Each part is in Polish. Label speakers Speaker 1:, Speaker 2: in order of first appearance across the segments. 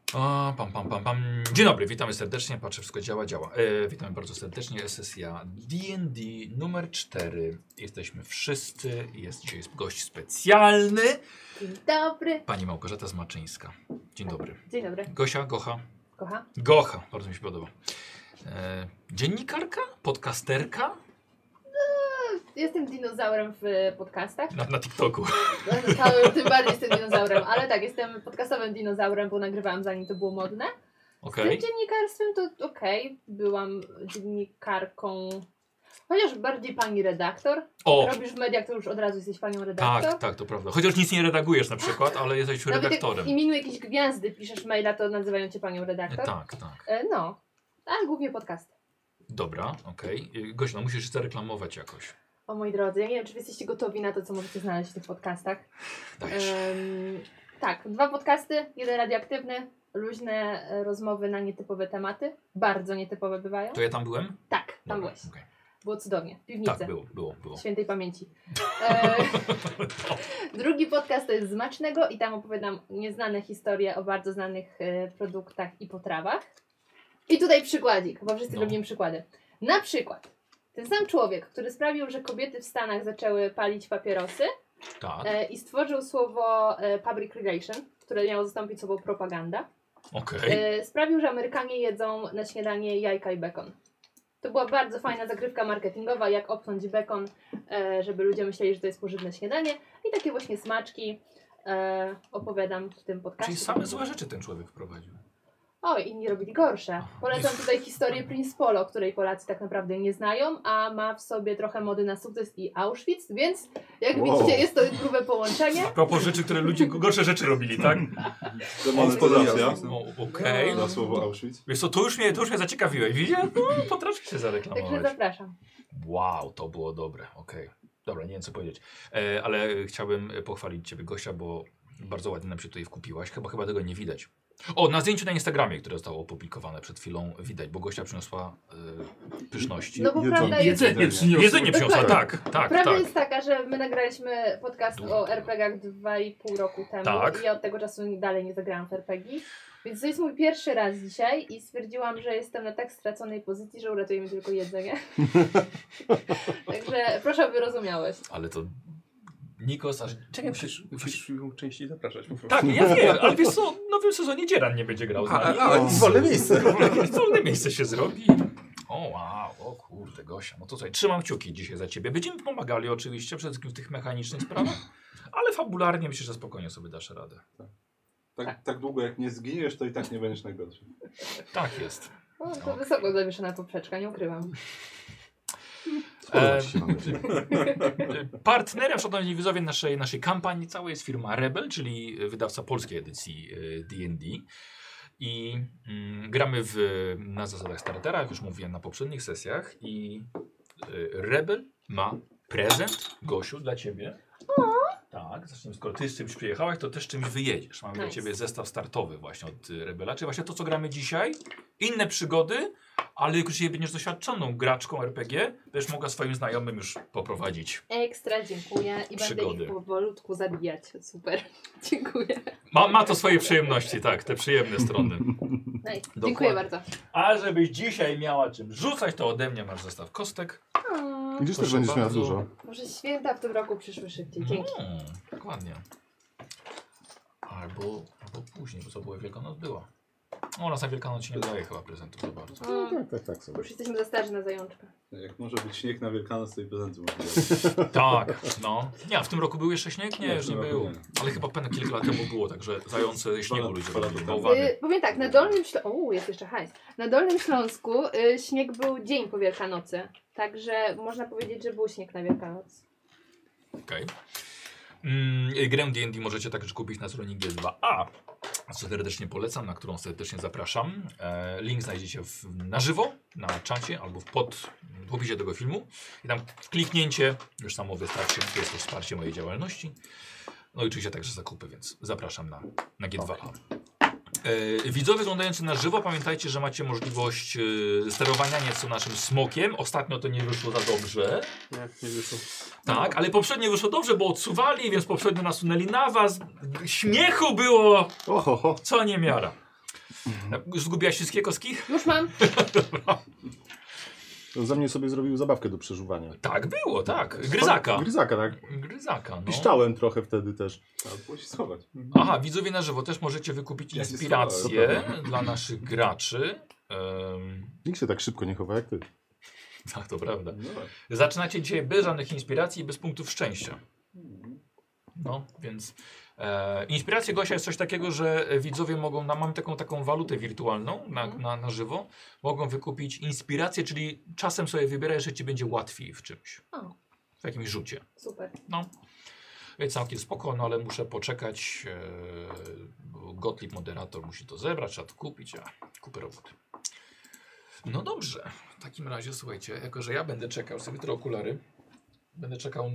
Speaker 1: Dzień dobry, witamy serdecznie. Patrzę, wszystko działa. Witamy bardzo serdecznie. Sesja D&D numer 4. Jesteśmy wszyscy. Jest dzisiaj gość specjalny.
Speaker 2: Dzień dobry.
Speaker 1: Pani Małgorzata Zmaczyńska. Dzień dobry.
Speaker 2: Dzień dobry.
Speaker 1: Gosia, Gocha.
Speaker 2: Kocha?
Speaker 1: Gocha, bardzo mi się podoba. Dziennikarka? Podcasterka?
Speaker 2: Jestem dinozaurem w podcastach.
Speaker 1: Na TikToku.
Speaker 2: Tym bardziej jestem dinozaurem, ale tak, jestem podcastowym dinozaurem, bo nagrywałam zanim to było modne. Z tym dziennikarstwem to okej. Byłam dziennikarką, chociaż bardziej pani redaktor. Robisz w mediach, to już od razu jesteś panią redaktor.
Speaker 1: Tak, to prawda. Chociaż nic nie redagujesz na przykład, ale jesteś redaktorem.
Speaker 2: W imieniu jakiejś gwiazdy piszesz maila, to nazywają cię panią redaktor.
Speaker 1: Tak.
Speaker 2: No, ale głównie podcasty.
Speaker 1: Dobra, okej. Gosia, no musisz się zareklamować jakoś.
Speaker 2: O moi drodzy, ja nie wiem, czy wy jesteście gotowi na to, co możecie znaleźć w tych podcastach. Tak, 2 podcasty, 1 radioaktywny, luźne rozmowy na nietypowe tematy. Bardzo nietypowe bywają.
Speaker 1: To ja tam byłem?
Speaker 2: Tak, tam byłeś.
Speaker 1: Okay.
Speaker 2: Było cudownie, w piwnicy.
Speaker 1: Tak, było.
Speaker 2: Świętej pamięci. Drugi podcast to jest Smacznego i tam opowiadam nieznane historie o bardzo znanych produktach i potrawach. I tutaj przykładzik, bo wszyscy lubimy przykłady. Na przykład ten sam człowiek, który sprawił, że kobiety w Stanach zaczęły palić papierosy i stworzył słowo public relation, które miało zastąpić słowo propaganda. Sprawił, że Amerykanie jedzą na śniadanie jajka i bekon. To była bardzo fajna zagrywka marketingowa, jak obciąć bekon, żeby ludzie myśleli, że to jest pożywne śniadanie. I takie właśnie smaczki opowiadam w tym podcaście.
Speaker 1: Czyli same złe rzeczy ten człowiek wprowadził.
Speaker 2: Oj, inni robili gorsze. Polecam tutaj historię Prince Polo, której Polacy tak naprawdę nie znają, a ma w sobie trochę mody na sukces i Auschwitz, więc jak widzicie, jest to grube połączenie.
Speaker 1: A propos rzeczy, które ludzie gorsze rzeczy robili, tak?
Speaker 3: Demonstracja.
Speaker 1: Okej.
Speaker 3: Na słowo Auschwitz.
Speaker 1: Wiesz co, to już mnie zaciekawiłeś, widzisz? No, potrafię się zareklamować.
Speaker 2: Także zapraszam.
Speaker 1: Wow, to było dobre, okej. Dobra, nie wiem co powiedzieć. Ale chciałbym pochwalić Ciebie, Gosia, bo bardzo ładnie nam się tutaj wkupiłaś. Chyba tego nie widać. O, na zdjęciu na Instagramie, które zostało opublikowane przed chwilą, widać, bo Gosia przyniosła pyszności.
Speaker 2: No bo prawda jest...
Speaker 1: Jedzenie przyniosła, tak.
Speaker 2: Prawda jest taka, że my nagraliśmy podcast o RPG-ach 2,5 roku temu i ja od tego czasu dalej nie zagrałam w RPG. Więc to jest mój pierwszy raz dzisiaj i stwierdziłam, że jestem na tak straconej pozycji, że uratuje mi tylko jedzenie. Także proszę o wyrozumiałość.
Speaker 1: Ale to... Nikos, aż... Czekaj,
Speaker 3: musisz ją częściej zapraszać po prostu.
Speaker 1: Tak, ja wiem, ale wiesz co, w nowym sezonie Dzieran nie będzie grał z nami.
Speaker 3: Wolne miejsce.
Speaker 1: Wolne miejsce się zrobi. O wow, o kurde, Gosia. No to słuchaj, trzymam kciuki dzisiaj za Ciebie. Będziemy pomagali oczywiście przede wszystkim w tych mechanicznych sprawach, ale fabularnie myślę, że spokojnie sobie dasz radę.
Speaker 3: Tak długo jak nie zginiesz, to i tak nie będziesz najgorszy.
Speaker 1: Tak jest.
Speaker 2: O, to wysoko zawieszona poprzeczka, nie ukrywam.
Speaker 1: Partnerem, szanowni widzowie, naszej kampanii całej jest firma Rebel, czyli wydawca polskiej edycji D&D. I gramy na zasadach startera, jak już mówiłem na poprzednich sesjach. I Rebel ma prezent, Gosiu, dla Ciebie. Tak, zresztą skoro Ty z czymś przyjechałaś, to też czymś wyjedziesz. Mamy dla Ciebie zestaw startowy właśnie od Rebela, czyli właśnie to, co gramy dzisiaj. Inne przygody, ale jak już będziesz doświadczoną graczką RPG, będziesz mogła swoim znajomym już poprowadzić.
Speaker 2: Ekstra, dziękuję. I
Speaker 1: przygody.
Speaker 2: Będę ich powolutku zabijać. Super. Dziękuję.
Speaker 1: Ma to swoje przyjemności, tak, te przyjemne strony.
Speaker 2: Nice. Dziękuję bardzo.
Speaker 1: A żebyś dzisiaj miała czym rzucać, to ode mnie masz zestaw kostek.
Speaker 3: Widzisz, też będziesz miała dużo.
Speaker 2: Może święta w tym roku przyszły szybciej. Dzięki.
Speaker 1: Dokładnie. Albo później, bo co było Wielkanoc była. O, nas na Wielkanoc się nie daje chyba prezentów za bardzo.
Speaker 3: Tak sobie.
Speaker 2: Już jesteśmy za starzy na zajączkę.
Speaker 3: Jak może być śnieg na Wielkanoc, to i prezenty można dać.
Speaker 1: Tak, no. Nie, a w tym roku był jeszcze śnieg? Nie, już nie było. Ale chyba kilka lat temu było, także zające śniegu ludzie robili.
Speaker 2: Powiem tak, na Dolnym Śląsku... jest jeszcze hajs. Na Dolnym Śląsku śnieg był dzień po Wielkanocy. Także można powiedzieć, że był śnieg na Wielkanoc.
Speaker 1: Okej. Grę D&D możecie także kupić na stronie G2A, co serdecznie polecam, na którą serdecznie zapraszam. Link znajdziecie na żywo, na czacie albo w opisie tego filmu. I tam kliknięcie już samo wystarczy, to jest to wsparcie mojej działalności. No i oczywiście także zakupy, więc zapraszam na G2A. Widzowie oglądający na żywo, pamiętajcie, że macie możliwość sterowania nieco naszym smokiem. Ostatnio to nie wyszło za dobrze.
Speaker 3: Nie wyszło.
Speaker 1: Tak, ale poprzednio wyszło dobrze, bo odsuwali, więc poprzednio nasunęli na was. Śmiechu było co niemiara. Zgubiłaś wszystkie kostki?
Speaker 2: Już mam.
Speaker 4: To za mnie sobie zrobił zabawkę do przeżuwania.
Speaker 1: Tak było, tak. Gryzaka.
Speaker 4: Gryzaka, tak.
Speaker 1: Gryzaka, no.
Speaker 4: Piszczałem trochę wtedy też.
Speaker 3: Trzeba było się schować.
Speaker 1: Aha, widzowie na żywo też możecie wykupić
Speaker 3: Ja się
Speaker 1: inspiracje dla naszych graczy.
Speaker 4: Nikt się tak szybko nie chowa jak ty.
Speaker 1: Tak, to prawda.
Speaker 3: No tak.
Speaker 1: Zaczynacie dzisiaj bez żadnych inspiracji i bez punktów szczęścia. No, więc inspiracja Gosia jest coś takiego, że widzowie mogą, mam taką walutę wirtualną na żywo, mogą wykupić inspirację, czyli czasem sobie wybierasz, że ci będzie łatwiej w czymś.
Speaker 2: O.
Speaker 1: W jakimś rzucie.
Speaker 2: Super.
Speaker 1: No. Więc całkiem spoko, no ale muszę poczekać, bo Gottlieb moderator musi to zebrać, trzeba to kupić, a kupę roboty. No dobrze, w takim razie słuchajcie, jako że ja będę czekał, sobie te okulary, będę czekał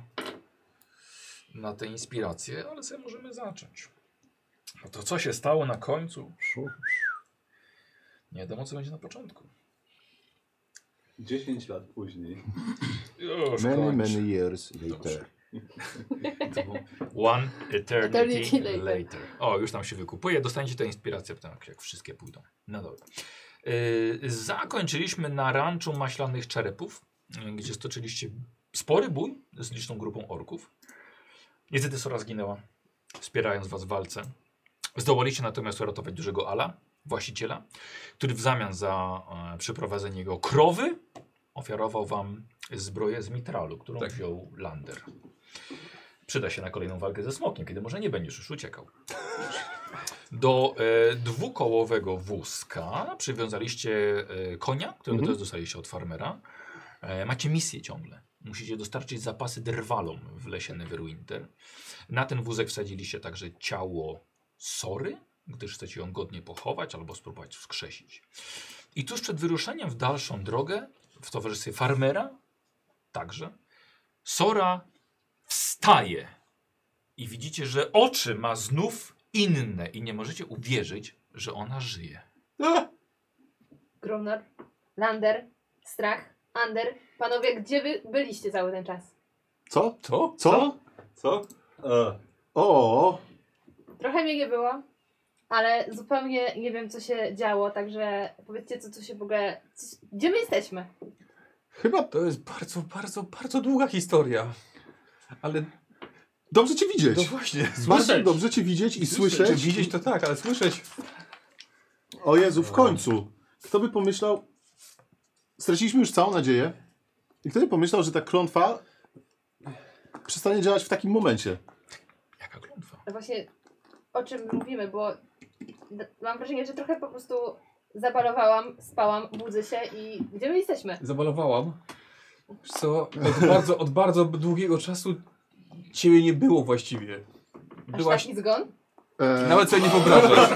Speaker 1: na te inspiracje, ale sobie możemy zacząć. A to co się stało na końcu? Nie wiadomo co będzie na początku.
Speaker 3: 10 lat później.
Speaker 1: Już
Speaker 4: Many years later.
Speaker 1: One eternity
Speaker 2: Eternity
Speaker 1: later. O, już tam się wykupuje. Dostaniecie tę inspirację potem, jak wszystkie pójdą. No dobra. Zakończyliśmy na ranczu maślanych czerepów, gdzie stoczyliście spory bój z liczną grupą orków. Niestety Sora zginęła, wspierając was w walce. Zdołaliście natomiast uratować dużego Ala, właściciela, który w zamian za przeprowadzenie jego krowy ofiarował wam zbroję z mitralu, którą wziął Lander. Przyda się na kolejną walkę ze smokiem, kiedy może nie będziesz już uciekał. Do dwukołowego wózka przywiązaliście konia, którego też dostaliście od farmera. Macie misję ciągle. Musicie dostarczyć zapasy drwalom w lesie Neverwinter. Na ten wózek wsadziliście także ciało Sory, gdyż chcecie ją godnie pochować albo spróbować wskrzesić. I tuż przed wyruszeniem w dalszą drogę, w towarzystwie farmera, także, Sora wstaje i widzicie, że oczy ma znów inne i nie możecie uwierzyć, że ona żyje.
Speaker 2: Grumnor, Lander, Strach, Ander. Panowie, gdzie wy byliście cały ten czas?
Speaker 4: Co?
Speaker 3: Co?
Speaker 4: Co?
Speaker 3: Co?
Speaker 4: O!
Speaker 2: Trochę mnie nie było, ale zupełnie nie wiem, co się działo, także powiedzcie, co się w ogóle... Gdzie my jesteśmy?
Speaker 4: Chyba
Speaker 5: To jest bardzo, bardzo, bardzo długa historia. Ale
Speaker 4: dobrze cię widzieć.
Speaker 5: no właśnie.
Speaker 4: Bardzo dobrze cię widzieć i słyszeć.
Speaker 5: Czy widzieć to tak, ale słyszeć.
Speaker 4: O Jezu, w końcu. Kto by pomyślał... Straciliśmy już całą nadzieję. I kto by pomyślał, że ta klątwa przestanie działać w takim momencie.
Speaker 1: Jaka klątwa?
Speaker 2: Właśnie o czym mówimy, bo mam wrażenie, że trochę po prostu zabalowałam, spałam, budzę się i gdzie my jesteśmy?
Speaker 5: Zabalowałam. Wiesz co, od bardzo długiego czasu ciebie nie było właściwie.
Speaker 2: Aż
Speaker 5: Byłaś...
Speaker 2: taki zgon?
Speaker 5: Nawet sobie nie wyobrażasz.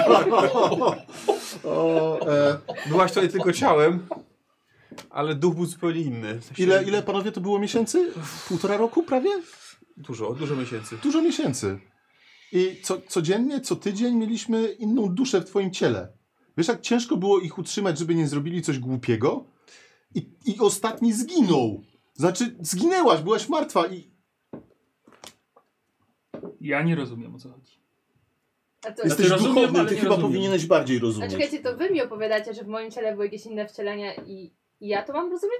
Speaker 5: Byłaś tutaj tylko ciałem, ale duch był zupełnie inny. W sensie
Speaker 4: Ile panowie to było miesięcy? 1,5 roku prawie?
Speaker 5: Dużo miesięcy.
Speaker 4: Dużo miesięcy. I codziennie, co tydzień mieliśmy inną duszę w twoim ciele. Wiesz, jak ciężko było ich utrzymać, żeby nie zrobili coś głupiego? I ostatni zginął. Znaczy, zginęłaś, byłaś martwa i...
Speaker 6: Ja nie rozumiem, o co chodzi.
Speaker 2: A to,
Speaker 4: Jesteś
Speaker 6: rozumiem,
Speaker 4: duchowny,
Speaker 6: ale
Speaker 4: ty
Speaker 6: nie
Speaker 4: chyba
Speaker 6: rozumiem.
Speaker 4: powinieneś bardziej
Speaker 2: a
Speaker 4: rozumieć.
Speaker 2: czekajcie, to wy mi opowiadacie, że w moim ciele były jakieś inne wcielenia i ja to mam rozumieć?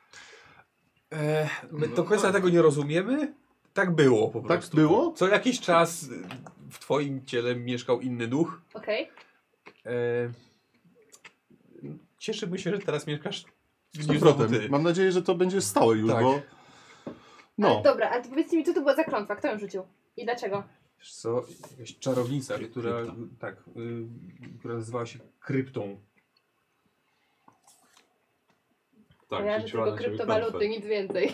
Speaker 5: My do końca tego nie rozumiemy. Tak było po
Speaker 4: Tak
Speaker 5: prostu.
Speaker 4: było?
Speaker 5: Co jakiś czas w twoim ciele mieszkał inny duch.
Speaker 2: Okej.
Speaker 5: Cieszymy się, że teraz mieszkasz
Speaker 4: Z
Speaker 5: znowu
Speaker 4: powrotem.
Speaker 5: ty.
Speaker 4: Mam nadzieję, że to będzie stałe już,
Speaker 5: Tak.
Speaker 4: bo...
Speaker 2: Ale
Speaker 4: No.
Speaker 2: dobra, ale to powiedzcie mi, co to była za klątwa? Kto ją rzucił? I dlaczego?
Speaker 5: Wiesz co, jakaś czarownica, która nazywała się Kryptą.
Speaker 3: Tak,
Speaker 2: Kojarzę
Speaker 3: rzuciła
Speaker 2: tylko
Speaker 3: na ciebie
Speaker 2: kryptowaluty,
Speaker 3: klątwę.
Speaker 2: nic więcej.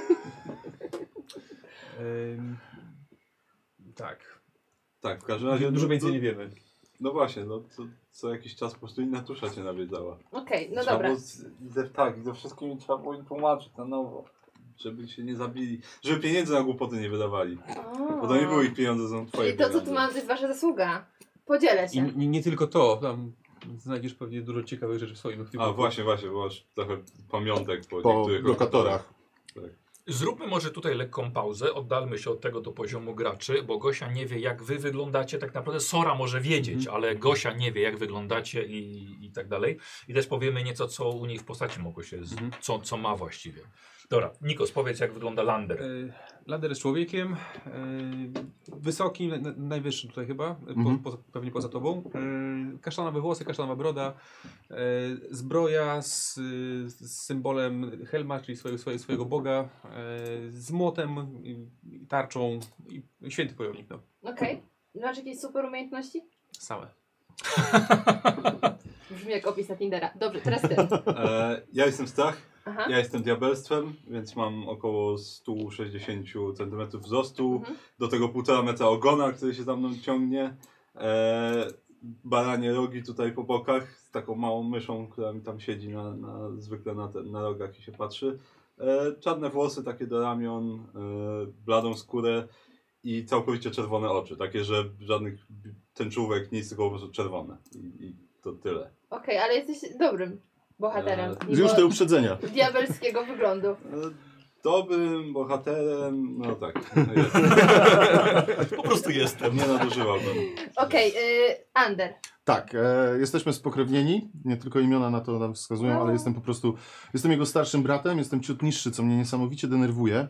Speaker 5: Tak.
Speaker 3: Tak, w każdym razie...
Speaker 5: Dużo więcej nie wiemy.
Speaker 3: No właśnie, no co jakiś czas po prostu inna dusza cię nawiedzała.
Speaker 2: Okej, no
Speaker 3: Trzeba
Speaker 2: dobra.
Speaker 3: było tak, i ze wszystkim trzeba było im tłumaczyć na nowo. Żeby się nie zabili. Żeby pieniędzy na głupoty nie wydawali. Bo to nie były ich pieniądze, to są twoje
Speaker 2: Czyli to, co
Speaker 3: pieniądze.
Speaker 2: tu mam, to jest wasza zasługa. Podzielę się.
Speaker 5: I nie tylko to, tam znajdziesz pewnie dużo ciekawych rzeczy w swoim
Speaker 3: A
Speaker 5: ekwipunku.
Speaker 3: właśnie, bo masz trochę pamiątek po
Speaker 4: Po
Speaker 3: niektórych
Speaker 4: lokatorach.
Speaker 3: Tak.
Speaker 1: Zróbmy może tutaj lekką pauzę, oddalmy się od tego do poziomu graczy, bo Gosia nie wie jak wy wyglądacie, tak naprawdę Sora może wiedzieć, ale Gosia nie wie jak wyglądacie i tak dalej. I też powiemy nieco co u niej w postaci mogło się, co ma właściwie. Dobra, Nikos, powiedz jak wygląda Lander.
Speaker 5: Lander jest człowiekiem, wysoki, najwyższy tutaj chyba, pewnie poza tobą. Kasztanowe włosy, kasztanowa broda, zbroja z symbolem Helma, czyli swojego boga, z młotem, tarczą i święty bojownik. No.
Speaker 2: Okej. Masz jakieś super umiejętności?
Speaker 5: Same.
Speaker 2: Brzmi jak opis na Tindera. Dobrze, teraz ty.
Speaker 3: Ja jestem Stach,
Speaker 2: Aha.
Speaker 3: ja jestem diabelstwem, więc mam około 160 cm wzrostu, do tego 1,5 metra ogona, który się za mną ciągnie, baranie rogi tutaj po bokach z taką małą myszą, która mi tam siedzi zwykle na rogach i się patrzy, czarne włosy takie do ramion, bladą skórę i całkowicie czerwone oczy, takie, że żadnych tęczówek, nic, tylko po prostu czerwone i to tyle.
Speaker 2: Okej, ale jesteś dobrym bohaterem.
Speaker 4: Już te uprzedzenia.
Speaker 2: Diabelskiego wyglądu.
Speaker 3: Dobrym bohaterem, no tak.
Speaker 1: Po prostu jestem.
Speaker 3: Nie nadużywałbym.
Speaker 2: Okej, Ander.
Speaker 4: Tak, jesteśmy spokrewnieni, nie tylko imiona na to nam wskazują, ale jestem jego starszym bratem, jestem ciut niższy, co mnie niesamowicie denerwuje.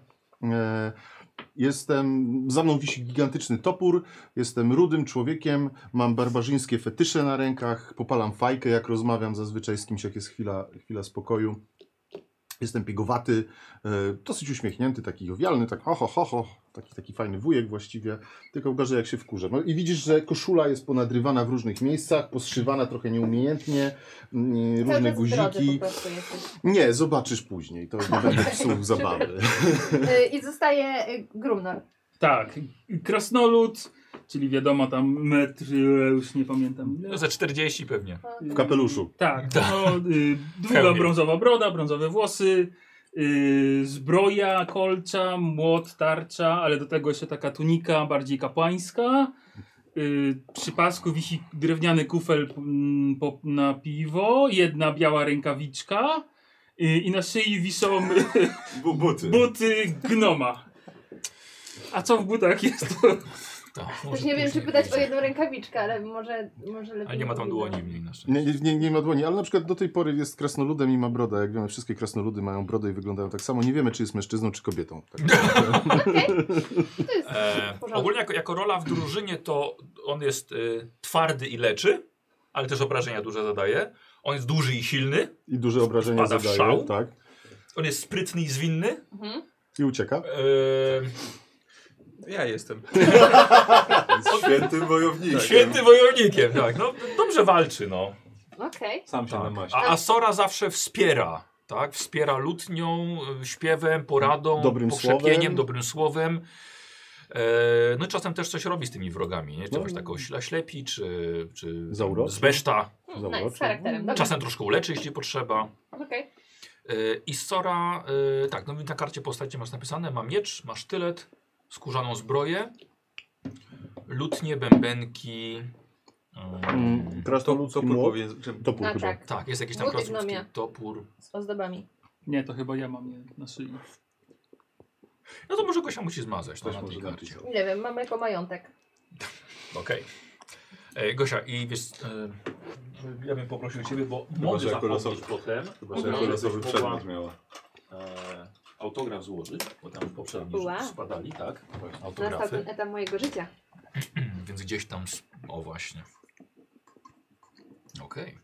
Speaker 4: Za mną wisi gigantyczny topór, jestem rudym człowiekiem, mam barbarzyńskie fetysze na rękach, popalam fajkę, jak rozmawiam zazwyczaj z kimś, jak jest chwila spokoju. Jestem piegowaty, dosyć uśmiechnięty, taki jowialny, tak ho, taki fajny wujek właściwie, tylko gorzej jak się wkurzę. No i widzisz, że koszula jest ponadrywana w różnych miejscach, poszywana trochę nieumiejętnie, różne guziki. Nie, zobaczysz później, to nie będę psuł zabawy.
Speaker 2: I zostaje Grumnor.
Speaker 6: Tak, krasnolud, czyli wiadomo tam metr, już nie pamiętam.
Speaker 1: No za 40 pewnie.
Speaker 4: W kapeluszu.
Speaker 6: Tak, no, długa brązowa broda, brązowe włosy, zbroja, kolcza, młot, tarcza, ale do tego jeszcze taka tunika bardziej kapłańska. Przy pasku wisi drewniany kufel na piwo, jedna biała rękawiczka i na szyi wiszą buty gnoma. A co w butach jest to?
Speaker 2: Też nie wiem, czy pytać o jedną rękawiczkę, ale może lepiej.
Speaker 1: Ale nie ma tam dłoni w niej na szczęście.
Speaker 4: Nie ma dłoni, ale na przykład do tej pory jest krasnoludem i ma brodę. Jak wiemy, wszystkie krasnoludy mają brodę i wyglądają tak samo. Nie wiemy, czy jest mężczyzną, czy kobietą.
Speaker 1: Ogólnie jako rola w drużynie to on jest twardy i leczy, ale też obrażenia duże zadaje. On jest duży i silny.
Speaker 4: I duże obrażenia
Speaker 1: wpada w
Speaker 4: zadaje.
Speaker 1: szał.
Speaker 4: Tak.
Speaker 1: On jest sprytny i zwinny.
Speaker 4: I ucieka.
Speaker 5: Ja jestem.
Speaker 3: Świętym wojownikiem.
Speaker 1: Świętym wojownikiem, tak. No, dobrze walczy, no.
Speaker 2: Okej.
Speaker 3: Sam się namaści.
Speaker 1: A Sora zawsze wspiera, tak? Wspiera lutnią, śpiewem, poradą, pokrzepieniem, dobrym słowem. No i czasem też coś robi z tymi wrogami, nie? Czegoś takiego ślepi, czy zbeszta.
Speaker 2: Nice, z charakterem. Dobra.
Speaker 1: Czasem troszkę uleczy, jeśli potrzeba.
Speaker 2: Okej.
Speaker 1: I Sora, tak, no na karcie postaci masz napisane, ma miecz, ma sztylet, skórzaną zbroję, lutnie, bębenki.
Speaker 4: Krasnoludzki młot. Topór chyba.
Speaker 2: Tak.
Speaker 1: Tak, jest jakiś tam
Speaker 2: Młot i
Speaker 1: krasnoludzki
Speaker 2: gnomia.
Speaker 1: topór.
Speaker 2: Z ozdobami.
Speaker 6: Nie, to chyba ja mam je na szyi.
Speaker 1: No to może Gosia musi zmazać
Speaker 3: Ktoś
Speaker 1: na tej
Speaker 3: może
Speaker 1: karcie.
Speaker 3: napisać.
Speaker 2: Nie wiem, mam jako majątek.
Speaker 1: Okej. Gosia, i wiesz, ja bym poprosił Ciebie, bo mogę
Speaker 3: że jako
Speaker 1: zapomnieć potem,
Speaker 3: Chyba, że jako losowy przedmiot miała.
Speaker 1: autograf złożyć, bo tam poprzedni spadali, tak?
Speaker 2: Nastał
Speaker 1: Autografy.
Speaker 2: ten etap mojego życia.
Speaker 1: Więc gdzieś tam, o właśnie. Okej.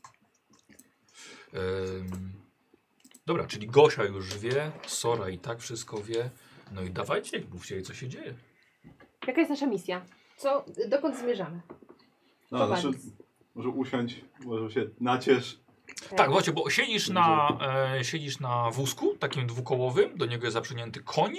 Speaker 1: Dobra, czyli Gosia już wie, Sora i tak wszystko wie. No i dawajcie, mówcie jej, co się dzieje.
Speaker 2: Jaka jest nasza misja? Dokąd zmierzamy?
Speaker 3: No, znaczy, może usiąść, może się naciesz.
Speaker 1: Tak, właśnie, bo siedzisz na wózku, takim dwukołowym, do niego jest zaprzęgnięty koń.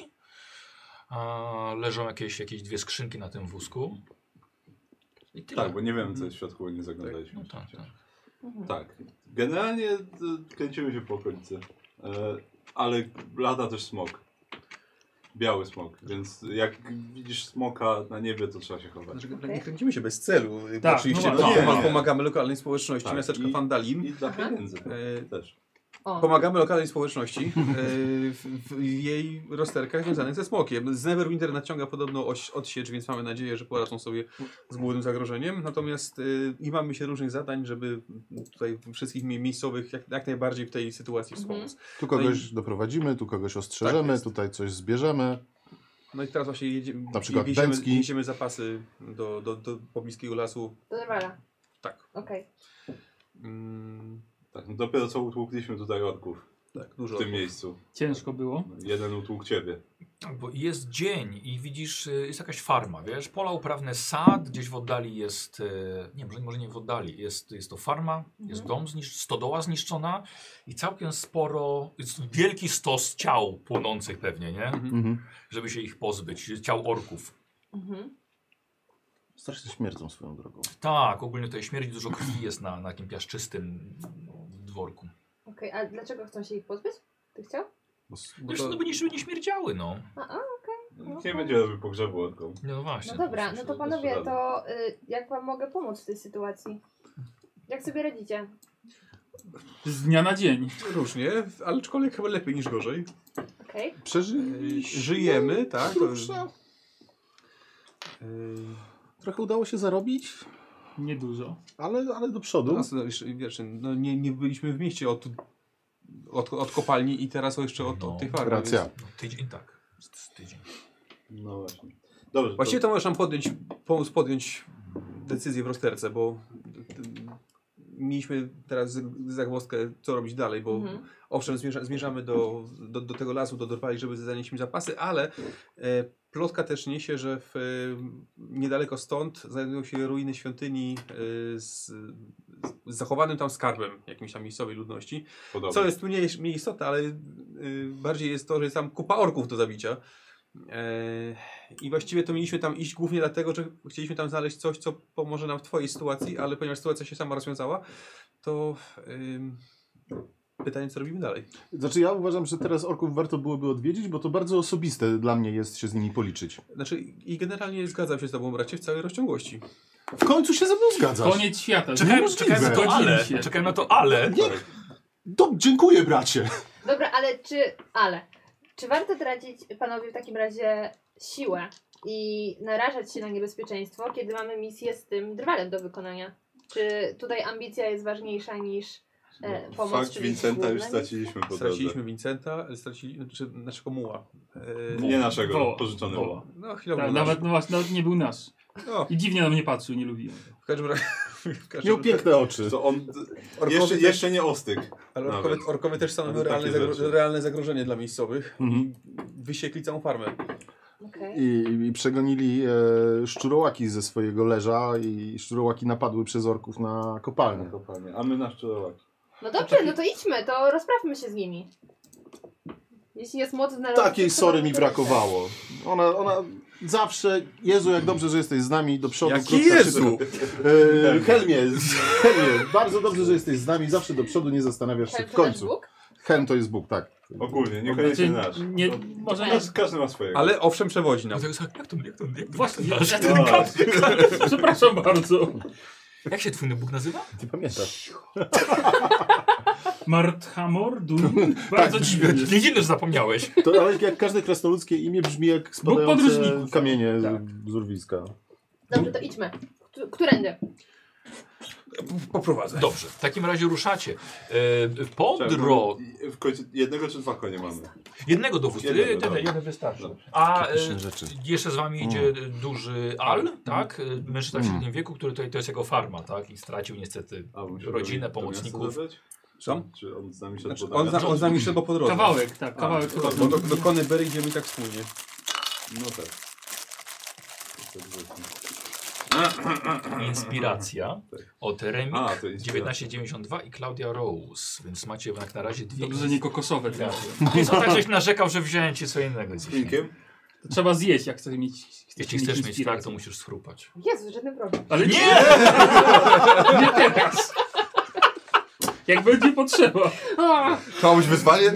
Speaker 1: Leżą jakieś dwie skrzynki na tym wózku. I tyle.
Speaker 3: Tak, bo nie wiem, co jest w środku, bo nie zaglądaliśmy.
Speaker 1: No tak.
Speaker 3: Tak, generalnie kręcimy się po okolicy, ale lata też smok. Biały smok, więc jak widzisz smoka na niebie, to trzeba się chować.
Speaker 5: Nie kręcimy się bez celu.
Speaker 6: Tak,
Speaker 5: Oczywiście
Speaker 6: no
Speaker 5: pomagamy lokalnej społeczności,
Speaker 3: Tak,
Speaker 5: miasteczka Fandalin.
Speaker 3: I dla pieniędzy też.
Speaker 2: O.
Speaker 5: Pomagamy lokalnej społeczności w jej rozterkach związanych ze smokiem. Z Neverwinter nadciąga podobno odsiecz, więc mamy nadzieję, że poradzą sobie z głównym zagrożeniem. Natomiast imamy się różnych zadań, żeby tutaj wszystkich miejscowych jak najbardziej w tej sytuacji wspomóc.
Speaker 4: Tu kogoś doprowadzimy, tu kogoś ostrzeżemy,
Speaker 5: Tak
Speaker 4: tutaj coś zbierzemy.
Speaker 5: No i teraz właśnie
Speaker 4: Na przykład Bęcki.
Speaker 5: jedziemy zapasy do pobliskiego lasu.
Speaker 2: Do Drwala.
Speaker 5: Tak.
Speaker 2: Okej.
Speaker 3: Tak, no dopiero co utłukliśmy tutaj orków
Speaker 5: Tak, dużo.
Speaker 3: w tym miejscu.
Speaker 6: Ciężko było.
Speaker 3: Jeden utłukł ciebie.
Speaker 1: Tak, bo jest dzień i widzisz, jest jakaś farma, wiesz, pola uprawne, sad, gdzieś w oddali jest, nie, może nie w oddali, jest to farma, jest dom, stodoła zniszczona i całkiem sporo, jest wielki stos ciał płonących pewnie, nie? Żeby się ich pozbyć, ciał orków.
Speaker 4: Strasznie śmierdzą swoją drogą.
Speaker 1: Tak, ogólnie tutaj śmierdzi, dużo krwi jest na takim piaszczystym dworku.
Speaker 2: Okej, a dlaczego chcą się ich pozbyć? Ty chciał?
Speaker 1: Wiesz, no by nie śmierdziały, no.
Speaker 3: Nie będzie robił pogrzebu orkom.
Speaker 1: No właśnie.
Speaker 2: No dobra, no to panowie, to jak wam mogę pomóc w tej sytuacji? Jak sobie radzicie?
Speaker 6: Z dnia na dzień.
Speaker 5: Różnie, ale aczkolwiek chyba lepiej niż gorzej.
Speaker 2: Okej.
Speaker 5: Żyjemy, tak?
Speaker 4: Trochę udało się zarobić,
Speaker 6: Niedużo.
Speaker 4: ale do przodu.
Speaker 5: Wiesz, no nie byliśmy w mieście od kopalni i teraz jeszcze od tej farmy.
Speaker 4: Racja.
Speaker 5: Więc...
Speaker 1: No, tydzień tak. Tydzień.
Speaker 3: No właśnie. Dobrze.
Speaker 5: Właściwie to możesz nam pomóc podjąć decyzję w rozterce, bo mieliśmy teraz zagwozdkę, co robić dalej, bo owszem, zmierzamy do tego lasu, do Drwali, żeby zanieść zapasy, ale plotka też niesie, że niedaleko stąd znajdują się ruiny świątyni z zachowanym tam skarbem jakimś tam miejscowej ludności.
Speaker 3: Podobnie.
Speaker 5: Co jest tu mniej istotne, ale bardziej jest to, że jest tam kupa orków do zabicia. I właściwie to mieliśmy tam iść głównie dlatego, że chcieliśmy tam znaleźć coś, co pomoże nam w twojej sytuacji, ale ponieważ sytuacja się sama rozwiązała, to pytanie, co robimy dalej.
Speaker 4: Znaczy ja uważam, że teraz orków warto byłoby odwiedzić, bo to bardzo osobiste dla mnie jest się z nimi policzyć.
Speaker 5: Znaczy i generalnie zgadzam się z tobą, bracie, w całej rozciągłości.
Speaker 4: W końcu się ze mną zgadzasz.
Speaker 6: Koniec świata.
Speaker 1: Czekałem na to
Speaker 6: Zgodzimy
Speaker 1: ale.
Speaker 6: się.
Speaker 1: Czekałem na to ale.
Speaker 4: Dziękuję, bracie.
Speaker 2: Dobra, czy warto tracić, panowie, w takim razie siłę i narażać się na niebezpieczeństwo, kiedy mamy misję z tym Drwalem do wykonania? Czy tutaj ambicja jest ważniejsza niż pomoc?
Speaker 3: Fakt Vincenta już straciliśmy po drodze.
Speaker 5: Straciliśmy Vincenta, naszego muła.
Speaker 3: Nie naszego,
Speaker 6: Woła.
Speaker 3: pożyczonego.
Speaker 6: Woła.
Speaker 5: No chwilowo.
Speaker 6: Tak, nawet nie był nasz.
Speaker 5: No,
Speaker 6: I dziwnie na mnie patrzył, nie lubiłem.
Speaker 5: w każdym razie...
Speaker 4: Miał piękne oczy.
Speaker 3: To on
Speaker 5: Orkowie
Speaker 3: jeszcze nie ostyk.
Speaker 5: Ale
Speaker 3: Nawet.
Speaker 5: orkowie też stanowią
Speaker 3: Takie rzeczy.
Speaker 5: realne zagrożenie dla miejscowych. I wysiekli całą farmę.
Speaker 2: Okay.
Speaker 4: I przegonili szczurołaki ze swojego leża i szczurołaki napadły przez orków na kopalnię.
Speaker 3: A my na szczurołaki.
Speaker 2: No dobrze, no to idźmy, to rozprawmy się z nimi. Jeśli jest moc w narodzie...
Speaker 4: Takiej sory mi brakowało. Ona zawsze... Jezu, jak dobrze, że jesteś z nami. Do przodu.
Speaker 5: Jaki
Speaker 4: krótka
Speaker 5: Jezu?
Speaker 4: szybko. Helmie, bardzo dobrze, że jesteś z nami. Zawsze do przodu, nie zastanawiasz się w końcu. Helm to jest Bóg, tak.
Speaker 3: Ogólnie, niekoniecznie nasz.
Speaker 6: Może
Speaker 3: Każdy ma swojego.
Speaker 5: Ale owszem, przewodzi nam.
Speaker 1: Jak to
Speaker 6: Właśnie,
Speaker 1: przepraszam bardzo. Jak się twój Bóg nazywa?
Speaker 4: Nie pamiętasz.
Speaker 6: Marthamor? Bardzo dziwnie.
Speaker 1: Nie dziwne, że zapomniałeś.
Speaker 4: To ale jak każde krasnoludzkie imię brzmi jak spadające
Speaker 6: podróżników.
Speaker 4: kamienie
Speaker 6: Tak.
Speaker 4: z urwiska.
Speaker 2: Dobrze, to idźmy. Którędy?
Speaker 5: Poprowadzę.
Speaker 1: Dobrze, w takim razie ruszacie.
Speaker 3: W końcu jednego czy dwa konie mamy?
Speaker 1: Jednego dowódcy. Jeden wystarczy. A
Speaker 4: Pyszne rzeczy.
Speaker 1: jeszcze z wami idzie duży Al, tak? Mężczyzna w średnim wieku, który to jest jego farma, tak? I stracił niestety rodzinę, pomocników.
Speaker 5: Co?
Speaker 3: Czy on z nami szedł
Speaker 5: Znaczy,
Speaker 3: po
Speaker 5: on z nami szedł po drodze.
Speaker 6: Kawałek, tak, kawałek.
Speaker 5: Bo do Konybery idziemy tak wspólnie.
Speaker 3: No tak.
Speaker 1: Inspiracja od Remik
Speaker 3: A, to jest
Speaker 1: 1992 i Claudia Rose, więc macie jak na razie dwie.
Speaker 6: Dobrze, że nie kokosowe teraz.
Speaker 1: Więc on tak żeś narzekał, że wziąłem ci co innego dzisiaj.
Speaker 3: Linkiem?
Speaker 6: Trzeba zjeść, jak chcesz mieć.
Speaker 1: Jeśli chcesz mieć
Speaker 6: inspirację.
Speaker 1: tak, to musisz schrupać.
Speaker 2: Jezu, żaden problem.
Speaker 6: Ale nie! Nie teraz! Jak będzie potrzeba.
Speaker 3: To być wyzwanie?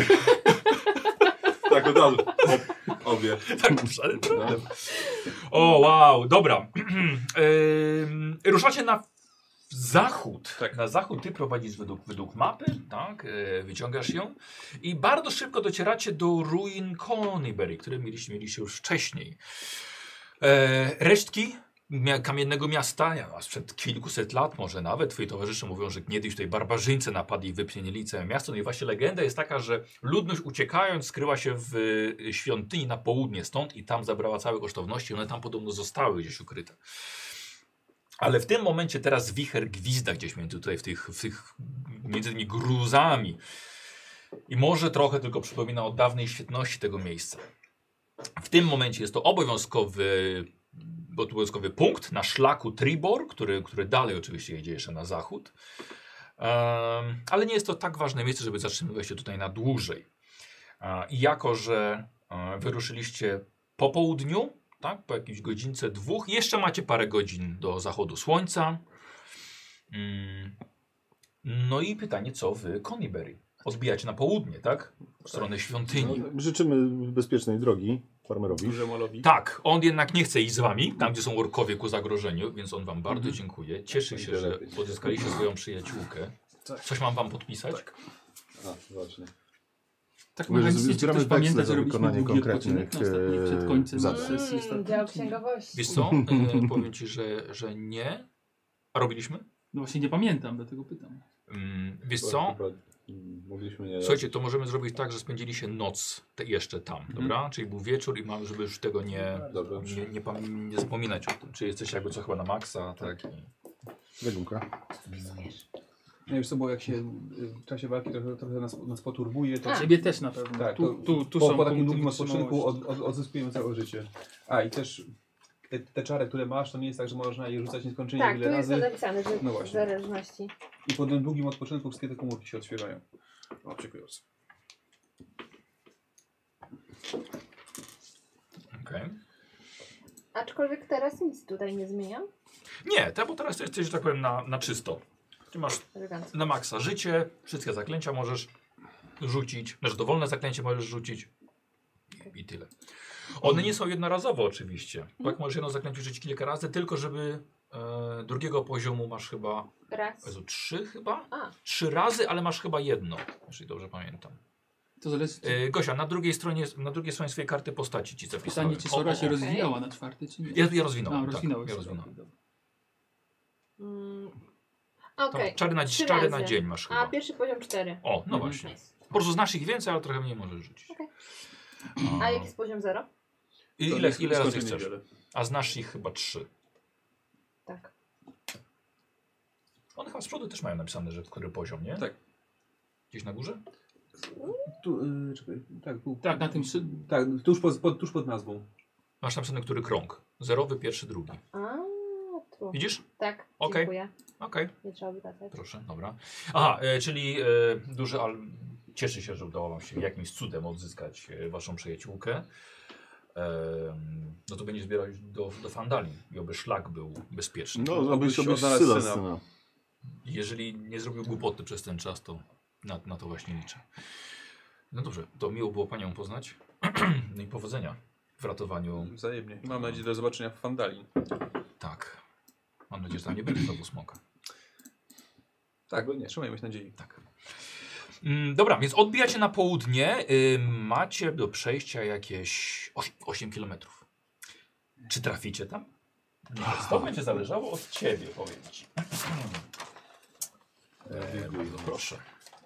Speaker 3: Tak, od razu. Obie.
Speaker 1: Tak, żaden problem. O, wow, dobra. Ruszacie na zachód.
Speaker 5: Tak.
Speaker 1: Na zachód ty prowadzisz według mapy, tak? Wyciągasz ją i bardzo szybko docieracie do ruin Conyberry, które mieliście już wcześniej. Resztki kamiennego miasta, sprzed kilkuset lat może nawet, twoi towarzysze mówią, że kiedyś tutaj barbarzyńcy napadli i wypłynęli całe miasto. No i właśnie legenda jest taka, że ludność uciekając skryła się w świątyni na południe stąd i tam zabrała całe kosztowności. One tam podobno zostały gdzieś ukryte. Ale w tym momencie teraz wicher gwizda gdzieś między między tymi gruzami. I może trochę tylko przypomina o dawnej świetności tego miejsca. W tym momencie jest to obowiązkowy punkt na szlaku Tribor, który dalej oczywiście jedzie jeszcze na zachód. Ale nie jest to tak ważne miejsce, żeby zatrzymywać się tutaj na dłużej. I jako, że wyruszyliście po południu, tak, po jakiejś godzince, dwóch, jeszcze macie parę godzin do zachodu słońca. No i pytanie, co w Conyberry? Odbijacie na południe, tak? W stronę świątyni.
Speaker 4: No, życzymy bezpiecznej drogi farmerowi.
Speaker 5: Dużemolowi.
Speaker 1: Tak, on jednak nie chce iść z wami, tam gdzie są orkowie ku zagrożeniu, więc on wam bardzo dziękuję. Cieszy się, że pozyskaliście swoją przyjaciółkę. Coś mam wam podpisać?
Speaker 5: Tak.
Speaker 3: A, właśnie.
Speaker 6: Tak
Speaker 4: Mówię, że
Speaker 6: mechanicznie, czy
Speaker 4: zbieramy
Speaker 6: ktoś pamięta,
Speaker 4: weksle
Speaker 6: że
Speaker 4: za
Speaker 6: robiliśmy
Speaker 4: wykonanie
Speaker 6: długi
Speaker 4: konkretnych
Speaker 6: odpoczynek na ostatniej, przed końcem
Speaker 4: zadań.
Speaker 6: sesji ostatniej?
Speaker 2: Dział księgowości.
Speaker 1: Wiesz co, powiem ci, że nie. A robiliśmy?
Speaker 6: No właśnie nie pamiętam, dlatego pytam.
Speaker 1: Wiesz co?
Speaker 3: Mogliśmy nie.
Speaker 1: Słuchajcie, to możemy zrobić tak, że spędzili się noc jeszcze tam, dobra? Czyli był wieczór i mamy, żeby już tego
Speaker 3: Dobra.
Speaker 1: nie zapominać o tym. Czy jesteś jakby co chyba na maksa, tak?
Speaker 4: Legumka.
Speaker 5: No wiesz co, bo jak się w czasie walki trochę nas poturbuje, to
Speaker 6: Ciebie też na pewno.
Speaker 5: tak,
Speaker 6: Tu
Speaker 5: po
Speaker 6: są
Speaker 5: takim
Speaker 6: punkty
Speaker 5: długim odpoczynku
Speaker 6: wytrzymałości.
Speaker 5: odzyskujemy całe życie. A i też te czary, które masz, to nie jest tak, że można je rzucać nieskończenie
Speaker 2: Tak, tu
Speaker 5: wiele
Speaker 2: jest
Speaker 5: razy.
Speaker 2: napisane, że
Speaker 5: No
Speaker 2: w
Speaker 5: właśnie.
Speaker 2: zależności.
Speaker 5: I po tym długim odpoczynku wszystkie te komórki się odświeżają. Oczekując.
Speaker 1: Okej.
Speaker 2: Aczkolwiek teraz nic tutaj nie zmieniam.
Speaker 1: Nie, bo teraz jesteś, że tak powiem, na czysto. Ty masz
Speaker 2: Elegancko.
Speaker 1: na maksa życie, wszystkie zaklęcia możesz rzucić, znaczy dowolne zaklęcie możesz rzucić i tyle. One nie są jednorazowe oczywiście, tak? Możesz jedno zaklęcie rzucić kilka razy, tylko żeby drugiego poziomu masz chyba,
Speaker 2: Raz.
Speaker 1: Jezu, 3 chyba?
Speaker 2: A.
Speaker 1: 3 razy, ale masz chyba jedno, jeżeli dobrze pamiętam.
Speaker 6: To zależy,
Speaker 1: Gosia, na drugiej stronie swojej karty postaci ci zapisałem.
Speaker 6: pytanie, czy Sora się
Speaker 2: okej.
Speaker 6: rozwijała na czwarty, czy nie?
Speaker 1: Ja rozwinąłem,
Speaker 6: A,
Speaker 1: tak,
Speaker 6: rozwinąłeś
Speaker 1: ja
Speaker 6: się,
Speaker 1: rozwinąłem.
Speaker 6: dobra.
Speaker 2: Okej.
Speaker 1: Czary na
Speaker 2: 3
Speaker 1: czary na
Speaker 2: razy.
Speaker 1: dzień masz chyba.
Speaker 2: A pierwszy poziom 4.
Speaker 1: O, no
Speaker 6: Mhm.
Speaker 1: właśnie.
Speaker 2: Nice.
Speaker 1: Po prostu znasz ich więcej, ale trochę mniej możesz rzucić.
Speaker 2: Okej. A jaki jest poziom 0?
Speaker 1: I
Speaker 5: To
Speaker 1: ile
Speaker 5: jest
Speaker 1: razy
Speaker 5: skończenie
Speaker 1: chcesz?
Speaker 5: wiele.
Speaker 1: A znasz ich chyba 3.
Speaker 2: Tak.
Speaker 1: One chyba z przodu też mają napisane, że który poziom, nie?
Speaker 5: Tak.
Speaker 1: Gdzieś na górze?
Speaker 5: Tu, czekaj, tak, tu,
Speaker 6: Tak, na tym
Speaker 5: tak, tuż pod nazwą.
Speaker 1: Masz napisane, który krąg. Zerowy, pierwszy, drugi.
Speaker 2: A, tu.
Speaker 1: Widzisz?
Speaker 2: Tak,
Speaker 1: Okej.
Speaker 2: dziękuję.
Speaker 1: Okej,
Speaker 2: Nie trzeba wracać.
Speaker 1: proszę, dobra. Aha, czyli duży Al cieszy się, że udało wam się jakimś cudem odzyskać waszą przyjaciółkę. No to będzie zbierać do Fandali i oby szlak był bezpieczny.
Speaker 4: No, abyś
Speaker 5: odnalazł
Speaker 4: syna,
Speaker 5: syna.
Speaker 4: syna.
Speaker 1: Jeżeli nie zrobił głupoty przez ten czas, to na to właśnie liczę. No dobrze, to miło było panią poznać. No i powodzenia w ratowaniu.
Speaker 5: Wzajemnie. I mam nadzieję do zobaczenia w Fandali.
Speaker 1: Tak. Mam nadzieję, że tam nie będzie znowu smoka.
Speaker 5: Tak, nie. Trzymajmy się nadziei.
Speaker 1: Tak. Dobra, więc odbijacie na południe. Macie do przejścia jakieś 8 km. Czy traficie tam? To będzie zależało od ciebie, powiem ci. Bardzo proszę.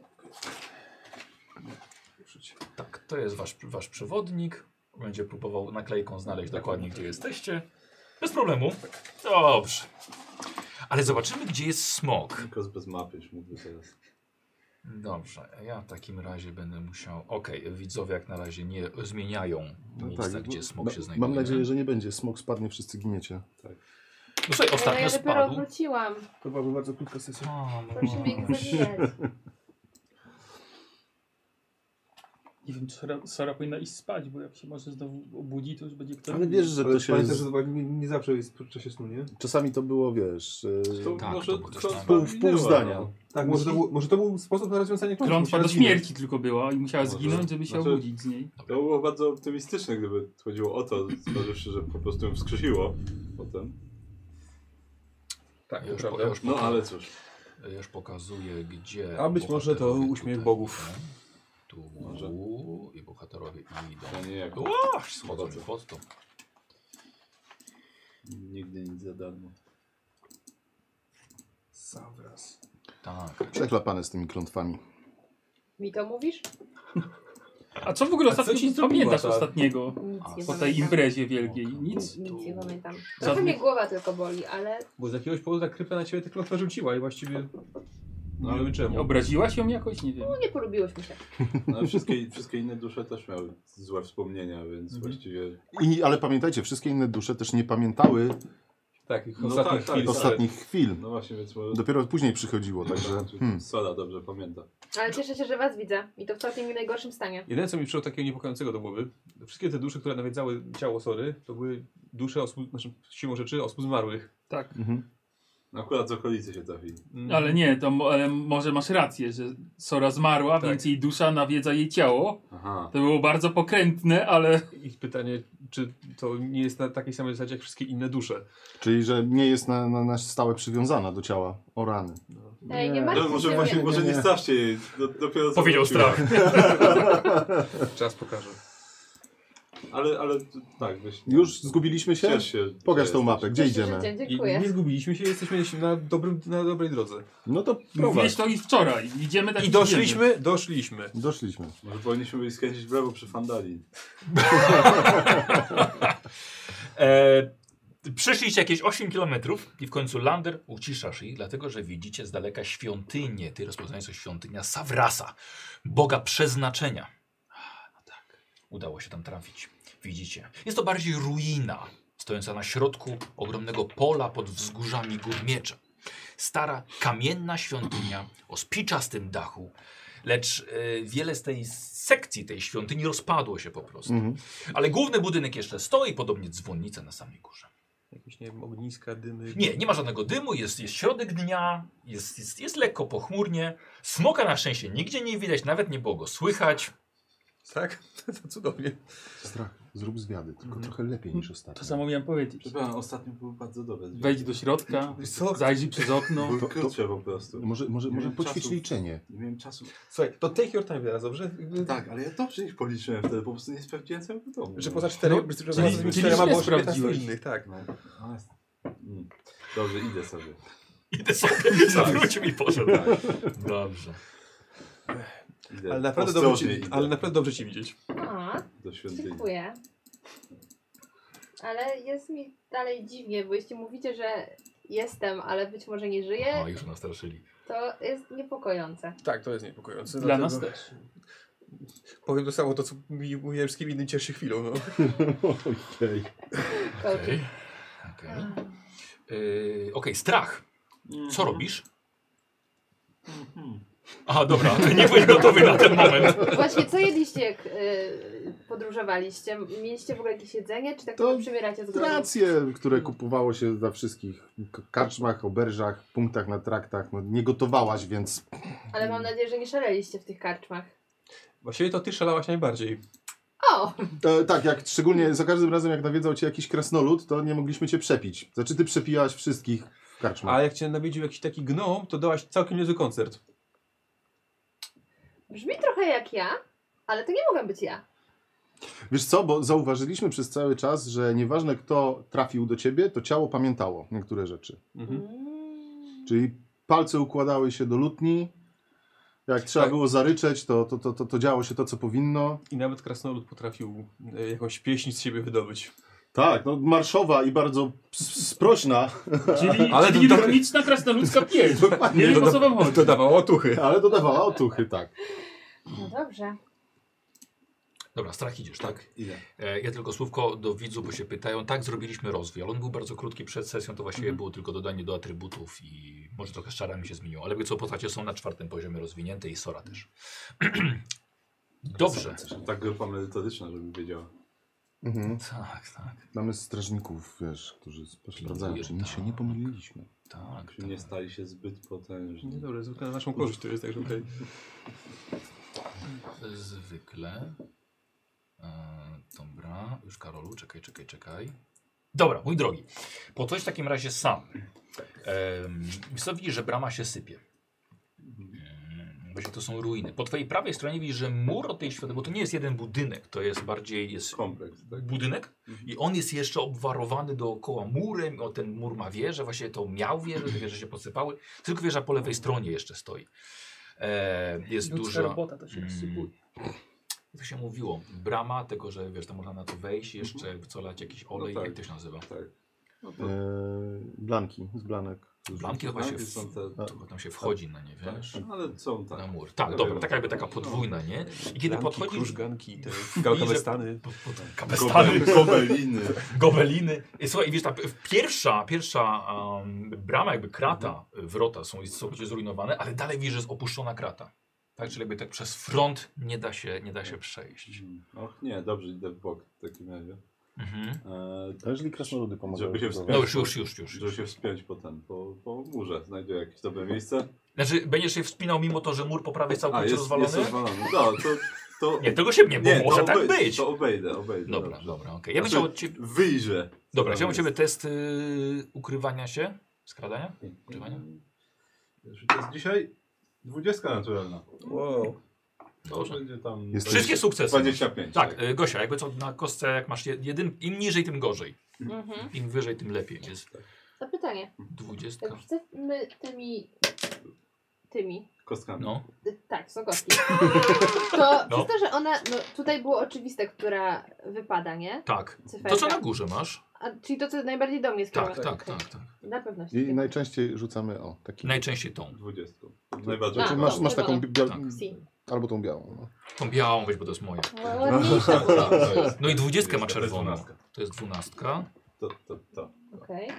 Speaker 1: Tak, to jest wasz przewodnik. Będzie próbował naklejką znaleźć dokładnie, gdzie jesteście. Bez problemu. Dobrze. Ale zobaczymy, gdzie jest smok.
Speaker 3: Tylko bez mapy już mówię teraz.
Speaker 1: Dobrze, ja w takim razie będę musiał... Okej, widzowie jak na razie nie zmieniają
Speaker 4: No
Speaker 1: miejsca,
Speaker 4: tak,
Speaker 1: gdzie
Speaker 4: bo-
Speaker 1: smok się znajduje.
Speaker 4: Mam nadzieję, że nie będzie. Smok spadnie, wszyscy giniecie.
Speaker 1: No słuchaj,
Speaker 2: Ale
Speaker 1: ostatnio
Speaker 2: ja dopiero
Speaker 1: spadł.
Speaker 2: wróciłam.
Speaker 5: To była bardzo krótka sesja.
Speaker 1: O,
Speaker 2: Proszę mnie nie zabijać.
Speaker 6: Nie wiem, czy Sora powinna iść spać, bo jak się może znowu obudzi, to już będzie ktoś...
Speaker 4: Ale wiesz, że
Speaker 5: Ale
Speaker 4: to się...
Speaker 5: pamiętaj, że to nie zawsze jest w czasie snu, nie?
Speaker 4: Czasami to było, wiesz...
Speaker 3: To
Speaker 1: Tak,
Speaker 3: może
Speaker 1: to było też
Speaker 3: to
Speaker 1: tam.
Speaker 4: pół- w pół zdania.
Speaker 5: Tak, może to był sposób na rozwiązanie klątwy.
Speaker 6: Klątwa
Speaker 5: Musiała
Speaker 6: do
Speaker 5: zginąć.
Speaker 6: śmierci tylko była i musiała
Speaker 3: Może.
Speaker 6: zginąć, żeby się
Speaker 3: Znaczy-
Speaker 6: obudzić z niej.
Speaker 3: To było bardzo optymistyczne, gdyby chodziło o to, zważywszy, że po prostu ją wskrzesiło potem.
Speaker 5: Tak,
Speaker 1: Ja już,
Speaker 5: to prawda.
Speaker 3: No ale cóż.
Speaker 1: Ja już pokazuję, gdzie.
Speaker 5: A być może to
Speaker 1: bohaterowie
Speaker 5: uśmiech
Speaker 1: tutaj
Speaker 5: bogów.
Speaker 1: idą. Tu
Speaker 3: Może.
Speaker 1: i bohaterowie idą.
Speaker 3: Ja nie jak.
Speaker 1: Schodzą mi pod to.
Speaker 3: Nigdy nic za darmo.
Speaker 5: Savras.
Speaker 1: Tak.
Speaker 4: Przeklapane z tymi klątwami.
Speaker 2: Mi to mówisz?
Speaker 6: A co w ogóle
Speaker 5: A co
Speaker 6: ostatnio
Speaker 5: ci zrobiła
Speaker 6: pamiętasz
Speaker 5: ta-
Speaker 6: ostatniego?
Speaker 2: Nic nie
Speaker 6: Po tej
Speaker 2: pamiętam.
Speaker 6: imprezie wielkiej? Nic?
Speaker 2: Nic nie pamiętam.
Speaker 6: Żadnych-
Speaker 2: Trochę mnie głowa tylko boli, ale
Speaker 5: Bo z jakiegoś powodu ta krypa na ciebie te klątwa rzuciła i właściwie nie wiemy czemu.
Speaker 6: Obraziłaś ją jakoś? Nie wiem.
Speaker 2: no, nie polubiłyśmy się.
Speaker 3: No, ale wszystkie inne dusze też miały złe wspomnienia, więc właściwie...
Speaker 4: Ale pamiętajcie, wszystkie inne dusze też nie pamiętały
Speaker 5: Tak, ich
Speaker 3: No
Speaker 5: ostatnich
Speaker 3: tak,
Speaker 5: chwil.
Speaker 3: tak.
Speaker 4: ostatnich chwil.
Speaker 3: No właśnie, więc może...
Speaker 4: Dopiero później przychodziło, także...
Speaker 3: Sola dobrze pamięta.
Speaker 2: Ale cieszę się, że was widzę. I to w całkiem nie najgorszym stanie.
Speaker 5: Jedyne co mi przyszło takiego niepokojącego do głowy, wszystkie te dusze, które nawiedzały ciało Sory, to były dusze osób, znaczy siłą rzeczy osób zmarłych.
Speaker 6: Tak.
Speaker 4: Mhm.
Speaker 3: Akurat z okolicy się trafili.
Speaker 6: Ale nie, ale może masz rację, że Sora zmarła,
Speaker 5: Tak.
Speaker 6: więc jej dusza nawiedza jej ciało.
Speaker 3: Aha.
Speaker 6: To było bardzo pokrętne, ale
Speaker 5: I pytanie, czy to nie jest na takiej samej zasadzie jak wszystkie inne dusze.
Speaker 4: Czyli, że nie jest na stałe przywiązana do ciała. O rany.
Speaker 2: Ej, nie
Speaker 3: No,
Speaker 2: martwcie
Speaker 3: może
Speaker 2: się.
Speaker 3: właśnie, może nie straszcie jej. Dopiero co
Speaker 1: Powiedział
Speaker 3: wróciła.
Speaker 1: strach.
Speaker 5: Czas pokaże.
Speaker 3: Ale tak, weź...
Speaker 4: Już zgubiliśmy się?
Speaker 3: Ciesz się.
Speaker 4: Pokaż
Speaker 3: że
Speaker 4: tą
Speaker 3: jesteś.
Speaker 4: mapę, gdzie
Speaker 2: Cieszę się,
Speaker 4: idziemy?
Speaker 2: że
Speaker 5: I
Speaker 2: dziękuję.
Speaker 5: nie zgubiliśmy się, jesteśmy na dobrej drodze.
Speaker 4: No to
Speaker 6: mówiłeś
Speaker 4: prowadź.
Speaker 6: to i wczoraj. Idziemy tak
Speaker 5: I
Speaker 6: jak
Speaker 5: doszliśmy.
Speaker 4: Doszliśmy.
Speaker 3: Może powinniśmy byli skręcić w lewo przy Fandali.
Speaker 1: Przyszliście jakieś 8 km i w końcu Lander uciszasz ich, dlatego że widzicie z daleka świątynię. Ty rozpoznajesz, to świątynia Savrasa, boga przeznaczenia. No tak, udało się tam trafić. Widzicie, jest to bardziej ruina, stojąca na środku ogromnego pola pod wzgórzami gór miecza. Stara, kamienna świątynia o spiczastym dachu, lecz wiele z tej sekcji tej świątyni rozpadło się po prostu.
Speaker 4: Mhm.
Speaker 1: Ale główny budynek jeszcze stoi, podobnie dzwonnica na samej górze.
Speaker 5: Jakieś, nie wiem, ogniska, dymy.
Speaker 1: Nie ma żadnego dymu, jest środek dnia, jest lekko pochmurnie. Smoka na szczęście nigdzie nie widać, nawet nie było go słychać.
Speaker 5: Tak? To cudownie.
Speaker 4: Strach, zrób zwiady, tylko trochę lepiej niż ostatnio.
Speaker 6: To samo miałem powiedzieć.
Speaker 3: Przepraszam, ostatnio był bardzo dobry.
Speaker 6: Wejdź do środka,
Speaker 5: Wiesz co?
Speaker 6: zajrzyj przez okno.
Speaker 3: Był
Speaker 4: to-
Speaker 3: krótsze po prostu.
Speaker 4: Może
Speaker 3: miałem
Speaker 4: poćwicz
Speaker 3: czasu.
Speaker 4: liczenie.
Speaker 3: Nie miałem czasu.
Speaker 5: Słuchaj, to take your time teraz, dobrze?
Speaker 3: Tak, ale ja dobrze ich policzyłem wtedy, po prostu nie sprawdziłem całego domu.
Speaker 5: Że poza 4,
Speaker 6: No,
Speaker 5: że
Speaker 6: czyli-
Speaker 5: poza tymi
Speaker 6: czyli
Speaker 5: 4
Speaker 6: źle
Speaker 5: było 15
Speaker 6: sprawdziłeś.
Speaker 5: innych, tak.
Speaker 3: No, ale... Dobrze, idę sobie.
Speaker 1: Idę sobie, zawrócił i poszedł. Dobrze.
Speaker 3: Idę.
Speaker 5: Ale naprawdę,
Speaker 3: Ostrożnie idę
Speaker 5: ale naprawdę dobrze ci widzieć.
Speaker 2: A,
Speaker 3: do świątyni.
Speaker 2: dziękuję. Ale jest mi dalej dziwnie, bo jeśli mówicie, że jestem, ale być może nie żyję,
Speaker 1: O, już nastraszyli.
Speaker 2: to jest niepokojące.
Speaker 5: Tak, to jest niepokojące.
Speaker 6: Dla
Speaker 5: dlatego
Speaker 6: nas też.
Speaker 5: Powiem to samo, to co mówiłem wszystkim innym cieszy chwilą. No.
Speaker 4: Okej.
Speaker 1: Okej. Okej, strach. Co robisz? Aha, dobra, ty nie byłeś gotowy na ten moment.
Speaker 2: Właśnie, co jedliście, jak podróżowaliście? Mieliście w ogóle jakieś jedzenie, czy tak
Speaker 4: To
Speaker 2: tylko przybieracie z głodu?
Speaker 4: Racje, które kupowało się na wszystkich karczmach, oberżach, punktach na traktach. No, nie gotowałaś, więc
Speaker 2: Ale mam nadzieję, że nie szaleliście w tych karczmach.
Speaker 5: Właściwie to ty szalałaś najbardziej.
Speaker 2: O!
Speaker 4: tak, jak szczególnie za każdym razem jak nawiedzał cię jakiś krasnolud, to nie mogliśmy cię przepić. Znaczy ty przepijałaś wszystkich w karczmach.
Speaker 5: A jak cię nawiedził jakiś taki gnom, to dałaś całkiem niezły koncert.
Speaker 2: Brzmi trochę jak ja, ale to nie mogę być ja.
Speaker 4: Wiesz co, bo zauważyliśmy przez cały czas, że nieważne kto trafił do ciebie, to ciało pamiętało niektóre rzeczy.
Speaker 5: Mhm.
Speaker 4: Czyli palce układały się do lutni, jak trzeba
Speaker 5: Tak.
Speaker 4: było zaryczeć, to działo się to, co powinno.
Speaker 5: I nawet krasnolud potrafił jakąś pieśń z siebie wydobyć.
Speaker 4: Tak, no marszowa i bardzo sprośna,
Speaker 5: Ale
Speaker 6: Czyli
Speaker 5: to-
Speaker 6: rytmiczna krasnoludzka pieśń. Nie wiem, o co wam chodzi.
Speaker 5: To dawało otuchy.
Speaker 4: ale dodawała otuchy, tak.
Speaker 2: No dobrze.
Speaker 1: Dobra, strach idziesz, tak?
Speaker 3: Idę.
Speaker 1: Ja tylko słówko do widzów, bo się pytają. Tak, zrobiliśmy rozwój, ale on był bardzo krótki przed sesją, to właściwie było tylko dodanie do atrybutów i może trochę z czarami się zmieniło. Ale co, postacie są na 4. poziomie rozwinięte i Sora też. Dobrze.
Speaker 3: Tak grupa merytoryczna, żebym wiedziała.
Speaker 4: Mhm.
Speaker 1: Tak.
Speaker 4: Mamy strażników, wiesz, którzy sprawdzają, czy my się nie pomyliliśmy.
Speaker 1: Tak.
Speaker 3: Czy nie stali się zbyt potężni.
Speaker 5: No dobra, zwykle na naszą korzyść to jest, także okej.
Speaker 1: Zwykle. Dobra, już Karolu, czekaj. Dobra, mój drogi. Podchodź w takim razie sam. Co widzisz, że brama się sypie. Właśnie to są ruiny. Po twojej prawej stronie widzisz, że mur od tej świątyni, bo to nie jest jeden budynek, to jest bardziej
Speaker 3: kompleks. Tak?
Speaker 1: Budynek i on jest jeszcze obwarowany dookoła murem. O, ten mur ma wieżę, właśnie to miał wieżę, te wieże się posypały. Tylko wieża po lewej stronie jeszcze stoi. Jest duża
Speaker 6: robota to się rozsypuje.
Speaker 1: Jak to się mówiło? Brama, tego, że wiesz, tam można na to wejść, jeszcze wcolać jakiś olej,
Speaker 3: tak.
Speaker 1: jak to się nazywa?
Speaker 3: Tak. No to
Speaker 4: Blanki, z blanek.
Speaker 1: Blanki to właśnie
Speaker 3: są te...
Speaker 1: tam się wchodzi na nie, wiesz?
Speaker 3: Tak, ale są tak.
Speaker 1: Na mur. Tak, dobra, taka jakby taka podwójna, nie? I kiedy podchodzisz...
Speaker 5: Krużganki, te gałkawestany.
Speaker 1: Kapestany,
Speaker 3: Gobeliny.
Speaker 1: gobeliny. I słuchaj, wiesz, ta pierwsza brama, jakby krata, wrota są całkowicie zrujnowane, ale dalej widzisz, że jest opuszczona krata. Tak, czyli jakby tak przez front nie da się przejść.
Speaker 3: Och nie, dobrze, idę w bok w takim razie.
Speaker 4: A jeżeli krasnoludy pomagają?
Speaker 3: Żeby się
Speaker 4: to-
Speaker 3: wspiąć,
Speaker 1: No już.
Speaker 3: żeby się wspiąć po murze. Znajdę jakieś dobre miejsce.
Speaker 1: Znaczy, będziesz się wspinał mimo to, że mur po prawej jest całkowicie
Speaker 3: Jest
Speaker 1: rozwalony?
Speaker 3: rozwalony. No, to...
Speaker 1: Nie, tego się nie, bo
Speaker 3: Nie,
Speaker 1: może
Speaker 3: to
Speaker 1: tak
Speaker 3: obejdę,
Speaker 1: być.
Speaker 3: To obejdę.
Speaker 1: Dobra, okej. Ja bym
Speaker 3: Znaczy,
Speaker 1: chciał od ciebie...
Speaker 3: Wyjrzę.
Speaker 1: Dobra, chciałbym od ciebie test ukrywania się, skradania, ukrywania.
Speaker 3: To jest dzisiaj 20 naturalna.
Speaker 5: Wow.
Speaker 3: To będzie tam...
Speaker 1: Wszystkie sukcesy.
Speaker 3: 25.
Speaker 1: Tak, Gosia, jakby co na kostce, jak masz im niżej, tym gorzej.
Speaker 2: Mhm.
Speaker 1: Im wyżej, tym lepiej. Jest
Speaker 2: Zapytanie.
Speaker 1: 20.
Speaker 2: Jak rzucamy tymi.
Speaker 3: Kostkami.
Speaker 1: No.
Speaker 2: Tak, są kostki. To
Speaker 1: No.
Speaker 2: przez to, że ona, no tutaj było oczywiste, która wypada, nie?
Speaker 1: Tak.
Speaker 2: Cyferka.
Speaker 1: To co na górze masz?
Speaker 2: Czyli to, co najbardziej do mnie
Speaker 1: Tak,
Speaker 2: skierowane.
Speaker 1: tak.
Speaker 2: Na pewno się.
Speaker 4: I najczęściej rzucamy taki.
Speaker 1: Najczęściej tą.
Speaker 3: 20. Najbardziej.
Speaker 4: Znaczy,
Speaker 2: A,
Speaker 4: masz
Speaker 2: no,
Speaker 4: taką
Speaker 2: no.
Speaker 1: Tak.
Speaker 2: Si.
Speaker 4: albo tą białą. No.
Speaker 1: Tą białą weź, bo to jest moja.
Speaker 2: No, ładniejsza była.
Speaker 1: No i 20 ma
Speaker 3: To jest
Speaker 1: czerwoną.
Speaker 3: 12.
Speaker 1: To jest 12.
Speaker 3: To.
Speaker 2: Okej.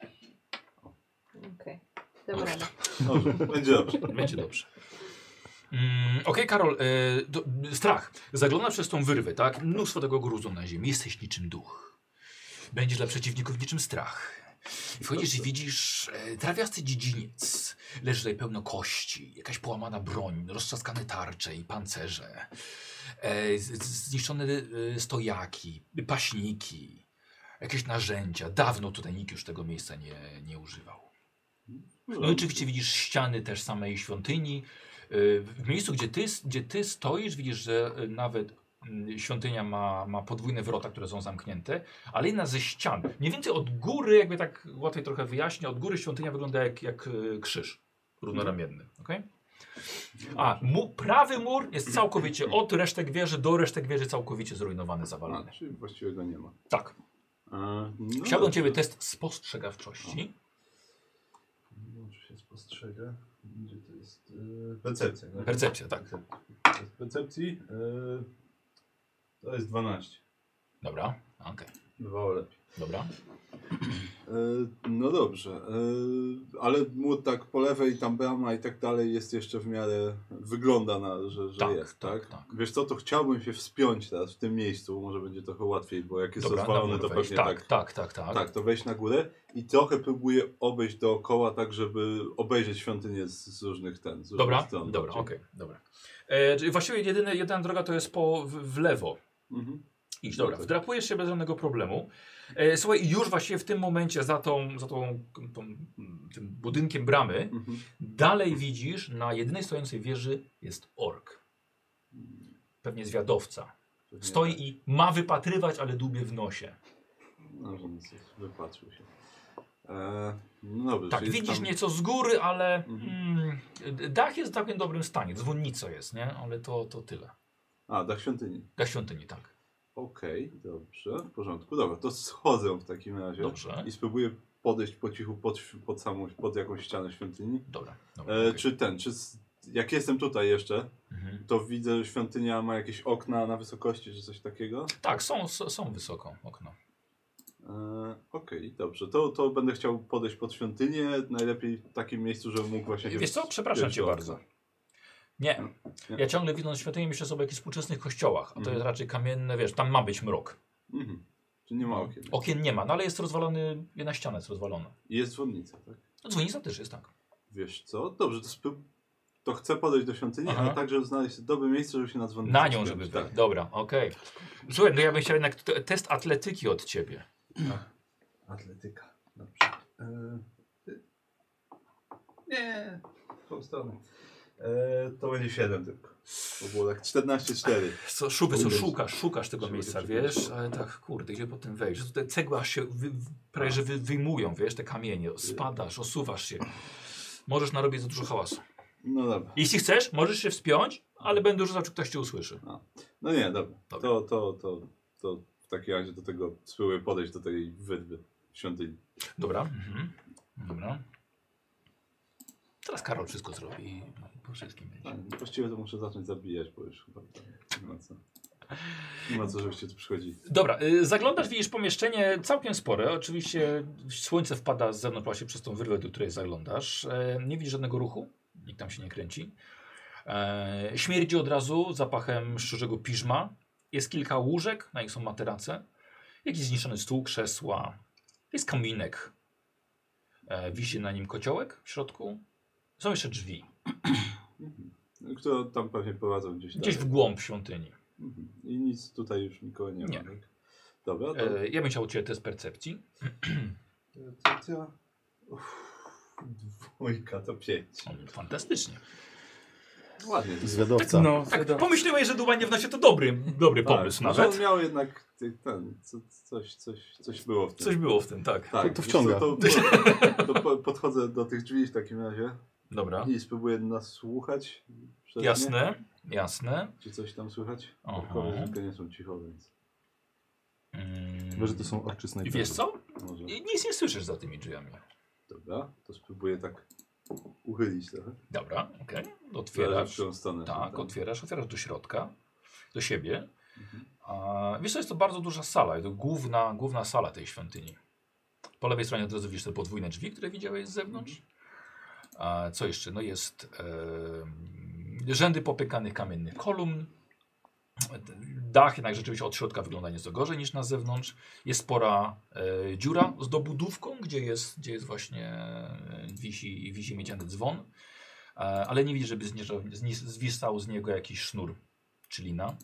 Speaker 2: Dam radę.
Speaker 3: Dobrze, będzie dobrze.
Speaker 1: Będzie dobrze. Okej, Karol, strach. Zaglądasz przez tą wyrwę, tak? Mnóstwo tego gruzu na ziemi. Jesteś niczym duch. Będziesz dla przeciwników niczym strach. I wchodzisz i widzisz trawiasty dziedziniec. Leży tutaj pełno kości, jakaś połamana broń, roztrzaskane tarcze i pancerze. Zniszczone stojaki, paśniki, jakieś narzędzia. Dawno tutaj nikt już tego miejsca nie używał. No i oczywiście widzisz ściany też samej świątyni. W miejscu, gdzie ty stoisz, widzisz, że nawet świątynia ma podwójne wrota, które są zamknięte, ale jedna ze ścian, mniej więcej od góry, jakby tak łatwiej trochę wyjaśnię, od góry świątynia wygląda jak krzyż równoramienny. Okay? A prawy mur jest całkowicie od resztek wieży do resztek wieży całkowicie zrujnowany, zawalony.
Speaker 3: Czyli właściwie go nie ma.
Speaker 1: Tak.
Speaker 3: No
Speaker 1: Chciałbym ciebie test spostrzegawczości.
Speaker 3: Czy się spostrzega? Gdzie to jest? Percepcja. Tak?
Speaker 1: Percepcja, tak.
Speaker 3: Z percepcji to jest 12.
Speaker 1: Dobra, okej.
Speaker 3: Bywało lepiej.
Speaker 1: Dobra.
Speaker 3: No dobrze, ale mur tak po lewej, tam brama i tak dalej jest jeszcze w miarę, wygląda na, że
Speaker 1: Tak,
Speaker 3: jest,
Speaker 1: tak,
Speaker 3: tak?
Speaker 1: tak.
Speaker 3: Wiesz co, to chciałbym się wspiąć teraz w tym miejscu, może będzie trochę łatwiej, bo jak jest rozwalony,
Speaker 1: na
Speaker 3: to
Speaker 1: mur wejść.
Speaker 3: pewnie tak.
Speaker 1: Tak.
Speaker 3: To wejść na górę i trochę próbuję obejść dookoła, tak żeby obejrzeć świątynię z różnych stron.
Speaker 1: Dobra, okej, dobra. Czyli właściwie jedyna droga to jest w lewo.
Speaker 3: Mhm.
Speaker 1: Idź, dobra, wdrapujesz się bez żadnego problemu. Słuchaj, już właściwie w tym momencie za tym budynkiem bramy
Speaker 3: Mhm.
Speaker 1: dalej widzisz, na jedynej stojącej wieży jest ork. Pewnie zwiadowca.
Speaker 3: Pewnie
Speaker 1: Stoi
Speaker 3: tak.
Speaker 1: i ma wypatrywać, ale dłubie w nosie.
Speaker 3: No, że nic, wypatrzył się. No dobrze,
Speaker 1: Tak,
Speaker 3: czyli jest
Speaker 1: widzisz
Speaker 3: tam...
Speaker 1: nieco z góry, ale
Speaker 3: Mhm.
Speaker 1: dach jest w całkiem dobrym stanie. Dzwonnica jest, nie? Ale to tyle.
Speaker 3: A, dach świątyni.
Speaker 1: Dach świątyni, tak.
Speaker 3: Okej, dobrze, w porządku. Dobra, to schodzę w takim razie
Speaker 1: Dobrze.
Speaker 3: i spróbuję podejść po cichu pod jakąś ścianę świątyni.
Speaker 1: Dobra. okej.
Speaker 3: Jak jestem tutaj jeszcze,
Speaker 1: Mhm.
Speaker 3: to widzę, że świątynia ma jakieś okna na wysokości, czy coś takiego?
Speaker 1: Tak, są wysoko okna.
Speaker 3: Okej, dobrze. To będę chciał podejść pod świątynię, najlepiej w takim miejscu, żebym mógł właśnie...
Speaker 1: Wiesz co, przepraszam cię bardzo. Nie.
Speaker 3: Nie.
Speaker 1: Ja ciągle widząc świątynię myślę sobie o jakichś współczesnych kościołach, a to
Speaker 3: Mhm.
Speaker 1: jest raczej kamienne, wiesz, tam ma być mrok.
Speaker 3: Mhm. Czy nie ma okien?
Speaker 1: Okien nie ma, no ale jest rozwalony, jedna ściana jest rozwalona.
Speaker 3: I jest dzwonnica, tak?
Speaker 1: No dzwonnica też jest, tak.
Speaker 3: Wiesz co? Dobrze, to chcę podejść do świątyni,
Speaker 1: Aha.
Speaker 3: ale także znaleźć dobre miejsce, żeby się na dzwonnicę
Speaker 1: Na nią,
Speaker 3: wspiąć,
Speaker 1: żeby... Dobra, okej. Słuchaj, no ja bym chciał jednak test atletyki od ciebie.
Speaker 3: Atletyka. Dobrze. Nie, w tą stronę. To będzie 7 tylko. To było tak 14-4.
Speaker 1: Co, szukasz tego miejsca, wiesz? Ale tak, kurde, gdzie po tym wejść? Tutaj cegła się prawie że wyjmują, wiesz, te kamienie. Spadasz, osuwasz się. Możesz narobić za dużo hałasu.
Speaker 3: No dobra.
Speaker 1: Jeśli chcesz, możesz się wspiąć, ale będę rzucał, czy ktoś cię usłyszy.
Speaker 3: No nie, dobra.
Speaker 1: Dobra.
Speaker 3: To w takim razie do tego spróbuję podejść do tej wyrwy świątyni.
Speaker 1: Dobra. Dobra. Teraz Karol wszystko zrobi i po wszystkim będzie.
Speaker 3: Tak, właściwie to muszę zacząć zabijać, bo już chyba nie ma co. Nie ma co, żebyście tu przychodzili.
Speaker 1: Dobra, zaglądasz, widzisz pomieszczenie całkiem spore. Oczywiście słońce wpada z zewnątrz właśnie przez tą wyrwę, do której zaglądasz. Nie widzisz żadnego ruchu, nikt tam się nie kręci. Śmierdzi od razu zapachem szczurzego piżma. Jest kilka łóżek, na nich są materace. Jakiś zniszczony stół, krzesła. Jest kominek. Wisi na nim kociołek w środku. Są jeszcze drzwi.
Speaker 3: Które tam pewnie prowadzą gdzieś
Speaker 1: Gdzieś w głąb świątyni.
Speaker 3: I nic tutaj już nikogo nie ma.
Speaker 1: Nie.
Speaker 3: Tak? Dobra, to...
Speaker 1: Ja bym chciał od Ciebie test percepcji.
Speaker 3: Dwójka to 5.
Speaker 1: Fantastycznie.
Speaker 3: Ładnie.
Speaker 4: Zwiadowca.
Speaker 6: No,
Speaker 1: Tak, pomyślałeś, że dubanie w nosie to dobry pomysł
Speaker 3: może
Speaker 1: nawet.
Speaker 3: on miał jednak coś było w tym.
Speaker 1: Coś było w tym, tak.
Speaker 3: Tak,
Speaker 4: To wciąga.
Speaker 3: To podchodzę do tych drzwi w takim razie
Speaker 1: Dobra.
Speaker 3: i spróbuję nasłuchać. Przez nie.
Speaker 1: Jasne.
Speaker 3: Czy coś tam słychać?
Speaker 1: Aha.
Speaker 3: Koleżanki nie są cicho, więc
Speaker 4: Chyba, że to są orczy
Speaker 1: I
Speaker 4: snajperzy.
Speaker 1: wiesz co?
Speaker 3: może.
Speaker 1: Nic nie słyszysz za tymi drzwiami.
Speaker 3: Dobra, to spróbuję tak uchylić trochę.
Speaker 1: Dobra, okej.
Speaker 3: Zależy, w
Speaker 1: Otwierasz.
Speaker 3: którą stronę.
Speaker 1: Tak, otwierasz do środka, do siebie.
Speaker 3: Mhm.
Speaker 1: Wiesz co, jest to bardzo duża sala, to główna sala tej świątyni. Po lewej stronie od razu widzisz te podwójne drzwi, które widziałeś z zewnątrz. Co jeszcze? No jest rzędy popykanych kamiennych kolumn. Dach jednak rzeczywiście od środka wygląda nieco gorzej niż na zewnątrz. Jest spora dziura z dobudówką, gdzie jest właśnie wisi miedziany dzwon. Ale nie widzisz, żeby zwisał z niego jakiś sznur czy lina.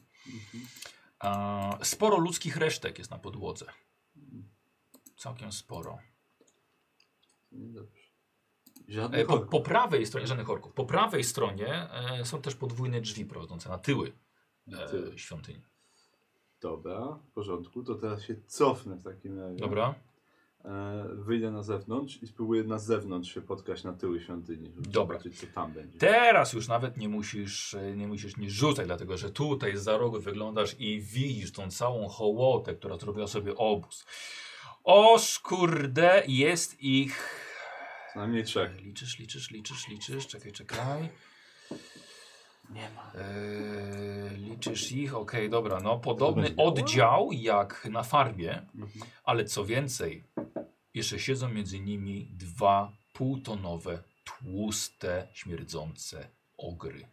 Speaker 1: Sporo ludzkich resztek jest na podłodze. Całkiem sporo.
Speaker 3: Dobrze. Żadnych orków.
Speaker 1: Po prawej stronie, żadnych orków. Po prawej stronie są też podwójne drzwi prowadzące na tyły świątyni.
Speaker 3: Dobra, w porządku. To teraz się cofnę w takim razie.
Speaker 1: Dobra.
Speaker 3: Wyjdę na zewnątrz i spróbuję na zewnątrz się spotkać na tyły świątyni, żeby
Speaker 1: Dobra.
Speaker 3: zobaczyć, co tam będzie.
Speaker 1: Teraz już nawet nie musisz rzucać, dlatego że tutaj za rogu wyglądasz i widzisz tą całą hołotę, która zrobiła sobie obóz. Oż kurde, jest ich...
Speaker 3: Co najmniej 3.
Speaker 1: Liczysz, czekaj.
Speaker 3: Nie ma.
Speaker 1: Liczysz ich, okej, dobra, no podobny oddział jak na farmie, ale co więcej, jeszcze siedzą między nimi 2 półtonowe, tłuste, śmierdzące ogry.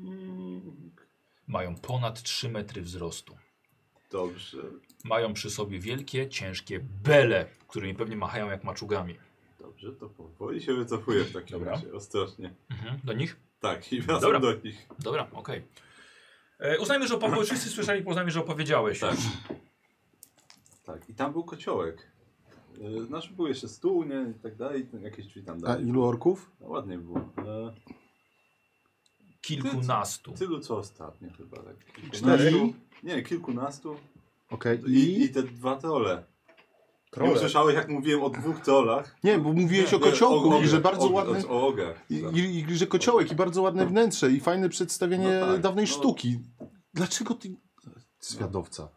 Speaker 1: Mają ponad 3 metry wzrostu.
Speaker 3: Dobrze.
Speaker 1: Mają przy sobie wielkie, ciężkie bele, którymi pewnie machają jak maczugami.
Speaker 3: Dobrze, to powoli się wycofuję w takim
Speaker 1: Dobra.
Speaker 3: razie, ostrożnie.
Speaker 1: Do nich?
Speaker 3: Tak, i wracam
Speaker 1: Dobra.
Speaker 3: do nich.
Speaker 1: Dobra, okej. Uznajmy, że wszyscy słyszeli, uznajmy, że opowiedziałeś.
Speaker 3: Tak. Tak, i tam był kociołek. Znaczy był jeszcze stół, nie, i tak dalej, jakieś drzwi tam
Speaker 4: A
Speaker 3: dalej.
Speaker 4: ilu orków?
Speaker 3: No, ładnie było.
Speaker 1: Kilkunastu.
Speaker 3: Tylu co ostatnio chyba, tak.
Speaker 4: 4?
Speaker 3: Nie, kilkunastu.
Speaker 4: Okej.
Speaker 3: I te 2 trole. Nie usłyszałeś, jak mówiłem o 2 trolach?
Speaker 4: Nie, bo mówiłeś o
Speaker 3: Nie,
Speaker 4: kociołku i że bardzo
Speaker 3: o,
Speaker 4: ładne...
Speaker 3: O ogach.
Speaker 4: I że kociołek i bardzo ładne wnętrze i fajne przedstawienie
Speaker 3: No tak,
Speaker 4: dawnej
Speaker 3: no.
Speaker 4: sztuki. Dlaczego ty... Zwiadowca.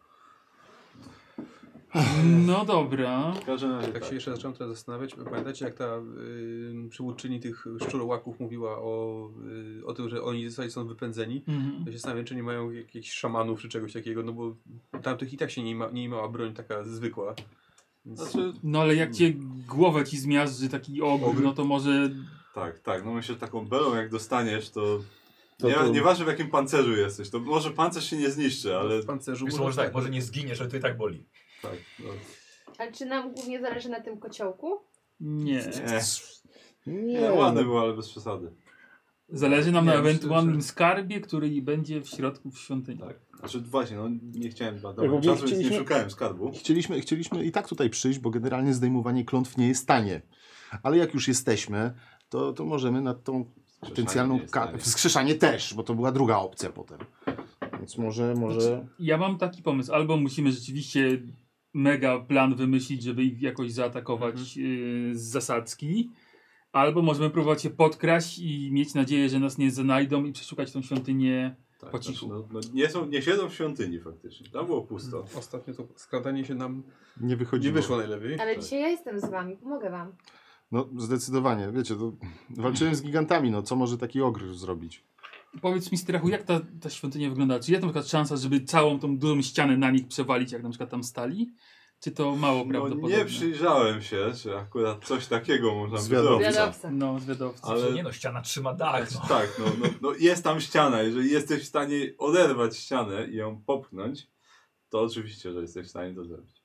Speaker 6: No dobra.
Speaker 3: W każdym razie
Speaker 5: Tak się jeszcze zacząłem teraz zastanawiać. Pamiętacie, jak ta przywódczyni tych szczurołaków mówiła o tym, że oni zostali stąd wypędzeni?
Speaker 6: Mhm.
Speaker 5: Ja się zastanawiam, czy nie mają jakichś szamanów czy czegoś takiego, no bo tamtych i tak się nie mała broń taka zwykła. Więc...
Speaker 3: Znaczy,
Speaker 6: No ale jak cię głowę ci zmiażdży taki ogr, no to może...
Speaker 3: tak, no myślę, że taką belą jak dostaniesz, to...
Speaker 4: To-
Speaker 3: Nieważne w jakim pancerzu jesteś, to może pancerz się nie zniszczy, ale...
Speaker 5: w pancerzu
Speaker 1: Wiesz, może tak, może nie zginiesz, ale to i tak boli.
Speaker 3: Tak, no.
Speaker 2: Ale czy nam głównie zależy na tym kociołku?
Speaker 6: Nie.
Speaker 3: Nie, ładne było, ale bez przesady.
Speaker 6: Zależy nam
Speaker 3: Nie,
Speaker 6: na
Speaker 3: myślę,
Speaker 6: ewentualnym
Speaker 3: że-
Speaker 6: skarbie, który będzie w środku w świątyni.
Speaker 3: Tak. Znaczy właśnie, no nie chciałem
Speaker 4: bo
Speaker 3: dawać
Speaker 4: nie
Speaker 3: czasu, więc nie
Speaker 4: chcieliśmy-
Speaker 3: szukałem skarbu.
Speaker 4: Chcieliśmy i tak tutaj przyjść, bo generalnie zdejmowanie klątw nie jest tanie. Ale jak już jesteśmy, to możemy nad tą potencjalną
Speaker 3: nie jest tanie.
Speaker 4: wskrzeszanie też, bo to była druga opcja potem. Więc może...
Speaker 6: Ja mam taki pomysł. Albo musimy rzeczywiście mega plan wymyślić, żeby ich jakoś zaatakować z zasadzki. Albo możemy próbować się podkraść i mieć nadzieję, że nas nie znajdą i przeszukać tą świątynię
Speaker 3: Tak,
Speaker 6: po cichu.
Speaker 3: nie siedzą w świątyni faktycznie. Tam było pusto.
Speaker 5: Ostatnio to skradanie się nam
Speaker 4: Nie
Speaker 5: nie
Speaker 4: wychodziło.
Speaker 5: wyszło najlepiej.
Speaker 2: Ale dzisiaj ja jestem z wami, pomogę wam.
Speaker 4: No zdecydowanie, wiecie, to walczyłem z gigantami, no co może taki ogr zrobić?
Speaker 6: Powiedz mi, Strachu, jak ta świątynia wygląda? Czy jest na przykład szansa, żeby całą tą dużą ścianę na nich przewalić, jak na przykład tam stali? Czy to mało
Speaker 3: No
Speaker 6: prawdopodobne?
Speaker 3: nie przyjrzałem się, czy akurat coś takiego można by
Speaker 4: Zwiadowca.
Speaker 3: zrobić.
Speaker 2: Zwiadowca.
Speaker 6: No, zwiadowcy.
Speaker 3: Ale-
Speaker 1: Nie no, ściana trzyma dach. No.
Speaker 3: Tak, no jest tam ściana. Jeżeli jesteś w stanie oderwać ścianę i ją popchnąć, to oczywiście, że jesteś w stanie to zrobić.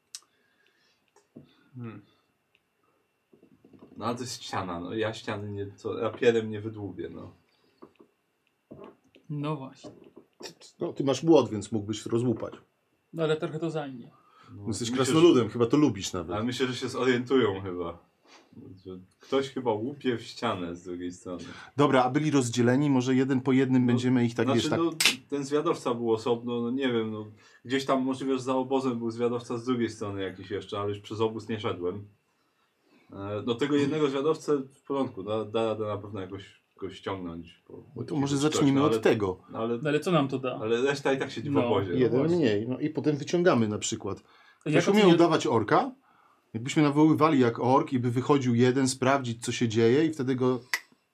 Speaker 3: No ale to jest ściana, no ja ściany nie, rapierem nie wydłubię, no.
Speaker 6: No właśnie.
Speaker 4: No, ty masz młot, więc mógłbyś rozłupać.
Speaker 6: No ale trochę to zajmie.
Speaker 3: No,
Speaker 4: Jesteś
Speaker 3: myślę,
Speaker 4: krasnoludem, chyba to lubisz nawet.
Speaker 3: Ale myślę, że się zorientują chyba. Że ktoś chyba łupie w ścianę z drugiej strony.
Speaker 4: Dobra, a byli rozdzieleni, może jeden po jednym będziemy ich tak,
Speaker 3: Znaczy,
Speaker 4: wiesz, tak...
Speaker 3: no, ten zwiadowca był osobno, no nie wiem, no, gdzieś tam możliwe, że za obozem był zwiadowca z drugiej strony jakiś jeszcze, ale już przez obóz nie szedłem. Do tego jednego zwiadowcę w porządku, da radę na pewno jakoś go ściągnąć.
Speaker 4: No to może zacznijmy
Speaker 3: no,
Speaker 4: od tego.
Speaker 3: Ale,
Speaker 6: No ale co nam to da?
Speaker 3: ale reszta i tak siedzi w
Speaker 6: No,
Speaker 3: obozie.
Speaker 4: Jeden
Speaker 3: właśnie.
Speaker 4: mniej, no i potem wyciągamy na przykład. Ktoś
Speaker 6: Jak
Speaker 4: umie
Speaker 6: ocenia-
Speaker 4: udawać orka? Jakbyśmy nawoływali jak ork i by wychodził jeden, sprawdzić co się dzieje i wtedy go...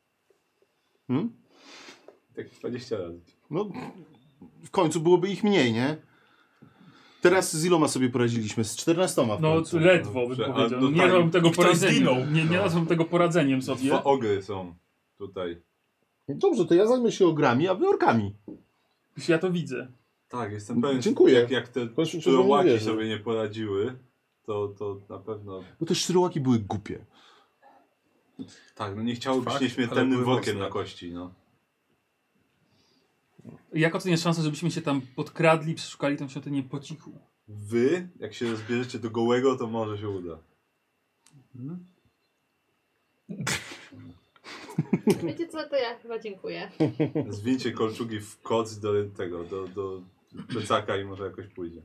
Speaker 3: Tak 20 razy.
Speaker 4: No, w końcu byłoby ich mniej, nie? Teraz z iloma sobie poradziliśmy? Z 14 w
Speaker 6: No
Speaker 4: końcu.
Speaker 6: ledwo bym
Speaker 3: Że-
Speaker 6: powiedział.
Speaker 3: no
Speaker 6: Nie
Speaker 3: tak,
Speaker 6: nazwałbym tego
Speaker 1: ktoś
Speaker 6: poradzeniem.
Speaker 1: zginął.
Speaker 6: Nie nazwałbym tego poradzeniem sobie.
Speaker 3: 2 ogry są tutaj.
Speaker 4: Dobrze, to ja zajmę się ogrami, a wy orkami.
Speaker 6: Już ja to widzę.
Speaker 3: Tak, jestem pewien,
Speaker 4: Dziękuję.
Speaker 3: jak te
Speaker 4: Proszę, że
Speaker 3: szczurołaki
Speaker 4: nie wierzę.
Speaker 3: sobie nie poradziły, to na pewno...
Speaker 4: Bo te szczurołaki były głupie.
Speaker 3: Tak, no nie chciało być
Speaker 5: Fakt,
Speaker 3: nieśmiertelnym
Speaker 5: ale były
Speaker 3: workiem
Speaker 5: mocne.
Speaker 3: na kości, no.
Speaker 6: Jak oceniasz szansę, żebyśmy się tam podkradli, przeszukali tą świątynię po cichu?
Speaker 3: Wy, jak się zbierzecie do gołego, to może się uda.
Speaker 2: Wiecie co, to ja chyba dziękuję.
Speaker 3: Zwincie kolczugi w koc do tego, do plecaka i może jakoś pójdzie.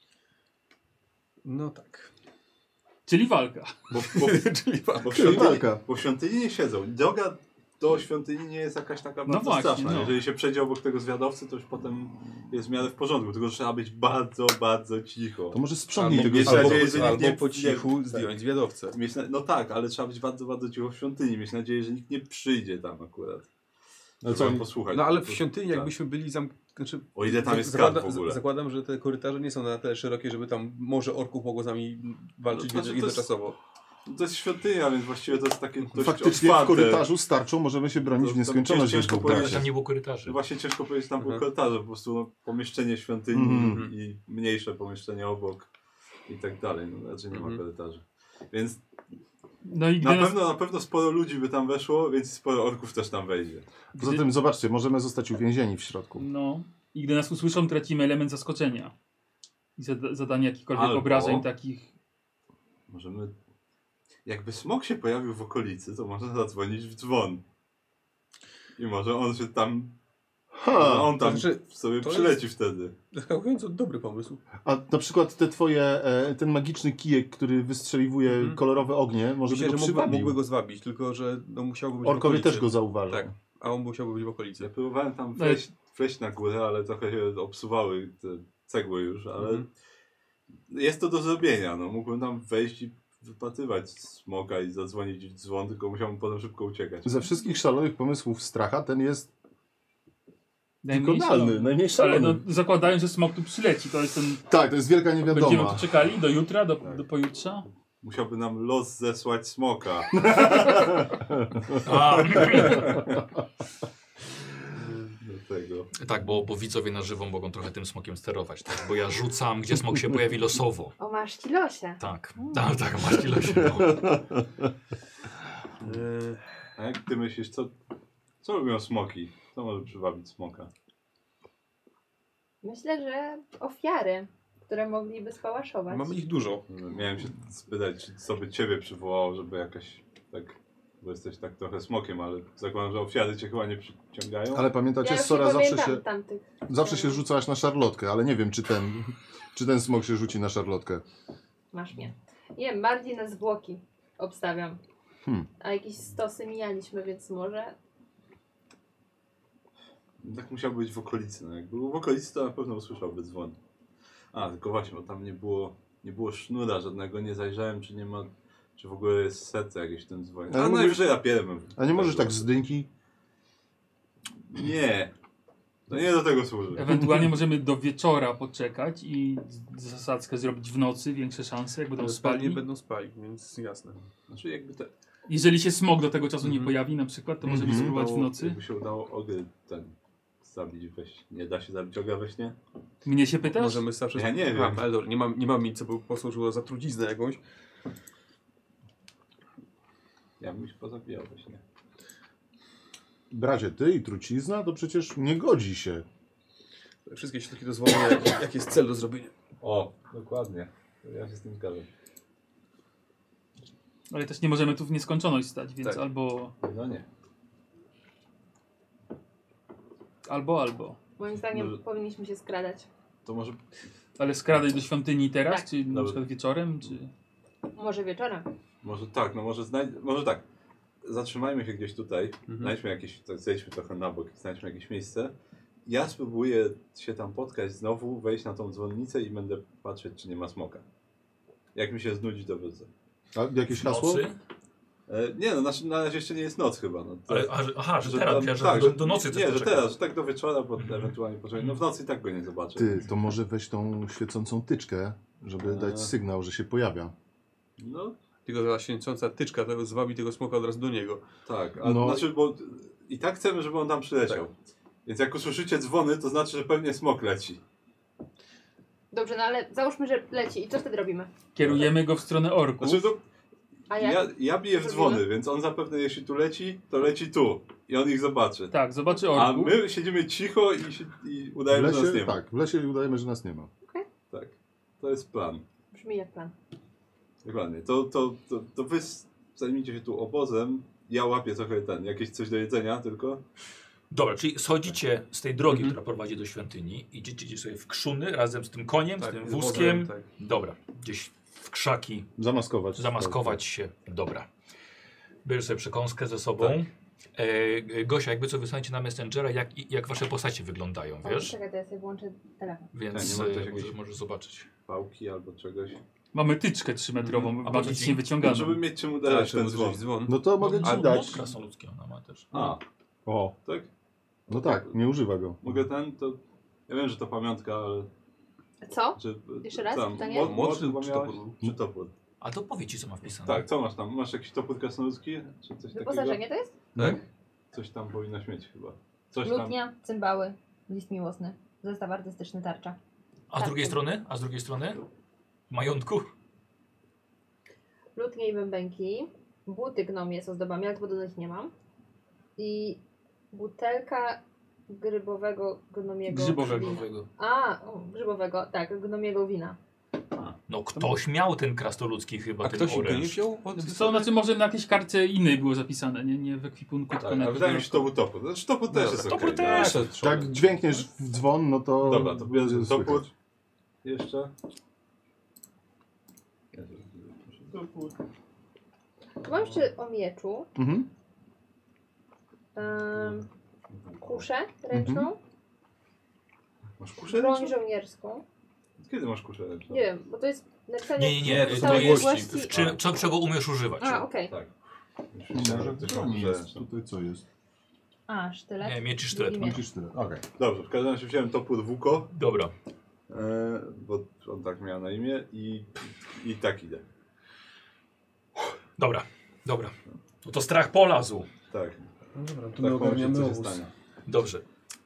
Speaker 5: No tak.
Speaker 6: Czyli walka.
Speaker 3: Bo w
Speaker 4: Czyli
Speaker 3: świątyni,
Speaker 4: walka.
Speaker 3: bo w świątyni nie siedzą. Droga do świątyni nie jest jakaś taka bardzo
Speaker 6: właśnie,
Speaker 3: straszna.
Speaker 6: no.
Speaker 3: Jeżeli się przejdzie obok tego zwiadowcy, to już potem jest w miarę w porządku. Tylko trzeba być bardzo, bardzo cicho.
Speaker 4: To może sprzątnij
Speaker 3: Albo
Speaker 4: tego
Speaker 3: mieć
Speaker 4: zwiadowcę.
Speaker 3: nadzieję, że nikt
Speaker 5: Albo
Speaker 3: nie-
Speaker 5: po cichu
Speaker 3: nie-
Speaker 5: zdjąć zwiadowcę.
Speaker 3: No tak, ale trzeba być bardzo, bardzo cicho w świątyni. Mieć nadzieję, że nikt nie przyjdzie tam akurat.
Speaker 4: Ale
Speaker 3: Żeby
Speaker 4: co,
Speaker 3: posłuchać.
Speaker 5: No ale w
Speaker 3: To-
Speaker 5: świątyni
Speaker 3: tak.
Speaker 5: jakbyśmy byli znaczy,
Speaker 3: O ile tam jest skarb w
Speaker 5: zakładam,
Speaker 3: ogóle.
Speaker 5: zakładam, że te korytarze nie są na tyle szerokie, żeby tam może orków mogło z nami walczyć
Speaker 3: No, znaczy, to jest-
Speaker 5: jednoczasowo.
Speaker 3: To jest świątynia, więc właściwie to jest takie dość
Speaker 4: Faktycznie w
Speaker 3: otwarte.
Speaker 4: korytarzu starczą możemy się bronić
Speaker 3: To-
Speaker 4: w
Speaker 3: to
Speaker 4: nieskończoność.
Speaker 3: ciężko
Speaker 4: wiesz, w
Speaker 3: powiedzieć,
Speaker 1: Ale
Speaker 4: obrazie.
Speaker 1: tam nie było korytarzy.
Speaker 3: Właśnie ciężko powiedzieć, tam był
Speaker 5: Mhm.
Speaker 3: korytarze, po prostu no, pomieszczenie świątyni
Speaker 4: Mhm.
Speaker 3: i mniejsze pomieszczenie obok i tak dalej. No, raczej nie ma
Speaker 5: Mhm.
Speaker 3: korytarzy. Więc
Speaker 6: No i gdy
Speaker 3: na pewno sporo ludzi by tam weszło, więc sporo orków też tam wejdzie.
Speaker 4: Poza tym zobaczcie, możemy zostać uwięzieni w środku.
Speaker 6: No. I gdy nas usłyszą, tracimy element zaskoczenia. I zadanie jakichkolwiek
Speaker 3: Albo-
Speaker 6: obrażeń takich.
Speaker 3: Możemy... Jakby smok się pojawił w okolicy, to można zadzwonić w dzwon. I może on się tam...
Speaker 4: Ha!
Speaker 3: on tam
Speaker 5: to znaczy,
Speaker 3: sobie
Speaker 5: to
Speaker 3: przyleci wtedy.
Speaker 5: Zaskakująco dobry pomysł.
Speaker 4: A na przykład te twoje, ten magiczny kijek, który wystrzeliwuje
Speaker 5: Mhm.
Speaker 4: kolorowe ognie, może
Speaker 5: Myślę,
Speaker 4: by go
Speaker 5: że
Speaker 4: przywabił.
Speaker 5: mógłby go zwabić, tylko że no, musiałby być w
Speaker 4: Orkowie
Speaker 5: okolicy.
Speaker 4: też go zauważą.
Speaker 5: Tak, a on musiałby być w
Speaker 3: Ja
Speaker 5: okolicy.
Speaker 3: próbowałem tam
Speaker 6: No i-
Speaker 3: wejść na górę, ale trochę się obsuwały te cegły już, ale
Speaker 5: Mhm.
Speaker 3: jest to do zrobienia. No. Mógłbym tam wejść i wypatrywać smoka i zadzwonić w dzwon, tylko musiałbym potem szybko uciekać.
Speaker 4: Ze wszystkich szalonych pomysłów Stracha ten jest
Speaker 6: Najmniej
Speaker 4: wykonalny,
Speaker 6: szalony.
Speaker 4: najmniej
Speaker 6: Ale
Speaker 4: szalony.
Speaker 6: no, zakładając, że smok tu przyleci, to jest ten...
Speaker 4: Tak, to jest wielka
Speaker 6: Będziemy
Speaker 4: niewiadoma.
Speaker 6: tu czekali do jutra, do pojutrza?
Speaker 3: Musiałby nam los zesłać smoka.
Speaker 1: A,
Speaker 3: Do tego.
Speaker 1: tak, bo widzowie na żywo mogą trochę tym smokiem sterować. Tak? Bo ja rzucam, gdzie smok się pojawi losowo.
Speaker 2: O, masz ci losie.
Speaker 1: Tak, tak, masz losie. No.
Speaker 3: A jak ty myślisz, co Co lubią smoki? Co może przywabić smoka?
Speaker 2: Myślę, że ofiary, które mogliby spałaszować.
Speaker 5: Mamy ich dużo.
Speaker 3: Miałem się spytać, czy co by ciebie przywołało, żeby jakaś tak... Bo jesteś tak trochę smokiem, ale zakładam, że ofiary cię chyba nie przyciągają.
Speaker 4: Ale pamiętacie,
Speaker 2: Ja już
Speaker 4: Sora
Speaker 2: nie
Speaker 4: zawsze
Speaker 2: pamiętam
Speaker 4: się,
Speaker 2: tamtych.
Speaker 4: zawsze się rzucałaś na szarlotkę, ale nie wiem, czy ten smok się rzuci na szarlotkę.
Speaker 2: Masz mnie. Nie wiem, bardziej na zwłoki obstawiam. A jakieś stosy mijaliśmy, więc może...
Speaker 3: Tak musiał być w okolicy. No jak był w okolicy, to na pewno usłyszałby dzwon. A, tylko właśnie, bo tam nie było sznura żadnego, nie zajrzałem, czy nie ma... Czy w ogóle jest serce jakieś w tym dzwonie.
Speaker 4: Ale
Speaker 3: A
Speaker 4: mógłbyś-
Speaker 3: najwyżej rapierem bym...
Speaker 4: A nie możesz tak z dynki?
Speaker 3: Nie. To nie do tego służy.
Speaker 6: Ewentualnie możemy do wieczora poczekać i zasadzkę zrobić w nocy, większe szanse, jak będą
Speaker 5: Ale spalnie
Speaker 6: spali.
Speaker 5: będą spali, więc jasne.
Speaker 3: Znaczy jakby te...
Speaker 6: Jeżeli się smog do tego czasu nie
Speaker 5: Mhm.
Speaker 6: pojawi na przykład, to możemy
Speaker 4: Mhm.
Speaker 6: spróbować w nocy.
Speaker 3: Jakby się udało ogry zabić we śnie. Nie da się zabić ogra we śnie?
Speaker 6: Mnie się pytasz?
Speaker 5: Możemy zawsze...
Speaker 3: Ja nie wiem.
Speaker 5: Ale dobra, nie mam nic, co by posłużyło za truciznę jakąś.
Speaker 3: Ja bym się pozabijał we śnie.
Speaker 4: Bracie, ty i trucizna to przecież nie godzi się.
Speaker 5: Wszystkie środki dozwolone, jak jest cel do zrobienia.
Speaker 3: O, dokładnie. Ja się z tym zgadzam.
Speaker 6: Ale też nie możemy tu w nieskończoność stać, więc
Speaker 5: Tak.
Speaker 3: No nie.
Speaker 6: albo.
Speaker 2: Moim zdaniem
Speaker 3: Może-
Speaker 2: powinniśmy się skradać.
Speaker 3: To może...
Speaker 6: Ale skradać do świątyni teraz,
Speaker 2: Tak.
Speaker 6: czy na
Speaker 3: Dobra.
Speaker 6: przykład wieczorem, czy...
Speaker 2: Może wieczorem.
Speaker 3: Może tak, no może tak. Zatrzymajmy się gdzieś tutaj, znajdźmy jakieś, tak zejdźmy trochę na bok, znajdźmy jakieś miejsce. Ja spróbuję się tam spotkać znowu, wejść na tą dzwonnicę i będę patrzeć, czy nie ma smoka. Jak mi się znudzi, to wrócę.
Speaker 4: A jakieś hasło?
Speaker 1: Nocy?
Speaker 3: Nie no, na razie jeszcze nie jest noc chyba. No, to,
Speaker 1: Ale, aha, że teraz,
Speaker 3: tam-
Speaker 1: że
Speaker 3: tak,
Speaker 1: do nocy coś
Speaker 3: Nie, że
Speaker 1: poczekać.
Speaker 3: teraz, że tak do wieczora, bo ewentualnie poczekać. No w nocy i tak go nie zobaczę.
Speaker 4: Ty,
Speaker 3: więc-
Speaker 4: to może weź tą świecącą tyczkę, żeby dać sygnał, że się pojawia.
Speaker 3: No
Speaker 5: Tylko ta święcąca tyczka tego zwabi tego smoka od razu do niego.
Speaker 3: tak, ale
Speaker 4: No.
Speaker 3: znaczy, bo i tak chcemy, żeby on tam przyleciał. Więc jak usłyszycie dzwony, to znaczy, że pewnie smok leci.
Speaker 2: Dobrze, no ale załóżmy, że leci. I co wtedy robimy?
Speaker 6: Kierujemy go w stronę orków.
Speaker 3: Znaczy, to
Speaker 2: A jak?
Speaker 3: ja biję w dzwony, więc on zapewne jeśli tu leci, to leci tu. I on ich zobaczy.
Speaker 6: Tak, zobaczy
Speaker 3: A
Speaker 6: orków.
Speaker 3: my siedzimy cicho i
Speaker 4: W
Speaker 3: udajemy, że nas nie
Speaker 4: lesie,
Speaker 3: ma.
Speaker 4: tak, w lesie udajemy, że nas nie ma.
Speaker 3: Tak. To jest plan.
Speaker 2: Brzmi jak plan.
Speaker 3: Dokładnie. To wy zajmijcie się tu obozem. Ja łapię trochę jakieś coś do jedzenia tylko.
Speaker 1: Dobra, czyli schodzicie z tej drogi, która prowadzi do świątyni, idziecie sobie w krzuny razem z tym koniem, z tym wózkiem.
Speaker 5: Tak.
Speaker 1: Dobra, gdzieś w krzaki,
Speaker 4: Zamaskować.
Speaker 1: zamaskować się. Dobra. Bierzesz sobie przekąskę ze sobą. Gosia, jakby co wysłaniecie na Messengera, jak wasze postacie wyglądają,
Speaker 2: O,
Speaker 1: wiesz?
Speaker 2: czekaj, to ja sobie włączę telefon.
Speaker 1: Więc
Speaker 3: nie ma też jakiejś-
Speaker 1: możesz zobaczyć.
Speaker 3: Pałki albo czegoś.
Speaker 6: Mamy tyczkę 3-metrową,
Speaker 1: A po co
Speaker 6: magicznie
Speaker 1: ci?
Speaker 6: wyciąganą.
Speaker 3: Żeby mieć czym
Speaker 5: Tak,
Speaker 3: uderzyć
Speaker 5: ten
Speaker 3: ten dzwon.
Speaker 5: dzwon.
Speaker 4: No to mogę ci dać.
Speaker 1: Krasnoludzkie ona ma też.
Speaker 3: A,
Speaker 4: O,
Speaker 3: tak?
Speaker 4: no tak, nie używa go.
Speaker 3: Mogę to... Ja wiem, że to pamiątka, ale...
Speaker 2: Co?
Speaker 3: Czy,
Speaker 2: Jeszcze raz
Speaker 3: tam,
Speaker 2: pytanie?
Speaker 3: Młot
Speaker 5: Czy
Speaker 3: chyba
Speaker 5: topór?
Speaker 3: miałeś? Czy topór?
Speaker 1: A to powie ci, co ma wpisane.
Speaker 3: Tak, co masz tam? Masz jakiś topór krasnoludzki? Czy coś takiego?
Speaker 2: Wyposażenie to jest?
Speaker 5: Tak?
Speaker 3: Coś tam powinnaś mieć chyba. Coś tam.
Speaker 2: Lutnia, cymbały, list miłosny, zestaw artystyczny, tarcza.
Speaker 1: A z drugiej strony? A z drugiej strony? Majątku?
Speaker 2: Lutnie i bębenki, buty gnomie z ozdobami, ale to podobno ich nie mam. I butelka grybowego gnomiego
Speaker 6: Grzybowego.
Speaker 2: wina. A, grzybowego, tak, gnomiego wina.
Speaker 1: No ktoś miał ten krasnoludzki chyba,
Speaker 5: A
Speaker 1: ten
Speaker 5: ktoś go nie
Speaker 1: oręż.
Speaker 5: wziął?
Speaker 6: Co, znaczy może na jakiejś karcie innej było zapisane, nie w ekwipunku, tylko
Speaker 3: Tak,
Speaker 6: na
Speaker 3: a wydaje mi się, że to był topór. Znaczy topór też
Speaker 5: Dobra,
Speaker 3: jest
Speaker 1: topór
Speaker 3: okej.
Speaker 1: też.
Speaker 4: Jak dźwiękniesz w dzwon, no to...
Speaker 3: Dobra, to bierze
Speaker 4: będzie
Speaker 3: topór.
Speaker 4: słychać.
Speaker 3: Jeszcze. Topór.
Speaker 2: Mam jeszcze o mieczu,
Speaker 4: Mhm.
Speaker 2: kuszę ręczną,
Speaker 3: Masz kuszę
Speaker 2: broń
Speaker 3: ręczną?
Speaker 2: żołnierską.
Speaker 3: Kiedy masz kuszę ręczną?
Speaker 2: Nie wiem, bo to jest napisanie
Speaker 1: Nie,
Speaker 2: w
Speaker 1: to
Speaker 2: całej
Speaker 1: jest
Speaker 2: odległości.
Speaker 1: czego umiesz używać.
Speaker 2: A, okej.
Speaker 3: Tak.
Speaker 4: Może
Speaker 3: Też
Speaker 4: broń
Speaker 3: mam
Speaker 4: jest.
Speaker 3: ręczną.
Speaker 4: Tutaj co jest?
Speaker 2: A, sztylet.
Speaker 1: Nie, miecz i sztylet.
Speaker 2: Drugi miecz.
Speaker 4: Musisz tyle. Okej.
Speaker 3: Dobrze, w każdym razie wziąłem topór Wuko,
Speaker 1: Dobra.
Speaker 3: bo on tak miał na imię i tak idę.
Speaker 1: Dobra. No to strach polazł.
Speaker 3: Tak.
Speaker 5: No dobra, tu
Speaker 3: Tak
Speaker 5: my
Speaker 3: pomyśl,
Speaker 5: ogarniamy
Speaker 3: co się
Speaker 5: obóz.
Speaker 3: stanie.
Speaker 1: Dobrze.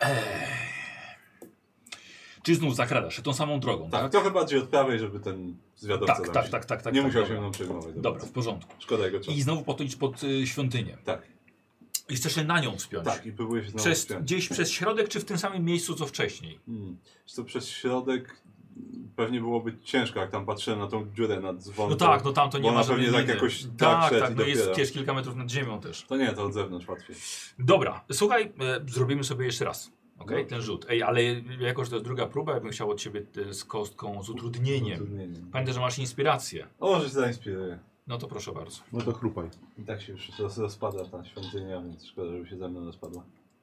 Speaker 1: Czy znów zakradasz się tą samą drogą,
Speaker 3: Tak,
Speaker 1: tak?
Speaker 3: trochę bardziej od prawej, żeby ten zwiadowca tam się...
Speaker 1: Tak.
Speaker 3: Nie
Speaker 1: tak,
Speaker 3: musiał
Speaker 1: dobra.
Speaker 3: się mną przejmować.
Speaker 1: Dobra, w porządku.
Speaker 3: Szkoda jego czasu.
Speaker 1: I znowu podchodzić pod świątynię.
Speaker 3: Tak.
Speaker 1: I chcesz się na nią wspiąć.
Speaker 3: Tak, i próbuję się znowu wspiąć.
Speaker 1: Gdzieś przez środek, czy w tym samym miejscu, co wcześniej?
Speaker 3: To przez środek pewnie byłoby ciężko, jak tam patrzyłem na tą dziurę nad dzwonem.
Speaker 1: No tak, no tam to nie ma żadnej
Speaker 3: pewnie
Speaker 1: liny.
Speaker 3: tak jakoś
Speaker 1: Tak,
Speaker 3: szedł
Speaker 1: tak,
Speaker 3: i
Speaker 1: no jest
Speaker 3: dopiero.
Speaker 1: gdzieś kilka metrów nad ziemią też.
Speaker 3: To nie, to od zewnątrz łatwiej.
Speaker 1: Dobra, słuchaj, zrobimy sobie jeszcze raz. Okej,
Speaker 3: No.
Speaker 1: ten rzut. Ej, ale jako, że to jest druga próba, ja bym chciał od ciebie z kostką z utrudnieniem. Pamiętaj, że masz inspirację.
Speaker 3: O, może się zainspiruję.
Speaker 1: No to proszę bardzo.
Speaker 4: No to chrupaj.
Speaker 3: I tak się już rozpada ta świątynia, więc szkoda, żeby się ze mną rozpadła.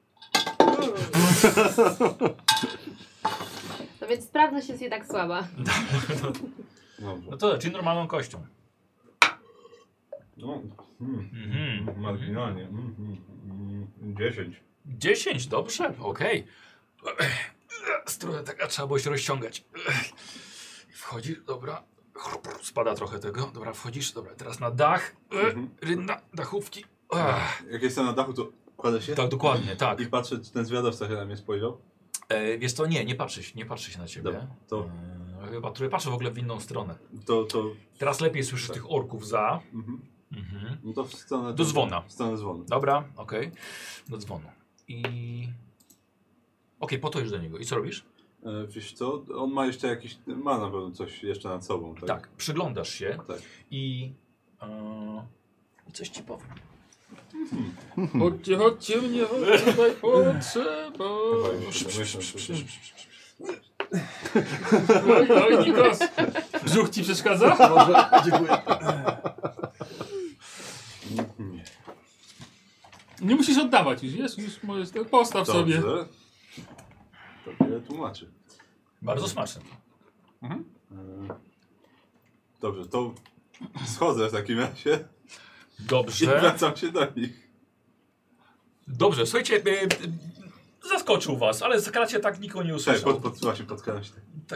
Speaker 2: No więc sprawność jest jednak słaba.
Speaker 3: Dobrze.
Speaker 1: No to czyli normalną kością.
Speaker 3: No,
Speaker 1: Mhm.
Speaker 3: marginalnie. 10.
Speaker 1: 10, dobrze, okej. Trochę tak, a trzeba było się rozciągać. Wchodzisz, dobra. Spada trochę tego. Dobra, wchodzisz, dobra, teraz na dach. Rynna, dachówki.
Speaker 3: Jak jestem na dachu, to kładę się
Speaker 1: Tak, dokładnie, tak.
Speaker 3: i patrzę, czy ten zwiadowca się na mnie spojrzał.
Speaker 1: Wiesz co, nie patrzy się na ciebie.
Speaker 3: Dobra, to-
Speaker 1: Chyba trochę patrzę w ogóle w inną stronę.
Speaker 3: To
Speaker 1: Teraz lepiej słyszysz tych orków za.
Speaker 3: no to w stronę...
Speaker 1: Do dzwona.
Speaker 3: W stronę dzwonu.
Speaker 1: Dobra, okej. Do dzwonu. Okej, po to już do niego. I co robisz?
Speaker 3: Wiesz co, on ma jeszcze jakiś... Ma na pewno coś jeszcze nad sobą, tak?
Speaker 1: Tak, przyglądasz się
Speaker 3: Tak.
Speaker 1: i coś ci powiem.
Speaker 6: Chodźcie mnie, tutaj potrzeba. Oj, Nikos. Brzuch ci przeszkadza?
Speaker 5: Może, dziękuję.
Speaker 6: Nie musisz oddawać już, już możesz to postaw sobie.
Speaker 3: Dobrze. To wiele tłumaczy.
Speaker 1: Bardzo smaczne.
Speaker 3: Dobrze, to schodzę w takim razie i
Speaker 1: Dobrze.
Speaker 3: wracam się do nich.
Speaker 1: Dobrze, słuchajcie, zaskoczył was, ale zakracie tak nikogo nie
Speaker 3: Cześć,
Speaker 1: usłyszał.
Speaker 3: właśnie podkradam się.
Speaker 1: Tak,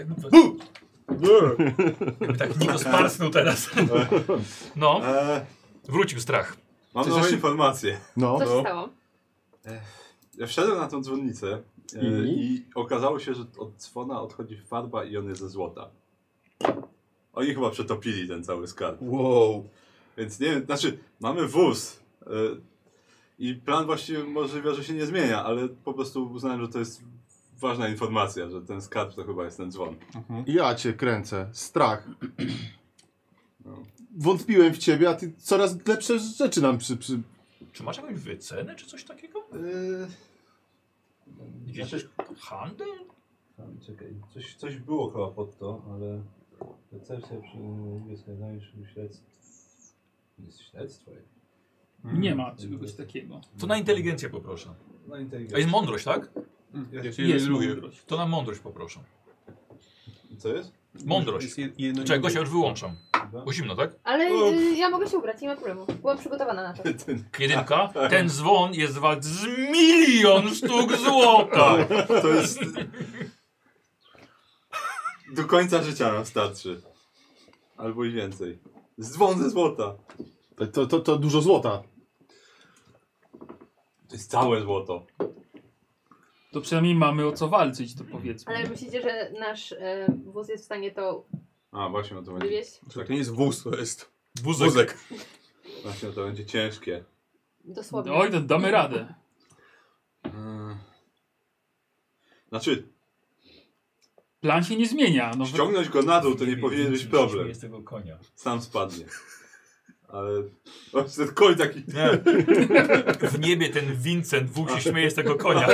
Speaker 1: jakby tak Nikos parsnął teraz. No, wrócił strach.
Speaker 3: Mam nową informację.
Speaker 4: No.
Speaker 2: Co się stało?
Speaker 3: Ja wszedłem na tą dzwonnicę
Speaker 4: I?
Speaker 3: i okazało się, że od dzwona odchodzi farba i on jest ze złota. Oni chyba przetopili ten cały skarb.
Speaker 5: Wow.
Speaker 3: Więc nie wiem, znaczy mamy wóz i plan właściwie możliwe, że się nie zmienia, ale po prostu uznałem, że to jest ważna informacja, że ten skarb to chyba jest ten dzwon.
Speaker 4: Ja cię kręcę. Strach.
Speaker 3: No.
Speaker 4: Wątpiłem w ciebie, a ty coraz lepsze rzeczy nam
Speaker 1: Czy masz jakąś wycenę, czy coś takiego? Jakiś handel?
Speaker 3: Czekaj, coś było chyba pod to, ale recepcja przy niebieskiej śledztwo. Jest śledztwo?
Speaker 6: Nie ma czegoś takiego.
Speaker 1: To na inteligencję poproszę.
Speaker 3: Na
Speaker 1: A
Speaker 3: inteligencję.
Speaker 1: jest mądrość, tak?
Speaker 5: Ja się
Speaker 6: Jest
Speaker 5: lubię.
Speaker 6: mądrość.
Speaker 1: To na mądrość poproszę.
Speaker 3: Co jest?
Speaker 1: Mądrość. Czego się już wyłączam? Bo zimno, tak?
Speaker 2: Ale ja mogę się ubrać, nie ma problemu. Byłam przygotowana na to.
Speaker 1: Jedynka. Ten dzwon jest wart z 1 000 000 sztuk złota.
Speaker 3: To jest... Do końca życia nam starczy. Albo i więcej. Dzwon ze złota.
Speaker 4: To dużo złota.
Speaker 3: To jest całe złoto.
Speaker 6: To przynajmniej mamy o co walczyć, to powiedzmy.
Speaker 2: Ale myślicie, że nasz wóz jest w stanie to
Speaker 3: A, właśnie o to będzie.
Speaker 2: wywieźć?
Speaker 5: To nie jest wóz, to jest
Speaker 1: Wózek.
Speaker 3: Właśnie o to będzie ciężkie.
Speaker 2: Dosłownie.
Speaker 6: Oj, to damy radę.
Speaker 3: Znaczy,
Speaker 6: Plan się nie zmienia. No,
Speaker 3: ściągnąć go na dół to nie powinien być problem.
Speaker 1: Jest tego konia.
Speaker 3: Sam spadnie. Ale... O, ten koń taki...
Speaker 1: W niebie ten Vincent Wół się śmieje z tego konia.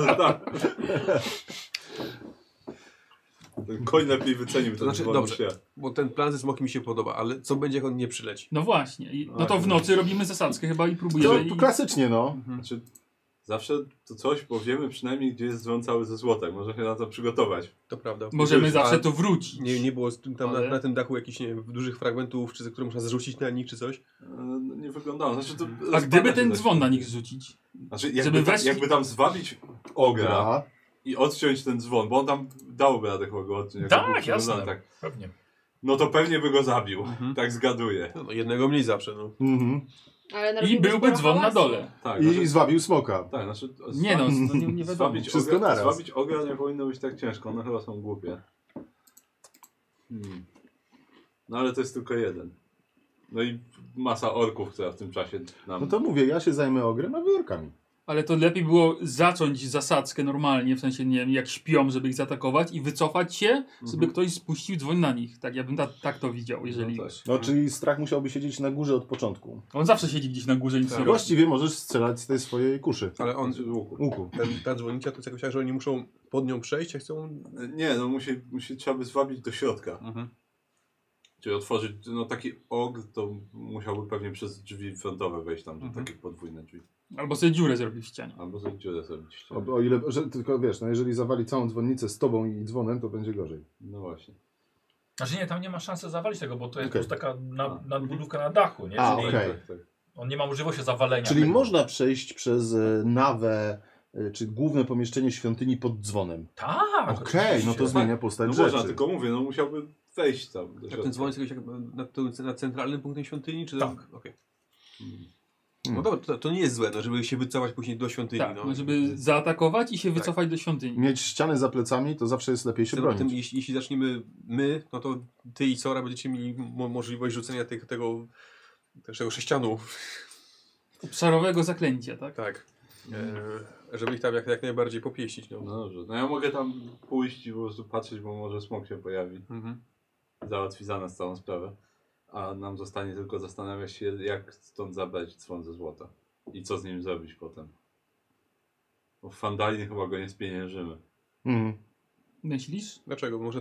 Speaker 3: Ten koń lepiej wycenił ten
Speaker 5: To znaczy,
Speaker 3: dzwon
Speaker 5: dobrze.
Speaker 3: niż ja.
Speaker 5: Bo ten plan ze smokiem mi się podoba, ale co będzie, jak on nie przyleci?
Speaker 6: no właśnie. No to w nocy robimy zasadzkę chyba i próbujemy.
Speaker 4: To klasycznie, no.
Speaker 3: Znaczy, zawsze to coś, bo wiemy przynajmniej, gdzie jest dzwon cały ze złota. Można się na to przygotować.
Speaker 5: To prawda.
Speaker 6: Możemy
Speaker 3: Już,
Speaker 6: zawsze
Speaker 5: ale
Speaker 6: tu wrócić.
Speaker 5: Nie było tam
Speaker 6: Ale-
Speaker 5: na tym dachu jakichś, nie wiem, dużych fragmentów, czy które można zrzucić na nich, czy coś?
Speaker 3: Nie wyglądało. Znaczy, to
Speaker 6: A gdyby
Speaker 3: się
Speaker 6: ten
Speaker 3: da.
Speaker 6: dzwon na nich zrzucić?
Speaker 3: Znaczy,
Speaker 6: żeby weszli-
Speaker 3: jakby tam zwabić ogra
Speaker 4: Gra.
Speaker 3: i odciąć ten dzwon, bo on tam dałoby radę chyba go odciąć. jak
Speaker 1: Tak,
Speaker 3: to było przywiązane,
Speaker 1: jasne.
Speaker 3: tak.
Speaker 1: Pewnie.
Speaker 3: No to pewnie by go zabił.
Speaker 5: Mhm.
Speaker 3: Tak zgaduję.
Speaker 5: No, jednego mniej zawsze, no.
Speaker 4: Mhm.
Speaker 2: Ale
Speaker 6: I
Speaker 2: narobiliśmy
Speaker 6: byłby
Speaker 2: sporo
Speaker 6: dzwon na
Speaker 2: hałasu.
Speaker 6: dole.
Speaker 3: Tak,
Speaker 4: I
Speaker 3: znaczy,
Speaker 4: zwabił smoka.
Speaker 3: tak, znaczy
Speaker 6: Nie no, nie wiadomo.
Speaker 3: zwabić
Speaker 4: Wszystko
Speaker 3: ogra,
Speaker 4: naraz.
Speaker 3: zwabić ogra nie powinno być tak ciężko, one chyba są głupie. No ale to jest tylko jeden. No i masa orków, która w tym czasie nam...
Speaker 4: No to mówię, ja się zajmę ogrem, a wy orkami.
Speaker 6: Ale to lepiej było zacząć zasadzkę normalnie, w sensie, nie wiem, jak śpią, żeby ich zaatakować i wycofać się, żeby ktoś spuścił dzwoń na nich. Tak, ja bym tak to widział, jeżeli...
Speaker 4: No, czyli strach musiałby siedzieć na górze od początku.
Speaker 6: On zawsze siedzi gdzieś na górze, nic nie
Speaker 4: No
Speaker 6: robi.
Speaker 4: właściwie możesz strzelać z tej swojej kuszy.
Speaker 5: Ale on,
Speaker 4: Łuku.
Speaker 5: ta dzwonnica to jest jakoś tak, że oni muszą pod nią przejść, jak chcą...
Speaker 3: Nie, no trzeba by zwabić do środka. Czyli otworzyć, no taki ogr to musiałby pewnie przez drzwi frontowe wejść tam, takie podwójne drzwi.
Speaker 6: Albo sobie dziurę zrobi w ścianie.
Speaker 3: Albo sobie dziurę zrobić w ścianie.
Speaker 4: O ile, tylko wiesz, no jeżeli zawali całą dzwonnicę z tobą i dzwonem, to będzie gorzej.
Speaker 3: No właśnie.
Speaker 1: Znaczy nie, tam nie ma szansy zawalić tego, bo to jest po
Speaker 4: Okej.
Speaker 1: prostu taka nadbudówka na dachu, nie?
Speaker 4: A,
Speaker 1: Czyli
Speaker 4: okej.
Speaker 3: Tak.
Speaker 1: on nie ma możliwości zawalenia.
Speaker 4: Czyli
Speaker 1: tego.
Speaker 4: można przejść przez nawę, czy główne pomieszczenie świątyni pod dzwonem.
Speaker 1: Tak!
Speaker 4: Okej, no
Speaker 1: oczywiście.
Speaker 4: to zmienia postać
Speaker 3: No
Speaker 4: rzeczy.
Speaker 3: można, tylko mówię, no musiałby wejść tam do
Speaker 5: Jak
Speaker 3: środka.
Speaker 5: ten dzwon jest jakoś nad centralnym punktem świątyni, czy...
Speaker 1: Tak.
Speaker 5: Okej. No dobra, to nie jest złe, no, żeby się wycofać później do świątyni.
Speaker 6: Tak,
Speaker 5: no.
Speaker 6: no, żeby zaatakować i się wycofać do świątyni.
Speaker 4: Mieć ściany za plecami, to zawsze jest lepiej się
Speaker 5: Tym,
Speaker 4: bronić.
Speaker 5: jeśli zaczniemy my, no to ty i Sora będziecie mieli możliwość rzucenia tego sześcianu.
Speaker 6: Obszarowego zaklęcia, tak?
Speaker 5: Tak. Żeby ich tam jak najbardziej popieścić. No.
Speaker 3: No dobrze, no ja mogę tam pójść i po prostu patrzeć, bo może smok się pojawi. Załatwi za nas całą sprawę. A nam zostanie tylko zastanawiać się, jak stąd zabrać dzwon ze złota. I co z nim zrobić potem. Bo w Fandalin chyba go nie spieniężymy.
Speaker 6: Myślisz?
Speaker 5: Dlaczego? Może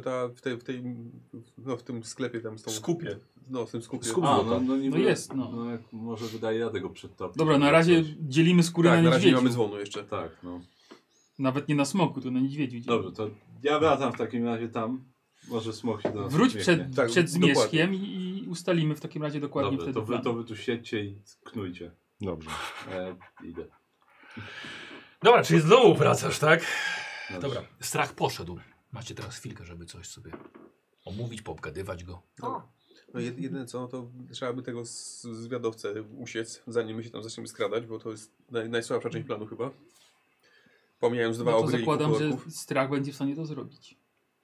Speaker 5: w tym sklepie tam z tą...
Speaker 1: W skupie.
Speaker 5: No, w tym skupie.
Speaker 4: Skup
Speaker 3: A,
Speaker 4: złota.
Speaker 3: niby,
Speaker 6: No jest, no.
Speaker 3: No jak może wydaje radę go przedtopić.
Speaker 6: Dobra, na razie
Speaker 3: Coś.
Speaker 6: dzielimy skórę
Speaker 5: Tak,
Speaker 6: na
Speaker 5: na razie nie
Speaker 6: niedźwiedziu.
Speaker 5: mamy dzwonu jeszcze.
Speaker 3: Tak, no.
Speaker 6: Nawet nie na smoku, to na niedźwiedziu.
Speaker 3: Dobrze, to ja wracam w takim razie tam. Może smok się do nas
Speaker 6: Wróć
Speaker 3: uśmiechnie.
Speaker 6: przed,
Speaker 5: Tak,
Speaker 6: przed
Speaker 5: dokładnie.
Speaker 6: zmierzchiem i ustalimy w takim razie dokładnie
Speaker 3: Dobrze,
Speaker 6: wtedy
Speaker 3: to
Speaker 6: plan.
Speaker 3: wy tu siedźcie i knujcie.
Speaker 4: Dobrze.
Speaker 3: Idę.
Speaker 1: Dobra, czyli znowu wracasz, tak?
Speaker 3: Dobrze.
Speaker 1: Dobra, strach poszedł. Macie teraz chwilkę, żeby coś sobie omówić, poobgadywać go.
Speaker 5: No jedyne co, no to trzeba by tego zwiadowcę usiec, zanim my się tam zaczniemy skradać, bo to jest najsłabsza część planu chyba. Pomijając dwa
Speaker 6: No to
Speaker 5: ogry i
Speaker 6: zakładam,
Speaker 5: kupę
Speaker 6: że
Speaker 5: orków.
Speaker 6: strach będzie w stanie to zrobić.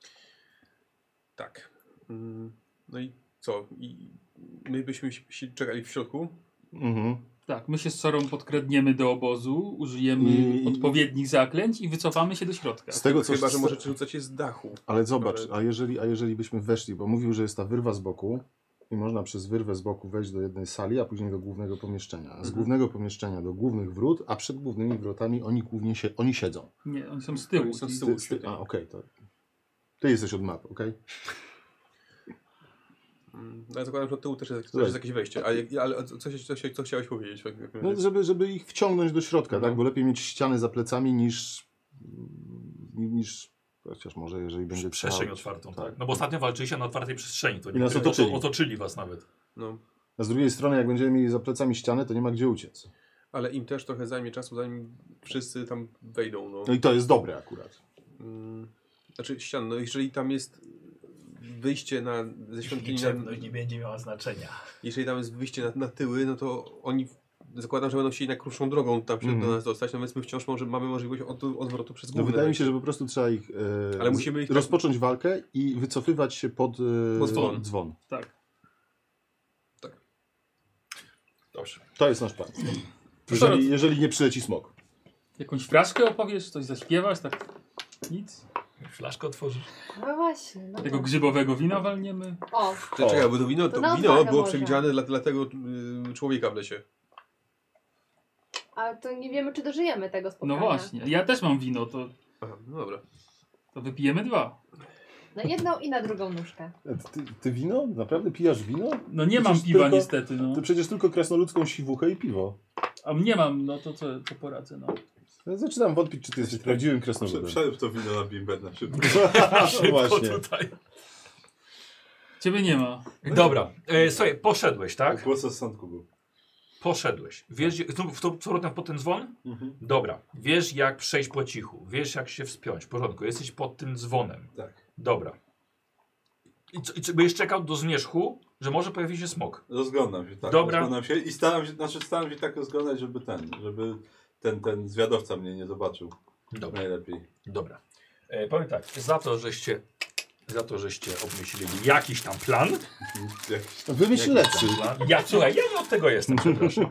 Speaker 5: Tak. No i co? I my byśmy czekali w środku.
Speaker 6: Tak, my się z Sorą podkradniemy do obozu, użyjemy odpowiednich zaklęć i wycofamy się do środka.
Speaker 4: Z tego co
Speaker 5: Chyba, że możecie rzucać je z dachu.
Speaker 4: Ale zobacz,
Speaker 5: Ale-
Speaker 4: a jeżeli byśmy weszli, bo mówił, że jest ta wyrwa z boku i można przez wyrwę z boku wejść do jednej sali, a później do głównego pomieszczenia. A z głównego pomieszczenia do głównych wrót, a przed głównymi wrotami oni głównie oni siedzą.
Speaker 6: Nie, oni są z tyłu.
Speaker 5: Oni są z
Speaker 6: czyli-
Speaker 5: tyłu.
Speaker 4: A, okej, to... Ty jesteś od mapy, okej?
Speaker 5: No ja zakładam, że od tyłu też jest jakieś wejście. Ale co chciałeś powiedzieć?
Speaker 4: No, żeby ich wciągnąć do środka, tak? Bo lepiej mieć ściany za plecami niż chociaż może jeżeli będzie
Speaker 1: Przestrzeń
Speaker 4: trzeba.
Speaker 1: otwartą, tak. No bo ostatnio walczyliście na otwartej przestrzeni. To
Speaker 4: I nas
Speaker 1: nie
Speaker 4: otoczyli.
Speaker 1: otoczyli was nawet.
Speaker 5: No.
Speaker 4: A z drugiej strony, jak będziemy mieli za plecami ścianę, to nie ma gdzie uciec.
Speaker 5: Ale im też trochę zajmie czasu, zanim wszyscy tam wejdą. No.
Speaker 4: No i to jest dobre akurat.
Speaker 5: Znaczy ścian, no jeżeli tam jest wyjście ze świątyni,
Speaker 1: Liczebność nie będzie miała znaczenia.
Speaker 5: jeżeli tam jest wyjście na tyły, no to oni zakładam, że będą chcieli najkrótszą drogą tam się do nas dostać, no więc my wciąż mamy możliwość odwrotu przez
Speaker 4: No
Speaker 5: główne.
Speaker 4: wydaje mi się, że po prostu trzeba ich,
Speaker 5: Ale musimy ich tak-
Speaker 4: rozpocząć walkę i wycofywać się pod dzwon.
Speaker 6: Tak.
Speaker 1: Dobrze.
Speaker 4: To jest nasz plan.
Speaker 6: Proszę
Speaker 4: Jeżeli nie przyleci smok.
Speaker 6: Jakąś fraszkę opowiesz, coś zaśpiewasz, tak? Nic?
Speaker 1: Flaszkę otworzysz.
Speaker 2: No właśnie. No
Speaker 6: Tego
Speaker 2: to-
Speaker 6: grzybowego wina walniemy?
Speaker 2: O,
Speaker 5: Czekaj, bo to wino
Speaker 2: To na
Speaker 5: było
Speaker 2: odwagę może.
Speaker 5: przewidziane dla tego człowieka w lesie.
Speaker 2: ale to nie wiemy, czy dożyjemy tego
Speaker 6: No
Speaker 2: spotkania.
Speaker 6: właśnie, ja też mam wino,
Speaker 5: Aha, no dobra.
Speaker 6: to wypijemy dwa.
Speaker 2: Na jedną i na drugą nóżkę.
Speaker 4: Ty wino? Naprawdę pijasz wino?
Speaker 6: No nie
Speaker 4: Przecież
Speaker 6: mam piwa
Speaker 4: tylko-
Speaker 6: niestety, no.
Speaker 4: Ty przecież tylko krasnoludzką siwuchę i piwo.
Speaker 6: A nie mam, no to co poradzę, no.
Speaker 4: Ja zaczynam wątpić, czy ty jesteś prawdziwym krasnoludem.
Speaker 3: Przerób to wino na bimber na szybko.
Speaker 4: No właśnie.
Speaker 1: Tutaj.
Speaker 6: Ciebie nie ma.
Speaker 1: Dobra, słuchaj, poszedłeś, tak?
Speaker 3: Głos rozsądku był.
Speaker 1: Poszedłeś. Wiesz, w powrotem pod ten dzwon? Dobra. Wiesz, jak przejść po cichu. Wiesz, jak się wspiąć. W porządku. Jesteś pod tym dzwonem.
Speaker 3: Tak.
Speaker 1: Dobra. I co, będziesz czekał do zmierzchu, że może pojawi się smok.
Speaker 3: Rozglądam się, tak.
Speaker 1: Dobra.
Speaker 3: Rozglądam się i staram się tak rozglądać, żeby ten zwiadowca mnie nie zobaczył.
Speaker 1: Dobra.
Speaker 3: Najlepiej.
Speaker 1: Dobra. Powiem tak. Za to, żeście za to, żeście obmyślili jakiś tam plan.
Speaker 4: Wymyśl lepszy.
Speaker 1: Słuchaj, ja od tego jestem, przepraszam.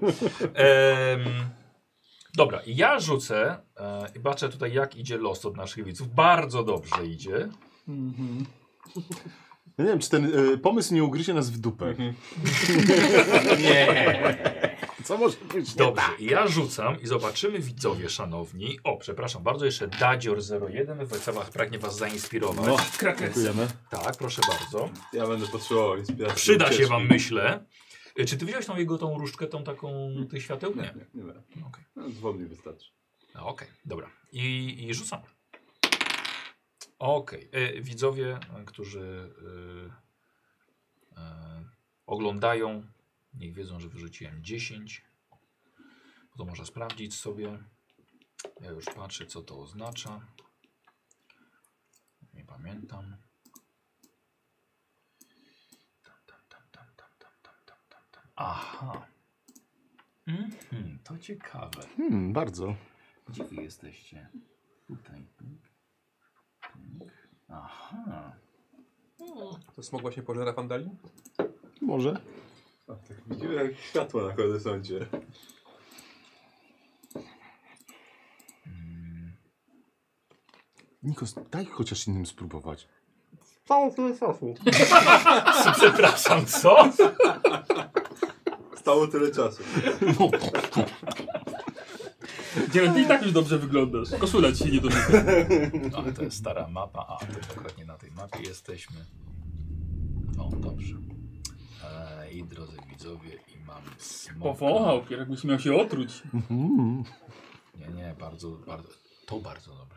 Speaker 1: Dobra, ja rzucę i patrzę tutaj, jak idzie los od naszych widzów. Bardzo dobrze idzie.
Speaker 4: Ja nie wiem, czy ten pomysł nie ugryzie nas w dupę.
Speaker 1: Nie.
Speaker 4: Co może być?
Speaker 1: Dobrze, ja rzucam i zobaczymy, widzowie szanowni. O, przepraszam bardzo, jeszcze Dadzior01 w celach pragnie was zainspirować.
Speaker 4: No,
Speaker 6: Krakers.
Speaker 4: dziękujemy.
Speaker 1: Tak, proszę bardzo.
Speaker 3: Ja będę potrzebował inspiracji.
Speaker 1: Przyda się
Speaker 3: ucieczki.
Speaker 1: wam, myślę. Czy ty wziąłeś tą różdżkę, tą taką tych świateł?
Speaker 3: Nie będę.
Speaker 1: Okej.
Speaker 3: No, dwóch mi wystarczy.
Speaker 1: Okej, dobra. I rzucam. Okej. Widzowie, którzy oglądają, niech wiedzą, że wyrzuciłem 10. To można sprawdzić sobie. Ja już patrzę, co to oznacza. Nie pamiętam. Tam. Aha. To ciekawe.
Speaker 4: Bardzo.
Speaker 1: Gdzie wy jesteście? Tutaj. Aha.
Speaker 5: To smog właśnie pożera Fandali?
Speaker 4: Może.
Speaker 3: A, tak widzimy jak światło na horyzoncie.
Speaker 4: Nikos, daj chociaż innym spróbować.
Speaker 1: Przepraszam, co?
Speaker 3: Stało tyle czasu.
Speaker 6: Ty i tak już dobrze wyglądasz. Koszula ci się nie dotyka.
Speaker 1: Ale to jest stara mapa. A, to dokładnie na tej mapie jesteśmy. O, dobrze. I drodzy widzowie, i mam smoka.
Speaker 6: Powąchał, jakbyś miał się otruć.
Speaker 1: Nie, bardzo. To bardzo dobre.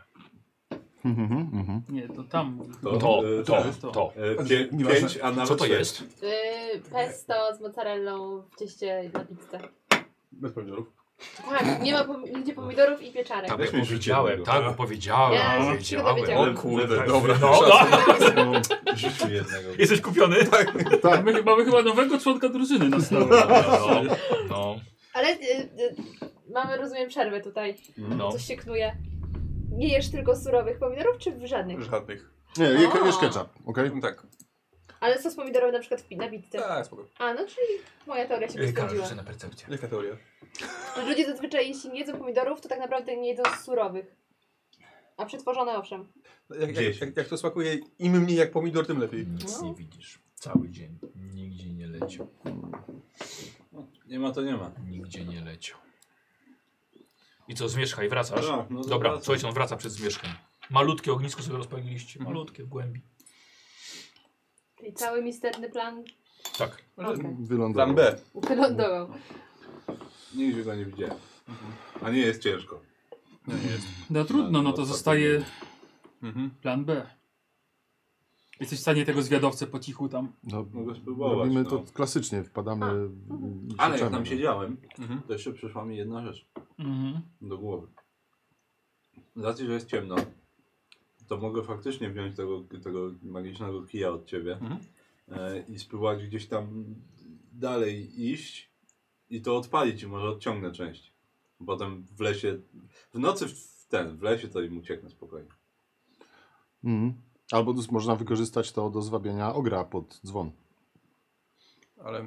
Speaker 6: Nie, to tam.
Speaker 1: To.
Speaker 3: 5, a nawet
Speaker 1: Co to
Speaker 3: 6.
Speaker 1: jest?
Speaker 2: Pesto z mozzarellą w cieście na pizzę.
Speaker 5: Bez pomidorów.
Speaker 2: Tak, nie ma nigdzie pomidorów i pieczarek.
Speaker 1: Tak,
Speaker 3: Weź mi
Speaker 1: powiedziałem,
Speaker 3: rzuć
Speaker 1: tak,
Speaker 3: jednego.
Speaker 1: bo powiedziałem.
Speaker 2: Ja
Speaker 1: powiedziałem.
Speaker 2: wiedziałem.
Speaker 1: O kurde,
Speaker 3: Tak,
Speaker 1: dobra.
Speaker 3: no,
Speaker 1: No.
Speaker 3: Rzuć mi jednego.
Speaker 1: Jesteś kupiony? Tak.
Speaker 6: Mamy chyba nowego członka drużyny na stałe.
Speaker 1: No.
Speaker 2: Ale mamy, rozumiem, przerwę tutaj.
Speaker 1: No.
Speaker 2: Coś się knuje. Nie jesz tylko surowych pomidorów, czy żadnych?
Speaker 5: Żadnych.
Speaker 4: Nie,
Speaker 2: O.
Speaker 4: jesz ketchup, okej?
Speaker 5: Tak.
Speaker 2: Ale sos pomidorowy na przykład na pizzę.
Speaker 5: Tak, spoko.
Speaker 2: A, no czyli moja teoria się potwierdziła.
Speaker 1: Każdy na percepcję.
Speaker 5: Jaka teoria?
Speaker 2: Że ludzie zazwyczaj, jeśli nie jedzą pomidorów, to tak naprawdę nie jedzą surowych. A przetworzone owszem.
Speaker 5: Jak to smakuje, im mniej jak pomidor, tym lepiej.
Speaker 1: Nic
Speaker 2: No.
Speaker 1: nie widzisz. Cały dzień. Nigdzie nie leciał.
Speaker 3: Nie ma to nie ma.
Speaker 1: Nigdzie nie leciał. I co, zmierzchaj, wracasz?
Speaker 3: Tak, no to
Speaker 1: Dobra,
Speaker 3: wracam.
Speaker 1: słuchajcie, on wraca przed zmierzchem. Malutkie ognisko sobie rozpaliliście. Malutkie w głębi.
Speaker 2: Czyli cały misterny plan
Speaker 1: Tak.
Speaker 2: okej.
Speaker 4: Wylądował.
Speaker 5: Plan B.
Speaker 2: Wylądował.
Speaker 3: Nigdzie go nie widziałem. A nie jest ciężko.
Speaker 5: No nie jest.
Speaker 6: No trudno, no to zostaje
Speaker 5: Mhm.
Speaker 6: plan B. Jesteś w stanie tego zwiadowcę po cichu tam.
Speaker 4: No,
Speaker 3: Mogę spróbować.
Speaker 4: robimy
Speaker 3: no.
Speaker 4: to klasycznie, wpadamy i
Speaker 3: Ale jak
Speaker 4: krzyczemy,
Speaker 3: tam
Speaker 4: no.
Speaker 3: siedziałem,
Speaker 5: Mhm.
Speaker 3: to jeszcze przyszła mi jedna rzecz
Speaker 6: Mhm.
Speaker 3: do głowy. Z racji, że jest ciemno, to mogę faktycznie wziąć tego magicznego kija od ciebie
Speaker 5: Mhm.
Speaker 3: i spróbować gdzieś tam dalej iść i to odpalić i może odciągnę część. Potem w lesie, w nocy w lesie to im ucieknę spokojnie.
Speaker 4: Albo można wykorzystać to do zwabiania ogra pod dzwon.
Speaker 5: Ale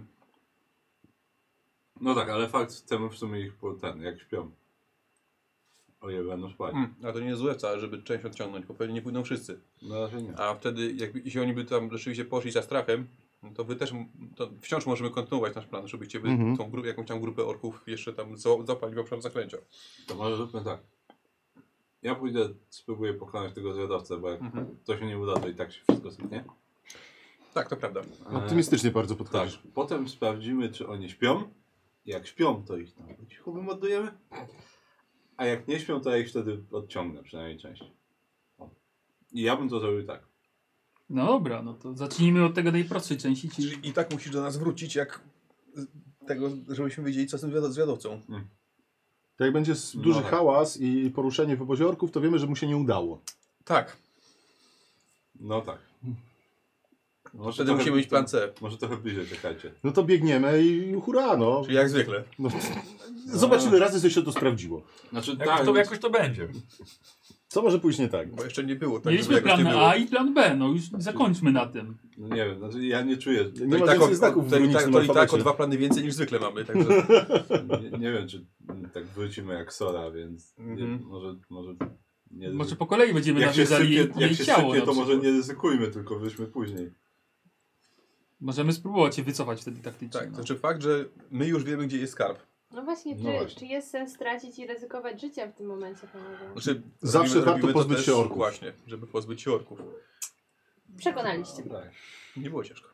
Speaker 3: No tak, ale fakt, chcemy w sumie ich jak śpią. O ile będą spać.
Speaker 5: ale to nie jest złe wcale, żeby część odciągnąć, bo pewnie nie pójdą wszyscy.
Speaker 3: Na razie nie.
Speaker 5: A wtedy, jeśli oni by tam rzeczywiście poszli za strachem, to wy też, to wciąż możemy kontynuować nasz plan, żebyście wy jakąś tam grupę orków jeszcze tam zapalić w obszar zaklęcia.
Speaker 3: To może zróbmy tak. Ja pójdę, spróbuję pokonać tego zwiadowcę, bo jak to się nie uda, to i tak się wszystko sypnie.
Speaker 5: Tak, to prawda.
Speaker 4: Optymistycznie bardzo
Speaker 3: Tak.
Speaker 4: podchodzisz.
Speaker 3: Potem sprawdzimy, czy oni śpią. Jak śpią, to ich tam po cichu wymordujemy. A jak nie śpią, to ja ich wtedy odciągnę, przynajmniej część. O. I ja bym to zrobił tak.
Speaker 6: No dobra, no to zacznijmy od tego najprostszej części, czyli
Speaker 5: Czyli i tak musisz do nas wrócić, jak tego, żebyśmy wiedzieli, co z tym zwiadowcą.
Speaker 4: To jak będzie duży
Speaker 3: tak.
Speaker 4: hałas i poruszenie w obozie orków, to wiemy, że mu się nie udało.
Speaker 5: Tak.
Speaker 3: No tak. Może
Speaker 5: Wtedy musimy mieć plan C.
Speaker 3: Może trochę bliżej, czekajcie.
Speaker 4: No to biegniemy i hurra, no.
Speaker 5: Czyli jak zwykle.
Speaker 4: no. Zobaczymy raz, co się to sprawdziło.
Speaker 3: Znaczy,
Speaker 1: Jakoś to będzie.
Speaker 4: Co może pójść nie tak?
Speaker 5: Bo jeszcze nie było. Tak,
Speaker 6: Mieliśmy
Speaker 5: żeby jakoś
Speaker 6: plan
Speaker 5: nie było.
Speaker 6: A i plan B, no już zakończmy na tym.
Speaker 3: No nie wiem, znaczy ja nie czuję.
Speaker 4: Nie ma więcej znaków w
Speaker 5: to i
Speaker 4: runicznym
Speaker 5: tak o
Speaker 4: alfabecie.
Speaker 5: 2 plany więcej niż zwykle mamy, także...
Speaker 3: Nie wiem, czy tak wrócimy jak Sora, więc może nie
Speaker 6: Może po kolei będziemy nawiązali jej ciało.
Speaker 3: sypie, to
Speaker 6: na
Speaker 3: może
Speaker 6: przykład.
Speaker 3: nie ryzykujmy, tylko wyjdźmy później.
Speaker 6: Możemy spróbować się wycofać wtedy taktycznie.
Speaker 5: Tak,
Speaker 6: no.
Speaker 5: znaczy fakt, że my już wiemy, gdzie jest skarb.
Speaker 2: No właśnie,
Speaker 3: No właśnie.
Speaker 2: czy jest sens stracić i ryzykować życiem w tym momencie, panowie?
Speaker 5: Znaczy,
Speaker 4: Zawsze warto
Speaker 5: to
Speaker 4: pozbyć
Speaker 5: też
Speaker 4: się orków.
Speaker 5: Właśnie, żeby pozbyć się orków.
Speaker 2: Przekonaliście.
Speaker 3: Tak.
Speaker 5: Nie było ciężko.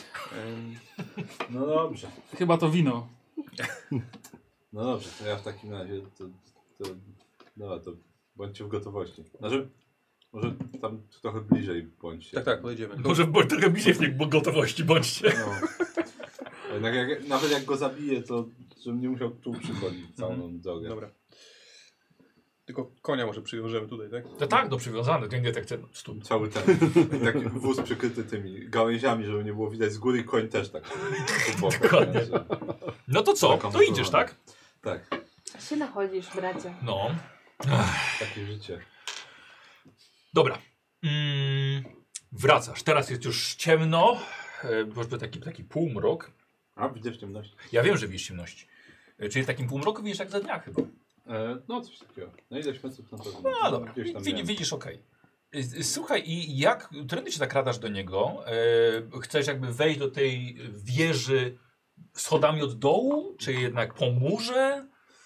Speaker 3: No dobrze.
Speaker 6: Chyba to wino.
Speaker 3: No dobrze, to ja w takim razie to bądźcie w gotowości. Znaczy, może tam trochę bliżej bądźcie.
Speaker 5: Tak, pojedziemy.
Speaker 1: Może trochę bliżej w niech gotowości bądźcie.
Speaker 3: No. Nawet jak go zabiję, to żebym nie musiał tu przychodzić całą drogę.
Speaker 5: Dobra. Tylko konia może przywiążemy tutaj, tak?
Speaker 1: To tak, do przywiązany, to nie tak ten stóp.
Speaker 3: Cały ten taki wóz przykryty tymi gałęziami, żeby nie było widać z góry i koń też tak.
Speaker 1: Dokładnie. No to co? To idziesz, tak?
Speaker 3: Tak,
Speaker 2: Się nachodzisz, bracie.
Speaker 1: No.
Speaker 3: takie życie.
Speaker 1: Dobra. Wracasz. Teraz jest już ciemno. Może taki półmrok.
Speaker 3: A, widzę w ciemności.
Speaker 1: Ja wiem, że widzisz ciemności. Czyli w takim półmroku widzisz jak za dnia chyba.
Speaker 3: No coś takiego. No ileś metrów na pewno.
Speaker 1: No dobra,
Speaker 3: Gdzieś tam miałem.
Speaker 1: widzisz, okej. Słuchaj, i jak, którędy się nakradasz do niego? Chcesz jakby wejść do tej wieży schodami od dołu, czy jednak po murze?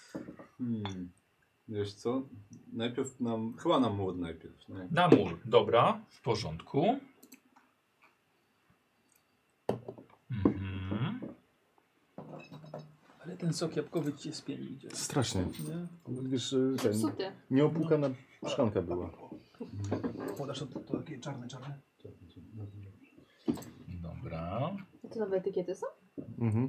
Speaker 3: Wiesz co? Chyba na mur najpierw. No.
Speaker 1: Na mur, dobra, w porządku. Mhm.
Speaker 6: Ale ten sok jabłkowy ci się spieni idzie.
Speaker 4: Strasznie.
Speaker 6: Nie?
Speaker 4: Wiesz,
Speaker 2: Zepsuty.
Speaker 4: nieopłukana szklanka była.
Speaker 5: Podasz to takie czarne.
Speaker 1: Dobra.
Speaker 2: To nowe etykiety są?
Speaker 4: Mhm.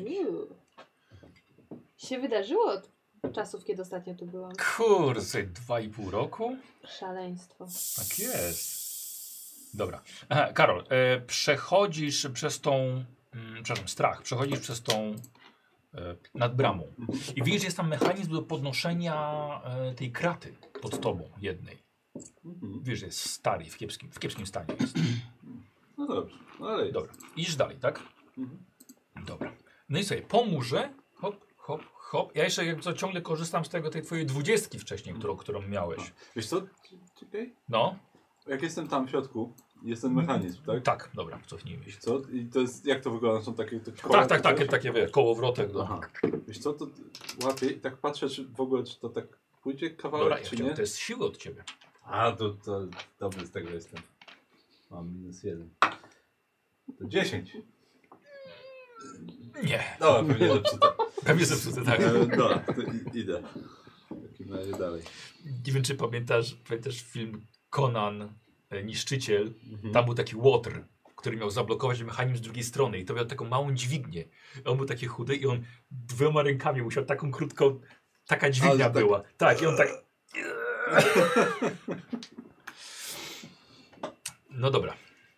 Speaker 2: Się wydarzyło od czasów, kiedy ostatnio tu byłam.
Speaker 1: Kurde, 2,5 roku?
Speaker 2: Szaleństwo.
Speaker 1: Tak jest. Dobra. Aha, Karol, przechodzisz przez tą, przepraszam, strach, przechodzisz przez tą nad bramą i widzisz, że jest tam mechanizm do podnoszenia tej kraty pod tobą jednej. Wiesz, że jest stary, w kiepskim stanie jest.
Speaker 3: No dobrze, no ale jest.
Speaker 1: Dobra, idziesz dalej, tak?
Speaker 3: Mhm.
Speaker 1: Dobra. No i sobie po murze, hop, hop, hop. Ja jeszcze jakby co ciągle korzystam z tej twojej 20 wcześniej, którą miałeś.
Speaker 3: Wiesz co? Czekaj.
Speaker 1: No,
Speaker 3: Jak jestem tam w środku, jest ten mechanizm, tak?
Speaker 1: tak, dobra, cofnijmy się.
Speaker 3: Wiesz co? I to jest, jak to wygląda? Są takie koła?
Speaker 1: Tak,
Speaker 3: czy coś?
Speaker 1: takie wiesz, kołowrotek.
Speaker 3: Aha. Wiesz co, to łapię i tak patrzę, czy w ogóle, czy to tak pójdzie kawałek,
Speaker 1: Dobra, ja
Speaker 3: czy
Speaker 1: chciałem,
Speaker 3: nie?
Speaker 1: to jest siły od ciebie.
Speaker 3: A, to dobry z tego jestem. Mam -1. To 10.
Speaker 1: Nie,
Speaker 3: Dobra, pewnie zepsute.
Speaker 1: pewnie zepsute, tak.
Speaker 3: Dobra, to idę. W takim razie dalej.
Speaker 1: Nie wiem, czy pamiętasz film Conan, Niszczyciel. Tam był taki łotr, który miał zablokować mechanizm z drugiej strony i to miał taką małą dźwignię. On był taki chudy i on 2 rękami musiał taką krótką, taka dźwignia
Speaker 3: Ale tak-
Speaker 1: była. Tak, i on tak... No dobra.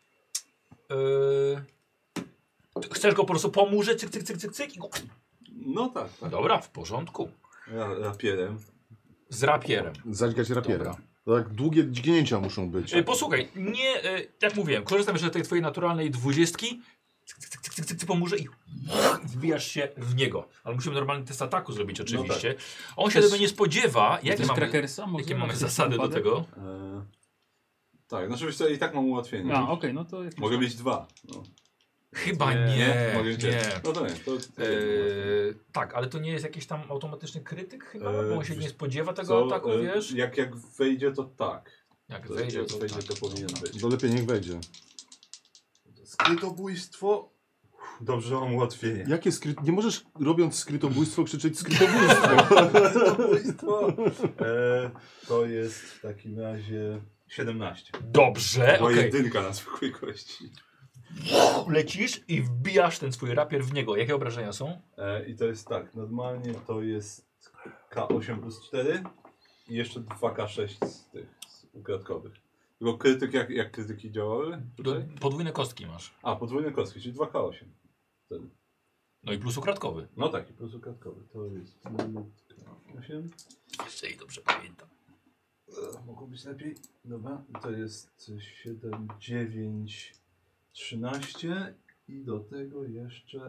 Speaker 1: Chcesz go po prostu po murze, cyk, cyk, cyk, cyk, cyk i go...
Speaker 3: No tak, tak.
Speaker 1: Dobra, w porządku.
Speaker 3: Rapierem.
Speaker 1: Z rapierem.
Speaker 4: Zadźgać rapierem.
Speaker 1: Dobra.
Speaker 4: To tak długie dźgnięcia muszą być.
Speaker 1: Posłuchaj, nie, jak mówiłem, korzystam jeszcze z tej twojej naturalnej 20, cyk, cyk, cyk, cyk, cyk, cyk po murze i wbijasz się w niego. Ale musimy normalny test ataku zrobić oczywiście. On się tego nie spodziewa.
Speaker 6: Jakie krakersa?
Speaker 1: Jakie mamy zasady do tego?
Speaker 3: Tak, znaczy wiesz co, i tak mam ułatwienie.
Speaker 6: A, okej, no to...
Speaker 3: Mogę mieć 2. No.
Speaker 1: Chyba nie.
Speaker 3: Mogę mieć
Speaker 1: Nie.
Speaker 3: jeden. No to nie.
Speaker 1: Tak, ale to nie jest jakiś tam automatyczny krytyk chyba?
Speaker 3: Eee,
Speaker 1: Bo on się nie spodziewa tego
Speaker 3: Co,
Speaker 1: ataku, wiesz?
Speaker 3: Jak wejdzie, to tak.
Speaker 1: Jak
Speaker 3: To
Speaker 1: wejdzie,
Speaker 3: jak
Speaker 1: to
Speaker 3: wejdzie,
Speaker 1: tak.
Speaker 3: to powinien być.
Speaker 4: To lepiej niech wejdzie.
Speaker 3: Skrytobójstwo. Dobrze, mam ułatwienie.
Speaker 4: Jakie nie możesz robiąc skrytobójstwo krzyczeć skrytobójstwo.
Speaker 3: Skrytobójstwo. To jest w takim razie 17.
Speaker 1: Dobrze,
Speaker 3: Była
Speaker 1: okej.
Speaker 3: jedynka na zwykłej kości.
Speaker 1: Lecisz i wbijasz ten swój rapier w niego. Jakie obrażenia są?
Speaker 3: I to jest tak, normalnie to jest K8 plus 4 i jeszcze 2K6 z tych z ukradkowych. Tylko krytyk, jak krytyki działały? Tutaj?
Speaker 1: Podwójne kostki masz.
Speaker 3: A, podwójne kostki, czyli 2K8. Wtedy.
Speaker 1: No i plus ukradkowy.
Speaker 3: No tak, i plus ukradkowy. To jest 8.
Speaker 1: Jeszcze i dobrze pamiętam.
Speaker 3: Mogło być być lepiej. Dobra, to jest 7, 9, 13 i do tego jeszcze...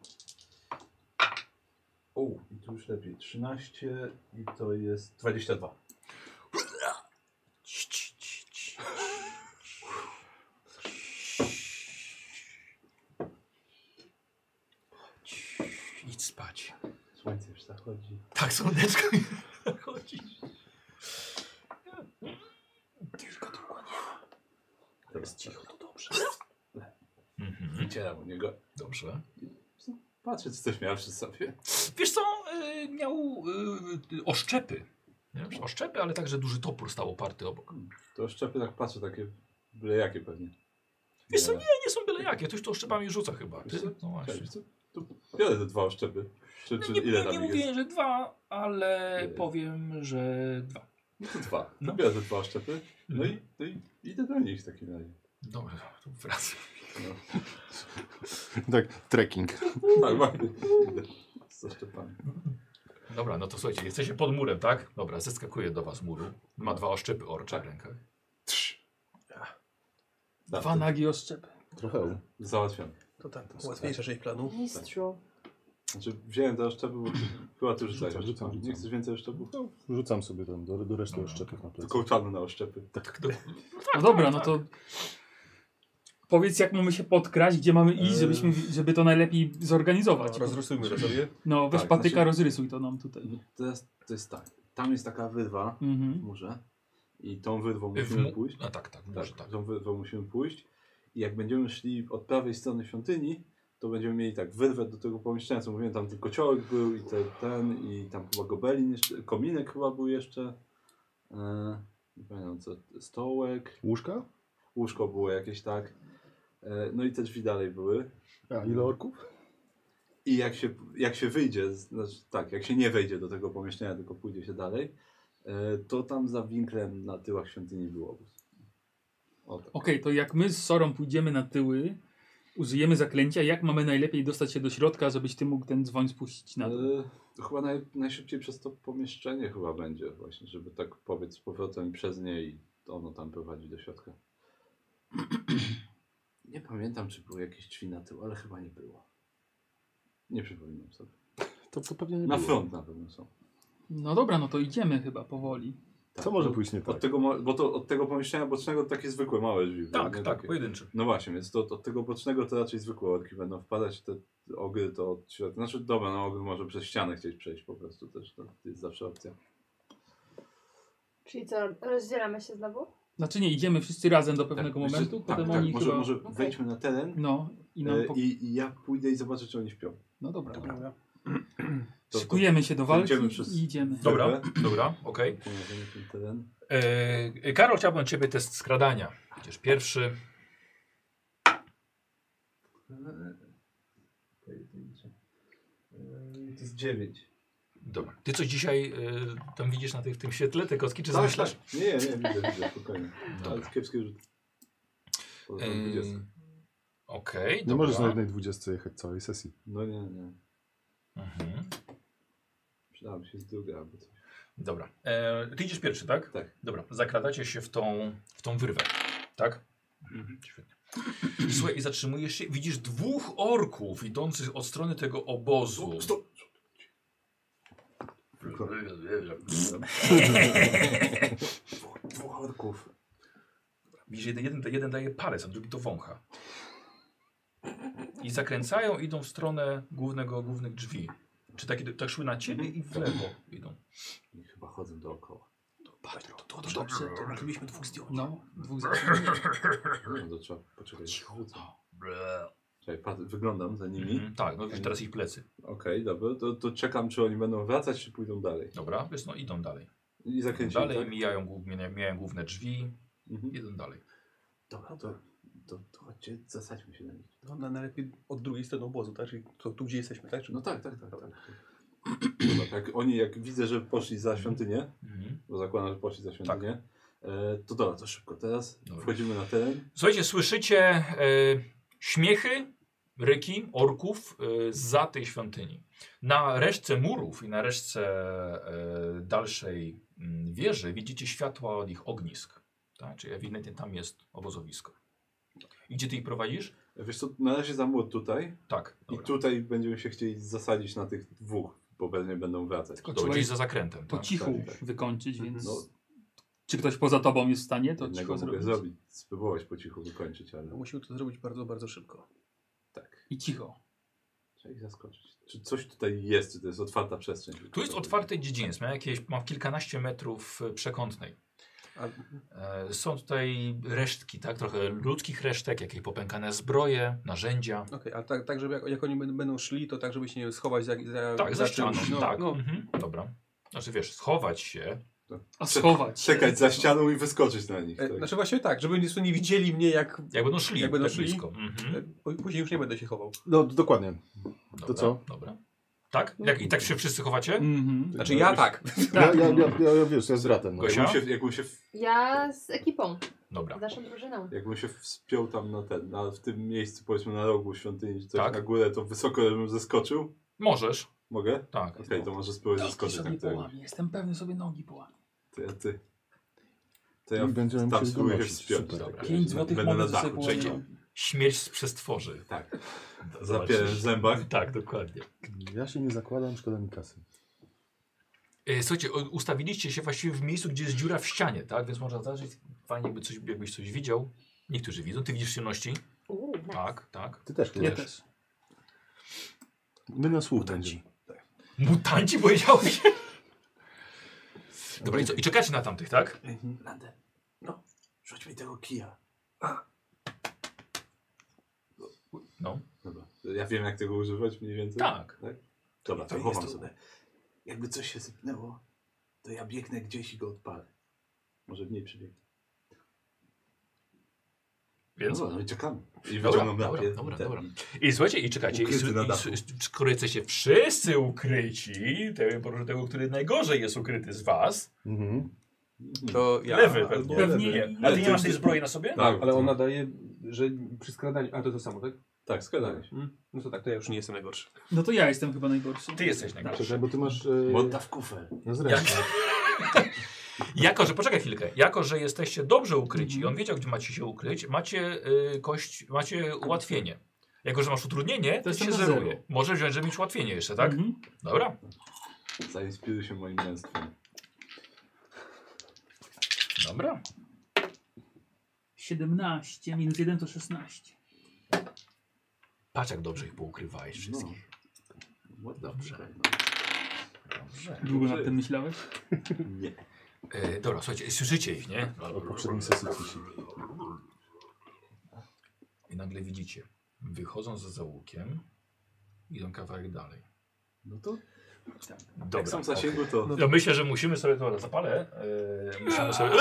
Speaker 3: O, i tu już lepiej. 13 i to jest 22.
Speaker 1: Idź spać.
Speaker 3: Słońce już zachodzi.
Speaker 1: Tak, słoneczko mi zachodzi. Tylko długo nie ma.
Speaker 3: Teraz
Speaker 1: Cicho, to dobrze.
Speaker 3: wycieram u niego.
Speaker 1: Dobrze.
Speaker 3: Patrzę, czy coś miał przy sobie.
Speaker 1: Wiesz co, miał oszczepy. Nie? Oszczepy, ale także duży topór stał oparty obok.
Speaker 3: To szczepy tak patrzę, takie byle jakie pewnie.
Speaker 1: Wiesz co, nie są byle jakie, ktoś to oszczepami rzuca chyba. Ty?
Speaker 3: Wiesz co?
Speaker 1: No właśnie.
Speaker 3: Wiesz co? To biorę te 2 oszczepy. Czy ile tam
Speaker 1: Nie
Speaker 3: ich
Speaker 1: mówię,
Speaker 3: jest?
Speaker 1: że 2, ale
Speaker 3: Jeden.
Speaker 1: powiem, że 2.
Speaker 3: No to 2. To
Speaker 1: No.
Speaker 3: biorę te 2 oszczepy. No i idę do nich w takim razie.
Speaker 1: Dobra, to wracam.
Speaker 3: No.
Speaker 4: Tak, trekking.
Speaker 3: Tak, właśnie. Idę z oszczepami.
Speaker 1: Dobra, no to słuchajcie, jesteście pod murem, tak? Dobra, zeskakuje do was muru. Ma 2 oszczepy orcza w rękach.
Speaker 6: Dwa nagie oszczepy.
Speaker 4: Trochę.
Speaker 3: Załatwiam.
Speaker 5: To tak, łatwiejsza część planu.
Speaker 2: Mistrzu.
Speaker 3: Znaczy wziąłem te oszczepy, bo chyba ty już
Speaker 4: Rzucam,
Speaker 3: zajesz.
Speaker 4: rzucam.
Speaker 3: Nie chcesz więcej oszczepów?
Speaker 4: Rzucam sobie tam do reszty oszczepów na plecy.
Speaker 3: Tylko czarno na oszczepy.
Speaker 6: No dobra, no to powiedz, jak mamy się podkraść, gdzie mamy iść, żeby to najlepiej zorganizować.
Speaker 5: Rozrysujmy to sobie.
Speaker 6: No, weź
Speaker 3: Tak,
Speaker 6: patyka,
Speaker 3: znaczy-
Speaker 6: rozrysuj to nam tutaj.
Speaker 3: No teraz to jest tak. Tam jest taka wyrwa w
Speaker 6: Mhm.
Speaker 3: murze. I tą wyrwą musimy pójść.
Speaker 1: A tak, może tak.
Speaker 3: Tą wyrwą musimy pójść. I jak będziemy szli od prawej strony świątyni, to będziemy mieli tak wyrwę do tego pomieszczenia, co mówiłem, tam tylko kociołek był i i tam chyba gobelin jeszcze, kominek chyba był jeszcze. Nie pamiętam co, stołek,
Speaker 4: Łóżka?
Speaker 3: łóżko było jakieś tak. No i te drzwi dalej były.
Speaker 4: A ile orków?
Speaker 3: I jak się wyjdzie, znaczy tak, jak się nie wejdzie do tego pomieszczenia, tylko pójdzie się dalej, to tam za winklem na tyłach świątyni był obóz. O, tak.
Speaker 6: Okej, to jak my z Sorą pójdziemy na tyły, użyjemy zaklęcia, jak mamy najlepiej dostać się do środka, żebyś ty mógł ten dzwoń spuścić na dół?
Speaker 3: To chyba najszybciej przez to pomieszczenie chyba będzie właśnie, żeby tak powiedz z powrotem przez nie i ono tam prowadzi do środka. Nie pamiętam, czy były jakieś drzwi na tył, ale chyba nie było. Nie przypominam sobie.
Speaker 4: To pewnie nie
Speaker 3: Na
Speaker 4: było.
Speaker 3: front na pewno są.
Speaker 6: No dobra, no to idziemy chyba powoli.
Speaker 3: Tak,
Speaker 4: Co może
Speaker 3: bo
Speaker 4: pójść nie tak?
Speaker 3: Bo to od tego pomieszczenia bocznego to takie zwykłe małe drzwi. były,
Speaker 1: Tak,
Speaker 3: nie
Speaker 1: tak,
Speaker 3: takie.
Speaker 1: pojedynczy.
Speaker 3: No właśnie, więc to od tego bocznego to raczej zwykłe orki będą wpadać, te ogry to od środka. Znaczy dobra, no ogry może przez ścianę chcieć przejść po prostu też, to jest zawsze opcja.
Speaker 2: Czyli co, rozdzielamy się znowu?
Speaker 6: Znaczy nie, idziemy wszyscy razem do pewnego
Speaker 3: Tak,
Speaker 6: momentu,
Speaker 3: tak,
Speaker 6: potem
Speaker 3: tak,
Speaker 6: oni chyba...
Speaker 3: może wejdźmy na teren
Speaker 6: No i nam...
Speaker 3: i ja pójdę i zobaczę, czy oni śpią.
Speaker 6: No dobra.
Speaker 3: To-
Speaker 6: Szykujemy się do walki
Speaker 3: idziemy przez-
Speaker 6: i idziemy.
Speaker 1: Dobra, okej.
Speaker 3: to możemy ten teren.
Speaker 1: Karol, chciałbym od ciebie test skradania. Idziesz pierwszy.
Speaker 3: Pojedyncze. To jest 9.
Speaker 1: Dobra. Ty coś dzisiaj tam widzisz w tym świetle, te kostki, czy
Speaker 3: Tak,
Speaker 1: zamyślasz?
Speaker 3: tak. Nie, widzę, spokojnie.
Speaker 1: Dobra.
Speaker 3: Ale kiepski rzut. Poza tym 20.
Speaker 1: Okej,
Speaker 4: Nie
Speaker 1: dobra.
Speaker 4: możesz na jednej 20 jechać całej sesji.
Speaker 3: No nie.
Speaker 1: Mhm.
Speaker 3: Przydałaby się z druga albo coś.
Speaker 1: Dobra. Ty idziesz pierwszy, tak?
Speaker 3: Tak.
Speaker 1: Dobra. Zakradacie się w tą wyrwę. Tak? Świetnie. Słuchaj, i zatrzymujesz się. Widzisz 2 orków idących od strony tego obozu.
Speaker 3: Stop! Dwóch orków.
Speaker 1: Widzisz, jeden daje palec, a drugi to wącha. I zakręcają, idą w stronę głównych drzwi. Czy tak szły na ciebie i w lewo idą.
Speaker 3: I chyba chodzą dookoła.
Speaker 6: To dobrze, to moglibyśmy 2 zdjąć. No, 2 zdjąć.
Speaker 3: No to trzeba poczekać. Czekaj, wyglądam za nimi.
Speaker 1: Tak, no widzisz teraz ich plecy.
Speaker 3: Okej, dobra. To czekam, czy oni będą wracać, czy pójdą dalej.
Speaker 1: Dobra, wiesz, no idą dalej.
Speaker 3: I zakręcili,
Speaker 1: Dalej
Speaker 3: tak?
Speaker 1: mijają główne drzwi,
Speaker 3: Mhm.
Speaker 1: idą dalej.
Speaker 3: Dobra, to chodźcie, zasadźmy się na nich.
Speaker 5: No, najlepiej od drugiej strony obozu, tak? Czyli tu gdzie jesteśmy, tak? Czy...
Speaker 3: No tak. Dobra, tak. Oni jak widzę, że poszli za świątynię, bo zakładam, że poszli za świątynię, to dobra, to szybko. Teraz wchodzimy na teren.
Speaker 1: Słuchajcie, słyszycie śmiechy, ryki orków zza tej świątyni. Na resztce murów i na resztce dalszej wieży widzicie światła od ich ognisk. Tak? Czyli ewidentnie tam jest obozowisko. I gdzie ty ich prowadzisz?
Speaker 3: Wiesz co, na razie za młot tutaj
Speaker 1: Tak.
Speaker 3: i
Speaker 1: Dobra.
Speaker 3: tutaj będziemy się chcieli zasadzić na tych dwóch, bo pewnie będą wracać.
Speaker 6: Tylko
Speaker 1: Dobra,
Speaker 6: trzeba
Speaker 1: gdzieś
Speaker 6: ich
Speaker 1: za zakrętem.
Speaker 6: po
Speaker 1: Tak?
Speaker 6: cichu
Speaker 3: tak.
Speaker 6: wykończyć, więc...
Speaker 3: No,
Speaker 6: Czy ktoś poza tobą jest w stanie to
Speaker 3: jednego
Speaker 6: cicho
Speaker 3: mogę
Speaker 6: zrobić?
Speaker 3: zrobić, spróbować po cichu wykończyć, ale
Speaker 5: Musimy to zrobić bardzo, bardzo szybko.
Speaker 3: tak.
Speaker 6: I cicho.
Speaker 3: Trzeba ich zaskoczyć. Czy coś tutaj jest, czy to jest otwarta przestrzeń?
Speaker 1: Tu jest otwarty dziedziniec. Ma kilkanaście metrów przekątnej. Są tutaj resztki, tak? Trochę ludzkich resztek, jakieś popękane zbroje, narzędzia.
Speaker 5: Okej, a tak żeby jak oni będą szli, to tak, żeby się nie schować za
Speaker 1: Tak, za ścianą.
Speaker 5: czymś. No,
Speaker 1: tak.
Speaker 5: no.
Speaker 1: Dobra. Znaczy wiesz, schować się.
Speaker 6: A schować się.
Speaker 3: Czekać za ścianą i wyskoczyć na nich. Tak.
Speaker 5: Znaczy właśnie tak, żeby nie widzieli mnie jak
Speaker 1: Jak będą szli,
Speaker 5: Jak będą
Speaker 1: tak
Speaker 5: szli?
Speaker 1: blisko.
Speaker 5: później już nie będę się chował.
Speaker 4: No dokładnie.
Speaker 1: Dobra,
Speaker 4: co?
Speaker 1: Dobra. Tak? I tak się wszyscy chowacie?
Speaker 6: Mhm.
Speaker 5: Znaczy ja tak.
Speaker 4: Ja wiesz, ja z bratem. No.
Speaker 1: Gosia?
Speaker 2: Ja z ekipą,
Speaker 1: Dobra.
Speaker 2: z naszą drużyną.
Speaker 3: Jakbym się wspiął tam w tym miejscu, powiedzmy na rogu świątyni, czy coś
Speaker 1: Tak.
Speaker 3: na górę, to wysoko bym zeskoczył.
Speaker 1: Możesz.
Speaker 3: Mogę?
Speaker 1: Tak.
Speaker 3: Okej, to może spróbuję zeskoczyć na
Speaker 6: sobie
Speaker 3: którego.
Speaker 6: połamie. Jestem pewny, sobie nogi połamie.
Speaker 3: To ja
Speaker 4: I będziemy
Speaker 3: tam
Speaker 4: musieli
Speaker 3: spróbuję się
Speaker 4: donosić.
Speaker 3: wspiąć.
Speaker 4: Super.
Speaker 3: Dobra.
Speaker 6: 5 złotych
Speaker 3: Będę na
Speaker 6: monet sobie
Speaker 3: dachu.
Speaker 6: połamie.
Speaker 1: Przejdzie. Śmierć z przestworzy.
Speaker 3: Tak.
Speaker 1: Zobaczysz.
Speaker 3: Zapierę w zębach.
Speaker 1: Tak, dokładnie.
Speaker 4: Ja się nie zakładam, szkoda mi kasy.
Speaker 1: Słuchajcie, ustawiliście się właściwie w miejscu, gdzie jest dziura w ścianie, tak? Więc można zacząć. Fajnie, jakbyś coś widział. Niektórzy widzą. Ty widzisz w ciemności?
Speaker 2: Nice.
Speaker 1: Tak, tak.
Speaker 4: Ty też
Speaker 6: Ja
Speaker 4: wiesz.
Speaker 6: też.
Speaker 4: My na słuch będziemy.
Speaker 1: Mutanci powiedziałeś? Dobra, i czekacie na tamtych, tak?
Speaker 3: Lander, no, rzuć mi tego kija.
Speaker 1: No.
Speaker 3: Dobra. Ja wiem, jak tego używać mniej więcej?
Speaker 1: Tak.
Speaker 3: Dobra, to
Speaker 7: To
Speaker 3: chowam
Speaker 7: jest
Speaker 3: sobie. Jakby coś się sypnęło, to ja biegnę gdzieś i go odpalę. Może mniej przybiegnę.
Speaker 1: Więc.
Speaker 3: Dobra, no i czekamy. I
Speaker 1: Dobra,
Speaker 3: wyciągam
Speaker 1: dobra,
Speaker 3: lapię.
Speaker 1: dobra,
Speaker 3: Ten-
Speaker 1: dobra. I słuchajcie, i czekajcie.
Speaker 3: Ukryty na dachu.
Speaker 1: Skoro jesteście wszyscy ukryci, to tego, który najgorzej jest ukryty z was.
Speaker 4: Mhm.
Speaker 5: To ja.
Speaker 1: Lewy
Speaker 5: albo-
Speaker 1: pewnie.
Speaker 6: Pewnie.
Speaker 1: Nie. A ty nie masz tej zbroi na sobie?
Speaker 3: Tak,
Speaker 5: Ale ona daje, że przy skradaniu... A to samo, tak?
Speaker 3: Tak, składanie się.
Speaker 5: No to tak, to ja już nie jestem najgorszy.
Speaker 6: No to ja jestem chyba najgorszy.
Speaker 1: Ty jesteś najgorszy.
Speaker 4: Czekaj, bo ty masz...
Speaker 3: Modda w kufer.
Speaker 4: na zresztą.
Speaker 1: Jako, że poczekaj chwilkę, jako, że jesteście dobrze ukryci i on wiedział, gdzie macie się ukryć, macie ułatwienie. Jako, że masz utrudnienie, to
Speaker 6: jestem
Speaker 1: się
Speaker 6: na
Speaker 1: zeruje.
Speaker 6: zero.
Speaker 1: Możesz wziąć, żeby mieć ułatwienie jeszcze, tak?
Speaker 6: Mhm.
Speaker 1: Dobra.
Speaker 3: Zainspiruj się moim męstwem.
Speaker 1: Dobra.
Speaker 6: 17 minus 1 to 16.
Speaker 1: Patrz, jak dobrze ich poukrywałeś wszystkich.
Speaker 3: Modda w
Speaker 1: Dobrze.
Speaker 3: kufer,
Speaker 1: Dobrze.
Speaker 6: Długo nad tym myślałeś?
Speaker 3: no. Nie.
Speaker 1: Dobra, słuchajcie, słyszycie ich, nie?
Speaker 4: Od poprzedniej sesji cisi.
Speaker 1: I nagle widzicie, wychodzą za załukiem, idą kawałek dalej.
Speaker 3: No to
Speaker 1: Dobra.
Speaker 3: jak są w zasięgu, to...
Speaker 1: No myślę, że musimy sobie, dobra, zapalę. Musimy sobie...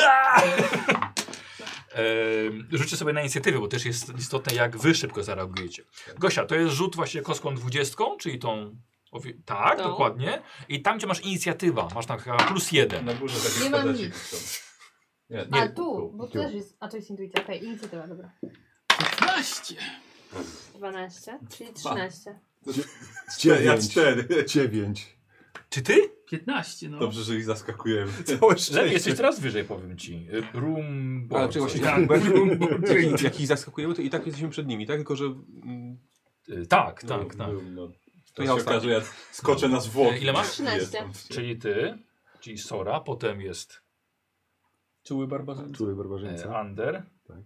Speaker 1: Rzućcie sobie na inicjatywę, bo też jest istotne, jak wy szybko zareagujecie. Gosia, to jest rzut właśnie kostką 20, czyli tą... Tak,
Speaker 2: Tą.
Speaker 1: dokładnie. I tam, gdzie masz inicjatywa, masz tam chyba +1.
Speaker 3: Na górze takie
Speaker 2: Nie mam
Speaker 3: kwadraciki
Speaker 2: nic.
Speaker 3: są. Nie,
Speaker 2: A
Speaker 3: nie,
Speaker 2: tu, bo tu też jest. A to jest intuicja. Okej, inicjatywa, dobra.
Speaker 6: 15!
Speaker 2: 12, czyli 13.
Speaker 3: Ja
Speaker 4: 9.
Speaker 3: 4.
Speaker 4: 9.
Speaker 1: Czy ty?
Speaker 6: 15, no.
Speaker 3: Dobrze, że ich zaskakujemy.
Speaker 5: Całe
Speaker 1: Lepiej jesteś teraz wyżej, powiem ci. Room...
Speaker 5: Ale czy właśnie
Speaker 6: Tak.
Speaker 5: jak ich zaskakujemy, to i tak jesteśmy przed nimi, tak? Tylko, że...
Speaker 1: Tak,
Speaker 3: No,
Speaker 1: tak, tak.
Speaker 3: no.
Speaker 5: To
Speaker 3: To
Speaker 5: ja
Speaker 3: się
Speaker 5: ostatni.
Speaker 3: okaże, ja skoczę na zwłoki.
Speaker 1: Ile masz?
Speaker 2: 13.
Speaker 1: Czyli ty, czyli Sora, potem jest
Speaker 6: Czuły barbarzyńca.
Speaker 4: Czuły barbarzyńca.
Speaker 1: Ander
Speaker 4: Tak.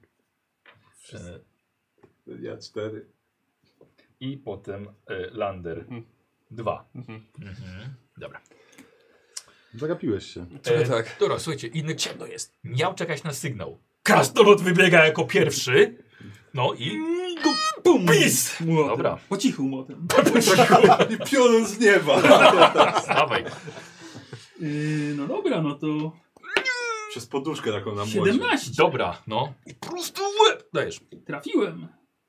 Speaker 3: Ja 4.
Speaker 1: i potem Lander 2.
Speaker 5: Mhm.
Speaker 1: Dobra.
Speaker 4: Zagapiłeś się.
Speaker 5: Trochę tak.
Speaker 1: Dobra, słuchajcie, inny ciemno jest. Miał czekać na sygnał. Krasnolud wybiega jako pierwszy. No i...
Speaker 6: Bum!
Speaker 1: Pis!
Speaker 6: Młotem.
Speaker 1: Dobra.
Speaker 6: Po cichu młotem.
Speaker 3: I piorun z nieba.
Speaker 1: Dawaj.
Speaker 6: No dobra, no to
Speaker 3: Przez poduszkę taką na młocie.
Speaker 6: 17.
Speaker 1: Dobra, no. I prosto w łeb dajesz.
Speaker 6: Trafiłem.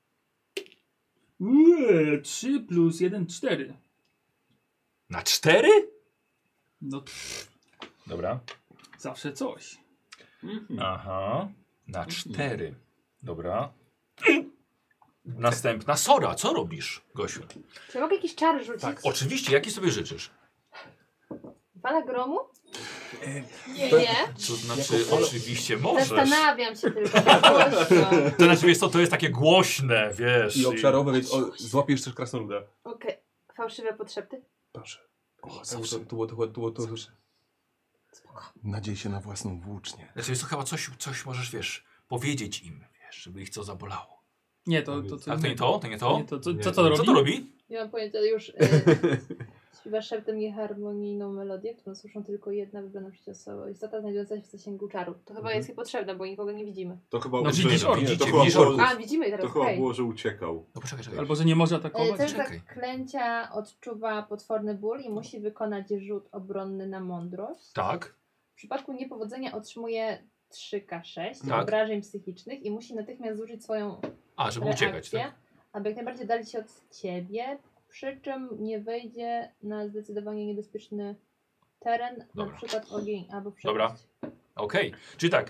Speaker 6: 3 plus 1, 4.
Speaker 1: Na 4?
Speaker 6: No
Speaker 1: Dobra.
Speaker 6: zawsze coś.
Speaker 1: Aha. Na 4. Dobra. Następna Sora. Co robisz, Gosiu?
Speaker 2: Czy mogę jakiś czar rzucić?
Speaker 1: Tak. Oczywiście, jaki sobie życzysz?
Speaker 2: Fala gromu? Nie.
Speaker 1: To znaczy, oczywiście możesz.
Speaker 2: Zastanawiam się tylko. Głośno.
Speaker 1: To znaczy, wiesz co, to jest takie głośne, wiesz.
Speaker 5: I obszarowe, więc złapiesz też krasnoluda.
Speaker 2: Okej. Fałszywe podszepty?
Speaker 5: Proszę.
Speaker 4: Zawsze.
Speaker 5: To było.
Speaker 4: Nadziej się na własną włócznię.
Speaker 1: Znaczy, wiesz co, chyba coś możesz, wiesz, powiedzieć im, wiesz, żeby ich co zabolało.
Speaker 6: Nie, to
Speaker 1: Ale to nie to? To nie to?
Speaker 6: Nie, to co
Speaker 3: Nie.
Speaker 6: to robi?
Speaker 1: Co to robi?
Speaker 2: Nie mam pojęcia już. Śpiewa szeptem nieharmonijną melodię, którą słyszą tylko jedna wybrana przez osoba. Istota znajdująca się w zasięgu czaru. To chyba jest niepotrzebne, bo nikogo nie widzimy.
Speaker 3: To chyba
Speaker 1: No,
Speaker 3: uciekał.
Speaker 1: widzisz,
Speaker 3: To
Speaker 1: widzicie,
Speaker 3: chyba
Speaker 1: widzisz
Speaker 3: było-
Speaker 1: orków.
Speaker 2: A, widzimy teraz,
Speaker 3: To chyba
Speaker 2: okej.
Speaker 3: było, że uciekał.
Speaker 1: No poczekaj.
Speaker 6: Albo, że nie może atakować?
Speaker 2: Ten
Speaker 1: czekaj.
Speaker 2: zaklęcia odczuwa potworny ból i musi wykonać rzut obronny na mądrość.
Speaker 1: Tak.
Speaker 2: W przypadku niepowodzenia otrzymuje 3K6
Speaker 1: Tak.
Speaker 2: obrażeń psychicznych i musi natychmiast zużyć swoją
Speaker 1: A, żeby uciekać,
Speaker 2: reakcję,
Speaker 1: tak?
Speaker 2: aby jak najbardziej dali się od ciebie, przy czym nie wejdzie na zdecydowanie niebezpieczny teren,
Speaker 1: Dobra.
Speaker 2: na przykład ogień albo
Speaker 1: Dobra.
Speaker 2: przepaść.
Speaker 1: Okej. Czyli tak.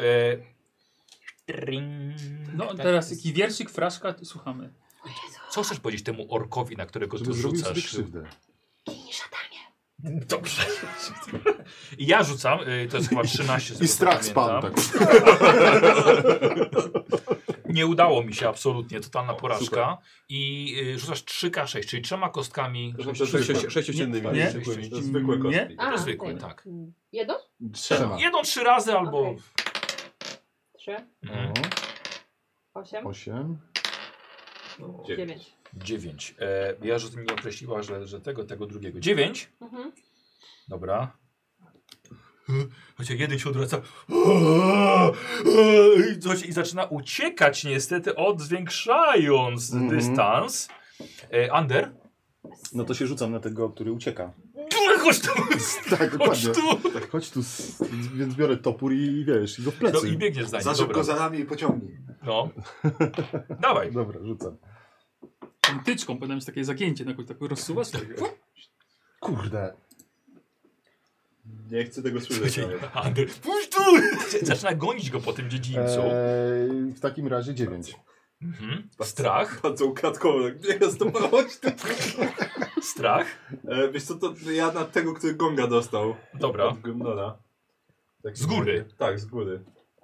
Speaker 1: Tring.
Speaker 6: No
Speaker 1: Tak.
Speaker 6: teraz jaki wierszyk, fraszka, to słuchamy.
Speaker 1: Co chcesz powiedzieć temu orkowi, na którego
Speaker 4: Żeby
Speaker 1: tu
Speaker 4: zrobił sobie
Speaker 1: rzucasz?
Speaker 4: krzywdę.
Speaker 2: Kini szatanie.
Speaker 1: Dobrze. I ja rzucam, to jest chyba 13. z
Speaker 4: I
Speaker 1: tego, co
Speaker 4: strach spadł. Tak.
Speaker 1: pamiętam. Nie udało mi się absolutnie, totalna porażka.
Speaker 3: Super.
Speaker 1: I rzucasz 3K6, czyli 3 kostkami.
Speaker 3: To są te zwykłe.
Speaker 5: Sześciościennymi.
Speaker 6: Nie?
Speaker 3: To zwykłe
Speaker 6: Nie?
Speaker 3: kostki.
Speaker 2: A,
Speaker 1: zwykłe,
Speaker 2: okej.
Speaker 1: tak.
Speaker 2: Jedną?
Speaker 4: Trzema.
Speaker 1: Jedną 3 razy albo.
Speaker 2: Okej. 3,
Speaker 1: Mhm.
Speaker 2: 8,
Speaker 4: 8.
Speaker 2: 9.
Speaker 1: 9. Ja że mi określiła, że tego drugiego. 9.
Speaker 2: Mhm.
Speaker 1: Dobra. Chociaż jeden się odwraca i zaczyna uciekać niestety, zwiększając dystans. Ander?
Speaker 7: No to się rzucam na tego, który ucieka.
Speaker 1: Chodź tu!
Speaker 4: Tak,
Speaker 1: Chodź
Speaker 4: dokładnie.
Speaker 1: tu!
Speaker 4: Chodź tu, więc biorę topór i wiesz, i go w plecy.
Speaker 1: No i biegniesz za nim.
Speaker 3: Zażył
Speaker 1: Dobra.
Speaker 3: go za ramię i pociągnij.
Speaker 1: No. Dawaj.
Speaker 4: Dobra, rzucam.
Speaker 6: Tą tyczką powinno mieć takie zagięcie, na jakąś taką rozsuwasz.
Speaker 4: Kurde.
Speaker 3: Nie chcę tego słyszeć. ale-
Speaker 1: Ander, pójdź tu! Zaczyna gonić go po tym dziedzińcu.
Speaker 4: W takim razie 9.
Speaker 1: Mhm. Strach.
Speaker 3: Bardzo ukradkowo, tak biega z tobą, chodź tu.
Speaker 1: Strach.
Speaker 3: Wiesz co, to ja na tego, który gonga dostał.
Speaker 1: Dobra.
Speaker 3: Od Grimnora. Tak,
Speaker 1: Z góry?
Speaker 3: Tak, z góry.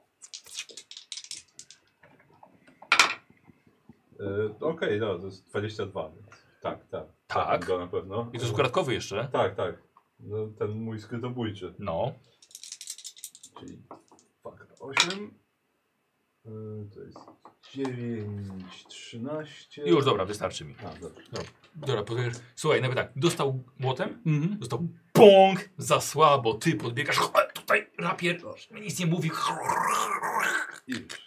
Speaker 3: Okej, no, to jest 22. Więc tak.
Speaker 1: Tak.
Speaker 3: Trafiam go na pewno.
Speaker 1: I to jest ukradkowy jeszcze.
Speaker 3: Tak. No, ten mój skrytobójczy.
Speaker 1: No.
Speaker 3: Czyli 8. To jest 9, 13.
Speaker 1: Już dobra, wystarczy mi.
Speaker 3: A, dobrze.
Speaker 1: Dobra, słuchaj, nawet tak, dostał młotem,
Speaker 6: Mhm.
Speaker 1: dostał bąk, za słabo, ty podbiegasz, tutaj rapier, nic nie mówi.
Speaker 3: I już.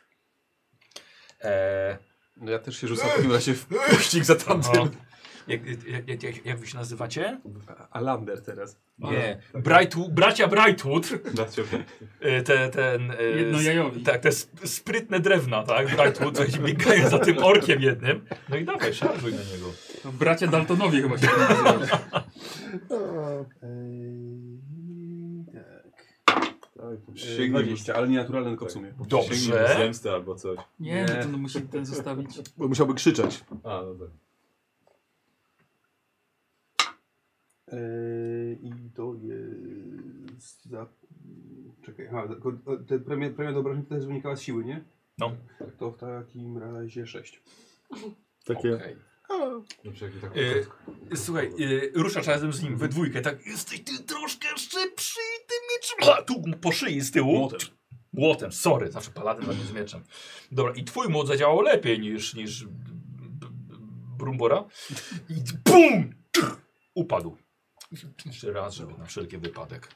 Speaker 5: No ja też się rzucam w takim razie w pościg za tamtym.
Speaker 1: Jak wy się nazywacie?
Speaker 5: Alander teraz.
Speaker 1: Nie, bracia Brightwood,
Speaker 3: Dla ciebie.
Speaker 6: Jednojajowi.
Speaker 1: Tak, te sprytne drewna, tak, Brightwood, co biegają za tym orkiem jednym. No i dawaj, szarżuj na niego.
Speaker 6: No, bracia Daltonowie chyba się nazywają.
Speaker 3: Tak, sięgnij
Speaker 5: 20, ale nie naturalne tylko w sumie.
Speaker 1: Dobrze.
Speaker 3: Sięgnij z zemsty albo coś.
Speaker 6: Nie, no to musi ten zostawić.
Speaker 4: Bo musiałby krzyczeć.
Speaker 3: A, no tak.
Speaker 5: I to jest za... Czekaj, te premia do obrażeń też wynikała z siły, nie?
Speaker 1: No.
Speaker 5: To w takim razie 6.
Speaker 4: Takie...
Speaker 1: Okej.
Speaker 3: Dobrze, jaki tak
Speaker 1: Słuchaj, ruszasz razem z nim we dwójkę, tak, jesteś ty troszkę szybszy i ty mieczem, tu po szyi z tyłu. Młotem, sorry, zawsze paladyn z mieczem. Dobra, i twój młot zadziałał lepiej niż Brumbora. I BUM! Upadł. Jeszcze raz, żeby na wszelki wypadek.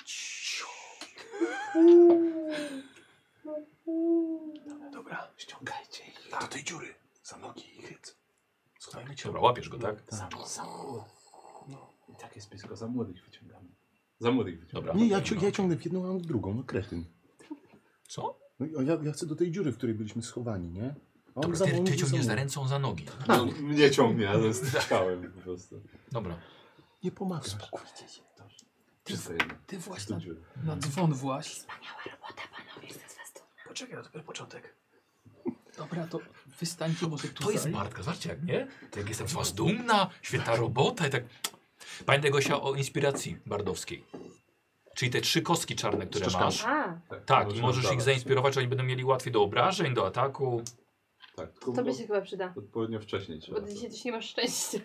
Speaker 7: Dobra, ściągajcie ich do tej dziury. Za nogi i chyc. Schowajmy cię.
Speaker 1: Dobra, łapiesz go, tak?
Speaker 3: No, i tak jest blisko, za młodych wyciągamy. Za młodych wyciągamy.
Speaker 1: Dobra.
Speaker 4: Nie, ja ciągnę w jedną, a on w drugą, no kretyn.
Speaker 1: Co?
Speaker 4: No, ja chcę do tej dziury, w której byliśmy schowani, nie? A on
Speaker 1: Dobra,
Speaker 4: za
Speaker 1: ty
Speaker 4: mną,
Speaker 1: ciągniesz
Speaker 4: za
Speaker 1: za
Speaker 4: mną.
Speaker 1: ręką za nogi.
Speaker 3: No, mnie ciągnie, ale chciałem po prostu.
Speaker 1: Dobra.
Speaker 4: Nie pomagasz.
Speaker 6: Spokójcie się.
Speaker 3: Czysto jedno.
Speaker 6: Ty właśnie
Speaker 3: Do dziury.
Speaker 6: na dzwon właś.
Speaker 2: Wspaniała robota, panowie, jestem z was dumna.
Speaker 7: Poczekaj, to dopiero początek.
Speaker 6: Dobra, to wystańcie może tutaj.
Speaker 1: To jest Bartka, zobaczcie jak, nie? To jak jestem z was dumna, świetna robota i tak... Pamiętaj Gosia o inspiracji bardowskiej. Czyli te 3 kostki czarne, które masz.
Speaker 2: A,
Speaker 1: Tak, i możesz ich zainspirować, że oni będą mieli łatwiej do obrażeń, do ataku.
Speaker 3: Tak, tylko
Speaker 2: to by się chyba przyda.
Speaker 3: odpowiednio wcześniej trzeba.
Speaker 2: Bo ty dzisiaj też nie masz szczęścia.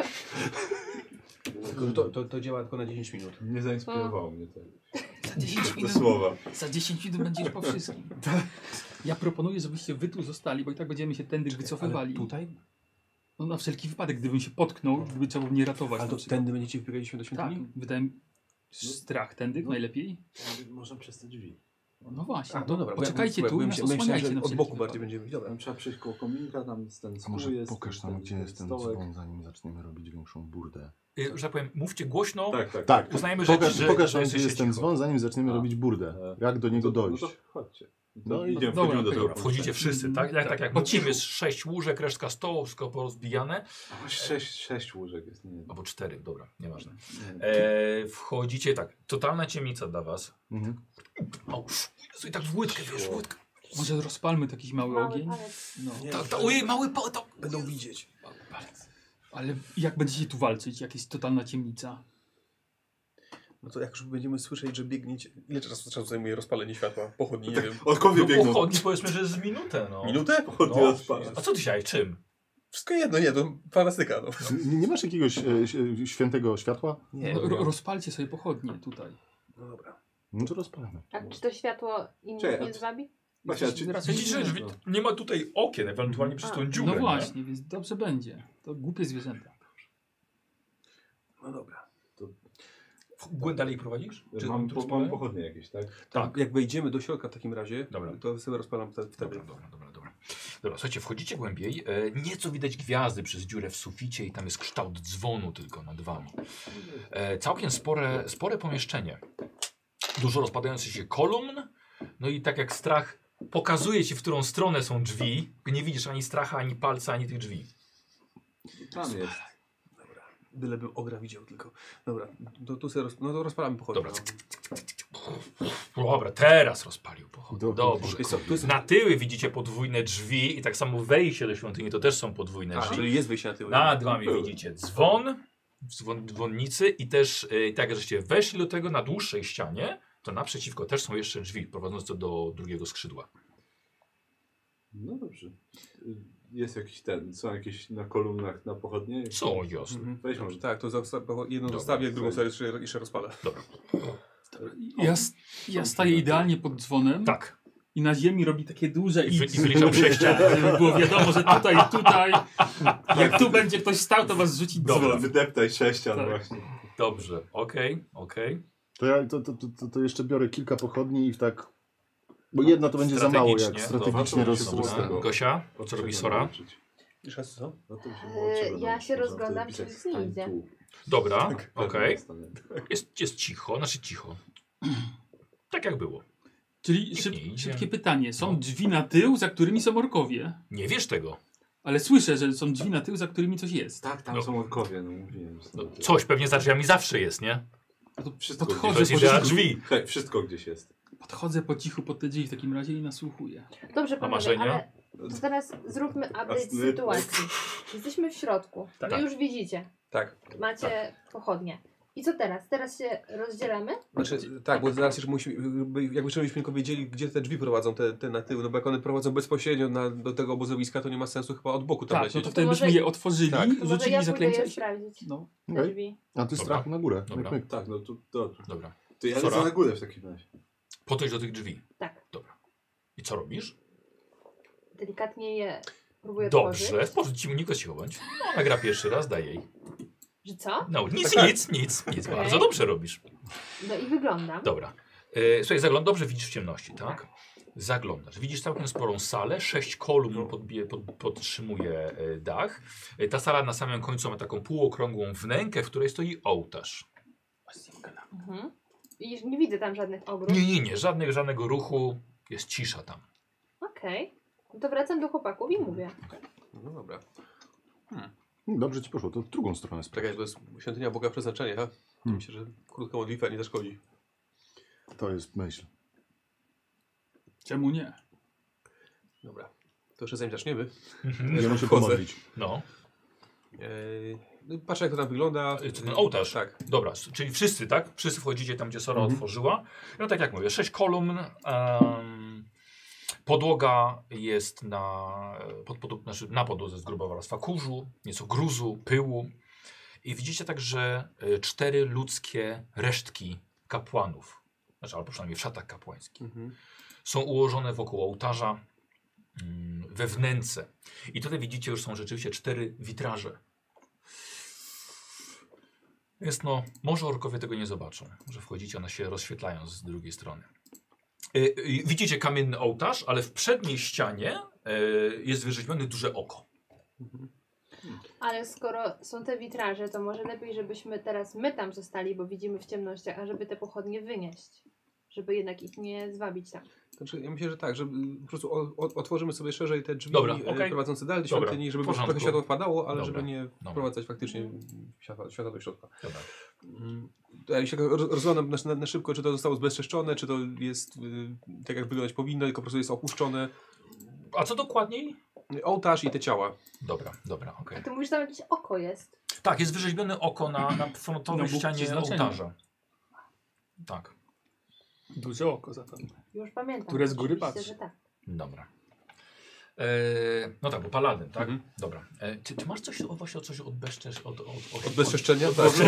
Speaker 5: To działa tylko na 10 minut.
Speaker 3: Nie zainspirowało mnie to.
Speaker 6: Za 10
Speaker 3: Te
Speaker 6: minut,
Speaker 3: słowa.
Speaker 6: za 10 minut będziesz po wszystkim. Ja proponuję, żebyście wy tu zostali, bo i tak będziemy się tędy wycofywali.
Speaker 5: Tutaj?
Speaker 6: No na wszelki wypadek, gdybym się potknął, gdyby trzeba było mnie ratować.
Speaker 5: Ale
Speaker 6: na
Speaker 5: to
Speaker 6: przykład.
Speaker 5: tędy będziecie wbiegaliśmy do
Speaker 6: Tak,
Speaker 5: świątyni?
Speaker 6: wydaje mi strach tędy najlepiej.
Speaker 3: Można przez te drzwi.
Speaker 6: No właśnie,
Speaker 5: No dobra,
Speaker 6: poczekajcie tu i nas osłaniajcie na
Speaker 5: od
Speaker 6: wszelki
Speaker 5: boku
Speaker 6: wypadek.
Speaker 5: bardziej będziemy. Dobra.
Speaker 3: Tam trzeba przejść koło kominka, tam jest ten
Speaker 4: A
Speaker 3: stół,
Speaker 4: może
Speaker 3: jest
Speaker 4: pokaż
Speaker 3: ten,
Speaker 4: nam, gdzie jest ten
Speaker 3: stołek.
Speaker 4: dzwon, zanim zaczniemy robić większą burdę.
Speaker 1: Że tak powiem, mówcie głośno.
Speaker 3: Tak.
Speaker 4: Tak,
Speaker 1: Uznajmy, że,
Speaker 4: pokaż nam, gdzie
Speaker 1: jesteście
Speaker 4: jest ten
Speaker 1: cicho.
Speaker 4: dzwon, zanim zaczniemy robić burdę. Jak do niego dojść?
Speaker 3: No to chodźcie.
Speaker 4: No i
Speaker 3: idziemy,
Speaker 6: dobra,
Speaker 3: wchodzimy do
Speaker 6: okej,
Speaker 3: tego.
Speaker 6: dobra.
Speaker 1: Wchodzicie wszyscy, tak? Jak,
Speaker 6: Tak,
Speaker 1: jak
Speaker 6: po
Speaker 1: mówimy,
Speaker 6: cichu.
Speaker 1: jest 6 łóżek, resztka stołów, wszystko porozbijane.
Speaker 3: 6 łóżek jest, nie.
Speaker 1: Albo 4, dobra, nieważne.
Speaker 3: Nie.
Speaker 1: Wchodzicie tak, totalna ciemnica dla was.
Speaker 4: Mhm.
Speaker 1: O, i tak w łydkę, wiesz, w łydkę.
Speaker 6: Może rozpalmy tu jakiś mały
Speaker 2: Mały
Speaker 6: ogień?
Speaker 2: palec.
Speaker 6: No.
Speaker 1: Tak, ojej, mały to.
Speaker 5: Będą widzieć.
Speaker 6: Ale jak będziecie tu walczyć? Jak jest totalna ciemnica?
Speaker 5: No to jak już będziemy słyszeć, że biegniecie... Ile czasu zajmuje rozpalenie światła? Pochodni, nie wiem.
Speaker 3: Odkowie
Speaker 1: No
Speaker 3: biegną.
Speaker 1: pochodni powiedzmy, że z minutę, no.
Speaker 5: Minutę?
Speaker 3: Pochodnie
Speaker 1: No.
Speaker 3: odpala.
Speaker 1: A co ty chciałeś, czym?
Speaker 5: Wszystko jedno, nie, to fantastyka. No.
Speaker 4: Nie masz jakiegoś świętego światła?
Speaker 5: Nie,
Speaker 6: No, rozpalcie sobie pochodnie tutaj.
Speaker 5: no dobra.
Speaker 4: No to rozpalamy.
Speaker 2: A czy to światło innych
Speaker 3: Czekaj,
Speaker 2: nie zwabi?
Speaker 3: Basia, czy...
Speaker 6: Raczej
Speaker 1: Widzisz, że
Speaker 6: nie.
Speaker 1: nie ma tutaj okien, ewentualnie przez tą dziurę.
Speaker 6: No
Speaker 1: nie?
Speaker 6: właśnie, więc dobrze będzie. To głupie zwierzęta.
Speaker 5: No dobra.
Speaker 1: Dalej prowadzisz? Czy
Speaker 3: Mam
Speaker 1: rozpalę?
Speaker 3: pochodnie jakieś, tak?
Speaker 1: Tak.
Speaker 5: Jak wejdziemy do środka w takim razie,
Speaker 1: Dobra.
Speaker 5: to sobie rozpalam wtedy.
Speaker 1: Dobra. Dobra, słuchajcie, wchodzicie głębiej. Nieco widać gwiazdy przez dziurę w suficie i tam jest kształt dzwonu tylko nad wami. Całkiem spore pomieszczenie. Dużo rozpadających się kolumn. No i tak jak strach pokazuje ci, w którą stronę są drzwi, nie widzisz ani stracha, ani palca, ani tych drzwi.
Speaker 3: Tam jest.
Speaker 5: Byleby ogra widział tylko. Dobra, to sobie no to rozpalamy pochodnie.
Speaker 1: Dobra. Dobra, teraz rozpalił pochodnie. Dobrze.
Speaker 5: Wiesz co, tu jest...
Speaker 1: Na tyły widzicie podwójne drzwi i tak samo wejście do świątyni to też są podwójne
Speaker 5: A,
Speaker 1: drzwi.
Speaker 5: czyli jest wyjście na tyły.
Speaker 1: Nad wami widzicie dzwonnicy i też tak, żeście weszli do tego na dłuższej ścianie, to naprzeciwko też są jeszcze drzwi prowadzące do drugiego skrzydła.
Speaker 3: No dobrze. Jest jakiś są jakieś na kolumnach na pochodnie?
Speaker 1: Są, jasne.
Speaker 5: Mhm.
Speaker 3: Weź może.
Speaker 5: Tak, to jedną
Speaker 1: Dobra.
Speaker 5: zostawię, drugą sobie jeszcze rozpalę.
Speaker 1: Dobra.
Speaker 6: Ja staję idealnie pod dzwonem
Speaker 1: Tak.
Speaker 6: i na ziemi robi takie duże
Speaker 1: I
Speaker 6: X,
Speaker 1: wyliczam prześciany.
Speaker 6: żeby było wiadomo, że tutaj. Jak tu będzie ktoś stał, to was rzucić
Speaker 1: Dobra.
Speaker 6: dzwon.
Speaker 3: Wydeptaj sześcian
Speaker 6: Tak.
Speaker 3: właśnie.
Speaker 1: Dobrze, okej.
Speaker 4: To ja to jeszcze biorę kilka pochodni i tak... Bo jedna to będzie za mało, jak strategicznie
Speaker 1: Gosia, co robi Sora?
Speaker 5: Jeszcze raz co?
Speaker 3: No to się było czego
Speaker 2: Ja
Speaker 3: nauczyć,
Speaker 2: się
Speaker 3: można
Speaker 2: rozglądam,
Speaker 3: wtedy
Speaker 2: czy
Speaker 3: pisać
Speaker 2: nic nie
Speaker 3: stań
Speaker 2: idzie.
Speaker 3: tu.
Speaker 1: Dobra, okej.
Speaker 3: Stanę.
Speaker 1: Jest cicho, znaczy cicho. Tak jak było.
Speaker 6: Czyli
Speaker 1: nie idzie.
Speaker 6: szybkie pytanie. Są drzwi na tył, za którymi są orkowie.
Speaker 1: Nie wiesz tego.
Speaker 6: Ale słyszę, że są drzwi na tył, za którymi coś jest.
Speaker 3: Tak, tam
Speaker 1: No.
Speaker 3: są orkowie, no mówiłem.
Speaker 1: No, coś pewnie za drzwiami zawsze jest, nie?
Speaker 6: No to
Speaker 3: Wszystko
Speaker 1: To
Speaker 6: podchodzę
Speaker 1: jest
Speaker 6: po,
Speaker 1: idea
Speaker 6: cichu,
Speaker 1: drzwi.
Speaker 3: Hej, wszystko gdzieś jest.
Speaker 6: podchodzę po cichu pod te drzwi w takim razie i nasłuchuję.
Speaker 2: Dobrze,
Speaker 1: A
Speaker 2: panowie,
Speaker 1: marzenia?
Speaker 2: ale to teraz zróbmy update
Speaker 3: Jasny.
Speaker 2: sytuacji. Jesteśmy w środku.
Speaker 1: Tak.
Speaker 2: Wy już widzicie.
Speaker 5: Tak.
Speaker 2: Macie pochodnie. I co teraz? Teraz się rozdzielamy?
Speaker 5: Znaczy, tak, bo zaraz jeszcze musimy, jakby żebyśmy tylko wiedzieli, gdzie te drzwi prowadzą, te na tył, no bo jak one prowadzą bezpośrednio do tego obozowiska, to nie ma sensu chyba od boku tam
Speaker 6: Tak, no
Speaker 5: lecieć.
Speaker 6: to wtedy
Speaker 2: może-
Speaker 6: byśmy je otworzyli,
Speaker 5: Tak.
Speaker 2: To może
Speaker 6: rzucili
Speaker 2: ja pójdę
Speaker 6: zaklęcia
Speaker 2: je
Speaker 6: i się...
Speaker 2: sprawdzić.
Speaker 6: No.
Speaker 2: Te
Speaker 4: Okej.
Speaker 2: drzwi.
Speaker 4: A ty strach na górę.
Speaker 1: Dobra.
Speaker 4: Myk, myk.
Speaker 3: Tak, no to dobrze.
Speaker 1: Dobra.
Speaker 3: To ja
Speaker 1: Sora?
Speaker 3: lecę na górę w takim razie.
Speaker 1: Podejść do tych drzwi.
Speaker 2: Tak.
Speaker 1: Dobra. I co robisz?
Speaker 2: Delikatnie je próbuję
Speaker 1: Dobrze.
Speaker 2: otworzyć.
Speaker 1: W porządku, cicho się chować. No, ona gra pierwszy raz, daj jej.
Speaker 2: Że co?
Speaker 1: No, nic.
Speaker 2: Okej.
Speaker 1: Bardzo dobrze robisz.
Speaker 2: No i wyglądam.
Speaker 1: Dobra. Słuchaj, dobrze widzisz w ciemności, tak? Zaglądasz. Widzisz całkiem sporą salę, 6 kolumn podtrzymuje dach. Ta sala na samym końcu ma taką półokrągłą wnękę, w której stoi ołtarz.
Speaker 2: Mhm. I nie widzę tam żadnych ogrów.
Speaker 1: Nie, żadnego ruchu, jest cisza tam.
Speaker 2: Okej. No to wracam do chłopaków i mówię.
Speaker 5: No dobra.
Speaker 4: Dobrze ci poszło, to w drugą stronę sprawdź.
Speaker 5: Czekaj, to jest świątynia Boga Przeznaczenia, ha? Myślę, że krótka modlitwa nie zaszkodzi.
Speaker 4: To jest myśl.
Speaker 6: Czemu nie?
Speaker 5: Dobra. To jeszcze zanim zaczniemy.
Speaker 4: Będziemy się
Speaker 5: Wchodzę.
Speaker 4: pomodlić.
Speaker 1: No.
Speaker 5: Patrzę, jak to tam wygląda.
Speaker 1: Ten ołtarz?
Speaker 5: Tak.
Speaker 1: Dobra, czyli wszyscy, tak? Wszyscy wchodzicie tam, gdzie Sora otworzyła. No tak jak mówię, 6 kolumn. Podłoga jest na podłodze z grubego warstwa kurzu, nieco gruzu, pyłu. I widzicie także 4 ludzkie resztki kapłanów. Znaczy, albo przynajmniej w szatach kapłańskich. Są ułożone wokół ołtarza we wnęce. I tutaj widzicie, już są rzeczywiście 4 witraże. Jest może orkowie tego nie zobaczą, że wchodzicie, one się rozświetlają z drugiej strony. Widzicie kamienny ołtarz, ale w przedniej ścianie jest wyrzeźbione duże oko.
Speaker 2: Ale skoro są te witraże, to może lepiej, żebyśmy teraz my tam zostali, bo widzimy w ciemnościach, a żeby te pochodnie wynieść. Żeby jednak ich nie zwabić tam.
Speaker 5: Znaczy, ja myślę, że tak, że po prostu otworzymy sobie szerzej te drzwi prowadzące dalej do świątyni, żeby trochę światło wpadało, ale żeby nie wprowadzać faktycznie światła do środka. Ja się rozglądam na szybko, czy to zostało zbezczeszczone, czy to jest tak jak wyglądać powinno, tylko po prostu jest opuszczone.
Speaker 1: A co dokładniej?
Speaker 5: Ołtarz i te ciała.
Speaker 1: Dobra, okej.
Speaker 2: A ty mówisz, że tam jakieś oko jest.
Speaker 1: Tak, jest wyrzeźbione oko na frontowej ścianie ołtarza. Tak.
Speaker 6: Duże oko zapewne.
Speaker 2: Już pamiętam.
Speaker 6: Które z góry
Speaker 2: oczywiście,
Speaker 6: patrzy.
Speaker 2: że tak.
Speaker 1: Dobra. No tak, bo paladyn, tak? Dobra. Ty masz coś od
Speaker 5: bezczeszczenia?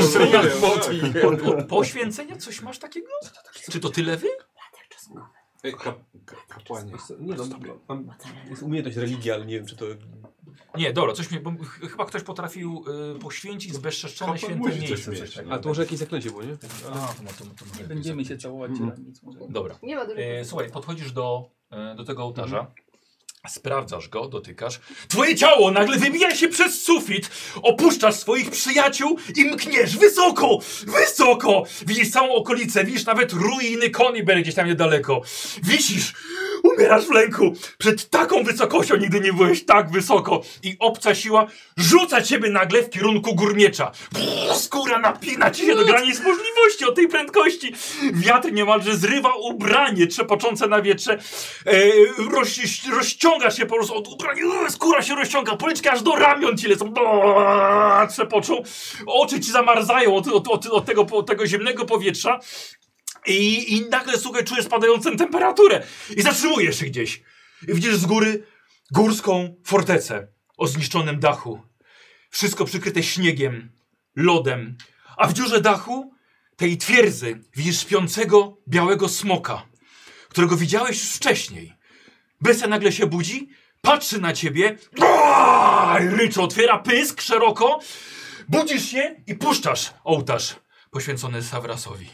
Speaker 1: Od poświęcenia? Coś masz takiego? Czy to tyle wy?
Speaker 3: Kapłanie.
Speaker 5: Nie no, jest umiejętność religii, ale nie wiem, czy to...
Speaker 1: Nie, dobra, bo chyba ktoś potrafił poświęcić zbezczeszczone święte miejsce.
Speaker 5: A to może jakieś zaklęcie było, nie?
Speaker 1: To
Speaker 6: Będziemy się całować źrenic.
Speaker 1: Dobra.
Speaker 2: Nie ma dużo.
Speaker 1: Słuchaj, podchodzisz do tego ołtarza. Sprawdzasz go, dotykasz. Twoje ciało nagle wybija się przez sufit. Opuszczasz swoich przyjaciół i mkniesz wysoko! Wysoko! Widzisz całą okolicę, widzisz nawet ruiny Koniber gdzieś tam niedaleko. Wisisz! Umierasz w lęku. Przed taką wysokością nigdy nie byłeś tak wysoko. I obca siła rzuca ciebie nagle w kierunku górmiecza. Skóra napina ci się do granic możliwości od tej prędkości. Wiatr niemalże zrywa ubranie trzepoczące na wietrze. Rozciąga się po prostu od ubrania. Skóra się rozciąga. Policzki aż do ramion ci lecą. Trzepoczą. Oczy ci zamarzają od tego zimnego powietrza. I nagle, słuchaj, czujesz spadającą temperaturę. I zatrzymujesz się gdzieś. I widzisz z góry górską fortecę o zniszczonym dachu. Wszystko przykryte śniegiem, lodem. A w dziurze dachu tej twierdzy widzisz śpiącego białego smoka, którego widziałeś już wcześniej. Bestia nagle się budzi, patrzy na ciebie, ryczy, otwiera pysk szeroko, budzisz się i puszczasz ołtarz poświęcony Savrasowi.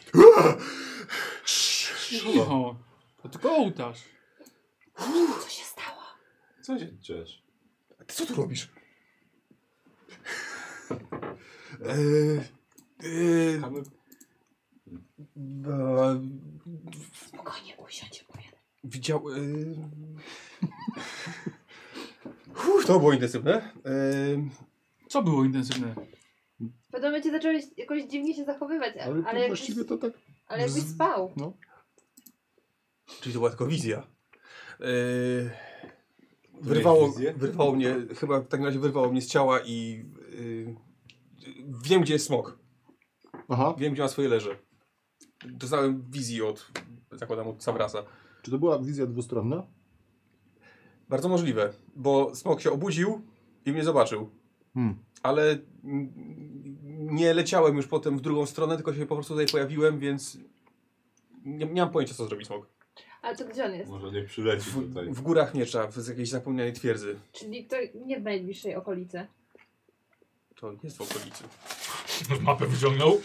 Speaker 6: Cicho. To tylko ołtarz.
Speaker 2: Co się stało?
Speaker 3: Co się czujesz?
Speaker 5: Ty co tu robisz?
Speaker 2: Spokojnie, usiądź, opowiadaj.
Speaker 5: Widział... to było intensywne.
Speaker 6: Co było intensywne?
Speaker 2: W pewnym momencie zacząłeś jakoś dziwnie się zachowywać, ale
Speaker 4: właściwie to tak...
Speaker 2: ale jakbyś spał.
Speaker 4: No.
Speaker 5: Czyli to była tylko wizja. Wyrwało mnie, chyba w takim razie wyrwało mnie z ciała i wiem, gdzie jest smok.
Speaker 4: Aha.
Speaker 5: Wiem, gdzie ma swoje leże. Dostałem wizji zakładam, od Savrasa.
Speaker 4: Czy to była wizja dwustronna?
Speaker 5: Bardzo możliwe, bo smok się obudził i mnie zobaczył. Ale nie leciałem już potem w drugą stronę, tylko się po prostu tutaj pojawiłem, więc nie mam pojęcia, co zrobi smok.
Speaker 2: Ale to gdzie on jest?
Speaker 3: Może nie przyleci tutaj.
Speaker 5: W górach miecza, z jakiejś zapomnianej twierdzy.
Speaker 2: Czyli to nie w najbliższej okolicy.
Speaker 5: To jest w okolicy.
Speaker 1: Mapę wyciągnął.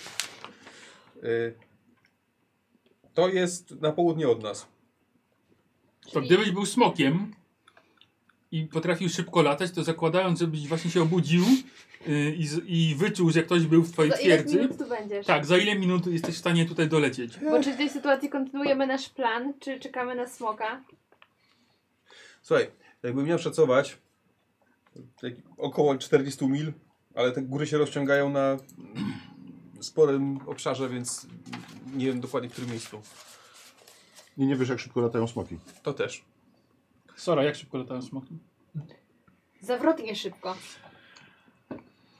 Speaker 5: To jest na południe od nas.
Speaker 6: To gdybyś był smokiem i potrafił szybko latać, to zakładając, żebyś właśnie się obudził i wyczuł, że ktoś był w twojej
Speaker 2: Za ile
Speaker 6: twierdzy.
Speaker 2: minut tu będziesz?
Speaker 6: Tak, za ile minut jesteś w stanie tutaj dolecieć?
Speaker 2: Bo czy w tej sytuacji kontynuujemy nasz plan, czy czekamy na smoka?
Speaker 5: Słuchaj, jakbym miał szacować, około 40 mil, ale te góry się rozciągają na sporym obszarze, więc nie wiem dokładnie w którym miejscu.
Speaker 4: I nie wiesz, jak szybko latają smoki.
Speaker 5: To też.
Speaker 6: Sora, jak szybko latają smoki?
Speaker 2: Zawrotnie szybko.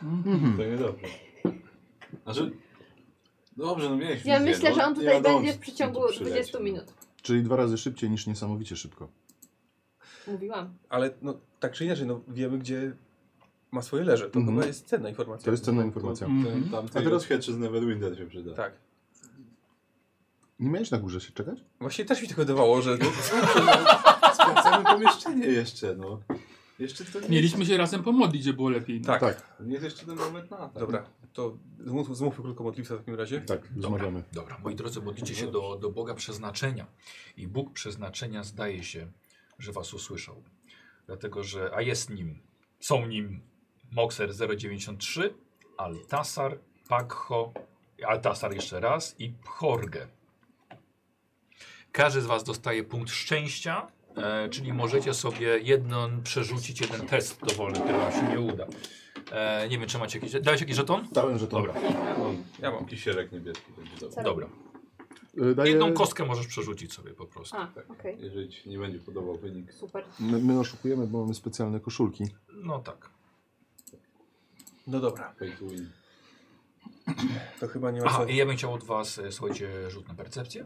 Speaker 3: To niedobrze. Znaczy, dobrze, no mieliśmy
Speaker 2: Ja
Speaker 3: wizję,
Speaker 2: myślę,
Speaker 3: no,
Speaker 2: że on
Speaker 3: nie
Speaker 2: tutaj
Speaker 3: wiadomo,
Speaker 2: będzie
Speaker 3: czy
Speaker 2: w
Speaker 3: tu
Speaker 2: przeciągu
Speaker 3: przyleci,
Speaker 2: 20
Speaker 3: no.
Speaker 2: minut.
Speaker 4: Czyli 2 razy szybciej niż niesamowicie szybko.
Speaker 2: Mówiłam.
Speaker 5: Ale no, tak czy inaczej, no, wiemy, gdzie ma swoje leże. To chyba jest cenna informacja.
Speaker 4: To jest cenna informacja.
Speaker 3: Tam
Speaker 4: A
Speaker 3: tej
Speaker 4: teraz-
Speaker 3: świeczy z Neverwinter się przyda.
Speaker 5: Tak.
Speaker 4: Nie miałeś na górze się czekać?
Speaker 5: Właśnie też mi tak wydawało, że...
Speaker 3: Sprawdzamy pomieszczenie jeszcze, no. Jeszcze to nie
Speaker 6: Mieliśmy się razem pomodlić, żeby było lepiej.
Speaker 5: Tak.
Speaker 3: To nie jest jeszcze ten moment na tak.
Speaker 5: Dobra, to zmówmy krótko modlitwę w takim razie.
Speaker 4: Tak, rozmawiamy.
Speaker 1: Dobra, moi drodzy, modlicie się do Boga przeznaczenia. I Bóg przeznaczenia zdaje się, że was usłyszał. Dlatego, że, a jest nim, są nim Moxer 093, Altasar, Pagho, Altasar jeszcze raz i Pchorge. Każdy z was dostaje punkt szczęścia, czyli możecie sobie przerzucić jeden test dowolny, który wam się nie uda. Nie wiem, czy macie jakiś... Dałeś jakiś żeton?
Speaker 4: Dałem, że to.
Speaker 1: Dobra,
Speaker 5: Ja mam.
Speaker 3: Kisielek niebieski będzie dobry.
Speaker 2: Co
Speaker 1: dobra.
Speaker 4: Daję...
Speaker 1: Jedną kostkę możesz przerzucić sobie po prostu.
Speaker 2: A, okej.
Speaker 3: Jeżeli ci się nie będzie podobał wynik.
Speaker 2: Super.
Speaker 4: My oszukujemy, bo mamy specjalne koszulki.
Speaker 1: No tak.
Speaker 5: No dobra,
Speaker 3: Pay to win.
Speaker 5: to chyba nie ma
Speaker 1: Aha,
Speaker 5: co...
Speaker 1: i ja bym chciał od was, słuchajcie, rzut na percepcję.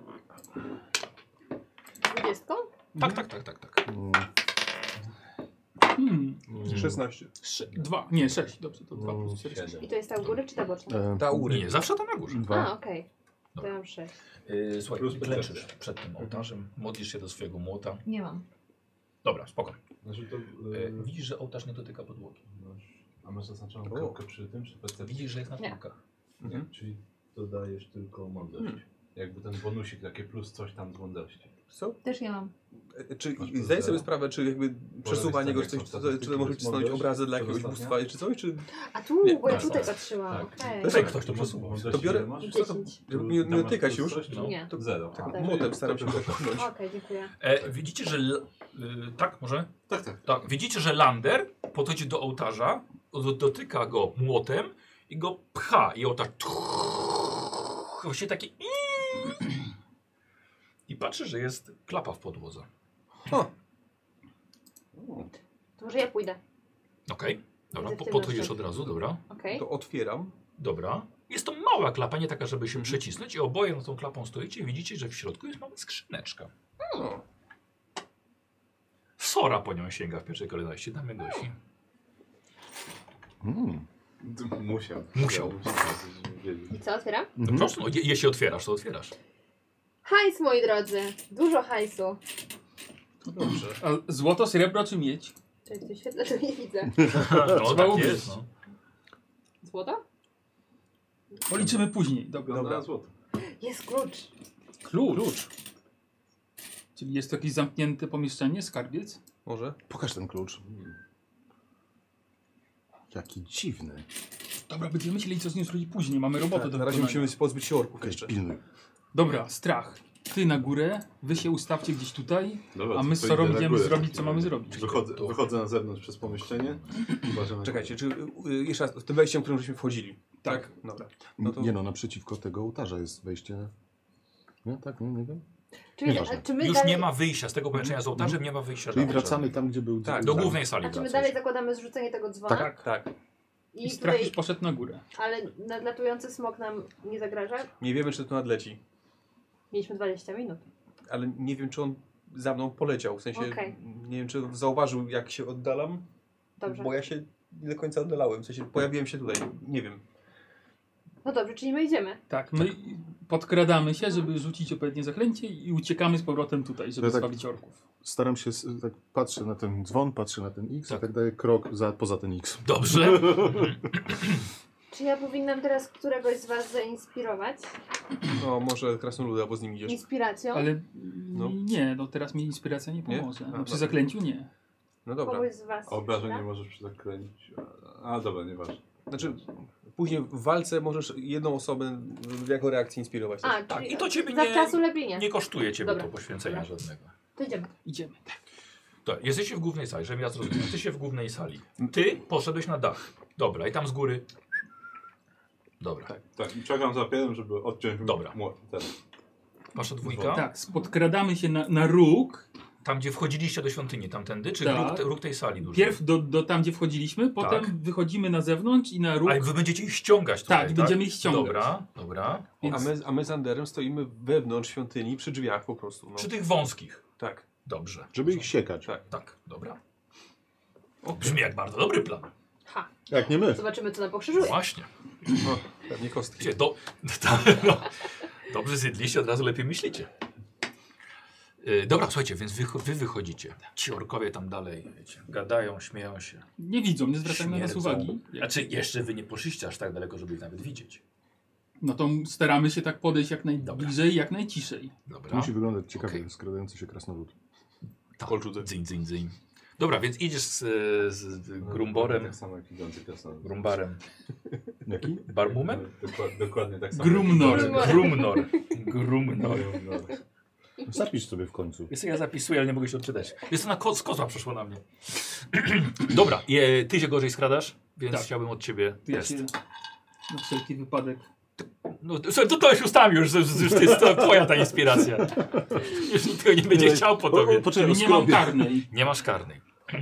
Speaker 2: 20?
Speaker 1: Tak.
Speaker 6: Hmm.
Speaker 5: 16.
Speaker 6: 2, nie 6, dobrze, to 2 plus 4.
Speaker 3: 7.
Speaker 2: I to jest ta u góry czy ta boczna?
Speaker 5: Ta u góry.
Speaker 1: Nie, zawsze tam na górze.
Speaker 4: 2.
Speaker 2: A, okej. To
Speaker 1: Dobra.
Speaker 2: ja mam 6.
Speaker 1: Słuchaj,
Speaker 3: Plus
Speaker 1: klęczysz
Speaker 3: percepcja.
Speaker 1: przed tym ołtarzem, modlisz się do swojego młota.
Speaker 2: Nie mam.
Speaker 1: Dobra, spoko.
Speaker 3: Znaczy to,
Speaker 1: Widzisz, że ołtarz nie dotyka podłogi.
Speaker 3: a masz zaznaczoną kropkę przy tym, przy percepcji?
Speaker 1: Widzisz, że jest na
Speaker 2: Nie.
Speaker 1: półkach.
Speaker 3: Nie, czyli dodajesz tylko mądrość. Jakby ten bonusik, takie plus coś tam z mądrości.
Speaker 5: Co?
Speaker 2: Też nie mam.
Speaker 5: Czy
Speaker 3: Masz plus
Speaker 5: zdaję sobie
Speaker 3: zero.
Speaker 5: sprawę, czy jakby przesuwanie go, czy coś, czy to może cisnąć obrazy dla jakiegoś bóstwa, czy coś, czy...
Speaker 2: A tu,
Speaker 5: Nie,
Speaker 2: bo ja
Speaker 1: masz
Speaker 2: tutaj
Speaker 1: rację.
Speaker 2: patrzyłam.
Speaker 3: Tak.
Speaker 2: Okej.
Speaker 5: To jest
Speaker 1: ktoś to przesuwał.
Speaker 5: To biorę...
Speaker 3: Masz?
Speaker 5: Co to,
Speaker 2: 10.
Speaker 5: żeby nie
Speaker 3: Tam masz
Speaker 5: dotykać
Speaker 3: plus
Speaker 5: już,
Speaker 3: coś? No.
Speaker 2: Nie.
Speaker 5: to
Speaker 3: Zero.
Speaker 5: tak
Speaker 2: Tak.
Speaker 5: młotem staram się go popchnąć.
Speaker 2: Okej, dziękuję.
Speaker 1: Widzicie, że... tak, może?
Speaker 3: Tak.
Speaker 1: Tak. Widzicie, że Lander podchodzi do ołtarza, dotyka go młotem i go pcha. I ołtarz... Właśnie taki... I patrzy, że jest klapa w podłodze.
Speaker 5: O,
Speaker 2: To może ja pójdę.
Speaker 1: Okej. Dobra,
Speaker 2: Widzę w tym
Speaker 1: podchodzisz
Speaker 2: naszym-
Speaker 1: od razu, dobra.
Speaker 2: Okej.
Speaker 5: to otwieram.
Speaker 1: Dobra. Jest to mała klapa, nie taka, żeby się przecisnąć i oboje nad tą klapą stoicie i widzicie, że w środku jest mała skrzyneczka.
Speaker 5: O,
Speaker 1: Sora po nią sięga w pierwszej kolejności. Damy Gosi.
Speaker 3: Musiał.
Speaker 1: Musiał.
Speaker 3: wiedzieć.
Speaker 2: I co, otwieram?
Speaker 1: No po prostu, no, jeśli otwierasz, to otwierasz.
Speaker 2: Hajs, moi drodzy. Dużo hajsu.
Speaker 5: to dobrze.
Speaker 6: A złoto, srebro czy miedź?
Speaker 2: Czyli w tym świetle to nie widzę.
Speaker 1: No
Speaker 6: Trzeba
Speaker 1: tak
Speaker 6: ubić.
Speaker 1: jest, no.
Speaker 2: Złoto?
Speaker 6: Policzymy później. Dobra.
Speaker 3: Dobra, złoto.
Speaker 2: Jest klucz.
Speaker 6: Klucz. Czyli jest to jakieś zamknięte pomieszczenie, skarbiec?
Speaker 5: Może?
Speaker 4: Pokaż ten klucz. Jaki dziwny.
Speaker 6: Dobra, będziemy myśleli, co z nim zrobić później. Mamy robotę
Speaker 5: Tak,
Speaker 6: do
Speaker 5: na razie
Speaker 6: wykonania.
Speaker 5: musimy pozbyć się orków
Speaker 4: Okej,
Speaker 5: jeszcze.
Speaker 4: pilnuj.
Speaker 6: Dobra, strach. Ty na górę, wy się ustawcie gdzieś tutaj,
Speaker 3: Dobra,
Speaker 6: a
Speaker 3: to
Speaker 6: my z
Speaker 3: idę
Speaker 6: Sorą
Speaker 3: na
Speaker 6: idziemy
Speaker 3: górę w
Speaker 6: zrobić,
Speaker 3: takim
Speaker 6: co mamy
Speaker 3: razie.
Speaker 6: zrobić.
Speaker 3: Wychodzę na zewnątrz przez pomieszczenie. Uważam na
Speaker 5: Czekajcie, czy jeszcze raz, tym wejściem, którym żeśmy wchodzili. Tak? Dobra. No to...
Speaker 4: Nie no, naprzeciwko tego ołtarza jest wejście. Nie, tak, nie wiem.
Speaker 2: Czyli,
Speaker 4: Nieważne.
Speaker 2: a czy my
Speaker 1: Już
Speaker 2: dalej,
Speaker 1: nie ma wyjścia z tego pomieszczenia z ołtarzem, nie ma wyjścia.
Speaker 4: Czyli
Speaker 1: żadnego.
Speaker 4: wracamy tam, gdzie był.
Speaker 5: Tak,
Speaker 1: Do głównej sali
Speaker 2: a czy my
Speaker 1: wracasz.
Speaker 2: dalej zakładamy zrzucenie tego dzwona?
Speaker 5: Tak, tak.
Speaker 6: I
Speaker 2: I
Speaker 6: strach już
Speaker 2: tutaj,
Speaker 6: poszedł na górę.
Speaker 2: ale nadlatujący smok nam nie zagraża?
Speaker 5: Nie wiemy, czy to nadleci.
Speaker 2: Mieliśmy 20 minut.
Speaker 5: Ale nie wiem, czy on za mną poleciał. W sensie,
Speaker 2: Okej.
Speaker 5: nie wiem, czy zauważył, jak się oddalam.
Speaker 2: Dobrze.
Speaker 5: Bo ja się nie do końca oddalałem. W sensie, pojawiłem się tutaj. Nie wiem.
Speaker 2: No dobrze, czyli my idziemy.
Speaker 6: Tak, my podkradamy się, żeby rzucić odpowiednie zaklęcie i uciekamy z powrotem tutaj, żeby
Speaker 4: Ja tak-
Speaker 6: zwabić orków.
Speaker 4: Staram się, tak patrzę na ten dzwon, patrzę na ten X,
Speaker 1: Tak.
Speaker 4: i tak daję krok poza ten X.
Speaker 1: Dobrze.
Speaker 2: Czy ja powinnam teraz któregoś z was zainspirować?
Speaker 5: No, może krasnoluda, albo z nim idziesz.
Speaker 2: Inspiracją?
Speaker 6: Ale
Speaker 5: No.
Speaker 6: nie, no teraz mi inspiracja nie
Speaker 5: Nie?
Speaker 6: pomoże.
Speaker 5: A,
Speaker 6: A przy
Speaker 5: no.
Speaker 6: zaklęciu nie.
Speaker 5: No dobra.
Speaker 2: Kogoś z was.
Speaker 3: A obrażeń
Speaker 2: tak?
Speaker 3: nie możesz zakręcić. A dobra, nieważne.
Speaker 5: Znaczy, później w walce możesz jedną osobę jako reakcję inspirować.
Speaker 2: A,
Speaker 1: Tak,
Speaker 2: czyli
Speaker 1: i to ciebie
Speaker 2: zawczasu lepiej nie.
Speaker 1: nie kosztuje ciebie
Speaker 2: Dobra.
Speaker 1: to poświęcenia
Speaker 2: Dobra.
Speaker 1: żadnego.
Speaker 2: To idziemy.
Speaker 6: Idziemy.
Speaker 1: To, jesteście w głównej sali, żebym ja zrozumiał. Jesteście w głównej sali. Ty poszedłeś na dach. Dobra, i tam z góry. Dobra.
Speaker 3: Tak, i czekam za pierem, żeby odciąć
Speaker 1: Dobra.
Speaker 3: młot. Teraz.
Speaker 1: Wasza dwójka?
Speaker 6: Tak, podkradamy się na róg
Speaker 1: Tam, gdzie wchodziliście do świątyni, tamtędy, czy
Speaker 6: Tak.
Speaker 1: róg tej sali duży?
Speaker 6: Pierw do tam, gdzie wchodziliśmy, potem
Speaker 1: Tak.
Speaker 6: wychodzimy na zewnątrz i na róg.
Speaker 1: Ale wy będziecie ich ściągać tutaj,
Speaker 6: Tak, i będziemy ich ściągać.
Speaker 1: Dobra.
Speaker 6: Więc
Speaker 5: A my z Anderem stoimy wewnątrz świątyni, przy drzwiach po prostu. No.
Speaker 1: Przy tych wąskich.
Speaker 5: Tak.
Speaker 1: Dobrze.
Speaker 4: Żeby ich siekać.
Speaker 1: Tak, dobra. Brzmi jak bardzo dobry plan.
Speaker 2: Ha.
Speaker 4: Jak nie my.
Speaker 2: Zobaczymy, co nam pokrzyżuje.
Speaker 1: Właśnie.
Speaker 5: No, pewnie kostki.
Speaker 1: Wiecie, dobrze zjedliście, od razu lepiej myślicie. Dobra, słuchajcie, więc wy wychodzicie. Ci orkowie tam dalej, wiecie, gadają, śmieją się.
Speaker 6: nie widzą, nie zwracają na nas
Speaker 1: Śmierdzą.
Speaker 6: uwagi.
Speaker 1: Znaczy, jeszcze wy nie poszliście aż tak daleko, żeby ich nawet widzieć.
Speaker 6: No to staramy się tak podejść jak najbliżej, jak najciszej.
Speaker 4: To
Speaker 1: Dobra.
Speaker 4: musi wyglądać ciekawie,
Speaker 1: Okej.
Speaker 4: skradający się krasnolud.
Speaker 1: Tak.
Speaker 5: Kolczudze.
Speaker 1: Dzyń. Dobra, więc idziesz z Grumborem.
Speaker 3: Tak samo jak idący krasnolud.
Speaker 1: Grumbarem.
Speaker 4: Jaki?
Speaker 1: Barmumem?
Speaker 3: Dokładnie tak samo.
Speaker 6: Grumnor.
Speaker 1: Grumnor.
Speaker 4: Zapisz sobie w końcu.
Speaker 1: Jest, ja zapisuję, ale nie mogę się odczytać. Jest to z kozła przeszło na mnie. Dobra, ty się gorzej skradasz, więc
Speaker 6: Tak.
Speaker 1: chciałbym od ciebie
Speaker 6: Ja
Speaker 1: test.
Speaker 6: się na wszelki wypadek.
Speaker 1: No, słuchaj, to już ustawił, już to jest twoja ta inspiracja. Już nikt tego nie będzie chciał po tobie.
Speaker 4: Poczekaj,
Speaker 6: Nie mam karnej.
Speaker 1: Nie masz karnej.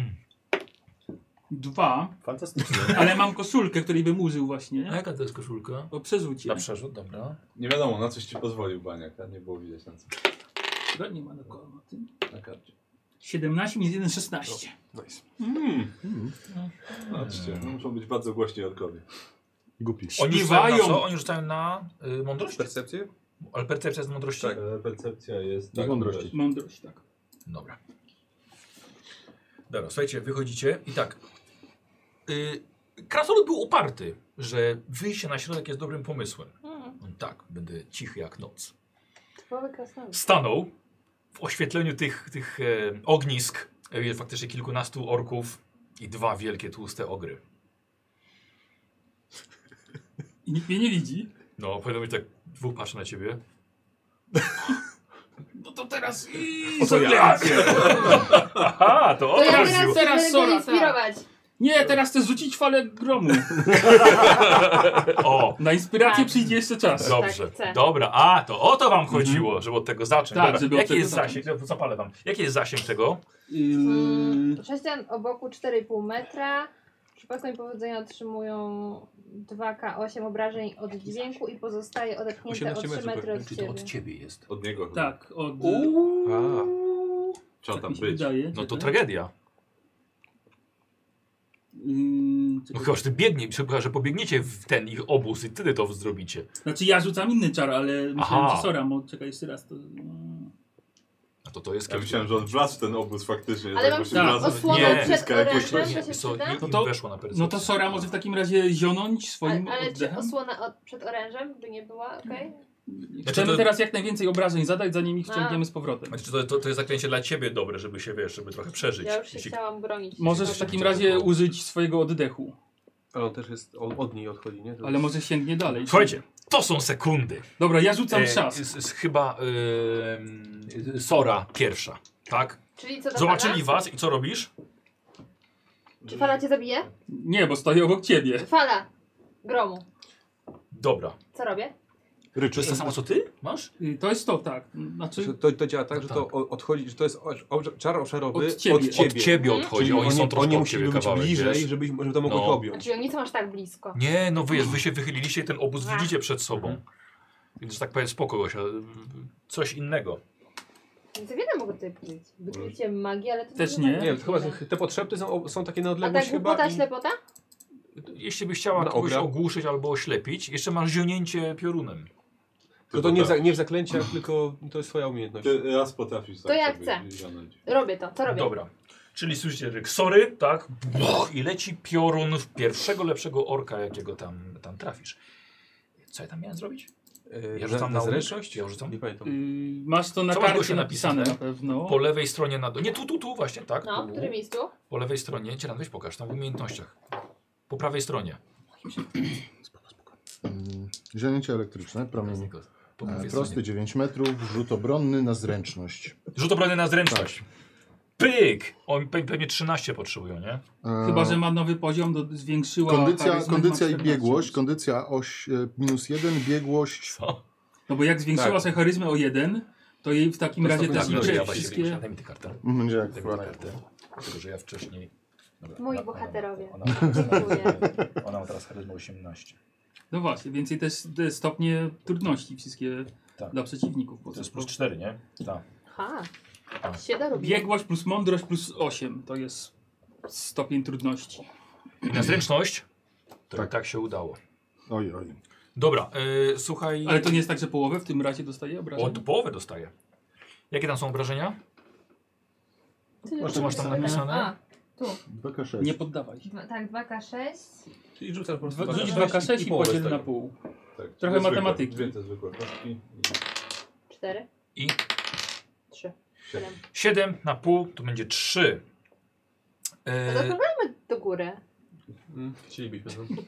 Speaker 6: 2,
Speaker 4: Fantastycznie.
Speaker 6: ale mam koszulkę, której bym użył właśnie.
Speaker 1: A jaka to jest koszulka?
Speaker 6: O przerzucie.
Speaker 1: Na przerzut, dobra.
Speaker 3: Nie wiadomo, na coś ci pozwolił Baniak, a nie było widać na co.
Speaker 6: Dobra, nie ma na tym.
Speaker 3: Na karcie.
Speaker 6: 17 minus 1, 16.
Speaker 5: Nice.
Speaker 3: Patrzcie, no muszą być bardzo głośni orkowie.
Speaker 4: Głupi.
Speaker 1: Oni
Speaker 6: Śpiewają.
Speaker 1: rzucają na co? Oni rzucają na mądrość?
Speaker 5: Percepcję?
Speaker 1: Ale percepcja jest mądrości?
Speaker 5: Tak.
Speaker 3: Percepcja jest...
Speaker 4: Na mądrości.
Speaker 6: Mądrość, tak.
Speaker 1: Dobra. Dobra, słuchajcie, wychodzicie i tak. Krasnolud był uparty, że wyjście na środek jest dobrym pomysłem. Tak, będę cichy jak noc.
Speaker 2: Typowy krasnolud.
Speaker 1: Stanął w oświetleniu tych ognisk. Jest faktycznie kilkunastu orków i 2 wielkie, tłuste ogry.
Speaker 6: I nikt mnie nie widzi.
Speaker 1: No, powinno być tak, 2 patrzy na ciebie.
Speaker 6: No to teraz...
Speaker 1: To ja. Aha, to o
Speaker 2: To
Speaker 1: to
Speaker 2: ja
Speaker 1: chodziło.
Speaker 2: teraz
Speaker 6: Teraz
Speaker 2: będę
Speaker 6: Sora,
Speaker 2: go inspirować.
Speaker 6: Nie, teraz chcę rzucić falę gromu.
Speaker 1: O,
Speaker 6: Na inspirację
Speaker 2: Tak.
Speaker 6: przyjdzie jeszcze czas.
Speaker 1: dobrze.
Speaker 2: chcę.
Speaker 1: Dobra, to o to wam chodziło, żeby od tego zacząć.
Speaker 6: Tak,
Speaker 1: Dobra.
Speaker 6: żeby od
Speaker 1: Jaki
Speaker 6: tego
Speaker 1: jest
Speaker 6: zacząć.
Speaker 1: zasięg? Zapalę wam. Jaki jest zasięg tego?
Speaker 2: Chrześcijan o boku 4,5 metra. W przypadku niepowodzenia otrzymują 2K8 obrażeń od dźwięku i pozostaje odepchnięte o
Speaker 5: 18
Speaker 2: 3 metry
Speaker 5: metrów,
Speaker 2: od
Speaker 1: Czy to
Speaker 2: ciebie.
Speaker 1: od ciebie jest?
Speaker 3: Od niego chyba.
Speaker 6: Tak, od...
Speaker 5: A.
Speaker 3: Trzeba
Speaker 6: tak
Speaker 3: tam
Speaker 6: mi się
Speaker 3: być.
Speaker 6: wydaje.
Speaker 1: No to
Speaker 6: czekaj.
Speaker 1: tragedia. No
Speaker 6: Czekaj.
Speaker 1: chyba, że ty biegnie, chyba, że pobiegniecie w ten ich obóz i wtedy to zrobicie.
Speaker 6: Znaczy ja rzucam inny czar, ale myślałem,
Speaker 1: Aha.
Speaker 6: że Sora, czekaj jeszcze raz to...
Speaker 1: A to jest
Speaker 3: Ja myślałem, że on wlazł w ten obóz faktycznie.
Speaker 2: Ale
Speaker 3: tak,
Speaker 2: mam
Speaker 3: bo się
Speaker 6: tak,
Speaker 3: wlazł w
Speaker 2: osłonę
Speaker 1: Nie,
Speaker 2: przed
Speaker 3: bliska jakoś
Speaker 2: orężem,
Speaker 3: rośnie.
Speaker 2: to się
Speaker 1: Co,
Speaker 2: przyda?
Speaker 1: im
Speaker 6: No to-
Speaker 1: weszło na percepcję.
Speaker 6: No to Sora może w takim razie zionąć swoim
Speaker 2: Ale czy
Speaker 6: oddechem?
Speaker 2: osłona przed orężem by nie była, okej?
Speaker 6: Chcemy
Speaker 1: to-
Speaker 6: teraz jak najwięcej obrażeń zadać, zanim ich
Speaker 2: A.
Speaker 6: ściągniemy z powrotem.
Speaker 1: Znaczy, to jest zaklęcie dla ciebie dobre, żeby się, wiesz, żeby trochę przeżyć.
Speaker 2: Ja już się
Speaker 1: Jeśli-
Speaker 2: chciałam bronić.
Speaker 6: Możesz w takim razie użyć swojego oddechu,
Speaker 5: Ale on też jest, od niej odchodzi, nie? To
Speaker 6: ale może sięgnie dalej.
Speaker 1: Słuchajcie, to są sekundy.
Speaker 6: Dobra, ja rzucam czas.
Speaker 1: Chyba Sora pierwsza, tak?
Speaker 2: Czyli co do
Speaker 1: Zobaczyli
Speaker 2: fala?
Speaker 1: was i co robisz?
Speaker 2: Czy fala cię zabije?
Speaker 6: Nie, bo stoję obok ciebie.
Speaker 2: Fala gromu.
Speaker 1: Dobra.
Speaker 2: Co robię?
Speaker 1: To jest to samo co ty masz?
Speaker 6: To jest to, tak. Znaczy,
Speaker 5: to działa tak, że to odchodzi, że to jest czar obszarowy
Speaker 6: Od ciebie.
Speaker 1: Od ciebie odchodzi,
Speaker 5: Czyli
Speaker 1: oni są troszkę
Speaker 5: oni
Speaker 1: od
Speaker 5: musieli
Speaker 1: ciebie
Speaker 5: być
Speaker 1: kawałek,
Speaker 5: bliżej,
Speaker 1: wiesz?
Speaker 5: żeby to mogło
Speaker 1: No.
Speaker 5: ich objąć.
Speaker 2: Znaczy oni nie są aż tak blisko.
Speaker 1: Nie, no wy się wychyliliście i ten obóz
Speaker 2: Ach.
Speaker 1: widzicie przed sobą. Więc tak powiem spoko, Gosia. Coś innego.
Speaker 2: Więc wiele mogę tutaj powiedzieć. Wykrycie magii, ale to
Speaker 6: Też
Speaker 2: dużo
Speaker 6: nie.
Speaker 2: magii.
Speaker 5: Nie, chyba te potrzeby są takie na
Speaker 2: A
Speaker 5: odległość
Speaker 2: tak
Speaker 5: chyba.
Speaker 2: głupota,
Speaker 5: i-
Speaker 2: ślepota?
Speaker 1: Jeśli byś chciała
Speaker 5: Na
Speaker 1: kogoś
Speaker 5: ogra.
Speaker 1: ogłuszyć albo oślepić, jeszcze masz zionięcie piorunem.
Speaker 5: To nie w zaklęciach, tylko to jest twoja umiejętność.
Speaker 3: Ty raz potrafisz
Speaker 2: To ja
Speaker 3: sobie
Speaker 2: chcę.
Speaker 3: zionąć.
Speaker 2: Robię to. Co robię?
Speaker 1: Dobra. Czyli słyszycie ryk sory, tak? I leci piorun w pierwszego lepszego orka, jakiego tam trafisz. Co ja tam miałem zrobić? Ja rzucam na
Speaker 5: zręczność?
Speaker 1: Ja rzucam.
Speaker 5: Nie pamiętam.
Speaker 6: masz to na
Speaker 1: Co masz,
Speaker 6: karcie
Speaker 1: Gosiu,
Speaker 6: napisane
Speaker 1: napisane?
Speaker 6: na pewno.
Speaker 1: Po lewej stronie na dole. Nie, tu, właśnie, tak?
Speaker 2: No,
Speaker 1: Tu.
Speaker 2: w którym miejscu?
Speaker 1: Po lewej stronie. Cieran, weź pokaż, tam w umiejętnościach. Po prawej stronie.
Speaker 4: Zionięcie elektryczne, promień
Speaker 1: Po prawej
Speaker 4: prosty,
Speaker 1: stronie.
Speaker 4: 9 metrów, rzut obronny na zręczność.
Speaker 1: Rzut obrony na zręczność. Pyk! On pewnie 13 potrzebują, nie?
Speaker 6: Chyba, że ma nowy poziom, zwiększyła
Speaker 4: Kondycja
Speaker 6: charyzmę,
Speaker 4: kondycja
Speaker 6: ma
Speaker 4: i
Speaker 6: 14.
Speaker 4: biegłość. Kondycja -1, biegłość...
Speaker 1: Co?
Speaker 6: No bo jak zwiększyła
Speaker 5: Tak.
Speaker 6: sobie charyzmę o 1, To jej w takim razie też
Speaker 1: Ja
Speaker 6: imprezy
Speaker 1: właściwie
Speaker 6: wszystkie...
Speaker 1: daj mi tę kartę.
Speaker 4: Będzie jak
Speaker 1: Daj mi tę kartę. Tylko, że ja wcześniej... Dobra,
Speaker 2: Moi bohaterowie.
Speaker 1: Dziękuję. Ona ma teraz charyzmę 18.
Speaker 6: No właśnie, więcej też te stopnie trudności wszystkie
Speaker 1: Tak.
Speaker 6: dla przeciwników.
Speaker 1: To jest plus 4, nie? Tak.
Speaker 2: Aha.
Speaker 1: Tak.
Speaker 2: Się da robić.
Speaker 6: Biegłość plus mądrość plus 8 to jest stopień trudności.
Speaker 1: I na zręczność? To
Speaker 4: Tak.
Speaker 1: i tak się udało.
Speaker 4: Oj, oj.
Speaker 1: Dobra, słuchaj...
Speaker 6: Ale to nie jest tak, że połowę w tym razie dostaje obrażeń?
Speaker 1: Od połowę dostaję. Jakie tam są obrażenia?
Speaker 2: Ty
Speaker 1: masz tam napisane?
Speaker 2: A, tu.
Speaker 4: 2K6.
Speaker 6: Nie poddawaj się.
Speaker 2: Tak, 2K6.
Speaker 5: Czyli rzucasz po prostu
Speaker 6: Rzuć
Speaker 5: 2K6
Speaker 6: 2K6 i
Speaker 5: połowę z
Speaker 6: podziel
Speaker 5: tego.
Speaker 6: na pół.
Speaker 3: Tak,
Speaker 6: Trochę
Speaker 3: zwykłe,
Speaker 6: matematyki.
Speaker 3: Dwie te zwykłe kostki.
Speaker 2: 4.
Speaker 1: I
Speaker 2: 3. 7.
Speaker 1: 7 na pół to będzie 3.
Speaker 2: No to próbujmy do góry.
Speaker 5: Chcielibyśmy.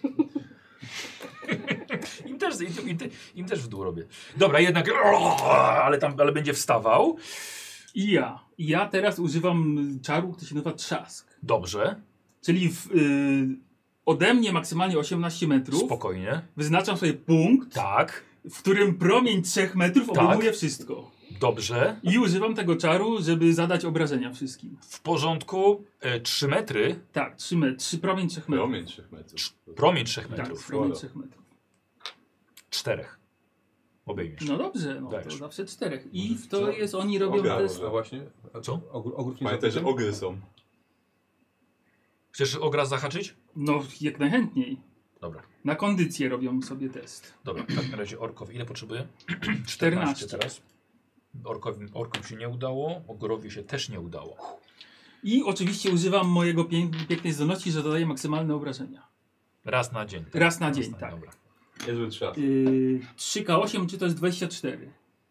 Speaker 1: Im też w dół robię. Dobra, jednak... Ale będzie wstawał.
Speaker 6: I ja teraz używam czaru, który się nazywa trzask.
Speaker 1: Dobrze,
Speaker 6: Czyli ode mnie maksymalnie 18 metrów.
Speaker 1: spokojnie.
Speaker 6: Wyznaczam sobie punkt,
Speaker 1: Tak,
Speaker 6: w którym promień 3 metrów
Speaker 1: Tak.
Speaker 6: obejmuje wszystko.
Speaker 1: dobrze.
Speaker 6: I używam tego czaru, żeby zadać obrażenia wszystkim.
Speaker 1: W porządku. 3 metry.
Speaker 6: Tak, promień 3 metrów.
Speaker 3: Promień 3 metrów.
Speaker 1: Promień 3
Speaker 6: Tak,
Speaker 1: metrów.
Speaker 6: promień
Speaker 3: Sporo.
Speaker 6: 3 metrów.
Speaker 1: 4. Obejmiesz.
Speaker 6: No dobrze, no to
Speaker 1: Dajesz.
Speaker 6: zawsze 4. I
Speaker 3: Może
Speaker 6: w to
Speaker 3: co?
Speaker 6: jest, oni robią
Speaker 3: Ogra
Speaker 6: test.
Speaker 5: No właśnie. A
Speaker 1: Co?
Speaker 5: Ogród nie
Speaker 3: Pamiętaj, że
Speaker 5: zapiszę?
Speaker 3: ogry są.
Speaker 1: Chcesz ograz zahaczyć?
Speaker 6: No jak najchętniej.
Speaker 1: Dobra,
Speaker 6: Na kondycję robią sobie test.
Speaker 1: dobra. Tak na razie orkowi. Ile potrzebuję?
Speaker 6: 14
Speaker 1: teraz. Orkom się nie udało. Ogorowi się też nie udało.
Speaker 6: I oczywiście używam mojego pięknej zdolności, że dodaję maksymalne obrażenia.
Speaker 1: Raz na dzień. Tak?
Speaker 6: Raz na dzień, tak.
Speaker 1: Dobra.
Speaker 3: Niezły trzas.
Speaker 6: 3K8 czy to jest 24?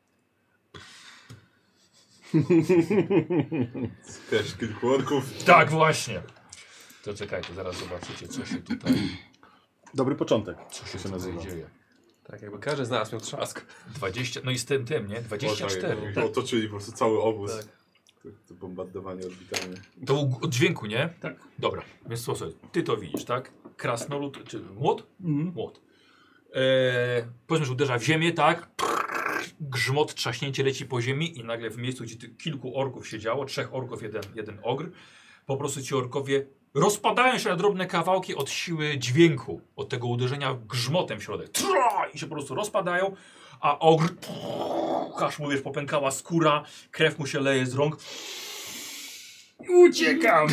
Speaker 3: Też kilku orków.
Speaker 1: Tak, właśnie. To czekajcie, zaraz zobaczycie, co się tutaj,
Speaker 4: Dobry początek.
Speaker 1: co się
Speaker 4: się
Speaker 1: tutaj
Speaker 4: nazywa.
Speaker 1: dzieje.
Speaker 5: Tak, jakby każdy z nas miał trzask.
Speaker 1: 20, no i z tym, nie? 24.
Speaker 3: Tak, otoczyli po prostu cały obóz.
Speaker 5: Tak.
Speaker 3: To bombardowanie orbitalne.
Speaker 1: To od dźwięku, nie?
Speaker 6: Tak.
Speaker 1: Dobra, więc słuchaj, ty to widzisz, tak? Krasnolud, czy młot?
Speaker 6: Mhm.
Speaker 1: Młot. Powiedzmy, że uderza w ziemię, tak? Grzmot, trzaśnięcie leci po ziemi i nagle w miejscu, gdzie kilku orków siedziało, 3 orków, jeden ogr, po prostu ci orkowie rozpadają się na drobne kawałki od siły dźwięku, od tego uderzenia grzmotem w środek. I się po prostu rozpadają, a ogr, aż mu wiesz, popękała skóra, krew mu się leje z rąk. Uciekam!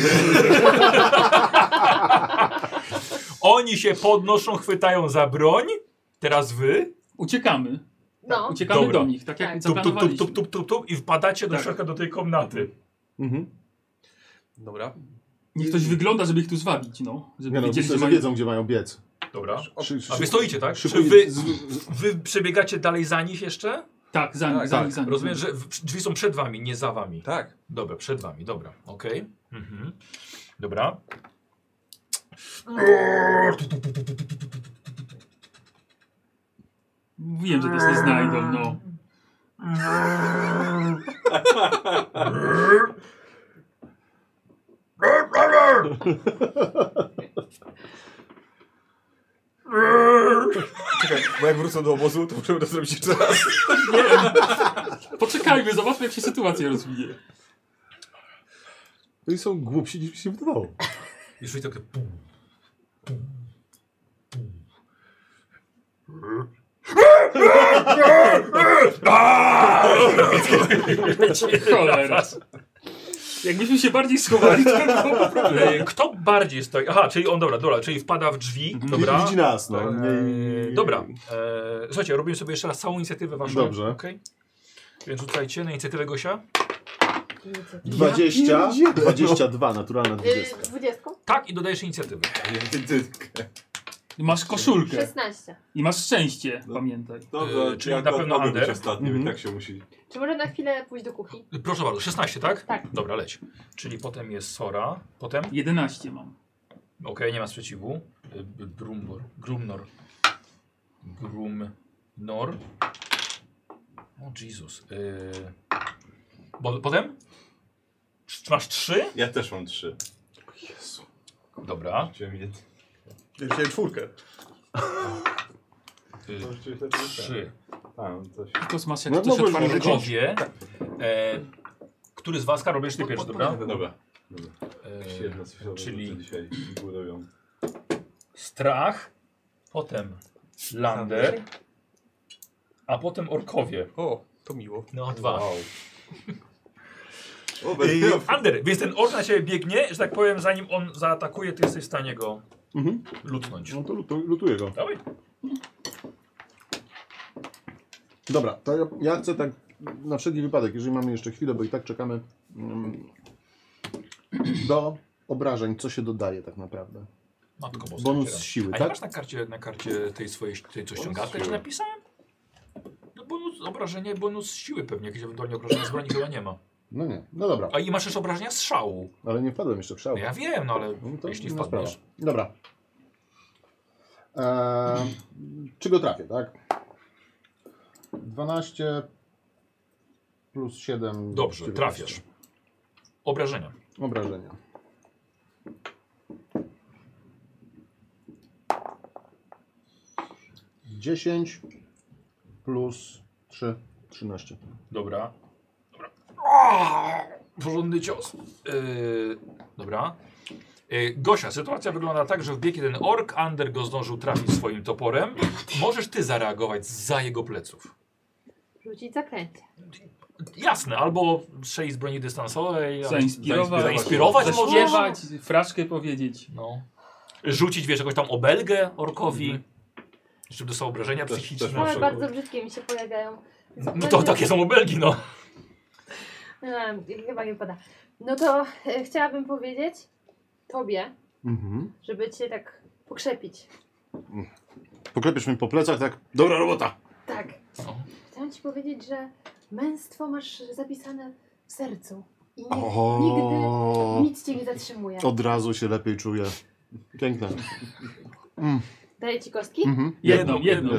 Speaker 1: Oni się podnoszą, chwytają za broń. Teraz wy.
Speaker 6: Uciekamy.
Speaker 2: No.
Speaker 6: Uciekamy
Speaker 1: Dobra.
Speaker 6: do nich, tak jak
Speaker 2: Tak.
Speaker 6: zaplanowaliśmy.
Speaker 1: I wpadacie do
Speaker 6: Tak.
Speaker 1: środka do tej komnaty.
Speaker 4: Mhm.
Speaker 5: Dobra.
Speaker 6: Niech ktoś wygląda, żeby ich tu zwabić, no. Żeby
Speaker 4: Nie no,
Speaker 6: wiedzieli,
Speaker 4: myślę,
Speaker 6: że
Speaker 4: że
Speaker 6: mają...
Speaker 4: wiedzą, gdzie mają biec.
Speaker 1: Dobra.
Speaker 4: Szy-
Speaker 1: A wy stoicie, tak? Czy
Speaker 4: Szykuj-
Speaker 1: wy przebiegacie dalej za nich jeszcze?
Speaker 6: Tak, za nich,
Speaker 5: Tak,
Speaker 6: za
Speaker 5: tak.
Speaker 6: nich, za nich.
Speaker 1: Rozumiem, że drzwi są przed wami, nie za wami.
Speaker 5: Tak.
Speaker 1: Dobra, przed wami, dobra. Okej. Mhm. Dobra.
Speaker 6: Mówiłem, że nas nie znajdą, no.
Speaker 5: Czekaj, bo jak wrócą do obozu, to możemy to zrobić jeszcze raz.
Speaker 6: Poczekajmy, zobaczmy, jak się sytuacja rozwinie.
Speaker 4: Oni są głupsi, niż mi się wydawało.
Speaker 1: I słyszę takie...
Speaker 6: Cholera. Jakbyśmy się bardziej schowali, to by było problem.
Speaker 1: Kto bardziej stoi? Aha, czyli on, dobra, czyli wpada w drzwi, dobra.
Speaker 4: Widzi nas, no.
Speaker 1: Dobra, słuchajcie, robimy sobie jeszcze raz całą inicjatywę waszą.
Speaker 4: Dobrze.
Speaker 1: Okay. Więc rzucajcie na inicjatywę Gosia.
Speaker 4: 22, naturalna 20.
Speaker 2: 20?
Speaker 1: Tak, i dodajesz inicjatywę.
Speaker 6: Masz koszulkę
Speaker 2: 16.
Speaker 6: i masz szczęście,
Speaker 3: No.
Speaker 6: pamiętaj.
Speaker 3: Dobrze,
Speaker 1: czyli
Speaker 3: ja
Speaker 1: na pewno
Speaker 3: mogę być
Speaker 1: under.
Speaker 3: ostatnim,
Speaker 4: Mhm.
Speaker 3: i tak się musi.
Speaker 2: Czy może na chwilę pójść do kuchni?
Speaker 1: Proszę bardzo, 16, tak?
Speaker 2: Tak.
Speaker 1: Dobra, leć. Czyli potem jest Sora, potem?
Speaker 6: 11 mam.
Speaker 1: Okej, nie ma sprzeciwu. Grumnor. O Jezus. Potem? Masz 3?
Speaker 3: Ja też mam 3.
Speaker 1: Dobra.
Speaker 5: Ja wziąłem 4.
Speaker 1: 3.
Speaker 3: Tam coś.
Speaker 6: To smash
Speaker 4: No,
Speaker 6: jak coś
Speaker 4: mogłem
Speaker 6: otwartego.
Speaker 1: Orkowie. Który z was, robisz ty pierwszy, dobra?
Speaker 3: Dobra.
Speaker 1: E,
Speaker 3: Jedno coś
Speaker 1: czyli
Speaker 3: dzisiaj górują.
Speaker 1: strach, potem lander, a potem orkowie.
Speaker 5: O, to miło.
Speaker 1: No, 2.
Speaker 3: Wow.
Speaker 1: Ander, więc ten ork na ciebie biegnie, że tak powiem, zanim on zaatakuje, ty jesteś w stanie go
Speaker 4: Mhm.
Speaker 1: lutnąć.
Speaker 4: No to lutuję go.
Speaker 1: Dawaj.
Speaker 4: Dobra, to ja chcę tak na wszelki wypadek, jeżeli mamy jeszcze chwilę, bo i tak czekamy do obrażeń, co się dodaje tak naprawdę.
Speaker 1: Matko boska.
Speaker 4: Bonus
Speaker 1: otwieram.
Speaker 4: siły,
Speaker 1: A nie
Speaker 4: tak?
Speaker 1: masz na karcie tej swojej, tej co ściągatek, czy napisałem? No bonus obrażenie, bonus siły pewnie, jakieś ewentualnie obrażenia z broni chyba nie ma.
Speaker 4: No nie, no dobra,
Speaker 1: A i masz też obrażenia z szału.
Speaker 4: ale nie wpadłem jeszcze w szał.
Speaker 1: No ja wiem, no ale
Speaker 4: No to
Speaker 1: jeśli
Speaker 4: inna
Speaker 1: wpadniesz.
Speaker 4: sprawa. Dobra. Czy go trafię, tak? 12 plus 7.
Speaker 1: Dobrze,
Speaker 4: 19.
Speaker 1: trafiasz. Obrażenia.
Speaker 4: Obrażenia. Dziesięć plus 3, 13.
Speaker 1: Dobra. Porządny cios. Dobra. Gosia, sytuacja wygląda tak, że wbiegł jeden ork, Ander go zdążył trafić swoim toporem. Możesz ty zareagować zza jego pleców.
Speaker 2: Rzucić zaklęcie.
Speaker 1: Jasne, albo strzelić z broni dystansowej,
Speaker 6: Zainspirować,
Speaker 1: zainspirować możesz.
Speaker 6: zaśpiewać, fraszkę powiedzieć.
Speaker 1: No. Rzucić, wiesz, jakąś tam obelgę orkowi, żeby dostał obrażenia psychiczne.
Speaker 3: też
Speaker 2: Ale
Speaker 3: Proszę.
Speaker 2: bardzo brzydkie mi się pojawiają.
Speaker 1: No to takie są obelgi, no.
Speaker 2: Chyba nie pada. No to chciałabym powiedzieć tobie,
Speaker 4: Mhm.
Speaker 2: żeby cię tak pokrzepić.
Speaker 4: Poklepiesz mnie po plecach, tak? Dobra robota!
Speaker 2: Tak.
Speaker 1: No.
Speaker 2: Chciałam ci powiedzieć, że męstwo masz zapisane w sercu. I nigdy nic cię nie zatrzymuje.
Speaker 4: Od razu się lepiej czuję. Piękne.
Speaker 2: Daję ci kostki?
Speaker 4: Mhm.
Speaker 6: Jedną.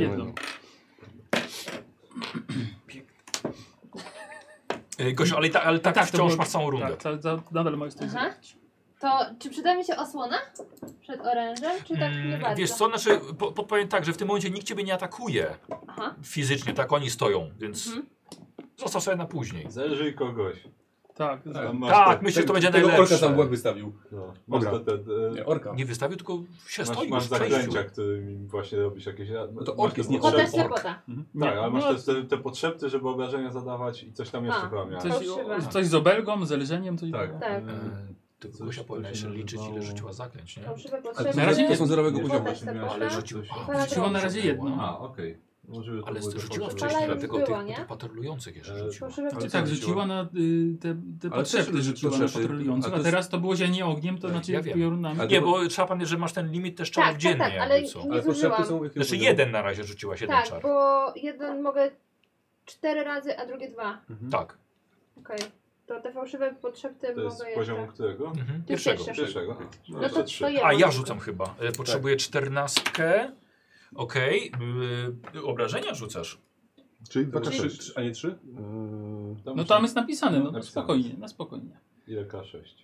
Speaker 1: Gosiu, ale tak
Speaker 6: to
Speaker 1: wciąż
Speaker 6: było-
Speaker 1: masz całą rundę.
Speaker 6: Tak, nadal możesz coś
Speaker 2: Aha.
Speaker 6: zrobić.
Speaker 2: To czy przyda mi się osłona przed orężem, czy tak nie bardzo?
Speaker 1: Wiesz co, znaczy podpowiem tak, że w tym momencie nikt ciebie nie atakuje
Speaker 2: Aha.
Speaker 1: fizycznie, tak oni stoją, więc
Speaker 2: Mhm.
Speaker 1: zostaw sobie na później.
Speaker 3: Zależy kogoś.
Speaker 6: Tak,
Speaker 3: Tam masz
Speaker 1: Tak,
Speaker 3: te-
Speaker 1: myślę, że to będzie
Speaker 5: Tego orka
Speaker 1: najlepsze.
Speaker 5: sam błęd wystawił.
Speaker 3: No, masz
Speaker 4: Dobra.
Speaker 5: Nie, orka.
Speaker 1: Nie wystawił, tylko się stoi
Speaker 3: masz
Speaker 1: już w przejściu.
Speaker 3: zaklęcia, którymi właśnie robisz jakieś...
Speaker 5: No to
Speaker 3: masz
Speaker 5: ork jest
Speaker 3: te
Speaker 5: nie
Speaker 2: Kota
Speaker 3: potrzeby-
Speaker 2: ślepota.
Speaker 3: Tak, ale masz
Speaker 6: No,
Speaker 3: też te potrzeby, żeby obrażenia zadawać i coś tam jeszcze
Speaker 2: A,
Speaker 3: chyba miałeś.
Speaker 6: coś z obelgą, z lżeniem, coś
Speaker 3: Tak.
Speaker 2: Tak.
Speaker 1: Ty
Speaker 3: Coś,
Speaker 1: Gosia powinna
Speaker 3: coś
Speaker 1: jeszcze
Speaker 3: się
Speaker 1: liczyć, ile
Speaker 3: nazywało-
Speaker 1: rzuciła zaklęć, nie?
Speaker 2: Fałszywe
Speaker 5: Ale
Speaker 2: potrzeby.
Speaker 6: na razie
Speaker 5: to są zerowego
Speaker 3: Wiesz,
Speaker 5: poziomu.
Speaker 3: właśnie miałeś
Speaker 2: Ale
Speaker 3: rzucić.
Speaker 6: Rzuciła na razie jedną.
Speaker 3: A, okej. Możliwe, to
Speaker 1: Ale
Speaker 3: były te
Speaker 1: rzuciła
Speaker 3: potrzeby.
Speaker 1: wcześniej,
Speaker 2: Ale
Speaker 1: dlatego
Speaker 2: było,
Speaker 1: tych,
Speaker 2: nie?
Speaker 1: tych patrolujących jeszcze
Speaker 3: E,
Speaker 1: rzuciła.
Speaker 2: Fałszywe
Speaker 5: Ale
Speaker 6: Tak,
Speaker 2: potrzeby.
Speaker 6: rzuciła na te
Speaker 5: Ale
Speaker 6: potrzeby,
Speaker 5: też
Speaker 6: rzuciła na
Speaker 5: potrzeby.
Speaker 6: patrolujących,
Speaker 5: A to
Speaker 6: a
Speaker 5: jest-
Speaker 6: teraz to było zielenie ogniem, to
Speaker 3: Tak,
Speaker 6: znaczy
Speaker 1: ja wiem.
Speaker 6: piorunami.
Speaker 5: Ale
Speaker 1: Nie, bo trzeba pamiętać, że masz ten limit też czarów
Speaker 2: Tak,
Speaker 1: dziennie,
Speaker 2: tak, ale
Speaker 1: jakby co.
Speaker 2: nie
Speaker 5: Ale potrzeby
Speaker 2: zużyłam.
Speaker 5: są... jakiego
Speaker 1: Znaczy
Speaker 5: poziomu?
Speaker 1: jeden na razie rzuciłaś, jeden
Speaker 2: Tak,
Speaker 1: czar.
Speaker 2: bo jeden mogę 4 razy, a drugie 2.
Speaker 1: Tak.
Speaker 2: Okej. To te fałszywe potrzeby
Speaker 3: To jest
Speaker 2: mogę
Speaker 3: z poziomu
Speaker 2: jeszcze...
Speaker 3: którego?
Speaker 1: Mhm.
Speaker 2: Pierwszego.
Speaker 3: Pierwszego.
Speaker 2: No
Speaker 3: jeszcze
Speaker 2: to,
Speaker 3: trzy.
Speaker 2: to ja
Speaker 1: A
Speaker 2: mam
Speaker 1: ja
Speaker 2: tylko.
Speaker 1: rzucam chyba. Potrzebuję 14. Okej. Obrażenia rzucasz.
Speaker 4: Czyli
Speaker 3: To
Speaker 4: 2K6.
Speaker 5: A nie 3?
Speaker 6: No tam jest napisane, no
Speaker 3: Napisane.
Speaker 6: spokojnie, na spokojnie.
Speaker 3: Ile K6?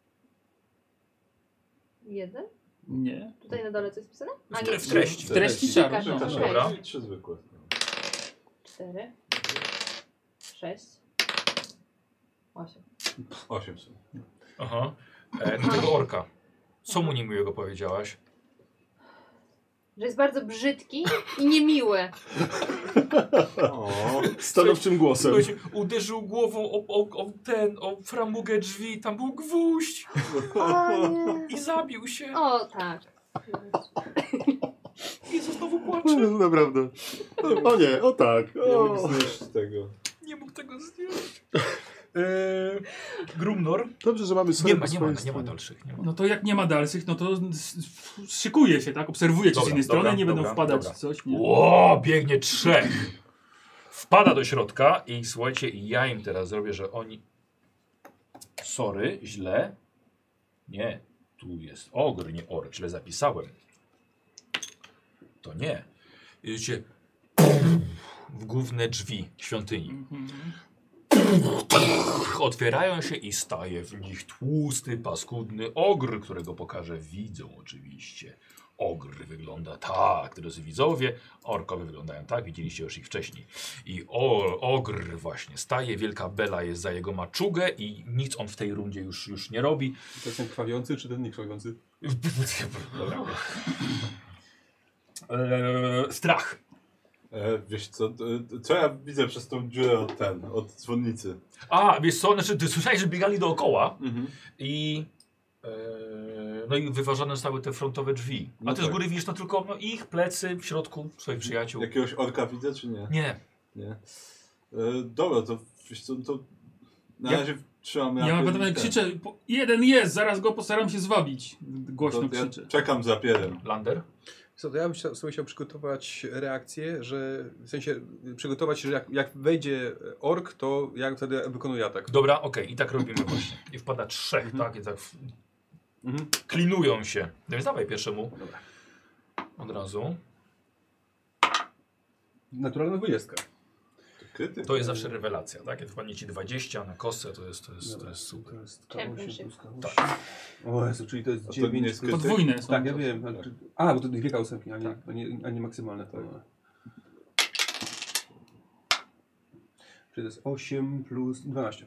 Speaker 2: Jeden?
Speaker 6: Nie.
Speaker 2: Tutaj na dole co jest pisane? A
Speaker 1: W
Speaker 2: nie,
Speaker 1: treści.
Speaker 6: W treści czaru,
Speaker 2: Kilka,
Speaker 6: no.
Speaker 2: sześć.
Speaker 1: Dobra.
Speaker 3: I 3 zwykłe.
Speaker 2: 4, 6, 8.
Speaker 3: 8 są.
Speaker 1: Aha. Do tego orka. Co mu niemiłego powiedziałaś?
Speaker 2: Że jest bardzo brzydki i niemiły.
Speaker 3: O,
Speaker 4: Stanowczym głosem.
Speaker 1: Słuchajcie, uderzył głową o framugę drzwi, tam był gwóźdź
Speaker 2: O nie.
Speaker 1: i zabił się.
Speaker 2: O tak.
Speaker 1: Jezu, znowu płacze.
Speaker 4: Naprawdę. O nie, o tak.
Speaker 3: nie
Speaker 4: O.
Speaker 3: mógł znieść tego.
Speaker 1: Nie mógł tego zdjąć. Grumnor.
Speaker 4: Dobrze, że mamy
Speaker 1: Nie
Speaker 4: sobie
Speaker 1: ma,
Speaker 4: po
Speaker 1: nie ma,
Speaker 4: swojej
Speaker 1: nie ma
Speaker 4: stronie.
Speaker 1: dalszych. Nie ma.
Speaker 6: No to jak nie ma dalszych, no to szykuje się, tak? Obserwuje cię z
Speaker 1: Dobra,
Speaker 6: innej strony,
Speaker 1: dobra,
Speaker 6: nie będą
Speaker 1: dobra,
Speaker 6: wpadać
Speaker 1: dobra.
Speaker 6: w coś. Nie?
Speaker 1: Ło, biegnie 3. Wpada do środka i słuchajcie, ja im teraz zrobię, że oni... Sorry, źle. Nie, tu jest ogr, nie ork, źle zapisałem. To nie. Widzicie, w główne drzwi świątyni. Otwierają się i staje w nich tłusty, paskudny ogr, którego pokażę widzą oczywiście. Ogr wygląda tak, drodzy widzowie. Orkowie wyglądają tak, widzieliście już ich wcześniej. I ogr właśnie staje, wielka Bela jest za jego maczugę i nic on w tej rundzie już nie robi.
Speaker 5: To jest ten krwawiący, czy ten niekrwawiący?
Speaker 1: Dobra. Strach.
Speaker 3: Wiesz co ja widzę przez tą dziurę od dzwonnicy?
Speaker 1: A, wiesz co, znaczy ty słyszałeś, że biegali dookoła
Speaker 3: Mhm.
Speaker 1: i no i wyważone zostały te frontowe drzwi. A
Speaker 3: No
Speaker 1: ty z
Speaker 3: tak.
Speaker 1: góry widzisz tylko ich plecy w środku swoich przyjaciół.
Speaker 3: Jakiegoś orka widzę, czy nie?
Speaker 1: Nie.
Speaker 3: Nie. Dobra, to wiesz co, to na
Speaker 6: Ja-
Speaker 3: razie trzymam
Speaker 6: Ja będę krzyczę, jeden jest, zaraz go postaram się zwabić. Głośno
Speaker 3: ja
Speaker 6: krzyczę.
Speaker 3: czekam za pierem.
Speaker 1: Lander?
Speaker 5: Co, to ja bym sobie chciał przygotować reakcję, że w sensie przygotować, że jak wejdzie ork, to ja wtedy wykonuję atak.
Speaker 1: Dobra, okej, i tak robimy właśnie. I wpada 3, tak? I tak klinują się. No więc dawaj pierwszemu.
Speaker 5: Dobra.
Speaker 1: Od razu.
Speaker 5: Naturalna 20.
Speaker 3: Krytyk.
Speaker 1: To jest zawsze rewelacja, tak? Jak wpadnie ci 20 na kostce, to jest super.
Speaker 5: To jest
Speaker 2: Championship.
Speaker 1: Tak.
Speaker 5: O Jezu, czyli to jest
Speaker 3: A to nie
Speaker 5: 9
Speaker 3: jest
Speaker 5: plus...
Speaker 3: krytyk?
Speaker 6: Podwójne są.
Speaker 5: Tak, ja
Speaker 6: to.
Speaker 5: wiem. A, bo to dwie ósemki, a nie maksymalne. To... Czyli to jest 8 plus 12.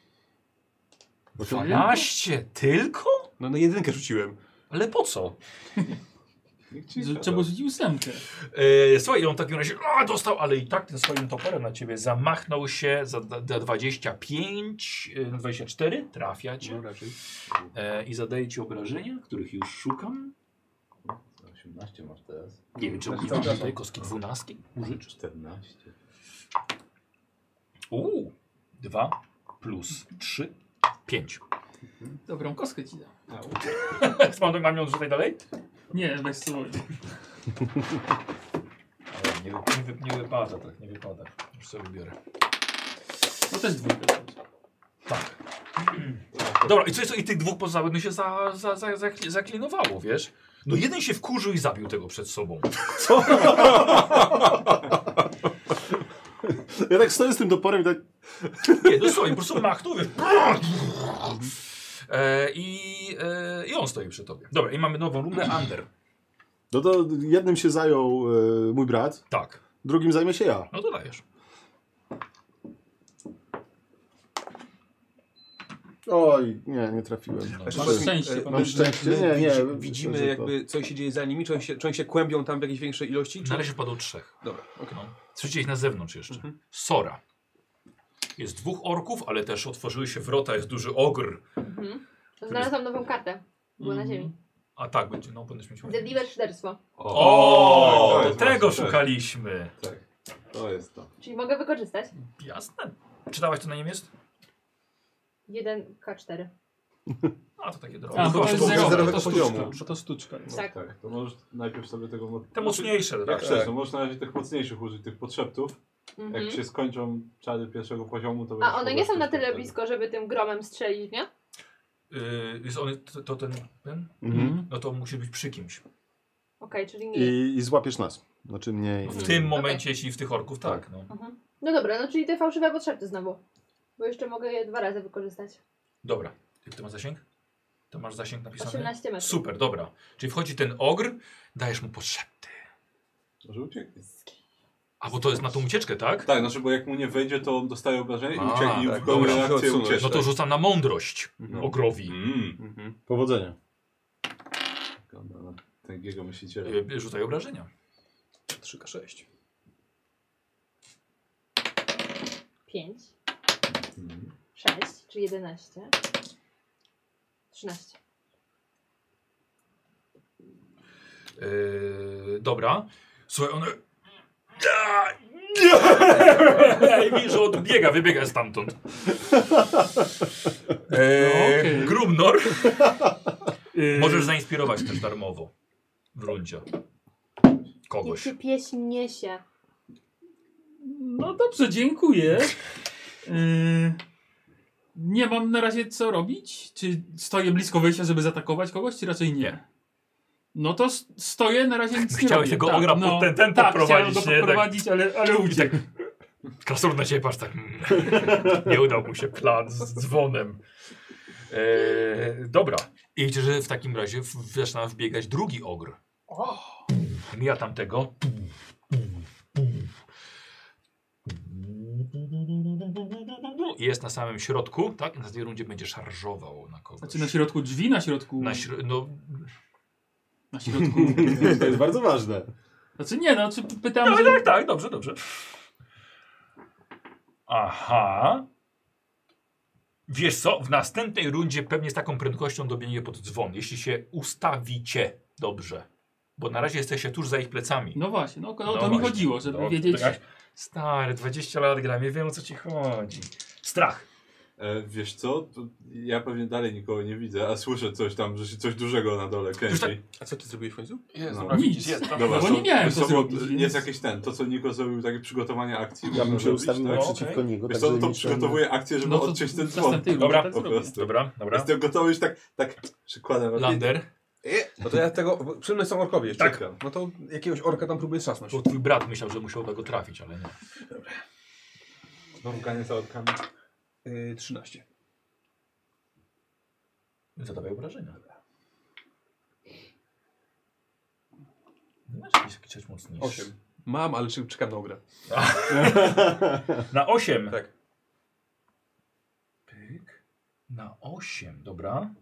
Speaker 1: 12 tylko?
Speaker 5: No na jedynkę rzuciłem.
Speaker 1: Ale po co?
Speaker 6: Trzeba rzucić 8.
Speaker 1: Słuchaj, on w takim razie dostał, ale i tak tym swoim toporem na ciebie zamachnął się za 25, 24, trafia cię
Speaker 5: No raczej.
Speaker 1: i zadaje ci obrażenia, których już szukam.
Speaker 3: 18 masz teraz.
Speaker 1: Nie wiem, czy
Speaker 5: Znaczy,
Speaker 1: używam
Speaker 5: cały
Speaker 1: tej
Speaker 5: czas.
Speaker 1: kostki 12 użyć.
Speaker 3: 14.
Speaker 1: 2 plus 3, 5.
Speaker 6: Dobrą kostkę ci dam.
Speaker 1: Mam ją tutaj dalej?
Speaker 6: Nie, weź sobie.
Speaker 1: Nie wypada, tak, nie wypada. Już sobie biorę.
Speaker 6: No też 2.
Speaker 1: Tak. Dobra, i co, i tych dwóch pozostałych no się zaklinowało, wiesz? No jeden się wkurzył i zabił tego przed sobą.
Speaker 4: Ja tak stoję z tym toporem i tak...
Speaker 1: Nie, no słuchaj, po prostu machnął, wiesz. I on stoi przy tobie. Dobra, i mamy nową rundę, Ander.
Speaker 4: No to jednym się zajął mój brat,
Speaker 1: Tak,
Speaker 4: drugim zajmę się ja.
Speaker 1: no to dajesz.
Speaker 4: Oj, nie trafiłem.
Speaker 1: No,
Speaker 6: Masz szczęście,
Speaker 4: Mam szczęście. Nie,
Speaker 5: Widzimy
Speaker 4: myślę, że
Speaker 5: jakby co się dzieje za nimi, czy oni się kłębią tam w jakiejś większej ilości? Czy...
Speaker 1: na razie padło 3.
Speaker 5: Dobra, okej.
Speaker 1: No. Słyszycie ich na zewnątrz jeszcze.
Speaker 5: Mhm.
Speaker 1: Sora. Jest 2 orków, ale też otworzyły się wrota, jest duży ogr.
Speaker 2: Mhm. Znalazłam nową kartę. Była na ziemi.
Speaker 1: A tak, będzie, no powinniśmy mieć.
Speaker 2: Zjadliwe szyderstwo.
Speaker 1: O,
Speaker 3: to
Speaker 1: do
Speaker 3: jest
Speaker 1: tego
Speaker 3: właśnie,
Speaker 1: szukaliśmy.
Speaker 3: Tak, to jest to.
Speaker 2: Czyli mogę wykorzystać.
Speaker 1: Jasne. Czytałaś, co na nim jest?
Speaker 2: 1K4.
Speaker 1: A, to takie drobne.
Speaker 6: A, bo to jest
Speaker 5: zerowego
Speaker 6: zerowe, to
Speaker 5: poziomu.
Speaker 6: sztuczka. Bo to sztuczka jest.
Speaker 2: Tak.
Speaker 3: Tak, to możesz najpierw sobie tego...
Speaker 1: Te mocniejsze,
Speaker 3: Jak
Speaker 1: tak?
Speaker 3: chcesz, to możesz na razie tych mocniejszych użyć, tych podszeptów.
Speaker 2: Mhm.
Speaker 3: Jak się skończą czary pierwszego poziomu, to
Speaker 2: A
Speaker 3: będziesz
Speaker 2: one
Speaker 3: po
Speaker 2: nie są
Speaker 3: prostu
Speaker 2: na tyle
Speaker 3: wtedy.
Speaker 2: blisko, żeby tym gromem strzelić, nie?
Speaker 1: Jest on, to ten?
Speaker 4: Mhm.
Speaker 1: No to musi być przy kimś.
Speaker 2: Okej, czyli nie.
Speaker 4: I złapiesz nas. Znaczy mnie.
Speaker 1: W tym momencie, jeśli w tych orków, tak. No.
Speaker 2: Mhm. No dobra, no czyli te fałszywe podszepty znowu. Bo jeszcze mogę je 2 razy wykorzystać.
Speaker 1: Dobra. Jak to ma zasięg? To masz zasięg napisany?
Speaker 2: 18 metrów.
Speaker 1: Super, dobra. Czyli wchodzi ten ogr, dajesz mu podszepty.
Speaker 3: Może ucieknie.
Speaker 1: A bo to jest na tą ucieczkę, tak?
Speaker 3: Tak, znaczy, bo jak mu nie wejdzie, to on dostaje obrażenie i
Speaker 1: A,
Speaker 3: ucieknie i
Speaker 5: tak,
Speaker 3: wykonuje
Speaker 5: dobra,
Speaker 3: reakcję
Speaker 5: odsunąć.
Speaker 3: ucieczki.
Speaker 1: No to rzucam na mądrość
Speaker 3: No.
Speaker 1: ogrowi.
Speaker 4: Powodzenia.
Speaker 3: Na tęgiego myśliciela.
Speaker 1: Rzucaj obrażenia.
Speaker 5: 3K6.
Speaker 2: 5,
Speaker 3: Mhm.
Speaker 2: 6, czy 11. 13.
Speaker 1: Dobra. Słuchaj, one... I widzisz, że odbiega, wybiega stamtąd.
Speaker 6: okej.
Speaker 1: Grumnor. Możesz zainspirować też darmowo w rundzie
Speaker 2: Niech
Speaker 1: kogoś.
Speaker 2: się pieśń niesie.
Speaker 6: No dobrze, dziękuję. Nie mam na razie co robić. Czy stoję blisko wejścia, żeby zaatakować kogoś, czy raczej nie? No to stoję, na razie nic nie
Speaker 1: Chciałeś
Speaker 6: robię.
Speaker 1: tego ogra pod ten
Speaker 6: tak,
Speaker 1: podprowadzić,
Speaker 6: chciałem
Speaker 1: nie?
Speaker 6: go podprowadzić, ale uciekł.
Speaker 1: Krasnolud na ciebie patrz tak. Nie udał mu się plan z dzwonem. Dobra. I widzicie, że w takim razie zaczyna wbiegać drugi ogr.
Speaker 2: O,
Speaker 1: Mija tamtego. I jest na samym środku, tak? Na tej rundzie będzie szarżował na kogoś.
Speaker 6: Znaczy na środku drzwi, na środku...
Speaker 1: Na
Speaker 6: Na środku...
Speaker 4: To jest bardzo ważne.
Speaker 6: Znaczy nie, no, czy pytam,
Speaker 1: No,
Speaker 6: że...
Speaker 1: tak, dobrze, dobrze. Aha. Wiesz co, w następnej rundzie pewnie z taką prędkością dobiegnie pod dzwon, jeśli się ustawicie dobrze. Bo na razie jesteście tuż za ich plecami.
Speaker 6: No właśnie, no, to
Speaker 1: No
Speaker 6: mi
Speaker 1: właśnie.
Speaker 6: chodziło, żeby
Speaker 1: No,
Speaker 6: wiedzieć...
Speaker 1: to jak- Stary, 20 lat gram, ja wiem o co ci chodzi. Strach.
Speaker 3: Wiesz co, to ja pewnie dalej nikogo nie widzę, a słyszę coś tam, że się coś dużego na dole kręci.
Speaker 1: tak-
Speaker 5: A co ty zrobiłeś w końcu?
Speaker 1: Jest,
Speaker 3: No.
Speaker 1: dobra,
Speaker 6: Nic.
Speaker 1: widzisz, jest.
Speaker 3: Dobra,
Speaker 6: bo
Speaker 3: to-
Speaker 6: nie miałem
Speaker 3: wiesz
Speaker 6: co
Speaker 3: co, bo
Speaker 6: zrobić,
Speaker 3: Jest
Speaker 6: więc-
Speaker 3: jakieś to co Niko zrobił, takie przygotowanie akcji.
Speaker 4: Ja bym
Speaker 3: można
Speaker 4: się
Speaker 3: robić,
Speaker 4: ustawił
Speaker 3: tak?
Speaker 4: naprzeciwko niego.
Speaker 3: Wiesz
Speaker 4: tak,
Speaker 3: co,
Speaker 4: żeby
Speaker 3: to
Speaker 4: mieć ten-
Speaker 3: przygotowuję akcję, żeby
Speaker 6: No to
Speaker 3: odciąć ten
Speaker 6: w
Speaker 3: dzwon.
Speaker 6: następnej rundzie
Speaker 1: Dobra,
Speaker 6: tak
Speaker 3: po
Speaker 6: zrobię.
Speaker 3: prostu.
Speaker 1: Dobra, dobra.
Speaker 3: Jestem gotowy już tak przykładem.
Speaker 1: Lander,
Speaker 5: No to ja tego... Przyjemne są orkowie jeszcze.
Speaker 1: Tak.
Speaker 5: No to jakiegoś orka tam próbuję trzasnąć.
Speaker 1: bo twój brat myślał, że musiał tego trafić, ale nie.
Speaker 3: Znowu ganie za orkami.
Speaker 5: 13.
Speaker 1: Zadawaj obrażenia. Nie masz jakiś coś mocniejszy.
Speaker 5: 8. Mam, ale czekam na ogrę.
Speaker 1: Na 8.
Speaker 5: Tak.
Speaker 1: Pyk. Na 8, dobra.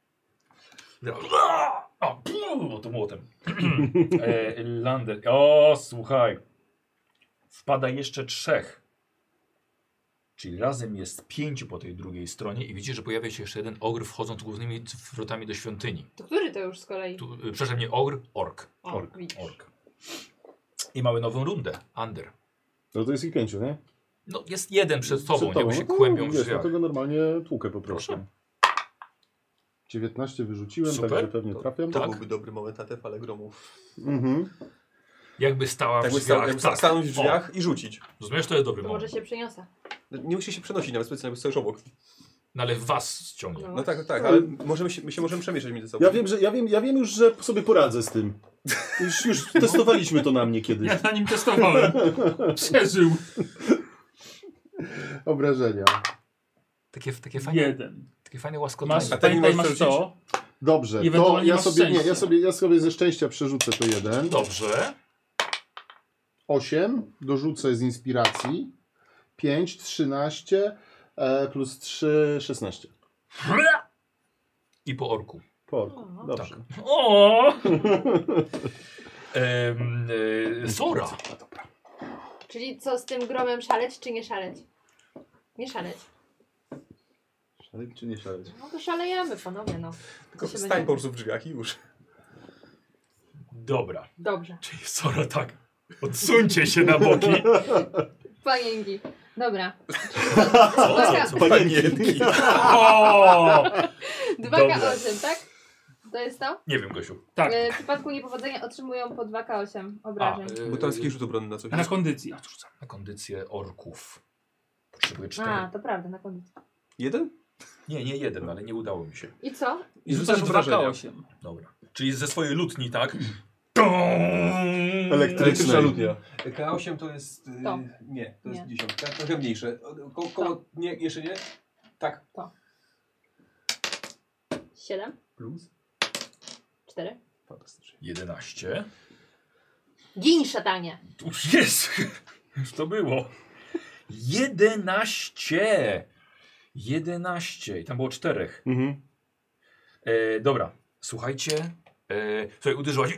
Speaker 1: O, to młotem. Lander. O, słuchaj. Wpada jeszcze 3. Czyli razem jest 5 po tej drugiej stronie i widzicie, że pojawia się jeszcze jeden ogr wchodząc głównymi wrotami do świątyni.
Speaker 2: to który to już z kolei?
Speaker 1: Tu, przepraszam, nie ogr, ork.
Speaker 2: O, widzisz.
Speaker 1: Ork. I mamy nową rundę. Under.
Speaker 4: No to jest ich 5, nie?
Speaker 1: No jest jeden przed tobą, nie? Bo się
Speaker 4: no to
Speaker 1: kłębią w
Speaker 4: wiesz,
Speaker 1: drzwiach.
Speaker 4: dlatego normalnie tłukę po prostu.
Speaker 1: Proszę.
Speaker 4: 19 wyrzuciłem,
Speaker 1: Super.
Speaker 4: także pewnie trafiam.
Speaker 5: To
Speaker 1: Tak.
Speaker 5: byłby dobry moment na te fale gromów.
Speaker 4: Mhm.
Speaker 1: Jakby stała w
Speaker 5: Jakby
Speaker 1: drzwiach. Tak.
Speaker 5: stanąć w drzwiach i rzucić.
Speaker 1: Rozumiesz, to jest dobry
Speaker 2: To
Speaker 1: moment.
Speaker 2: może się przeniosę.
Speaker 5: Nie musi się przenosić nawet specjalnie, bo stoisz obok.
Speaker 1: No ale was ściągnie.
Speaker 2: No.
Speaker 5: No tak, ale my się możemy przemieszać między sobą.
Speaker 4: Ja wiem już, że sobie poradzę z tym. Już testowaliśmy to na mnie kiedyś.
Speaker 6: Ja na nim testowałem. Przeżył.
Speaker 4: Obrażenia.
Speaker 1: Takie fajne,
Speaker 6: 1.
Speaker 1: takie fajne łaskotanie.
Speaker 6: Masz,
Speaker 5: A ten nie
Speaker 6: pamiętaj,
Speaker 5: możesz
Speaker 6: masz to.
Speaker 4: Dobrze,
Speaker 6: I
Speaker 4: to
Speaker 6: ewentualnie
Speaker 4: ja
Speaker 6: masz
Speaker 4: sobie,
Speaker 6: szczęście.
Speaker 4: ja sobie ze szczęścia przerzucę to 1.
Speaker 1: Dobrze.
Speaker 4: 8, dorzucę z inspiracji. 5, 13, plus 3, 16.
Speaker 1: I po orku.
Speaker 4: Porku, dobrze.
Speaker 1: O! Sora.
Speaker 2: Czyli co z tym gromem, szaleć czy nie szaleć? Nie szaleć.
Speaker 3: Szaleć czy nie szaleć?
Speaker 2: No to szalejemy, panowie, no.
Speaker 5: Tylko
Speaker 2: Co się
Speaker 5: stań
Speaker 2: będzie-
Speaker 5: po prostu w drzwiach i już.
Speaker 1: Dobra.
Speaker 2: Dobrze.
Speaker 1: Czyli Sora tak. Odsuńcie się na boki.
Speaker 2: Panienki. Dobra.
Speaker 1: Co? Panienki. O!
Speaker 2: 2K8, tak? To jest to?
Speaker 1: Nie wiem, Gosiu.
Speaker 6: Tak.
Speaker 2: W przypadku niepowodzenia otrzymują po 2K8 obrażeń.
Speaker 5: Bo to jest jakiś rzut obronny na coś.
Speaker 6: Na kondycję.
Speaker 1: Na kondycję orków. Potrzebuję 4.
Speaker 2: To prawda, na koniec.
Speaker 5: 1?
Speaker 1: Nie 1, ale nie udało mi się.
Speaker 2: I co?
Speaker 6: I
Speaker 5: rzucasz
Speaker 6: rzucasz
Speaker 5: obrażenia.
Speaker 6: 2K8.
Speaker 1: Dobra. Czyli ze swojej lutni, tak?
Speaker 4: Elektryczna
Speaker 5: lutnia. K8 to jest...
Speaker 2: To.
Speaker 5: Nie, to jest
Speaker 2: Nie.
Speaker 5: 10. Trochę mniejsze. Koło... Nie, jeszcze nie? Tak.
Speaker 2: 7,
Speaker 5: Plus?
Speaker 2: 4.
Speaker 5: Fantastycznie.
Speaker 1: 11.
Speaker 2: Gin, szatanie!
Speaker 1: Już jest. Już to było. 11. 11. I tam było 4.
Speaker 4: Mhm.
Speaker 1: Dobra. Słuchajcie. Słuchaj, uderzyłaś.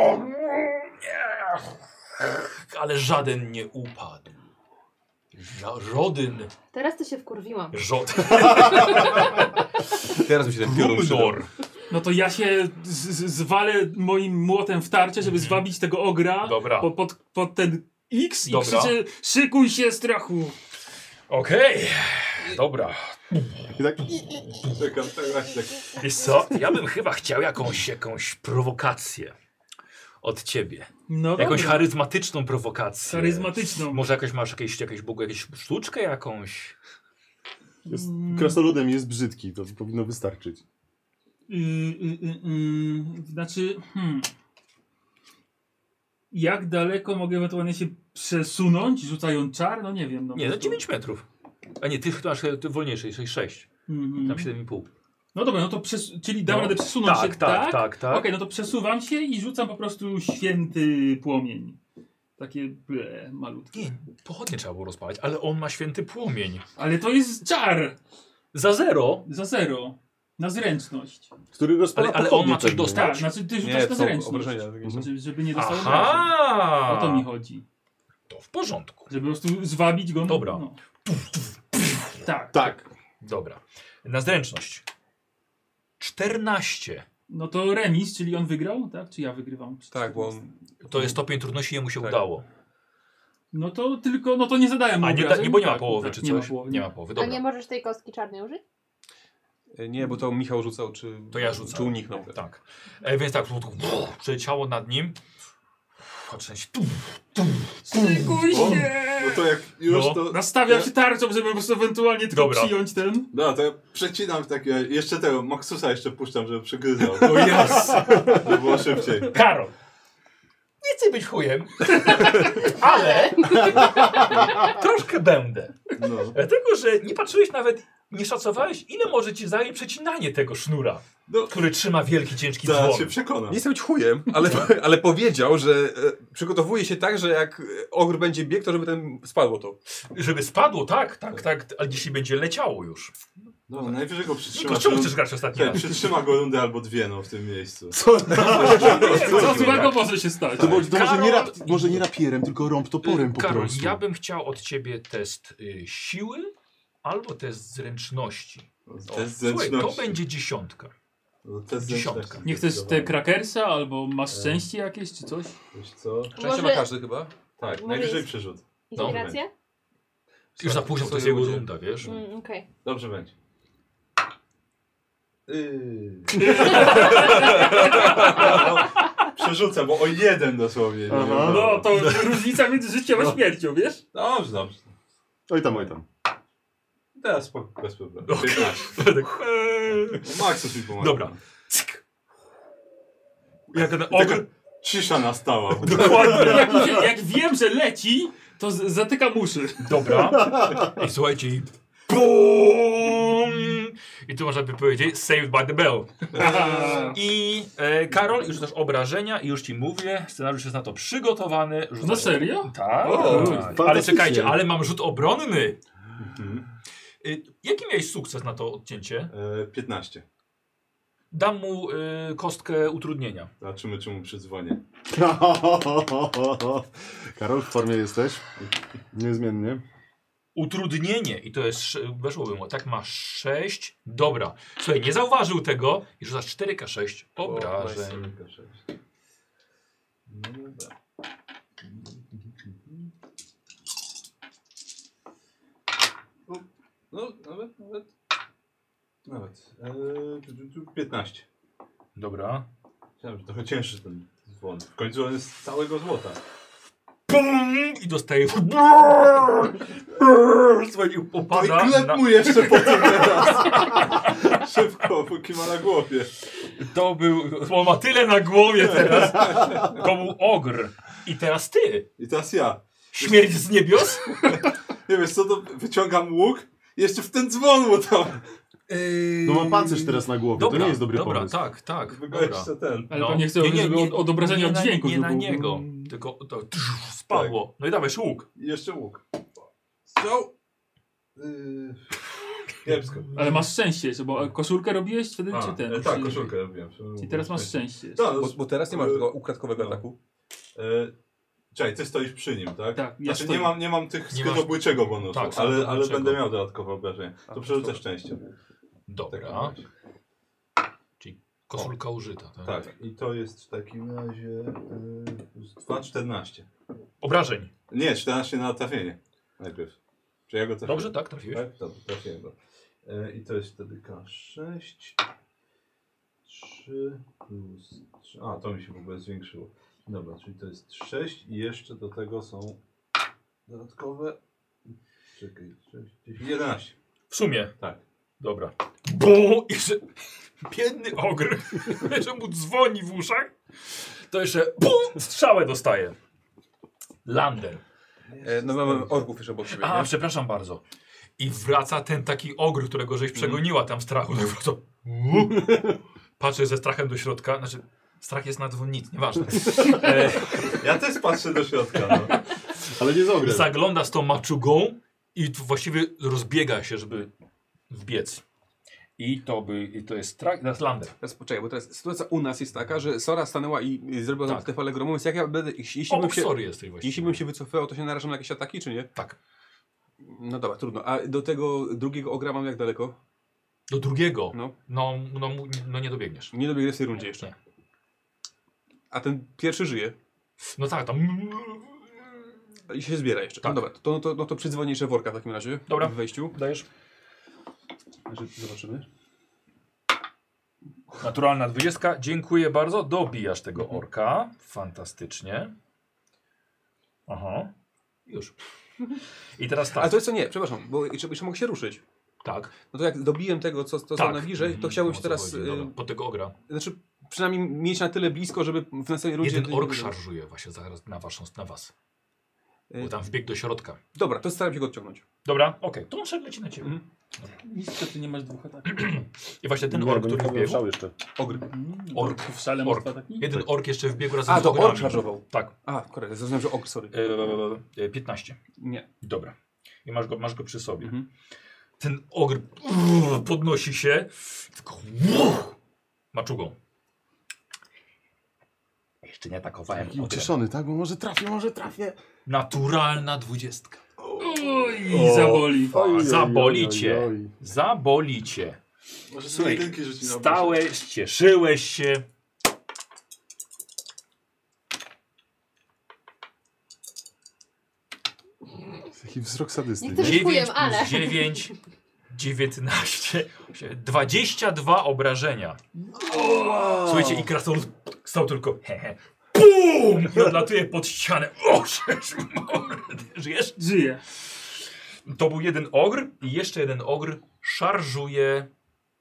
Speaker 1: Ale żaden nie upadł. Żaden.
Speaker 2: Teraz to się wkurwiłam.
Speaker 1: Żaden.
Speaker 5: Teraz mi się ten piorun przydał.
Speaker 1: Rumnor.
Speaker 6: No to ja się zwalę moim młotem w tarczę, żeby zwabić tego ogra
Speaker 1: Dobra.
Speaker 6: pod ten X i
Speaker 1: Dobra.
Speaker 6: krzyczę: szykuj się, strachu!
Speaker 1: Okej. Dobra.
Speaker 4: I tak,
Speaker 3: Czekam, tak.
Speaker 1: Wiesz co? Ja bym chyba chciał jakąś prowokację od ciebie.
Speaker 6: No
Speaker 1: Jakąś
Speaker 6: dobra.
Speaker 1: charyzmatyczną prowokację.
Speaker 6: Charyzmatyczną.
Speaker 1: Może masz jakąś sztuczkę jakąś?
Speaker 4: jest, krasnoludem jest brzydki, to powinno wystarczyć.
Speaker 6: Znaczy, jak daleko mogę ewentualnie się przesunąć, rzucając czar? No nie wiem. No,
Speaker 1: Nie, no 9 metrów. A nie, ty masz wolniejszej, 6.
Speaker 6: Mhm.
Speaker 1: Tam 7,5.
Speaker 6: No dobra, no to czyli dam radę przesunąć się,
Speaker 1: tak.
Speaker 6: Okej, no to przesuwam się i rzucam po prostu święty płomień. Takie malutkie.
Speaker 1: Nie, pochodnie trzeba było rozpalać, ale on ma święty płomień.
Speaker 6: Ale to jest czar!
Speaker 1: Za 0?
Speaker 6: Za 0. Na zręczność.
Speaker 4: Który rozpala
Speaker 1: Ale on
Speaker 4: pochodnie
Speaker 1: ma coś
Speaker 4: pewnie.
Speaker 1: dostać?
Speaker 6: Tak, znaczy ty
Speaker 5: Nie,
Speaker 6: rzucasz
Speaker 5: to
Speaker 6: na
Speaker 5: są
Speaker 6: zręczność.
Speaker 5: obrażenia.
Speaker 6: Żeby nie dostał obrażeń.
Speaker 1: Aha!
Speaker 6: O to mi chodzi.
Speaker 1: To w porządku.
Speaker 6: Żeby po prostu zwabić go.
Speaker 1: Dobra.
Speaker 6: No. Tak.
Speaker 4: Tak.
Speaker 1: Dobra. Na zręczność. 14.
Speaker 6: No to remis, czyli on wygrał, tak? Czy ja wygrywam?
Speaker 5: Tak, bo on...
Speaker 1: To jest stopień trudności, jemu się
Speaker 5: Tak.
Speaker 1: udało.
Speaker 6: No to tylko, no to nie zadałem mu
Speaker 1: A nie,
Speaker 6: obrażeń.
Speaker 1: bo nie ma
Speaker 6: Tak,
Speaker 1: połowy,
Speaker 6: tak,
Speaker 1: czy
Speaker 6: nie ma
Speaker 1: coś?
Speaker 6: połowy.
Speaker 1: Nie ma połowy,
Speaker 2: A
Speaker 1: dobra.
Speaker 2: nie możesz tej kostki czarnej użyć?
Speaker 5: Nie, bo to Michał rzucał, czy...
Speaker 1: To ja rzucam.
Speaker 5: Czy uniknął.
Speaker 1: Tak. Więc tak, przeleciało nad nim. Patrzeć.
Speaker 6: Szykuj
Speaker 3: O,
Speaker 6: się!
Speaker 3: No to jak już
Speaker 1: No.
Speaker 3: to...
Speaker 6: Nastawiam się tarczą, żeby po prostu ewentualnie tylko
Speaker 1: Dobra.
Speaker 6: przyjąć ten.
Speaker 3: No to ja przecinam takie... Jeszcze tego Maxusa jeszcze puszczam, żeby przygryzał.
Speaker 1: O jest!
Speaker 3: Żeby było szybciej.
Speaker 1: Karol! Nie chcę być chujem, ale troszkę będę.
Speaker 3: No.
Speaker 1: Dlatego, że nie patrzyłeś nawet, nie szacowałeś, ile może ci zająć przecinanie tego sznura,
Speaker 3: No.
Speaker 1: który trzyma wielki, ciężki
Speaker 3: Zaraz
Speaker 1: dzwon.
Speaker 3: się przekonam.
Speaker 5: Nie chcę być chujem, ale powiedział, że przygotowuje się tak, że jak ogr będzie biegł, to żeby ten spadło to.
Speaker 1: Żeby spadło, tak, ale dzisiaj będzie leciało już.
Speaker 3: No, najwyżej go
Speaker 1: Tylko
Speaker 3: przytrzyma.
Speaker 1: z czemu chcesz grać ostatni raz?
Speaker 3: Przytrzyma go rundę albo dwie, no, w tym miejscu.
Speaker 6: Co złego może się stać?
Speaker 4: To
Speaker 1: Karol-
Speaker 4: może nie rapierem, tylko rąb toporem po
Speaker 1: Karol,
Speaker 4: prostu.
Speaker 1: ja bym chciał od ciebie test siły albo test zręczności.
Speaker 3: Test
Speaker 1: Słuchaj, to
Speaker 3: zręczności.
Speaker 1: będzie 10.
Speaker 3: No, test
Speaker 1: dziesiątka.
Speaker 3: zręczności
Speaker 6: Nie chcesz te
Speaker 3: zdecydowanie.
Speaker 6: krakersa albo masz szczęście jakieś czy coś?
Speaker 3: Wiesz co?
Speaker 5: Szczęście
Speaker 2: Może-
Speaker 5: ma każdy chyba.
Speaker 3: Tak,
Speaker 2: Może
Speaker 3: najwyżej
Speaker 2: jest-
Speaker 3: przerzut.
Speaker 2: Inspiracja?
Speaker 1: Już za późno, to jest jego runda, wiesz?
Speaker 2: Okej.
Speaker 3: Dobrze będzie. Przerzucę, bo o jeden dosłownie. Nie
Speaker 4: Aha.
Speaker 3: wiem,
Speaker 6: No to różnica między życiem a śmiercią, wiesz?
Speaker 3: Dobrze, dobrze.
Speaker 4: Oj tam.
Speaker 3: Teraz spoko, bez problemu.
Speaker 1: Okej.
Speaker 3: 15. Maxus mi pomaga.
Speaker 1: Dobra. Cyk. Jak ten
Speaker 3: Taka
Speaker 1: ogr...
Speaker 3: cisza nastała.
Speaker 1: Dokładnie.
Speaker 6: Jak wiem, że leci, to zatykam uszy.
Speaker 1: Dobra. I słuchajcie, i BUM! I tu można by powiedzieć Saved by the Bell. I Karol, już też obrażenia i już ci mówię, scenariusz jest na to przygotowany.
Speaker 6: No serio?
Speaker 1: Tak.
Speaker 6: O,
Speaker 1: Tak. Ale
Speaker 4: fantastycznie.
Speaker 1: czekajcie, ale mam rzut obronny.
Speaker 3: Mhm.
Speaker 1: Jaki miałeś sukces na to odcięcie?
Speaker 3: 15.
Speaker 1: Dam mu kostkę utrudnienia.
Speaker 3: Zobaczymy, czy mu przydzwonię.
Speaker 4: Karol, w formie jesteś? Niezmiennie.
Speaker 1: Utrudnienie i to jest, weszłoby mu, tak ma 6. Dobra. Słuchaj, nie zauważył tego i rzucasz 4K6 obrażeń.
Speaker 3: No dobra. No, nawet. 15.
Speaker 1: Dobra.
Speaker 3: Myślałem, że trochę cięższy ten dzwon. W końcu on jest z całego złota.
Speaker 1: Pum! I dostaje. Słuchaj, i upada.
Speaker 3: Klep mu jeszcze po tym teraz. Szybko, póki ma na głowie.
Speaker 1: To był. On ma tyle na głowie teraz. To był ogr. I teraz ty.
Speaker 3: I teraz ja.
Speaker 1: Śmierć z niebios.
Speaker 3: Nie wiesz co, to wyciągam łuk i jeszcze w ten dzwon mu tam.
Speaker 4: No mam pancerz teraz na głowie,
Speaker 1: Dobra,
Speaker 4: to nie jest dobry
Speaker 1: dobra,
Speaker 4: pomysł.
Speaker 1: tak.
Speaker 3: Tylko
Speaker 1: Dobra.
Speaker 3: jeszcze ten.
Speaker 6: Ale pewnie chcę, żeby od obrażenia od dźwięku.
Speaker 1: Nie na
Speaker 6: żeby-
Speaker 1: niego. Tylko to spadło. No i dawaj łuk.
Speaker 3: I jeszcze łuk. Strzał. Kiepsko.
Speaker 6: Ale masz szczęście, bo koszulkę robiłeś wtedy, czy ten?
Speaker 3: Tak,
Speaker 6: czy...
Speaker 3: koszulkę robiłem.
Speaker 6: I teraz masz szczęście.
Speaker 3: Tak,
Speaker 5: Bo teraz nie masz tego ukradkowego
Speaker 3: No.
Speaker 5: ataku.
Speaker 3: Czekaj, ty stoisz przy nim, tak?
Speaker 6: Tak, ja
Speaker 3: Znaczy
Speaker 6: stoję.
Speaker 3: nie mam tych
Speaker 1: Nie masz-
Speaker 3: skrytobójczego bonusu,
Speaker 1: Tak,
Speaker 3: ale
Speaker 1: skrytobójczego.
Speaker 3: będę miał dodatkowe obrażenia.
Speaker 5: A,
Speaker 3: To przerzucę
Speaker 5: dobra.
Speaker 3: szczęście.
Speaker 1: Dobra. Czyli koszulka użyta. Tak.
Speaker 3: Tak, i to jest w takim razie 2,14.
Speaker 1: Obrażeń.
Speaker 3: Nie, 14 na trafienie. Najpierw. Czy ja go trafiłem?
Speaker 1: Dobrze, tak, trafiłeś.
Speaker 3: Tak, dobrze, trafiłem go. I to jest wtedy K6. 3 plus 3. A, to mi się w ogóle zwiększyło. Dobra, czyli to jest 6 i jeszcze do tego są dodatkowe. Czekaj, 6, 10, 11.
Speaker 1: W sumie.
Speaker 3: Tak.
Speaker 1: Dobra. Bo jeszcze biedny ogr, że mu dzwoni w uszach, to jeszcze bum, strzałę dostaje. Lander.
Speaker 5: No mamy orków jeszcze obok siebie,
Speaker 1: A,
Speaker 5: nie?
Speaker 1: przepraszam bardzo. I wraca ten taki ogr, którego żeś przegoniła tam strachu. Tak wraca. Patrzy ze strachem do środka. Znaczy, strach jest na dzwonnicy, nieważne.
Speaker 3: Ja też patrzę do środka. No.
Speaker 4: Ale nie z ogrem.
Speaker 1: Zagląda z tą maczugą i właściwie rozbiega się, żeby wbiec. I to jest strach. To jest Lander.
Speaker 5: Teraz poczekaj, bo teraz sytuacja u nas jest taka, że Sora stanęła i zrobiła
Speaker 1: Tak.
Speaker 5: tam te fale gromu, więc jak ja będę,
Speaker 1: Obok Sory jesteś właściwie.
Speaker 5: jeśli bym się wycofywał, to się narażam na jakieś ataki, czy nie?
Speaker 1: Tak.
Speaker 5: No dobra, trudno. A do tego drugiego ogra mam jak daleko?
Speaker 1: Do drugiego.
Speaker 5: No.
Speaker 1: No nie dobiegniesz.
Speaker 5: Nie dobiegnę w tej rundzie jeszcze.
Speaker 1: Nie.
Speaker 5: A ten pierwszy żyje.
Speaker 1: No tak, tam.
Speaker 5: I się zbiera jeszcze.
Speaker 1: Tak.
Speaker 5: No dobra, to przydzwonię jeszcze worka w takim razie.
Speaker 1: Dobra.
Speaker 5: W wejściu.
Speaker 1: Dajesz.
Speaker 5: Zobaczymy.
Speaker 1: Naturalna 20. Dziękuję bardzo. Dobijasz tego orka. Fantastycznie. Aha. Już. I teraz tak.
Speaker 5: Ale to jest co nie, przepraszam, bo jeszcze mogę się ruszyć.
Speaker 1: Tak.
Speaker 5: No to jak dobiłem tego, co
Speaker 1: Tak.
Speaker 5: najbliżej, to chciałbym
Speaker 1: O
Speaker 5: się
Speaker 1: co
Speaker 5: teraz...
Speaker 1: chodzi? Dobra, po tego ogra.
Speaker 5: Znaczy, przynajmniej mieć na tyle blisko, żeby w następnej rundzie...
Speaker 1: Jeden ork szarżuje właśnie zaraz na was. Bo tam wbiegł do środka.
Speaker 5: Dobra, to staram się go odciągnąć.
Speaker 1: Dobra, okej. To on szedł leci na ciebie.
Speaker 6: Niestety nie masz 2 ataków.
Speaker 1: I właśnie ten
Speaker 4: Nie,
Speaker 1: ork,
Speaker 4: bo nie
Speaker 1: który
Speaker 4: wpadłem w szał
Speaker 1: wbiegł.
Speaker 4: jeszcze.
Speaker 5: Ogr.
Speaker 1: Ork.
Speaker 6: W szale masz 2 ataki?
Speaker 1: Jeden ork jeszcze wbiegł razem
Speaker 5: A,
Speaker 1: z
Speaker 5: to
Speaker 1: ogrami.
Speaker 5: ork szarżował.
Speaker 1: Tak.
Speaker 5: A, korekt, zrozumiałem, że ogr, sorry.
Speaker 1: 15.
Speaker 5: Nie.
Speaker 1: Dobra. I masz go przy sobie.
Speaker 5: Mhm.
Speaker 1: Ten ogr podnosi się. Tylko maczugą. Jeszcze nie atakowałem.
Speaker 4: Taki
Speaker 1: ogrem.
Speaker 4: ucieszony, tak? Bo może trafię.
Speaker 1: Naturalna 20.
Speaker 6: Oj, zaboli.
Speaker 1: Zaboli cię. Zaboli cię.
Speaker 3: Może
Speaker 1: Słuchaj,
Speaker 3: jedynki rzuci na
Speaker 1: stałeś, cieszyłeś się.
Speaker 4: Taki wzrok sadysty.
Speaker 2: Niektórzy-
Speaker 4: nie?
Speaker 1: 9
Speaker 2: Dziękuję, ale-
Speaker 1: plus 9, 19, 22 obrażenia. Słuchajcie, i krasnolud stał tylko hehe. BUM! I odlatuje pod ścianę. O, żyjesz?
Speaker 6: Żyje.
Speaker 1: To był jeden ogr i jeszcze jeden ogr szarżuje.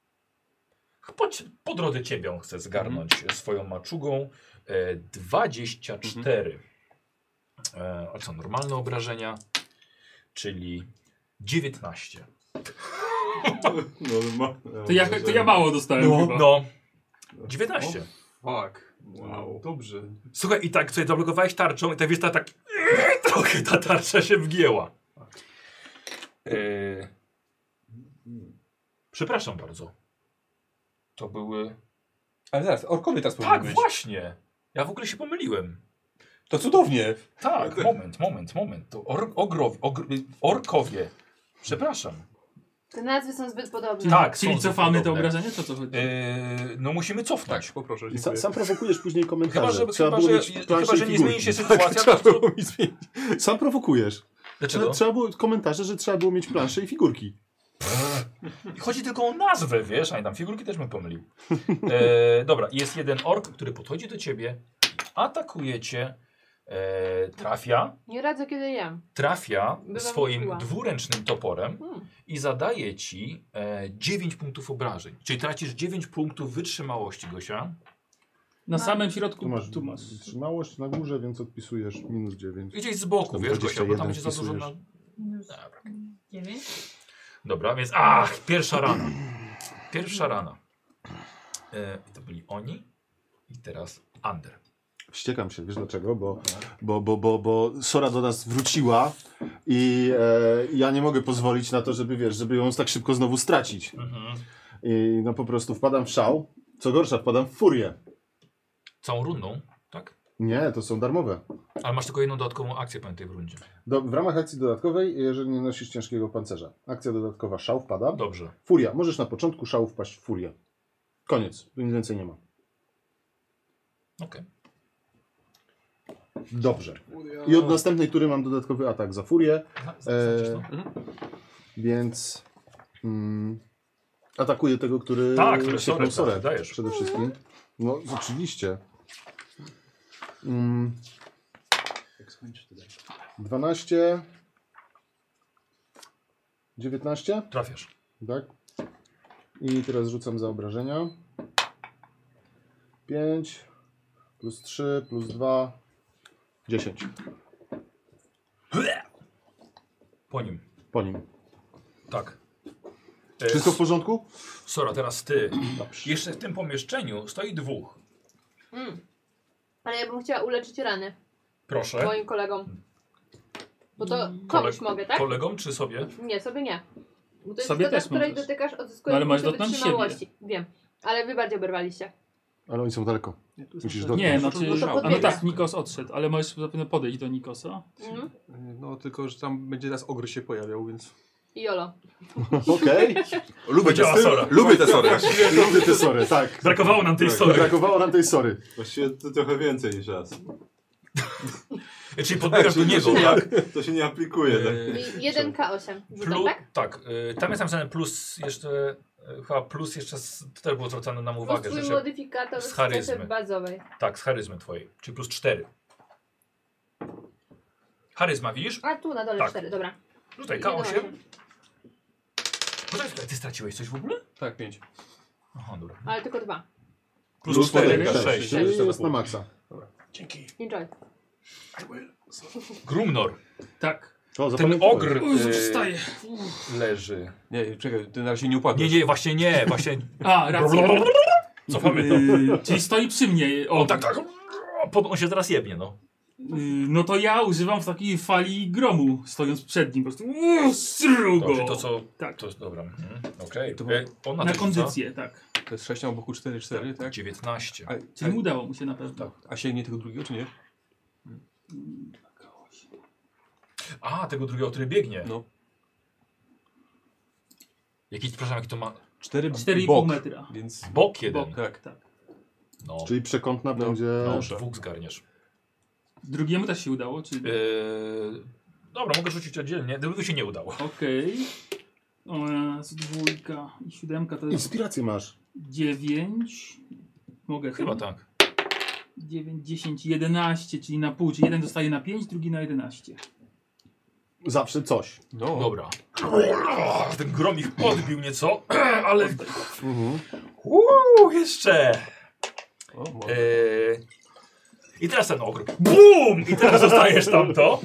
Speaker 1: Po drodze ciebie on chce zgarnąć swoją maczugą. 24. A co, normalne obrażenia? Czyli 19.
Speaker 6: To ja mało dostałem chyba.
Speaker 1: No, 19.
Speaker 5: Fuck. Wow. Dobrze.
Speaker 1: Słuchaj, i tak sobie zablokowałeś tarczą i tak wiesz, tak trochę ta tarcza się wgięła. Przepraszam bardzo. To były...
Speaker 5: Ale zaraz, orkowie teraz
Speaker 1: Tak,
Speaker 5: powinni być.
Speaker 1: właśnie. Ja w ogóle się pomyliłem.
Speaker 5: To cudownie.
Speaker 1: Tak, moment. To orkowie. Przepraszam.
Speaker 2: Te nazwy są zbyt podobne.
Speaker 1: Tak,
Speaker 6: Czyli
Speaker 1: są
Speaker 6: cofamy te
Speaker 1: podobne.
Speaker 6: obrażenia? To co chodzi?
Speaker 1: No musimy cofnąć.
Speaker 5: Tak, poproszę,
Speaker 4: I
Speaker 5: dziękuję.
Speaker 4: sam prowokujesz później komentarze.
Speaker 1: Chyba,
Speaker 4: Trzeba
Speaker 1: że
Speaker 4: było mieć planszę
Speaker 1: chyba, że
Speaker 4: i
Speaker 1: nie
Speaker 4: figurki.
Speaker 1: zmieni się
Speaker 4: Tak,
Speaker 1: sytuacja,
Speaker 4: trzeba
Speaker 1: to-
Speaker 4: było mi zmienić. Sam prowokujesz.
Speaker 1: Dlaczego?
Speaker 4: Trzeba było komentarze, że trzeba było mieć planszę i figurki.
Speaker 1: Chodzi tylko o nazwę, wiesz, a tam figurki też bym pomylił. Dobra, jest jeden ork, który podchodzi do ciebie, atakuje cię, trafia
Speaker 2: Nie radzę, kiedy jem. Bywam
Speaker 1: swoim
Speaker 2: miła.
Speaker 1: dwuręcznym toporem i zadaje ci 9 punktów obrażeń. Czyli tracisz 9 punktów wytrzymałości, Gosia.
Speaker 6: Na samym środku
Speaker 4: Tu masz wytrzymałość na górze, więc odpisujesz -9.
Speaker 1: Gdzieś z boku,
Speaker 4: Tam
Speaker 1: wiesz, Gosia, bo tam
Speaker 4: 21
Speaker 1: będzie za dużo na...
Speaker 4: wpisujesz.
Speaker 1: Dobra.
Speaker 8: 9.
Speaker 1: Dobra, więc pierwsza rana. Pierwsza rana. I to byli oni. I teraz Ander.
Speaker 4: Wściekam się, wiesz dlaczego? Bo Sora do nas wróciła i ja nie mogę pozwolić na to, żeby ją tak szybko znowu stracić. I no po prostu wpadam w szał. Co gorsza, wpadam w furię.
Speaker 1: Całą rundą, tak?
Speaker 4: Nie, to są darmowe.
Speaker 1: Ale masz tylko jedną dodatkową akcję, pamiętaj, w rundzie.
Speaker 4: W ramach akcji dodatkowej, jeżeli nie nosisz ciężkiego pancerza. Akcja dodatkowa, szał wpada.
Speaker 1: Dobrze.
Speaker 4: Furia. Możesz na początku szału wpaść w furię. Koniec. Nic więcej nie ma.
Speaker 1: Okej.
Speaker 4: Dobrze. I od następnej tury mam dodatkowy atak za furię.
Speaker 1: Zasadzisz to?
Speaker 4: Więc atakuję tego, który
Speaker 1: Tak, który
Speaker 4: sieknął
Speaker 1: Sorę,
Speaker 4: Sorę
Speaker 1: dajesz.
Speaker 4: przede wszystkim. No, oczywiście. 12 19?
Speaker 1: Trafiasz.
Speaker 4: Tak. I teraz rzucam za obrażenia. 5 plus 3 plus 2 10.
Speaker 1: Po nim.
Speaker 4: Po nim.
Speaker 1: Tak.
Speaker 4: Wszystko w porządku?
Speaker 1: Sora, teraz ty.
Speaker 4: Dobrze.
Speaker 1: Jeszcze w tym pomieszczeniu stoi dwóch.
Speaker 2: Ale ja bym chciała uleczyć rany
Speaker 1: Proszę.
Speaker 2: moim kolegom. Bo to komuś mogę, tak?
Speaker 1: Kolegom czy sobie?
Speaker 2: Nie, sobie nie. Bo to jest
Speaker 6: Sobie
Speaker 2: istota,
Speaker 6: też
Speaker 2: której
Speaker 6: możesz.
Speaker 2: dotykasz, odzyskuje
Speaker 6: No ale masz
Speaker 2: punkty
Speaker 6: dotknąć
Speaker 2: wytrzymałości. Wiem. Ale wy bardziej oberwaliście.
Speaker 4: Ale oni są daleko. Musisz dotknąć.
Speaker 6: Nie, znaczy...
Speaker 2: No to
Speaker 6: A no
Speaker 2: podbiega.
Speaker 6: tak, Nikos odszedł, ale możesz zapewne podejść do Nikosa.
Speaker 2: Mhm.
Speaker 5: No tylko, że tam będzie teraz ogry się pojawiał, więc...
Speaker 2: I jolo.
Speaker 4: Okej.
Speaker 5: Lubię
Speaker 1: Powiedziała Sora.
Speaker 5: Lubię te sory.
Speaker 4: Lubię te sory, tak.
Speaker 1: Brakowało nam tej Sory.
Speaker 4: Brakowało nam tej sory.
Speaker 3: Właściwie to trochę więcej niż raz.
Speaker 1: Czyli podbiegasz do niego, tak?
Speaker 3: To się nie aplikuje. Tak?
Speaker 2: I 1K8. Rzucam, tak?
Speaker 1: Tak, tam jest napisane plus jeszcze, chyba plus jeszcze, to też było zwracane nam
Speaker 2: Plus
Speaker 1: uwagę,
Speaker 2: twój
Speaker 1: że
Speaker 2: modyfikator
Speaker 1: z
Speaker 2: z
Speaker 1: charyzmy.
Speaker 2: cechy bazowej.
Speaker 1: tak, z charyzmy twojej, czyli plus 4. Charyzma, widzisz?
Speaker 2: A tu na dole
Speaker 1: Tak.
Speaker 2: 4, dobra.
Speaker 1: Rzucaj
Speaker 2: 1,8.
Speaker 1: K8. Poczekaj, ty straciłeś coś w ogóle?
Speaker 5: Tak, 5.
Speaker 1: Aha, dobra.
Speaker 2: Ale tylko 2.
Speaker 1: Plus
Speaker 5: cztery,
Speaker 1: 4,
Speaker 5: sześć.
Speaker 1: 6.
Speaker 4: Czyli jest na maksa.
Speaker 7: Dzięki.
Speaker 2: Enjoy.
Speaker 7: I will.
Speaker 1: Grumnor,
Speaker 6: Tak.
Speaker 4: O,
Speaker 1: ten
Speaker 4: zapamiętałem.
Speaker 1: ogr
Speaker 6: Wstaję.
Speaker 1: leży.
Speaker 5: Nie, czekaj, ty na razie nie upadłeś.
Speaker 1: Nie, właśnie nie, właśnie
Speaker 6: A, racja.
Speaker 1: cofamy to.
Speaker 6: Czyli stoi przy mnie.
Speaker 1: O, tak, tak. On się teraz jebnie, no.
Speaker 6: No to ja używam w takiej fali gromu, stojąc przed nim. Po prostu strugo.
Speaker 1: Dobrze, to co?
Speaker 6: Tak.
Speaker 1: To jest dobra. Okej.
Speaker 5: To
Speaker 1: On
Speaker 6: Na
Speaker 1: tyle rzuca?
Speaker 6: kondycję, tak.
Speaker 5: To jest 6 na boku 4, tak?
Speaker 1: 19.
Speaker 6: Czyli udało mu się na pewno.
Speaker 5: A sięgnie tego drugiego, czy nie?
Speaker 1: A, tego drugiego, który biegnie.
Speaker 5: No.
Speaker 1: Jakiś, przepraszam, jaki to ma
Speaker 6: 4,5
Speaker 5: bok,
Speaker 6: metra.
Speaker 5: Więc...
Speaker 1: bok jeden.
Speaker 6: Bok,
Speaker 5: Tak.
Speaker 6: tak.
Speaker 1: No,
Speaker 4: Czyli przekątna będzie...
Speaker 1: no dwóch zgarniesz.
Speaker 6: Drugiemu też się udało, czy...
Speaker 1: Dobra, mogę rzucić oddzielnie. Drugiego się nie udało.
Speaker 6: Okej. Oraz 2 i 7 to jest
Speaker 4: Inspirację masz.
Speaker 6: 9. Mogę
Speaker 1: Chyba
Speaker 6: to?
Speaker 1: tak.
Speaker 6: 9, 10, 11, czyli na pół. Czyli jeden dostaje na 5, drugi na 11.
Speaker 4: Zawsze coś.
Speaker 5: No.
Speaker 1: Dobra. Ten grom ich podbił nieco, ale... Jeszcze!
Speaker 5: O, może.
Speaker 1: I teraz ten ogr. BUM! I teraz zostajesz tamto.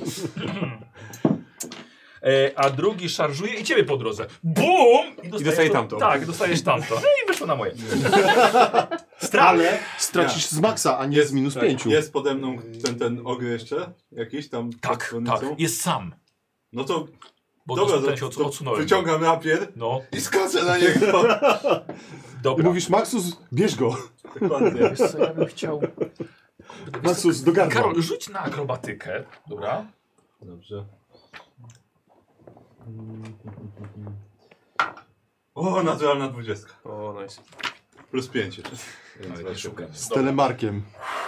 Speaker 1: A drugi szarżuje i ciebie po drodze. BUM! I
Speaker 5: dostaje tamto.
Speaker 1: Tak, dostajesz tamto. No i wyszło na moje.
Speaker 4: Ale stracisz z maksa, a nie z minus 5.
Speaker 3: Jest pode mną ten ogry jeszcze? Jakiś tam? pod
Speaker 1: Tak,
Speaker 3: stronnicą?
Speaker 1: tak. Jest sam.
Speaker 3: No to
Speaker 1: Bo
Speaker 3: dobra,
Speaker 1: ten się
Speaker 3: to
Speaker 1: odsunąłem.
Speaker 3: wyciągam rapier
Speaker 1: No,
Speaker 3: i skaczę na niego.
Speaker 4: I
Speaker 1: dobra.
Speaker 4: mówisz, Maxus, bierz go.
Speaker 3: Dokładnie.
Speaker 1: Wiesz co, ja bym chciał...
Speaker 4: Maxus, do gardła.
Speaker 1: Karol, rzuć na akrobatykę. Dobra.
Speaker 3: Dobrze. O, naturalna 20.
Speaker 5: O, nice.
Speaker 3: Plus 5.
Speaker 1: Ale nie szukam.
Speaker 4: Z telemarkiem.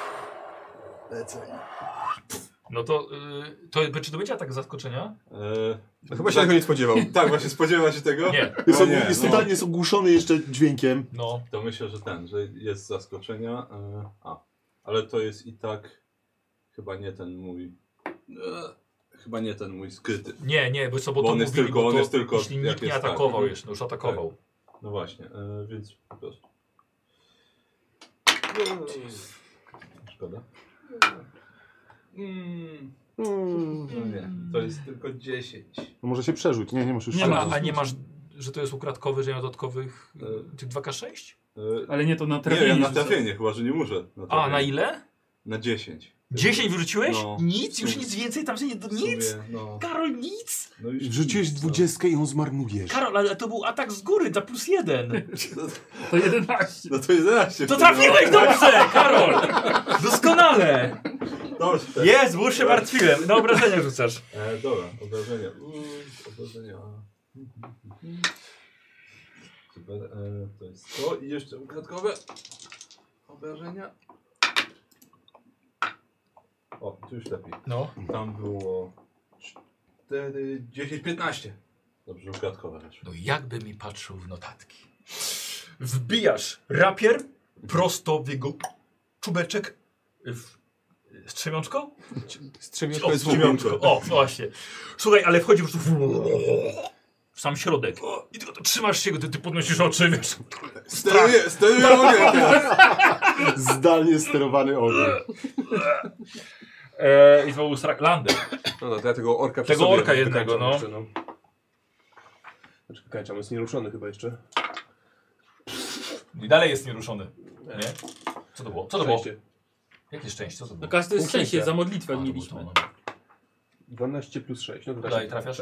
Speaker 1: No to, czy to będzie atak zaskoczenia?
Speaker 5: No, chyba się tego nie spodziewał.
Speaker 3: Tak, właśnie spodziewa się tego?
Speaker 1: Nie.
Speaker 4: Jest,
Speaker 3: O nie,
Speaker 4: jest
Speaker 3: no.
Speaker 4: totalnie jest ogłuszony jeszcze dźwiękiem.
Speaker 1: No.
Speaker 3: To myślę, że jest zaskoczenia. Ale to jest i tak chyba nie ten mój. Chyba nie ten mój skryty.
Speaker 1: Nie, bo co, bo
Speaker 3: Bo
Speaker 1: to
Speaker 3: on jest
Speaker 1: mówili,
Speaker 3: tylko-
Speaker 1: bo
Speaker 3: on
Speaker 1: to,
Speaker 3: jest tylko
Speaker 1: jeśli
Speaker 3: jak
Speaker 1: nikt nie
Speaker 3: jest tak.
Speaker 1: atakował jeszcze, no już atakował.
Speaker 3: No właśnie, więc po prostu. Szkoda. No nie, to jest tylko 10.
Speaker 4: No może się przerzuć. Nie masz już
Speaker 6: Nie
Speaker 4: szans.
Speaker 6: ma.
Speaker 1: A nie masz, że to jest ukradkowy, że nie ma dodatkowych tych 2K6?
Speaker 6: Ale nie to na
Speaker 3: Nie,
Speaker 6: trafienie.
Speaker 3: ja na
Speaker 6: rzucał.
Speaker 3: trafienie, chyba że nie muszę. Na
Speaker 1: A,
Speaker 3: trafienie.
Speaker 1: na ile?
Speaker 3: Na 10.
Speaker 1: 10 wyrzuciłeś?
Speaker 3: No.
Speaker 1: Nic? Już nic więcej tam się nie...
Speaker 3: W
Speaker 1: Nic?
Speaker 3: sumie, no.
Speaker 1: Karol, nic?
Speaker 3: No już
Speaker 4: Wrzuciłeś
Speaker 3: nic, no.
Speaker 4: 20 i ją zmarnujesz.
Speaker 1: Karol, ale to był atak z góry za +1.
Speaker 6: To 11.
Speaker 3: No to 11.
Speaker 1: To
Speaker 3: wtedy,
Speaker 1: trafiłeś
Speaker 3: no.
Speaker 1: dobrze, Karol! Doskonale!
Speaker 3: Dobrze.
Speaker 1: Jest, bo już się martwiłem. Na obrażenia rzucasz.
Speaker 3: Dobra, obrażenia. Obrażenia. Super, to jest to i jeszcze ukradkowe obrażenia. O, tu już lepiej.
Speaker 1: No.
Speaker 3: Tam było 4, 10, 15. Dobrze, ukradkowe też.
Speaker 1: No jakby mi patrzył w notatki. Wbijasz rapier prosto w jego czubeczek. Strzemiączko?
Speaker 5: Strzemiączko
Speaker 1: O,
Speaker 5: jest
Speaker 1: strzemiączko. O, właśnie. Słuchaj, ale wchodzi po prostu w sam środek. I tylko trzymasz się go, ty podnosisz oczy, wiesz.
Speaker 3: Steruję ognia teraz.
Speaker 4: Zdalnie sterowany ogień.
Speaker 1: I znowu Lander.
Speaker 5: No, to ja tego orka przy
Speaker 1: Tego
Speaker 5: sobie
Speaker 1: orka jednego,
Speaker 5: wykańczam
Speaker 1: no.
Speaker 5: jeszcze, Czekajcie, on jest nieruszony chyba jeszcze.
Speaker 1: I dalej jest nieruszony. Nie? Co to było? Co to było?
Speaker 5: Szczęście.
Speaker 1: Jakie szczęście? Co to
Speaker 6: No
Speaker 1: było?
Speaker 6: każdy jest szczęście,
Speaker 5: Szczęście.
Speaker 6: za modlitwę
Speaker 1: A, to było
Speaker 6: mieliśmy.
Speaker 1: to, no.
Speaker 5: 12 plus 6. No to
Speaker 1: Daj, trafiasz?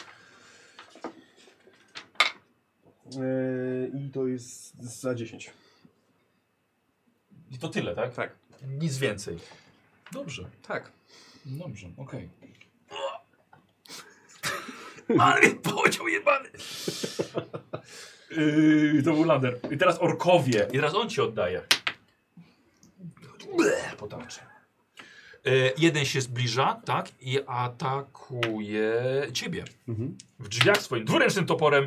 Speaker 5: I to jest za 10.
Speaker 1: I to tyle, tak?
Speaker 5: Tak.
Speaker 1: Nic więcej. Dobrze.
Speaker 5: Tak.
Speaker 1: Dobrze, okej. Ale mnie pociął jebany. To był lander. I teraz orkowie. I teraz on ci oddaje. Po tarczy. Jeden się zbliża, tak? I atakuje ciebie. W drzwiach swoim dwuręcznym toporem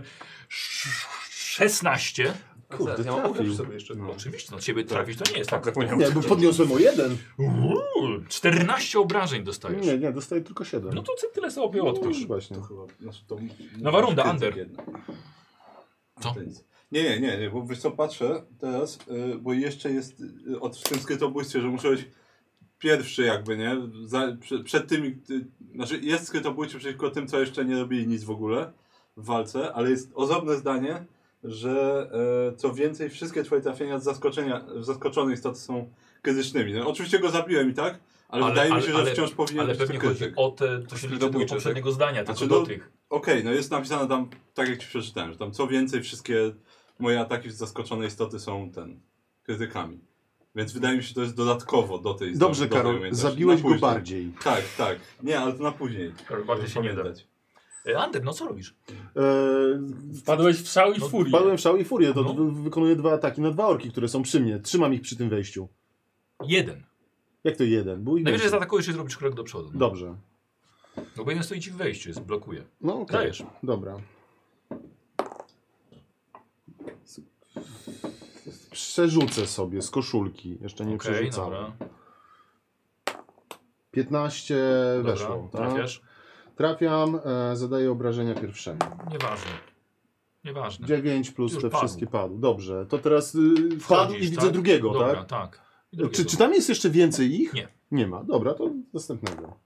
Speaker 1: 16.
Speaker 4: Kurde,
Speaker 5: ja mam
Speaker 4: trafił.
Speaker 5: użyć sobie jeszcze.
Speaker 1: No, oczywiście, no ciebie trafić to nie jest tak.
Speaker 4: Nie, bo podniosłem o 1.
Speaker 1: 14 obrażeń dostajesz.
Speaker 4: Nie, dostaję tylko 7.
Speaker 1: No to tyle sobie odpisz.
Speaker 4: Już właśnie.
Speaker 3: Chyba, znaczy to
Speaker 1: Nowa runda,
Speaker 3: krytyk
Speaker 1: Ander.
Speaker 3: jednak.
Speaker 1: Co?
Speaker 3: To nic. Nie, bo wiesz co, patrzę teraz, bo jeszcze jest w tym skrytobójstwie, że muszę być pierwszy jakby, nie? Przed tymi, znaczy jest skrytobójczy przeciwko tym, co jeszcze nie robili nic w ogóle w walce, ale jest osobne zdanie, że co więcej, wszystkie twoje trafienia z zaskoczonej istoty są krytycznymi. No, oczywiście go zabiłem i tak, ale wydaje mi się, że wciąż powinien
Speaker 1: Ale
Speaker 3: być to
Speaker 1: pewnie chodzi
Speaker 3: krytyk.
Speaker 1: o te, to się liczy do
Speaker 5: Skrytobójcze,
Speaker 1: poprzedniego zdania, tylko
Speaker 3: Znaczy,
Speaker 1: do
Speaker 3: no,
Speaker 1: tych.
Speaker 3: Okej, no jest napisane tam, tak jak ci przeczytałem, że tam co więcej wszystkie moje ataki z zaskoczonej istoty są krytykami. Więc wydaje mi się, że to jest dodatkowo do tej
Speaker 4: Dobrze,
Speaker 3: do tej
Speaker 4: Karol,
Speaker 3: umiejętności.
Speaker 4: zabiłeś
Speaker 3: Na
Speaker 4: go
Speaker 3: później.
Speaker 4: bardziej.
Speaker 3: Tak. Nie, ale to na później.
Speaker 1: Bardziej się nie da.
Speaker 3: Pamiętać.
Speaker 1: Ander, no co robisz?
Speaker 6: Wpadłeś w szał i
Speaker 1: No,
Speaker 6: furię.
Speaker 4: Wpadłem w szał i furię, to
Speaker 1: No.
Speaker 4: wykonuję 2 ataki na 2 orki, które są przy mnie. Trzymam ich przy tym wejściu.
Speaker 1: Jeden.
Speaker 4: Jak to 1? Był ich
Speaker 1: Najwyżej
Speaker 4: więcej.
Speaker 1: zaatakujesz i zrobisz krok do przodu. No.
Speaker 4: Dobrze.
Speaker 1: No bo jeden stoi ci w wejściu, jest blokuje.
Speaker 4: No okej.
Speaker 1: Dajesz.
Speaker 4: Dobra. Przerzucę sobie z koszulki. Jeszcze nie
Speaker 1: Okej,
Speaker 4: przerzucałem.
Speaker 1: dobra.
Speaker 4: 15
Speaker 1: Dobra,
Speaker 4: weszło. Tak?
Speaker 1: trafiasz?
Speaker 4: Trafiam, zadaję obrażenia pierwszego.
Speaker 1: Nieważne.
Speaker 4: 9 plus
Speaker 1: Już
Speaker 4: te
Speaker 1: padł.
Speaker 4: wszystkie padły. Dobrze, to teraz wpadł
Speaker 1: Wchodzisz,
Speaker 4: i widzę
Speaker 1: tak?
Speaker 4: drugiego,
Speaker 1: Dobra,
Speaker 4: tak?
Speaker 1: tak. I drugiego.
Speaker 4: Czy tam jest jeszcze więcej ich?
Speaker 1: Nie.
Speaker 4: Nie ma. Dobra, to następnego.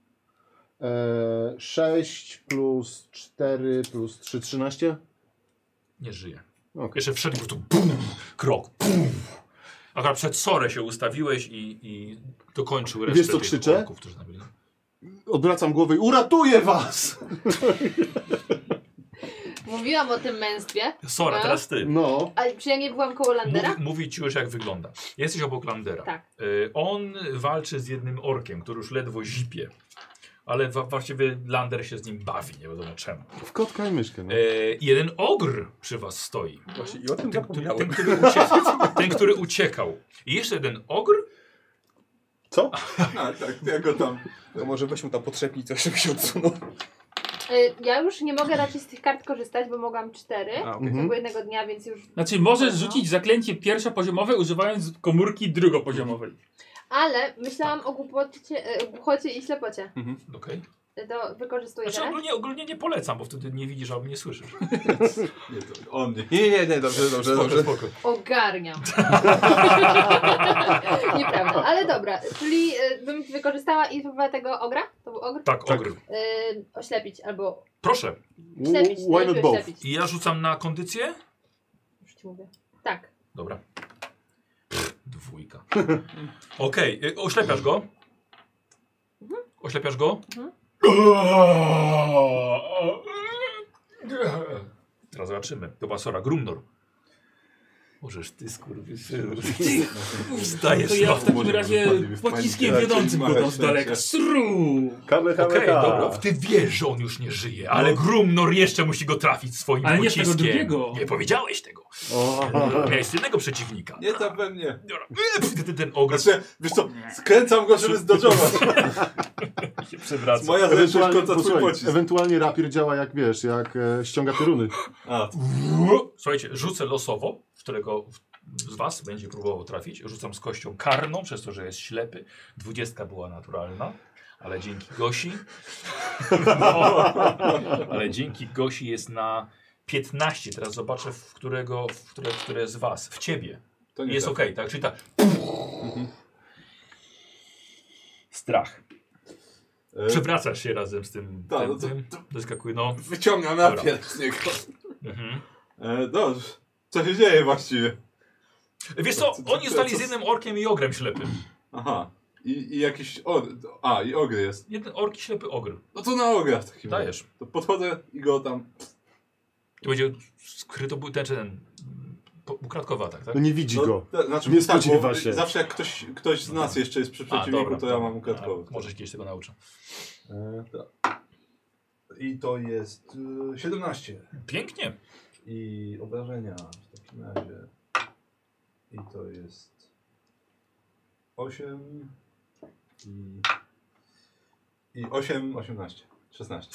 Speaker 4: 6 plus 4 plus 3, 13?
Speaker 1: Nie żyje.
Speaker 4: Okay.
Speaker 1: Jeszcze wszedł po prostu bum, krok. Bum. Akurat przed sorę się ustawiłeś i dokończył resztę
Speaker 4: Wiesz, co
Speaker 1: tych
Speaker 4: krzyczę?
Speaker 1: orków, którzy tam byli.
Speaker 4: Odwracam głowę i uratuję was!
Speaker 2: Mówiłam o tym męstwie.
Speaker 1: Sora,
Speaker 2: No.
Speaker 1: teraz ty.
Speaker 4: No.
Speaker 2: A czy ja nie byłam koło Landera?
Speaker 1: Mówi ci już jak wygląda. Jesteś obok Landera.
Speaker 2: Tak.
Speaker 1: On walczy z jednym orkiem, który już ledwo zipie. Ale właściwie Lander się z nim bawi, nie wiadomo czemu.
Speaker 4: W kotka i myszkę. No.
Speaker 1: Jeden ogr przy was stoi.
Speaker 5: Właśnie i o tym
Speaker 1: Ten,
Speaker 5: zapomniałem.
Speaker 1: który uciekał. I jeszcze jeden ogr.
Speaker 4: Co?
Speaker 3: A, tak, ja go tam...
Speaker 5: To może weźmy tam potrzepnij coś, żeby się odsunął.
Speaker 2: Ja już nie mogę raczej z tych kart korzystać, bo mogłam 4
Speaker 5: A, okej.
Speaker 2: w ciągu jednego dnia, więc już...
Speaker 6: Znaczy możesz
Speaker 2: No.
Speaker 6: rzucić zaklęcie pierwszopoziomowe używając komórki drugopoziomowej.
Speaker 2: Ale myślałam o głuchocie i ślepocie.
Speaker 1: Okej.
Speaker 2: To wykorzystuję
Speaker 1: Znaczy
Speaker 2: teraz.
Speaker 1: ogólnie nie polecam, bo wtedy nie widzisz albo nie słyszysz.
Speaker 3: Nie, to on nie.
Speaker 5: Nie, dobrze.
Speaker 1: Spoko.
Speaker 2: Ogarniam. Nieprawda, ale dobra. Czyli bym wykorzystała i próbowała tego ogra? To był ogr?
Speaker 1: Tak, ogr.
Speaker 2: Oślepić albo
Speaker 1: Proszę.
Speaker 2: ślepić.
Speaker 4: Why not
Speaker 2: najlepiej
Speaker 4: both?
Speaker 2: oślepić.
Speaker 1: I ja rzucam na kondycję.
Speaker 2: Już ci mówię. Tak.
Speaker 1: Dobra. Dwójka. Okej, oślepiasz go? Oślepiasz go? Teraz zobaczymy. To była Sora Grumnor. Możesz ty skurwysynu. Zdajesz
Speaker 6: To ja w takim
Speaker 3: może
Speaker 6: razie
Speaker 3: wpadli w
Speaker 6: pociskiem
Speaker 3: panikę.
Speaker 6: wiodącym go tam z daleka. Sru!
Speaker 1: Okej, dobra. Ty wiesz, że on już nie żyje, ale Grumnor jeszcze musi go trafić swoim
Speaker 6: Ale nie
Speaker 1: pociskiem.
Speaker 6: tego drugiego.
Speaker 1: Nie powiedziałeś tego. Miałeś jednego przeciwnika.
Speaker 3: Nie tam we mnie.
Speaker 1: Dobra. Ten ogr
Speaker 3: Znaczy, wiesz co, skręcam go, żeby zdodżować.
Speaker 1: się przewraca.
Speaker 3: Moja zręczność końca twój
Speaker 4: posłuchaj,
Speaker 3: pocisk.
Speaker 4: ewentualnie rapier działa jak wiesz, jak ściąga pioruny.
Speaker 3: A,
Speaker 1: Słuchajcie, rzucę losowo, w którego z was będzie próbował trafić. Rzucam z kością karną, przez to, że jest ślepy. 20 była naturalna, ale dzięki Gosi... ale dzięki Gosi jest na 15. Teraz zobaczę, które z was. W ciebie.
Speaker 3: to nie
Speaker 1: Jest
Speaker 3: tak.
Speaker 1: okej, tak? Czyli tak... Strach. Przewracasz się razem z tym.
Speaker 3: Tak,
Speaker 1: tym,
Speaker 3: no to-
Speaker 1: tym. Doskakuje, no.
Speaker 3: Wyciągam
Speaker 1: Dobra.
Speaker 3: napier z niego. No, co się dzieje właściwie?
Speaker 1: Wiesz co, oni zostali z jednym orkiem i ogrem ślepym.
Speaker 3: Aha. I jakiś... i ogry jest.
Speaker 1: Jeden ork i ślepy ogr.
Speaker 3: No to na ogra w takim razie.
Speaker 1: Dajesz.
Speaker 3: To podchodzę i go tam...
Speaker 1: To będzie skryto był ten ukradkowy atak, tak?
Speaker 4: No nie widzi go.
Speaker 3: Znaczy,
Speaker 4: Nie spodziewa
Speaker 3: bo
Speaker 4: się.
Speaker 3: Zawsze jak ktoś z nas jeszcze jest przy przeciwniku, to ja mam ukradkowy.
Speaker 1: Może się kiedyś tego nauczę.
Speaker 7: Tak. I to jest 17.
Speaker 1: Pięknie.
Speaker 7: I obrażenia w takim razie. I to jest 8. I 8, 18. 16.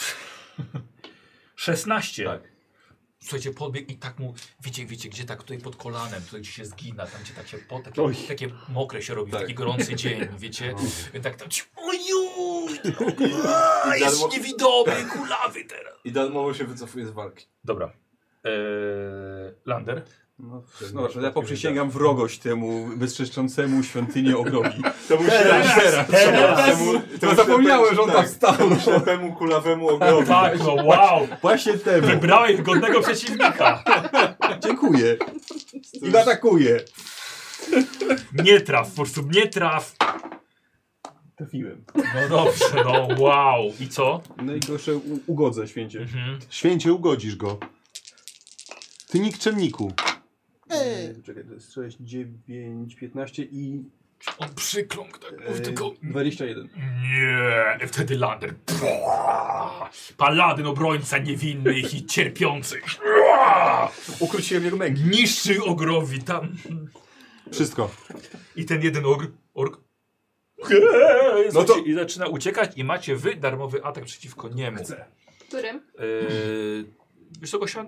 Speaker 1: 16.
Speaker 7: Tak.
Speaker 1: Słuchajcie, podbiegł i tak mu, wiecie, gdzie tak tutaj pod kolanem, tutaj gdzie się zgina, tam gdzie tak się takie mokre się robi,
Speaker 3: Tak.
Speaker 1: taki gorący dzień, wiecie. I tak tam, oju,
Speaker 3: I
Speaker 1: jest
Speaker 3: darmo-
Speaker 1: niewidomy, kulawy teraz.
Speaker 3: I darmowo się wycofuje z walki.
Speaker 1: Dobra. Lander.
Speaker 5: No ja poprzysięgam wrogość temu bezczeszczącemu świątynię ogrowi.
Speaker 3: To musi
Speaker 1: Teraz.
Speaker 5: To zapomniałem, że on tam stał.
Speaker 3: Temu ślepemu, kulawemu ogrowi.
Speaker 1: Tak, no wow.
Speaker 5: Właśnie temu.
Speaker 1: Wybrałeś godnego przeciwnika.
Speaker 5: Dziękuję. I atakuję.
Speaker 1: Nie traf, po prostu nie traf.
Speaker 5: Trafiłem.
Speaker 1: No dobrze, no wow. I co?
Speaker 5: No i go jeszcze ugodzę święcie.
Speaker 4: Święcie ugodzisz go. Ty nikczemniku.
Speaker 5: Czekaj, to jest 6, 9, 15 i
Speaker 1: On przykląkł tak, tylko...
Speaker 5: 21.
Speaker 1: Nie, wtedy Lander. Paladyn, obrońca niewinnych i cierpiących.
Speaker 5: Ukróciłem jego męki.
Speaker 1: Niszczy ogrowi tam.
Speaker 4: Wszystko.
Speaker 1: I ten jeden ork.
Speaker 5: No to-
Speaker 1: I zaczyna uciekać i macie wy darmowy atak przeciwko niemu.
Speaker 5: Chcę.
Speaker 2: Którym?
Speaker 1: Wiesz co, Gosia?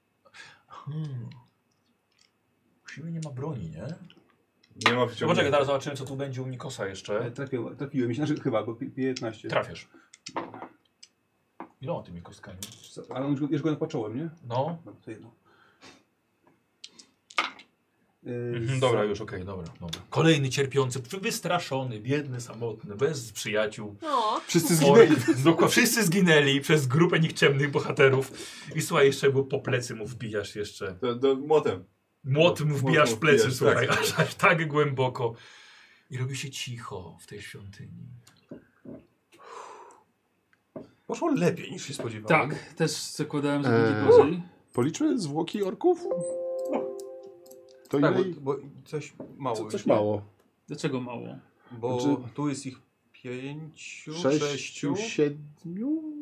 Speaker 1: U siebie nie ma broni, nie?
Speaker 3: Nie ma
Speaker 1: No
Speaker 3: wyciągnięcia.
Speaker 1: poczekaj, teraz zobaczymy co tu będzie u Nikosa jeszcze.
Speaker 5: Trafiłem, znaczy chyba, bo 15.
Speaker 1: Trafiasz. Iloma tymi kostkami?
Speaker 5: Ale on już go napatrzyłem, nie?
Speaker 1: No.
Speaker 5: No to jedno.
Speaker 1: Dobra, już okej, dobra. Kolejny cierpiący, wystraszony, biedny, samotny, bez przyjaciół.
Speaker 2: No.
Speaker 4: Wszyscy zginęli.
Speaker 1: Dokładnie, wszyscy zginęli przez grupę nikczemnych bohaterów. I słuchaj, jeszcze go po plecy mu wbijasz jeszcze.
Speaker 3: Młotem.
Speaker 1: Młot mu wbijasz w plecy,
Speaker 3: wbijasz,
Speaker 1: słuchaj,
Speaker 3: tak.
Speaker 1: aż tak głęboko. I robi się cicho w tej świątyni.
Speaker 5: Poszło lepiej niż się spodziewałem.
Speaker 6: Tak, też zakładałem, że będzie gorzej.
Speaker 4: Policzmy zwłoki orków? To
Speaker 5: Tak,
Speaker 4: ile?
Speaker 5: bo coś mało.
Speaker 4: Coś
Speaker 5: już, nie?
Speaker 4: mało.
Speaker 6: Dlaczego mało?
Speaker 5: Bo
Speaker 4: Znaczy-
Speaker 5: tu jest ich 5, 6.
Speaker 4: 7?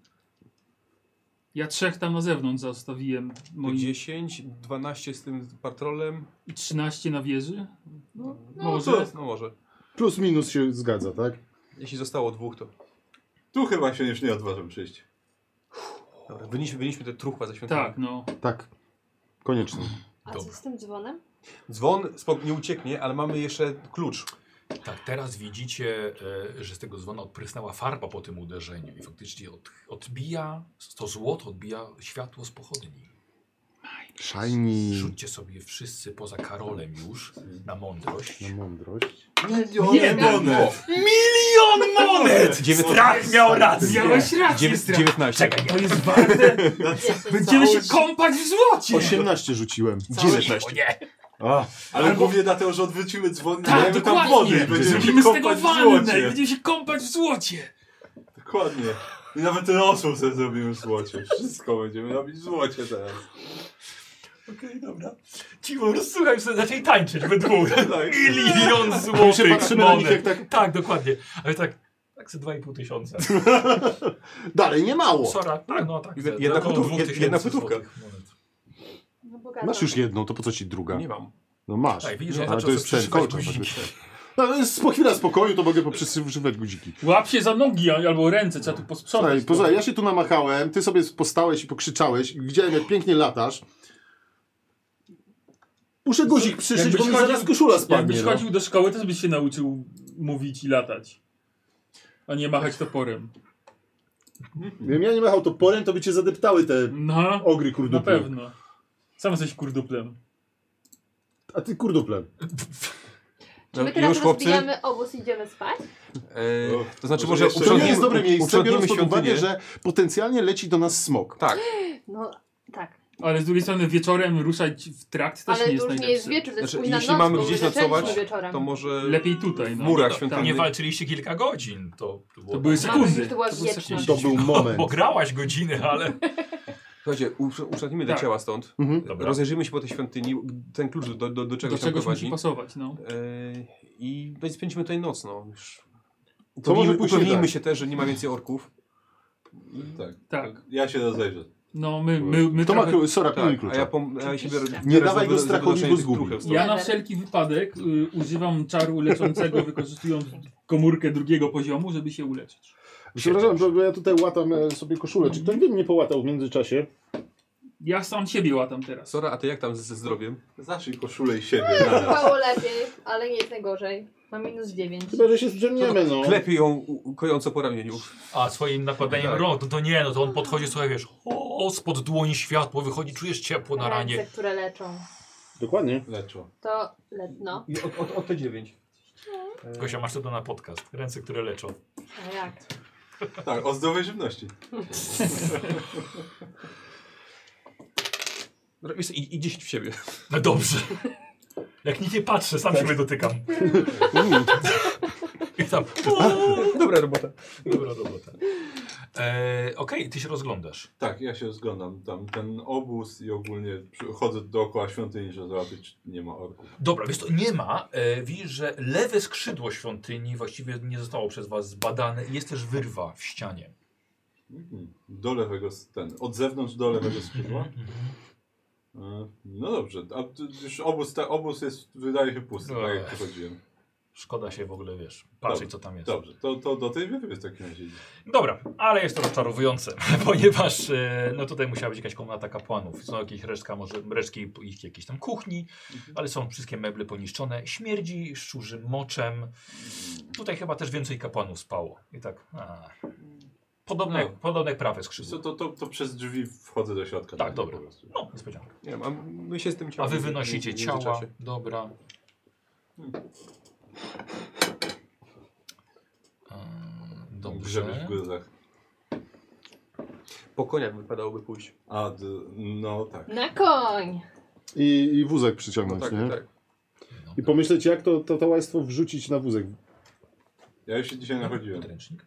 Speaker 6: Ja 3 tam na zewnątrz zostawiłem. Moi...
Speaker 5: 10, 12 z tym patrolem.
Speaker 6: I 13 na wieży?
Speaker 5: No
Speaker 6: Może?
Speaker 5: No może.
Speaker 4: Plus minus się zgadza, tak?
Speaker 5: Jeśli zostało 2, to...
Speaker 3: Tu chyba się już nie odważam przyjść.
Speaker 5: Dobra, wynieśmy te truchła ze świątyni.
Speaker 6: Tak, no.
Speaker 4: Tak. Koniecznie.
Speaker 2: A co z tym dzwonem?
Speaker 5: Dzwon nie ucieknie, ale mamy jeszcze klucz.
Speaker 1: Tak, teraz widzicie, że z tego dzwona odprysnęła farba po tym uderzeniu i faktycznie odbija, to złoto odbija światło z pochodni.
Speaker 4: Shiny.
Speaker 1: Rzućcie sobie wszyscy poza Karolem już na mądrość.
Speaker 4: Na mądrość.
Speaker 6: Nie,
Speaker 3: monet!
Speaker 1: Milion monet! Strach miał rację.
Speaker 6: Miałeś rację,
Speaker 5: 19.
Speaker 1: Czekaj,
Speaker 6: To jest warte. Będziemy się
Speaker 2: Całość.
Speaker 6: kąpać w złocie.
Speaker 4: 18 rzuciłem.
Speaker 1: o
Speaker 4: 19.
Speaker 1: nie.
Speaker 4: A,
Speaker 3: Ale głównie dlatego, że odwrócimy dzwon i
Speaker 6: Tak,
Speaker 3: dajemy tam
Speaker 6: dokładnie.
Speaker 3: wody i będziemy
Speaker 6: Zrobimy
Speaker 3: się
Speaker 6: z tego
Speaker 3: kąpać w
Speaker 6: wannę i
Speaker 3: złocie.
Speaker 6: będziemy się kąpać w złocie.
Speaker 3: Dokładnie. I nawet rosół sobie zrobimy w złocie. Wszystko będziemy robić w złocie teraz.
Speaker 1: Okej, dobra. Ci po prostu słuchaj, sobie zaczęli tańczyć we dwóch.
Speaker 3: Tak.
Speaker 1: Milion
Speaker 4: my się
Speaker 1: złotych
Speaker 4: patrzymy na nich
Speaker 1: monet.
Speaker 4: jak tak...
Speaker 1: Tak, dokładnie. Ale tak ze 2,5 tysiąca.
Speaker 4: Dalej, nie mało.
Speaker 1: Sora, tak, no tak.
Speaker 5: Jedna
Speaker 1: około
Speaker 5: płytówka,
Speaker 1: 2000
Speaker 5: jedna płytówka.
Speaker 1: złotych monet.
Speaker 2: No bogato.
Speaker 4: Masz już jedną, to po co ci druga?
Speaker 5: Nie mam.
Speaker 4: No masz.
Speaker 1: Tak, widzisz,
Speaker 4: No,
Speaker 1: że
Speaker 4: ale
Speaker 1: zaczął
Speaker 4: to jest
Speaker 1: sobie
Speaker 4: ten
Speaker 1: przyszywać
Speaker 4: kolczak.
Speaker 1: guziki.
Speaker 4: No, jest po chwila spokoju, to mogę poprzysywać guziki.
Speaker 6: Łap się za nogi albo ręce, trzeba tu posprzątać.
Speaker 4: Słuchaj, ja się tu namachałem, ty sobie postałeś i pokrzyczałeś i widziałem jak pięknie latasz. Muszę guzik przyszyć, bo mi zaraz koszula spadnie.
Speaker 6: Jakbyś
Speaker 4: No.
Speaker 6: chodził do szkoły, też byś się nauczył mówić i latać. A nie machać toporem.
Speaker 4: Gdybym ja nie machał toporem, to by cię zadeptały te
Speaker 6: No,
Speaker 4: ogry
Speaker 6: na
Speaker 4: kurduple.
Speaker 6: pewno. Sam jesteś kurduplem.
Speaker 4: A ty kurduplem.
Speaker 2: Czy my teraz
Speaker 5: Już, chłopcy?
Speaker 2: rozbijamy obóz i idziemy spać?
Speaker 5: To znaczy
Speaker 3: Może
Speaker 5: może
Speaker 3: jeszcze-
Speaker 4: To nie jest dobre miejsce,
Speaker 5: uprzątnijmy
Speaker 4: biorąc pod uwagę,
Speaker 5: świątynię.
Speaker 4: że potencjalnie leci do nas smok.
Speaker 5: Tak.
Speaker 2: No, tak.
Speaker 6: Ale z drugiej strony wieczorem ruszać w trakt też
Speaker 2: Ale
Speaker 6: nie
Speaker 2: to
Speaker 6: jest
Speaker 2: już nie jest
Speaker 6: najlepsze.
Speaker 2: wieczór, to jest
Speaker 5: Znaczy,
Speaker 2: późna
Speaker 5: jeśli
Speaker 2: noc,
Speaker 5: mamy
Speaker 2: bo
Speaker 5: gdzieś
Speaker 2: zaczęliśmy
Speaker 5: nocować,
Speaker 2: wieczorem.
Speaker 5: to może
Speaker 6: Lepiej tutaj, no.
Speaker 5: w murach
Speaker 1: To
Speaker 5: świątynnych.
Speaker 1: nie walczyliście kilka godzin. To było
Speaker 6: były
Speaker 1: tam-
Speaker 2: Mamy,
Speaker 6: sekundy.
Speaker 2: że to była
Speaker 5: To było
Speaker 2: wieczność.
Speaker 4: To był moment.
Speaker 1: Bo grałaś godziny, ale...
Speaker 5: Słuchajcie, uszatnijmy te
Speaker 6: Tak.
Speaker 5: ciała stąd.
Speaker 1: Dobra.
Speaker 5: Rozejrzyjmy się po tej świątyni. Ten klucz do
Speaker 6: Do
Speaker 5: czegoś tam
Speaker 6: czegoś musi
Speaker 5: prowadzi.
Speaker 6: pasować, no.
Speaker 5: I spędzimy tutaj noc, no. Już
Speaker 4: To może później
Speaker 5: upewnijmy
Speaker 4: tak.
Speaker 5: się też, że nie ma więcej orków.
Speaker 3: Tak.
Speaker 6: Tak.
Speaker 3: Ja się rozejrzę.
Speaker 6: No my
Speaker 4: To ma
Speaker 6: trochę...
Speaker 4: Sora, pilnuj
Speaker 5: Tak, a
Speaker 4: klucza.
Speaker 5: ja się biorę...
Speaker 4: Nie dawaj go strachowi, bo zgubi.
Speaker 6: Ja na wszelki wypadek używam czaru leczącego, wykorzystując komórkę drugiego poziomu, żeby się uleczyć.
Speaker 4: Przepraszam, bo ja tutaj łatam sobie koszulę. Czy ktoś by mnie połatał w międzyczasie?
Speaker 6: Ja sam siebie łatam teraz.
Speaker 5: Sora, a ty jak tam ze zdrowiem?
Speaker 3: Zacznij koszulę i siebie naraz.
Speaker 2: Mało lepiej, ale nie jest najgorzej. Mam -9.
Speaker 4: Chyba, że się zdrzemniemy, no.
Speaker 5: Klepie ją kojąco po ramieniu.
Speaker 1: A swoim nakładaniem
Speaker 5: Tak.
Speaker 1: rąk, to nie, no to on podchodzi, słuchaj, wiesz, o, spod dłoni światło wychodzi, czujesz ciepło na ranie.
Speaker 2: Ręce, które leczą.
Speaker 4: Dokładnie.
Speaker 3: Leczą.
Speaker 2: To no.
Speaker 5: I od te 9.
Speaker 1: Gosia, masz to na podcast. Ręce, które leczą.
Speaker 2: A jak?
Speaker 3: Tak, o zdrowej żywności.
Speaker 5: I 10 w siebie.
Speaker 1: No dobrze. Jak nikt nie patrzę, sam siebie dotykam. I tam.
Speaker 5: Dobra robota.
Speaker 1: Dobra robota. Okej, ty się rozglądasz.
Speaker 3: Tak, ja się rozglądam. Tam ten obóz i ogólnie chodzę dookoła świątyni, żeby zobaczyć, czy nie ma orków.
Speaker 1: Dobra, wiesz to nie ma. Widzisz, że lewe skrzydło świątyni właściwie nie zostało przez was zbadane. Jest też wyrwa w ścianie.
Speaker 3: Do lewego, od zewnątrz do lewego skrzydła. No dobrze, a już obóz jest, wydaje się pusty, tak jak pochodziłem.
Speaker 1: Szkoda się w ogóle, wiesz, patrzeć co tam jest.
Speaker 3: Dobrze, to do tej wyrwy w takim razie.
Speaker 1: Dobra, ale jest to rozczarowujące, ponieważ no tutaj musiała być jakaś komnata kapłanów. Są jakieś resztki ich jakiejś tam kuchni, ale są wszystkie meble poniszczone. Śmierdzi szczurzym moczem. Tutaj chyba też więcej kapłanów spało. I tak, podobne prawe skrzydło.
Speaker 3: To przez drzwi wchodzę do środka.
Speaker 1: Tak, dobra. No, niespodzianka.
Speaker 5: Nie wiem, a my się z tym
Speaker 1: A
Speaker 5: ciałem...
Speaker 1: wy wynosicie
Speaker 5: w
Speaker 1: ciała.
Speaker 5: międzyczasie.
Speaker 1: Dobra.
Speaker 3: Grzebie w
Speaker 1: Dobrze.
Speaker 3: gruzach.
Speaker 5: Po koniach wypadałoby pójść.
Speaker 3: No tak.
Speaker 2: Na koń!
Speaker 4: I wózek
Speaker 5: No
Speaker 4: przyciągnąć,
Speaker 5: tak,
Speaker 4: nie?
Speaker 5: tak.
Speaker 4: I pomyśleć, jak to łajstwo wrzucić na wózek.
Speaker 3: Ja już się dzisiaj nachodziłem.
Speaker 1: Podręcznik.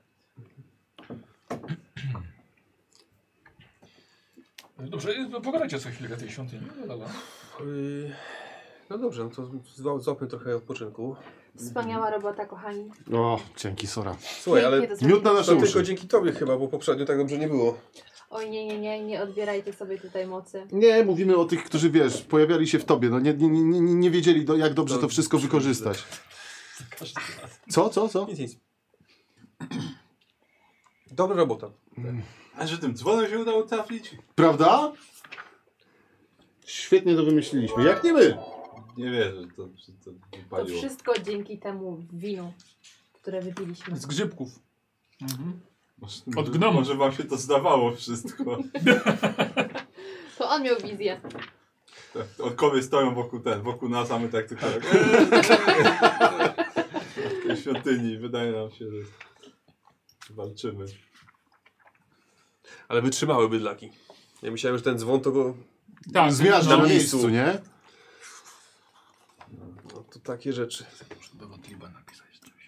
Speaker 1: Dobrze, pogadajcie sobie chwilę tej świątyni. No, dobra.
Speaker 5: No dobrze, no to złapmy trochę odpoczynku.
Speaker 2: Wspaniała robota, kochani.
Speaker 4: O, dzięki, Sora.
Speaker 5: Słuchaj, ale
Speaker 2: Pięknie to
Speaker 4: miód na
Speaker 2: zrobiliście.
Speaker 4: nasze
Speaker 5: to
Speaker 4: uszy.
Speaker 5: tylko dzięki tobie chyba, bo poprzednio tak dobrze nie było.
Speaker 2: Oj, nie odbierajcie sobie tutaj mocy.
Speaker 4: Nie, mówimy o tych, którzy, wiesz, pojawiali się w tobie. No nie wiedzieli, jak dobrze to wszystko wykorzystać. Co?
Speaker 5: Nic. Dobra robota.
Speaker 3: A że tym dzwonem się udało trafić?
Speaker 4: Prawda? Świetnie to wymyśliliśmy. Jak nie my?
Speaker 3: Nie wierzę, że to
Speaker 2: To
Speaker 3: wypaliło.
Speaker 2: wszystko dzięki temu winu, które wypiliśmy.
Speaker 6: Z grzybków. Mhm. Od
Speaker 3: Może,
Speaker 6: gnomu.
Speaker 3: może wam się to zdawało wszystko.
Speaker 2: To on miał wizję.
Speaker 3: Tak, orkowie stoją wokół nas, a my tak tylko tak. W tej świątyni wydaje nam się, że walczymy.
Speaker 5: Ale wytrzymały bydlaki. Ja myślałem, że ten dzwon to go...
Speaker 6: Tak,
Speaker 4: Zmiażdża
Speaker 5: na
Speaker 4: na
Speaker 5: miejscu.
Speaker 4: miejscu, nie?
Speaker 5: No to takie rzeczy.
Speaker 1: Muszę do Wodliba napisać coś.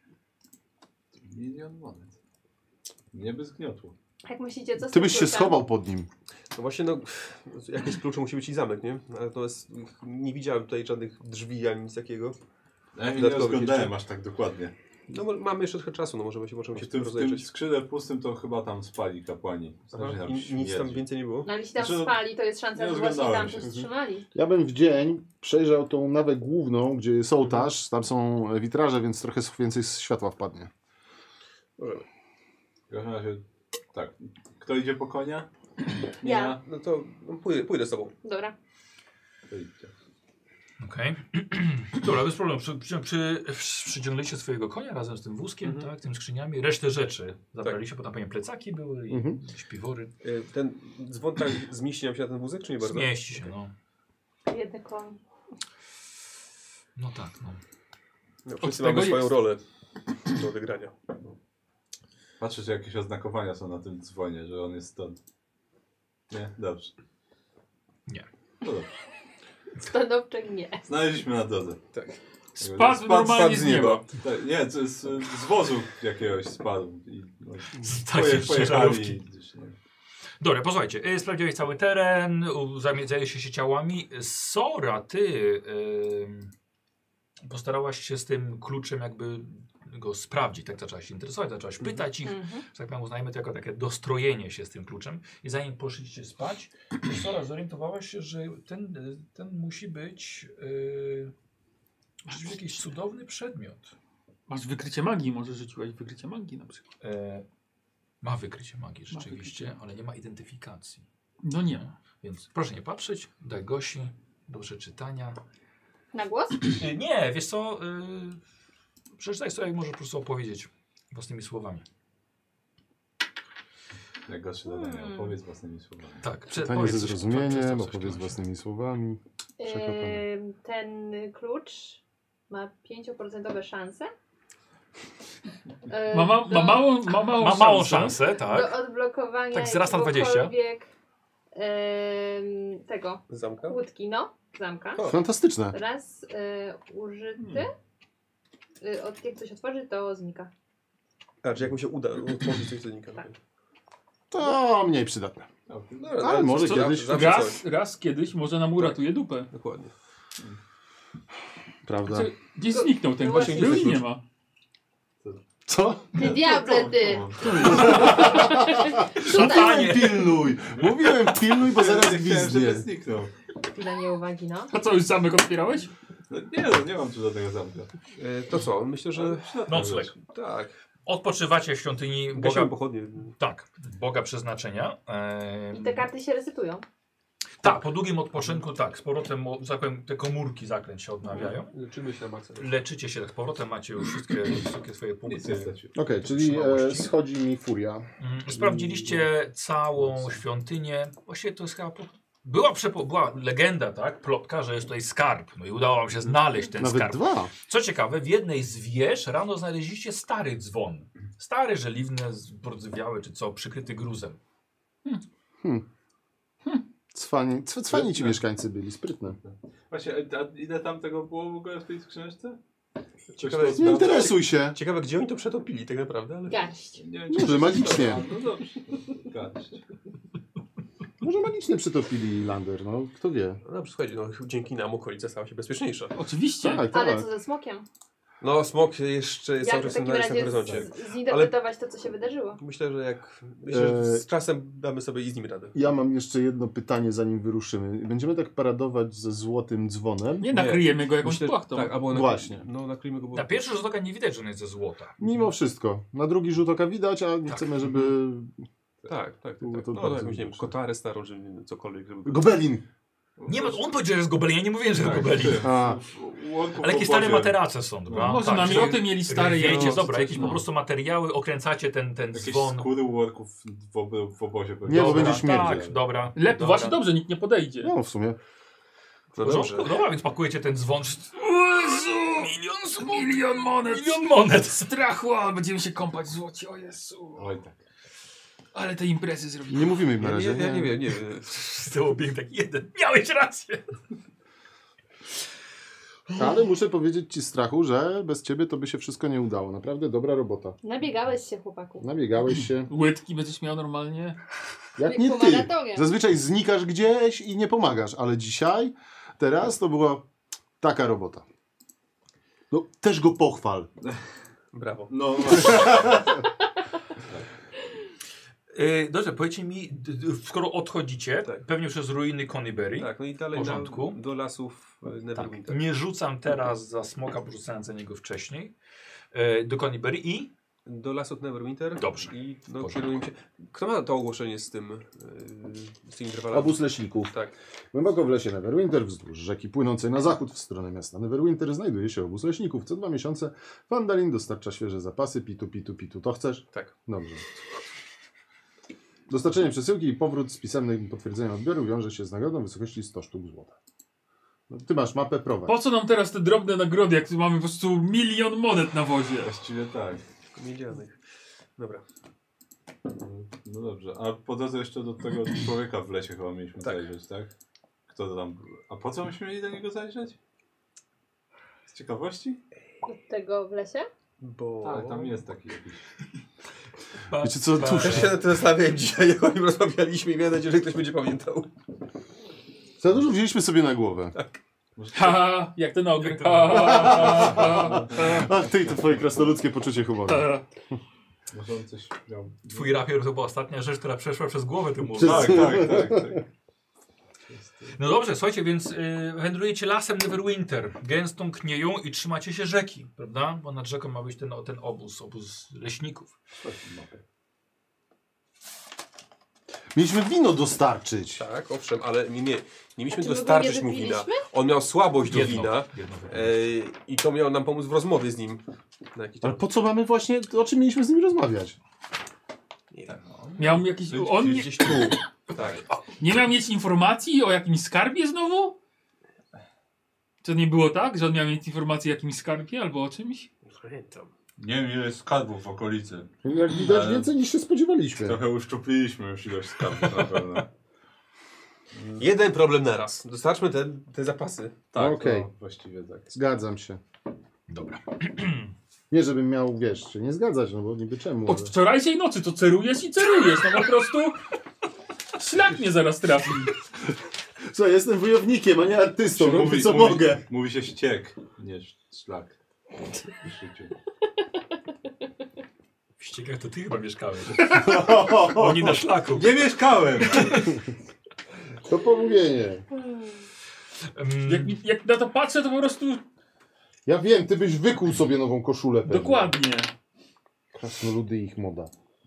Speaker 3: 1 000 000 monet. Mnie by zgniotło.
Speaker 2: Jak myślicie, co z
Speaker 4: Ty
Speaker 2: tym
Speaker 4: byś się
Speaker 2: kluczem?
Speaker 4: schował pod nim.
Speaker 5: No właśnie, no, jakieś klucze musi być i zamek, nie? Natomiast nie widziałem tutaj żadnych drzwi ani nic takiego.
Speaker 3: Ja się nie
Speaker 5: Dodatkowych
Speaker 3: rozglądałem
Speaker 5: jeszcze.
Speaker 3: aż tak dokładnie.
Speaker 5: No mamy jeszcze trochę czasu, no możemy się
Speaker 3: W
Speaker 5: tym
Speaker 3: tym, w tym
Speaker 5: rozejrzeć.
Speaker 3: skrzydle pustym to chyba tam spali kapłani.
Speaker 5: Aha,
Speaker 3: Znaczy, tam
Speaker 5: i nic
Speaker 3: śmierdzi.
Speaker 5: tam więcej nie było?
Speaker 2: No ale jeśli tam
Speaker 3: Znaczy, no,
Speaker 2: spali, to jest szansa,
Speaker 3: nie
Speaker 2: że właśnie tam
Speaker 3: rozglądałem
Speaker 2: coś
Speaker 3: się.
Speaker 2: wstrzymali.
Speaker 4: Ja bym w dzień przejrzał tą nawę główną, gdzie jest ołtarz. Tam są witraże, więc trochę więcej światła wpadnie.
Speaker 5: Możemy.
Speaker 3: W każdym razie, tak. Kto idzie po konia?
Speaker 2: Ja.
Speaker 5: No to pójdę z tobą.
Speaker 2: Dobra.
Speaker 3: To idźcie.
Speaker 1: Okej. Dobra, bez problemu. Przyciągnęliście swojego konia razem z tym wózkiem, tak, tymi skrzyniami. Resztę rzeczy zabraliście, bo tam pewnie plecaki były i śpiwory.
Speaker 5: Ten dzwon tak zmieści nam się na ten wózek, czy nie bardzo?
Speaker 1: Zmieści się, no.
Speaker 2: Jedny koń.
Speaker 1: No tak, no.
Speaker 5: No, wszyscy
Speaker 6: Od tego
Speaker 5: mamy swoją
Speaker 6: jest.
Speaker 5: rolę do odegrania.
Speaker 3: Patrzę, czy jakieś oznakowania są na tym dzwonie, że on jest stąd. Nie? Dobrze. No dobrze.
Speaker 2: Stanowcze nie.
Speaker 3: Znaleźliśmy na drodze.
Speaker 6: Spadł normalnie z nieba.
Speaker 3: Tak, nie, to jest z wozu jakiegoś spadł. I, no,
Speaker 1: Z takiej
Speaker 3: pojechali.
Speaker 1: ciężarówki. Dobra, posłuchajcie, sprawdziłeś cały teren, zajęłeś się ciałami. Sora, ty postarałaś się z tym kluczem jakby go sprawdzić, tak zaczęłaś się interesować, zaczęłaś pytać ich, że tak powiem, uznajmy to jako takie dostrojenie się z tym kluczem i zanim poszliście spać, Sora zorientowałaś się, że ten musi być jakiś cudowny przedmiot.
Speaker 6: Masz wykrycie magii, może rzuciłaś wykrycie magii na przykład.
Speaker 1: Ma wykrycie magii rzeczywiście, ale nie ma identyfikacji.
Speaker 6: No nie.
Speaker 1: Więc proszę nie patrzeć, daj Gosi do przeczytania.
Speaker 2: Na głos?
Speaker 1: Nie, wiesz co, przeczytaj sobie i możesz po prostu opowiedzieć własnymi słowami.
Speaker 3: Jak gorsze zadanie, opowiedz własnymi słowami.
Speaker 1: Tak,
Speaker 4: Pytanie ze zrozumieniem,
Speaker 1: coś
Speaker 4: opowiedz
Speaker 1: w
Speaker 4: własnymi słowami.
Speaker 2: Ten klucz ma 5% szanse.
Speaker 6: Ma małą szansę.
Speaker 1: szansę, tak.
Speaker 2: Do odblokowania
Speaker 1: Tak, z raz na 20.
Speaker 2: jakiegokolwiek, tego
Speaker 5: Zamka?
Speaker 2: łódki, zamka.
Speaker 4: Fantastyczne.
Speaker 2: Raz użyty, jak coś otworzy, to znika.
Speaker 5: A, czy jak mi się uda otworzyć coś zanika.
Speaker 2: Tak.
Speaker 4: To mniej przydatne.
Speaker 5: No,
Speaker 4: Ale może kiedyś.
Speaker 6: Raz kiedyś może nam uratuje dupę.
Speaker 5: Dokładnie.
Speaker 4: Prawda.
Speaker 6: Gdzieś zniknął ten
Speaker 2: No
Speaker 6: właśnie,
Speaker 2: właśnie.
Speaker 6: był i nie ma.
Speaker 4: Co?
Speaker 2: Ty diable, ty!
Speaker 1: Szatanie!
Speaker 4: Pilnuj! Mówiłem pilnuj, bo zaraz
Speaker 3: Chciałem, żeby
Speaker 4: gwizdnie.
Speaker 3: zniknął.
Speaker 2: Chwila nieuwagi, no.
Speaker 6: A co, już zamek otwierałeś?
Speaker 3: No, nie mam tu żadnego zamka.
Speaker 5: To co? Myślę, że...
Speaker 1: Nocleg.
Speaker 5: Tak.
Speaker 1: Odpoczywacie w świątyni
Speaker 5: Gasiłem
Speaker 1: Boga,
Speaker 5: pochodnie.
Speaker 1: tak, Boga Przeznaczenia.
Speaker 2: I te karty się resetują.
Speaker 1: Tak, po długim odpoczynku, tak, z powrotem, że tak powiem, te komórki zakręt się odnawiają.
Speaker 5: Leczymy się na maksa.
Speaker 1: Leczycie się tak z powrotem, macie już wszystkie swoje
Speaker 3: Nic
Speaker 1: punkty.
Speaker 3: nie stracił.
Speaker 4: Okej, czyli
Speaker 1: Wytrzymałości.
Speaker 4: schodzi mi furia.
Speaker 1: Sprawdziliście całą świątynię. Właściwie to jest chyba... Była legenda, tak? Plotka, że jest tutaj skarb. No i udało wam się znaleźć ten
Speaker 4: Nawet
Speaker 1: skarb.
Speaker 4: 2.
Speaker 1: Co ciekawe, w jednej z wież rano znaleźliście stary dzwon. Stary, żeliwny, zbrodzywiały czy co, przykryty gruzem.
Speaker 4: Cwani ci mieszkańcy byli, sprytne.
Speaker 3: Właśnie, a ile tam tego było w ogóle w tej skrzyneczce?
Speaker 5: Ciekawe,
Speaker 3: Coś to
Speaker 4: Nie
Speaker 3: znam?
Speaker 4: interesuj się.
Speaker 5: Ciekawe, gdzie oni to przetopili tak naprawdę, ale...
Speaker 2: Garść.
Speaker 3: Nie,
Speaker 4: Może magicznie.
Speaker 3: No dobrze. Garść.
Speaker 4: Może magicznie przytopili Lander, no kto wie.
Speaker 5: No dobrze, słuchajcie, dzięki nam okolica stała się bezpieczniejsza.
Speaker 6: Oczywiście.
Speaker 4: Tak,
Speaker 2: Ale
Speaker 4: tak.
Speaker 2: co ze smokiem?
Speaker 5: No, smok jeszcze jest cały
Speaker 2: Jak w
Speaker 5: czas
Speaker 2: takim
Speaker 5: na
Speaker 2: razie
Speaker 5: horyzoncie.
Speaker 2: zinterpretować to, co się wydarzyło?
Speaker 5: Myślę, że z czasem damy sobie i z nim radę.
Speaker 4: Ja mam jeszcze jedno pytanie, zanim wyruszymy. Będziemy tak paradować ze złotym dzwonem?
Speaker 6: Nie nakryjemy go jakąś
Speaker 5: Myślę,
Speaker 6: płachtą.
Speaker 5: tak, albo
Speaker 4: Właśnie.
Speaker 5: No, nakryjmy go, bo...
Speaker 1: Na pierwszy rzut oka nie widać, że on jest ze złota.
Speaker 4: Mimo wszystko. Na drugi rzut oka widać, a nie
Speaker 1: Tak.
Speaker 4: chcemy, żeby...
Speaker 5: Tak.
Speaker 4: Byłoby to
Speaker 5: No,
Speaker 4: bardzo
Speaker 5: jakąś, nie wiem,
Speaker 4: widoczne.
Speaker 5: kotarę starą, czy cokolwiek, żeby...
Speaker 4: Gobelin!
Speaker 1: Nie ma, on powiedział, że jest gobelin, ja nie mówiłem, że jest gobelin.
Speaker 4: A.
Speaker 1: Ale jakieś stare materace są, dobra?
Speaker 6: Może
Speaker 1: Tak,
Speaker 6: namioty
Speaker 1: czyli
Speaker 6: mieli stare
Speaker 1: wiecie,
Speaker 6: jakoś,
Speaker 1: dobra,
Speaker 6: coś,
Speaker 1: jakieś
Speaker 6: no.
Speaker 1: po prostu materiały, okręcacie ten
Speaker 3: Jakieś
Speaker 1: dzwon.
Speaker 3: skóry worków w obozie.
Speaker 4: Nie, bo
Speaker 1: Dobra,
Speaker 4: będzie śmierdział.
Speaker 1: tak, dobra.
Speaker 6: Lepiej,
Speaker 1: dobra.
Speaker 6: właśnie dobrze, nikt nie podejdzie.
Speaker 4: No w sumie.
Speaker 5: No
Speaker 1: No
Speaker 5: dobrze.
Speaker 1: dobra, więc pakujecie ten dzwon.
Speaker 6: Milion monet!
Speaker 1: Milion monet.
Speaker 6: Strachu, ale będziemy się kąpać w złocie, o Jezu.
Speaker 3: Oj tak.
Speaker 6: Ale te imprezy zrobimy.
Speaker 4: Nie mówimy im na
Speaker 5: Ja
Speaker 4: razie.
Speaker 5: nie wiem.
Speaker 1: Z tyłu biegł tak jeden. Miałeś rację.
Speaker 4: Ale muszę powiedzieć ci, Strachu, że bez ciebie to by się wszystko nie udało. Naprawdę dobra robota.
Speaker 2: Nabiegałeś się, chłopaku.
Speaker 4: Nabiegałeś się.
Speaker 6: Łydki będziesz miał normalnie.
Speaker 4: Jak nie
Speaker 2: po
Speaker 4: ty.
Speaker 2: maratonie.
Speaker 4: Zazwyczaj znikasz gdzieś i nie pomagasz, ale dzisiaj, teraz to była taka robota. No, też go pochwal.
Speaker 5: Brawo.
Speaker 3: No właśnie.
Speaker 1: Dobrze, powiedzcie mi, skoro odchodzicie,
Speaker 5: Tak.
Speaker 1: pewnie przez ruiny Conyberry.
Speaker 5: Tak, no i dalej
Speaker 1: W porządku.
Speaker 5: do lasów Neverwinter.
Speaker 1: Nie rzucam teraz za smoka, bo rzucałem za niego wcześniej. Do Conyberry i...
Speaker 5: Do lasów Neverwinter.
Speaker 1: Dobrze.
Speaker 5: I
Speaker 1: W porządku.
Speaker 5: kierujemy się... Kto ma to ogłoszenie z tym, z tymi drwalami?
Speaker 4: Obóz leśników.
Speaker 5: Tak.
Speaker 4: Głęboko w lesie Neverwinter, wzdłuż rzeki płynącej na zachód w stronę miasta Neverwinter znajduje się obóz leśników. Co 2 miesiące Fandalin dostarcza świeże zapasy. Pitu. To chcesz?
Speaker 5: Tak.
Speaker 4: Dobrze. Dostarczenie przesyłki i powrót z pisemnym potwierdzeniem odbioru wiąże się z nagrodą w wysokości 100 sztuk złota. No, ty masz mapę, prowadź.
Speaker 6: Po co nam teraz te drobne nagrody, jak tu mamy po prostu milion monet na wozie?
Speaker 3: Właściwie tak.
Speaker 5: Miedzianych. Dobra.
Speaker 3: No dobrze. A po drodze jeszcze do tego człowieka w lesie chyba mieliśmy
Speaker 5: Tak.
Speaker 3: zajrzeć, tak? Kto to tam... A po co myśmy mieli do niego zajrzeć? Z ciekawości?
Speaker 2: Do tego w lesie?
Speaker 5: Bo...
Speaker 3: Tak, tam jest taki jakiś...
Speaker 4: Wiecie co, tu
Speaker 5: Też się na tym zastanawiałem dzisiaj, jak o nim rozmawialiśmy i miałem nadzieję, że ktoś będzie pamiętał.
Speaker 4: za dużo wzięliśmy sobie na głowę.
Speaker 6: Ha, jak ten ogry.
Speaker 4: Ach ty, to twoje krasnoludzkie poczucie humoru.
Speaker 3: Może on coś miał...
Speaker 1: Twój rapier to była ostatnia rzecz, która przeszła przez głowę tym
Speaker 4: Przez-
Speaker 1: mózgiem.
Speaker 3: Tak.
Speaker 1: No dobrze, słuchajcie, więc wędrujecie lasem Neverwinter, gęstą knieją i trzymacie się rzeki, prawda? Bo nad rzeką ma być ten obóz leśników.
Speaker 4: Mieliśmy wino dostarczyć.
Speaker 5: Tak, owszem, ale nie mieliśmy
Speaker 2: czy my go
Speaker 5: dostarczyć
Speaker 2: nie
Speaker 5: mu wina.
Speaker 2: wypiliśmy?
Speaker 5: On miał słabość do wina
Speaker 1: jedno
Speaker 5: i to miało nam pomóc w rozmowie z nim. Na jakiś
Speaker 4: Ale
Speaker 5: tam...
Speaker 4: po co mamy właśnie, o czym mieliśmy z nim rozmawiać?
Speaker 5: Nie wiem.
Speaker 6: Miał jakiś... On nie,
Speaker 5: Gdzieś tu. Tak.
Speaker 6: nie miał mieć informacji o jakimś skarbie znowu? To nie było tak, że on miał mieć informację o jakimś skarbie albo o czymś?
Speaker 5: Nie pamiętam.
Speaker 3: Nie wiem ile jest skarbów w okolicy.
Speaker 4: Jak widać
Speaker 3: Ale-
Speaker 4: więcej niż się spodziewaliśmy.
Speaker 3: Trochę uszczupliliśmy już ilość skarbów na pewno.
Speaker 5: Jeden problem naraz. Dostarczmy te zapasy.
Speaker 3: Tak,
Speaker 4: Okej.
Speaker 3: no, właściwie tak.
Speaker 4: Zgadzam się.
Speaker 1: Dobra.
Speaker 4: Nie, żebym miał, wiesz, się nie zgadzać, no bo niby czemu.
Speaker 6: Od
Speaker 4: Ale...
Speaker 6: wczorajszej nocy to cerujesz i cerujesz, no po prostu szlak mnie zaraz trafi.
Speaker 4: Co, jestem wojownikiem, a nie artystą, robię co mogę.
Speaker 3: Mówi się ściek, nie szlak. W życiu.
Speaker 1: W ściekach to ty chyba mieszkałeś. Oni na szlaku.
Speaker 3: Nie mieszkałem!
Speaker 4: To pomówienie.
Speaker 6: Jak na to patrzę, to po prostu
Speaker 4: Ja wiem, ty byś wykuł sobie nową koszulę pewnie.
Speaker 6: dokładnie.
Speaker 4: Krasnoludy i ich moda.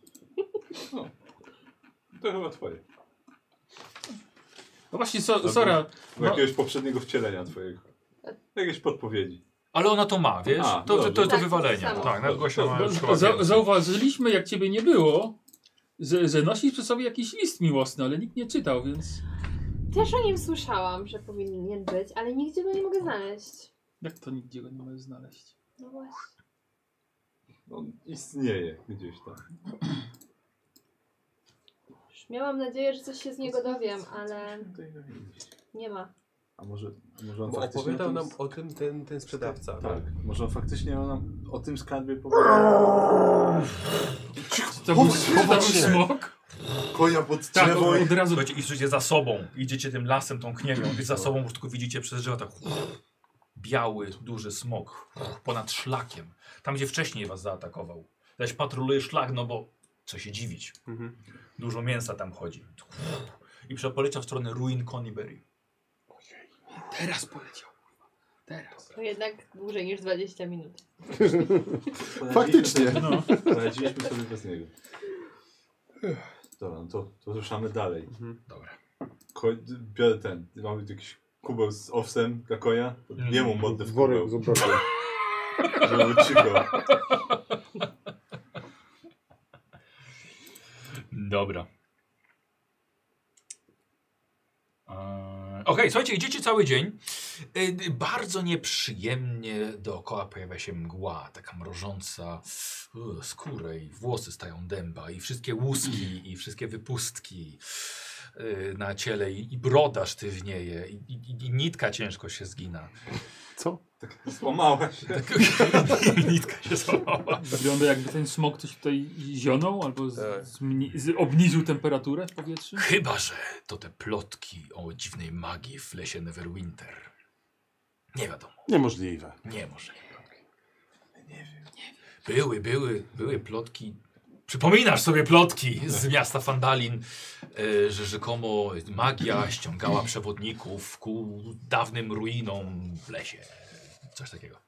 Speaker 3: To chyba twoje.
Speaker 6: No właśnie, Sora,
Speaker 3: Do jakiegoś poprzedniego wcielenia twojego. Jakieś podpowiedzi.
Speaker 1: Ale ona to ma, wiesz?
Speaker 3: A,
Speaker 1: To jest do
Speaker 2: Tak,
Speaker 1: wywalenia.
Speaker 2: to
Speaker 1: Tak, nawet Gosia ma już chyba
Speaker 6: bo
Speaker 1: więcej.
Speaker 6: zauważyliśmy, jak ciebie nie było, że nosisz przy sobie jakiś list miłosny, ale nikt nie czytał, więc
Speaker 2: Też o nim słyszałam, że powinien być, ale nigdzie go nie mogę znaleźć.
Speaker 6: jak to nigdzie go nie możesz znaleźć?
Speaker 2: No właśnie.
Speaker 3: On istnieje gdzieś tam.
Speaker 2: Już miałam nadzieję, że coś się z niego dowiem, ale nie ma.
Speaker 3: A może on
Speaker 5: Bo
Speaker 3: faktycznie
Speaker 5: opowiadał
Speaker 3: o
Speaker 5: nam
Speaker 3: tym...
Speaker 5: o tym ten sprzedawca.
Speaker 3: Tak, może on faktycznie nam o tym skarbie powiedział.
Speaker 6: To był smok?
Speaker 3: Konia pod
Speaker 6: Tak,
Speaker 3: drzewo i...
Speaker 6: od razu.
Speaker 1: Słuchajcie, idziecie za sobą, idziecie tym lasem, tą kniemią i za sobą już tylko widzicie przez drzewa tak biały, duży smok ponad szlakiem. Tam, gdzie wcześniej was zaatakował. Zaś patroluje szlak, no bo co się dziwić.
Speaker 5: Mhm.
Speaker 1: Dużo mięsa tam chodzi. I poleciał w stronę ruin Conyberry.
Speaker 6: Teraz poleciał. Teraz.
Speaker 2: To jednak dłużej niż 20 minut.
Speaker 4: Faktycznie.
Speaker 6: No.
Speaker 3: Poradziliśmy sobie bez niego. Dobra, no to ruszamy dalej.
Speaker 1: Dobra.
Speaker 3: Biorę ten. Mamy jakiś kubeł z owsem dla konia. Jemu modlę w
Speaker 4: Worek
Speaker 3: kubeł,
Speaker 4: z obrotem.
Speaker 3: żeby być cicho.
Speaker 1: Dobra. Okej, słuchajcie, idziecie cały dzień. Bardzo nieprzyjemnie dookoła pojawia się mgła, taka mrożąca skórę i włosy stają dęba i wszystkie łuski i wszystkie wypustki na ciele i broda sztywnieje i nitka ciężko się zgina.
Speaker 4: Co?
Speaker 3: Tak złamała się.
Speaker 1: Nitka się złamała.
Speaker 6: Wygląda jakby ten smok coś tutaj zionął albo
Speaker 5: Tak.
Speaker 6: obniżył temperaturę w powietrzu.
Speaker 1: Chyba że to te plotki o dziwnej magii w lesie Neverwinter. Nie wiadomo.
Speaker 4: Niemożliwe.
Speaker 1: Nie może. Nie wiem. Były plotki. Przypominasz sobie plotki z miasta Fandalin, że rzekomo magia ściągała przewodników ku dawnym ruinom w lesie. Coś takiego.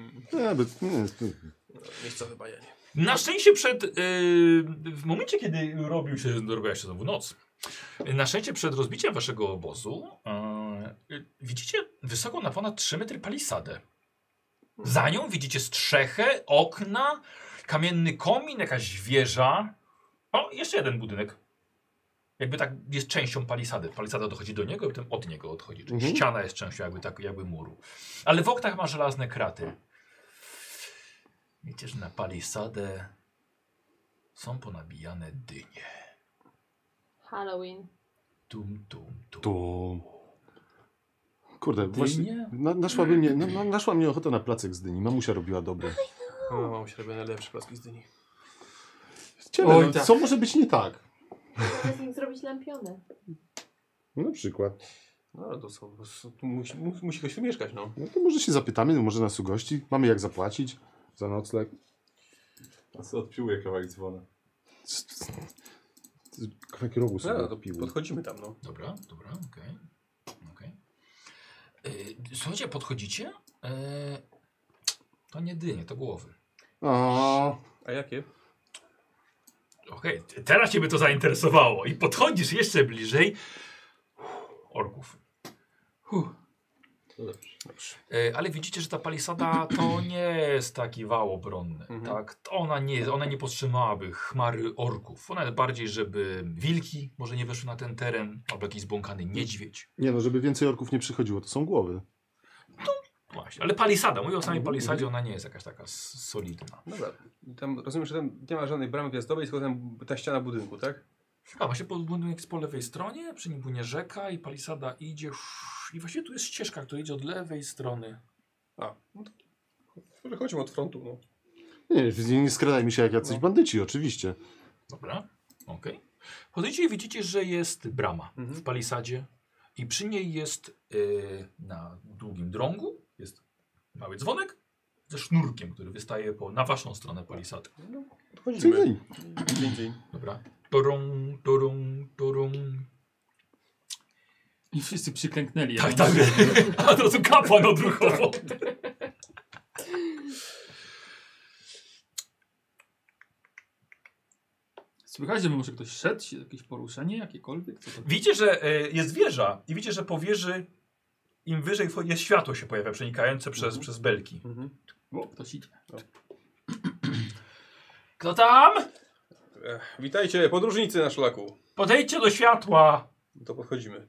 Speaker 5: Miejscowe bajanie.
Speaker 1: Na szczęście w momencie, kiedy robiła się znowu noc, na szczęście przed rozbiciem waszego obozu widzicie wysoką na ponad 3 metry palisadę. Za nią widzicie strzechę, okna, kamienny komin, jakaś wieża. O, jeszcze jeden budynek. Jakby tak jest częścią palisady. Palisada dochodzi do niego i potem od niego odchodzi. Czyli ściana jest częścią jakby muru. Ale w oknach ma żelazne kraty. Wiecie, że na palisadę są ponabijane dynie.
Speaker 2: Halloween.
Speaker 1: Tum, tum, tum.
Speaker 4: Tu. Kurde, właśnie naszła mnie ochota na placek z dyni. Mamusia robiła dobre.
Speaker 5: O, mamusia robiła najlepsze placki z dyni.
Speaker 6: Oj, tak.
Speaker 4: Co może być nie tak?
Speaker 2: Można z nich zrobić lampiony.
Speaker 4: No, na przykład.
Speaker 5: No ale to co, musi ktoś tu mieszkać, no.
Speaker 4: No to może się zapytamy, no może nas ugości. Mamy jak zapłacić za nocleg.
Speaker 3: A co odpiłuję kawałek dzwona.
Speaker 4: Kawałek rogu sobie
Speaker 5: No, to
Speaker 4: odpiły.
Speaker 5: podchodzimy tam, no.
Speaker 1: Dobra, okej. Słuchajcie, podchodzicie? To nie dynie, to głowy.
Speaker 5: A jakie?
Speaker 1: Okej, teraz cię by to zainteresowało i podchodzisz jeszcze bliżej. Orków. Ale widzicie, że ta palisada to nie jest taki wał obronny. Tak? To ona nie powstrzymałaby chmary orków. Ona jest bardziej, żeby wilki może nie weszły na ten teren, albo jakiś zbłąkany niedźwiedź.
Speaker 4: Nie no, żeby więcej orków nie przychodziło, to są głowy.
Speaker 1: Właśnie, ale palisada, mówię o samej palisadzie, ona nie jest jakaś taka solidna.
Speaker 5: Dobra, tam rozumiem, że tam nie ma żadnej bramy gwiazdowej, tylko tam ta ściana budynku, tak?
Speaker 1: A właśnie budynek jest po lewej stronie, przy nim płynie rzeka i palisada idzie i właśnie tu jest ścieżka, która idzie od lewej strony.
Speaker 5: A, no to chodźmy od frontu, no.
Speaker 4: Nie skradajmy się jak jacyś bandyci, oczywiście.
Speaker 1: Dobra, okej. Chodzicie i widzicie, że jest brama w palisadzie i przy niej jest na długim drągu jest mały dzwonek ze sznurkiem, który wystaje na waszą stronę palisady.
Speaker 5: No, podchodzimy.
Speaker 4: Cyj.
Speaker 1: Dobra. Turung, turung, turung.
Speaker 6: I wszyscy przyklęknęli.
Speaker 1: Tak. A od razu kapłan odruchowo.
Speaker 6: Słychać, że może ktoś szedł, jakieś poruszenie, jakiekolwiek? Co to...
Speaker 1: Widzicie, że jest wieża i widzicie, że po wieży im wyżej jest światło się pojawia, przenikające przez belki.
Speaker 6: O, ktoś idzie.
Speaker 1: Kto tam?
Speaker 5: Witajcie, podróżnicy na szlaku.
Speaker 1: Podejdźcie do światła.
Speaker 5: To podchodzimy.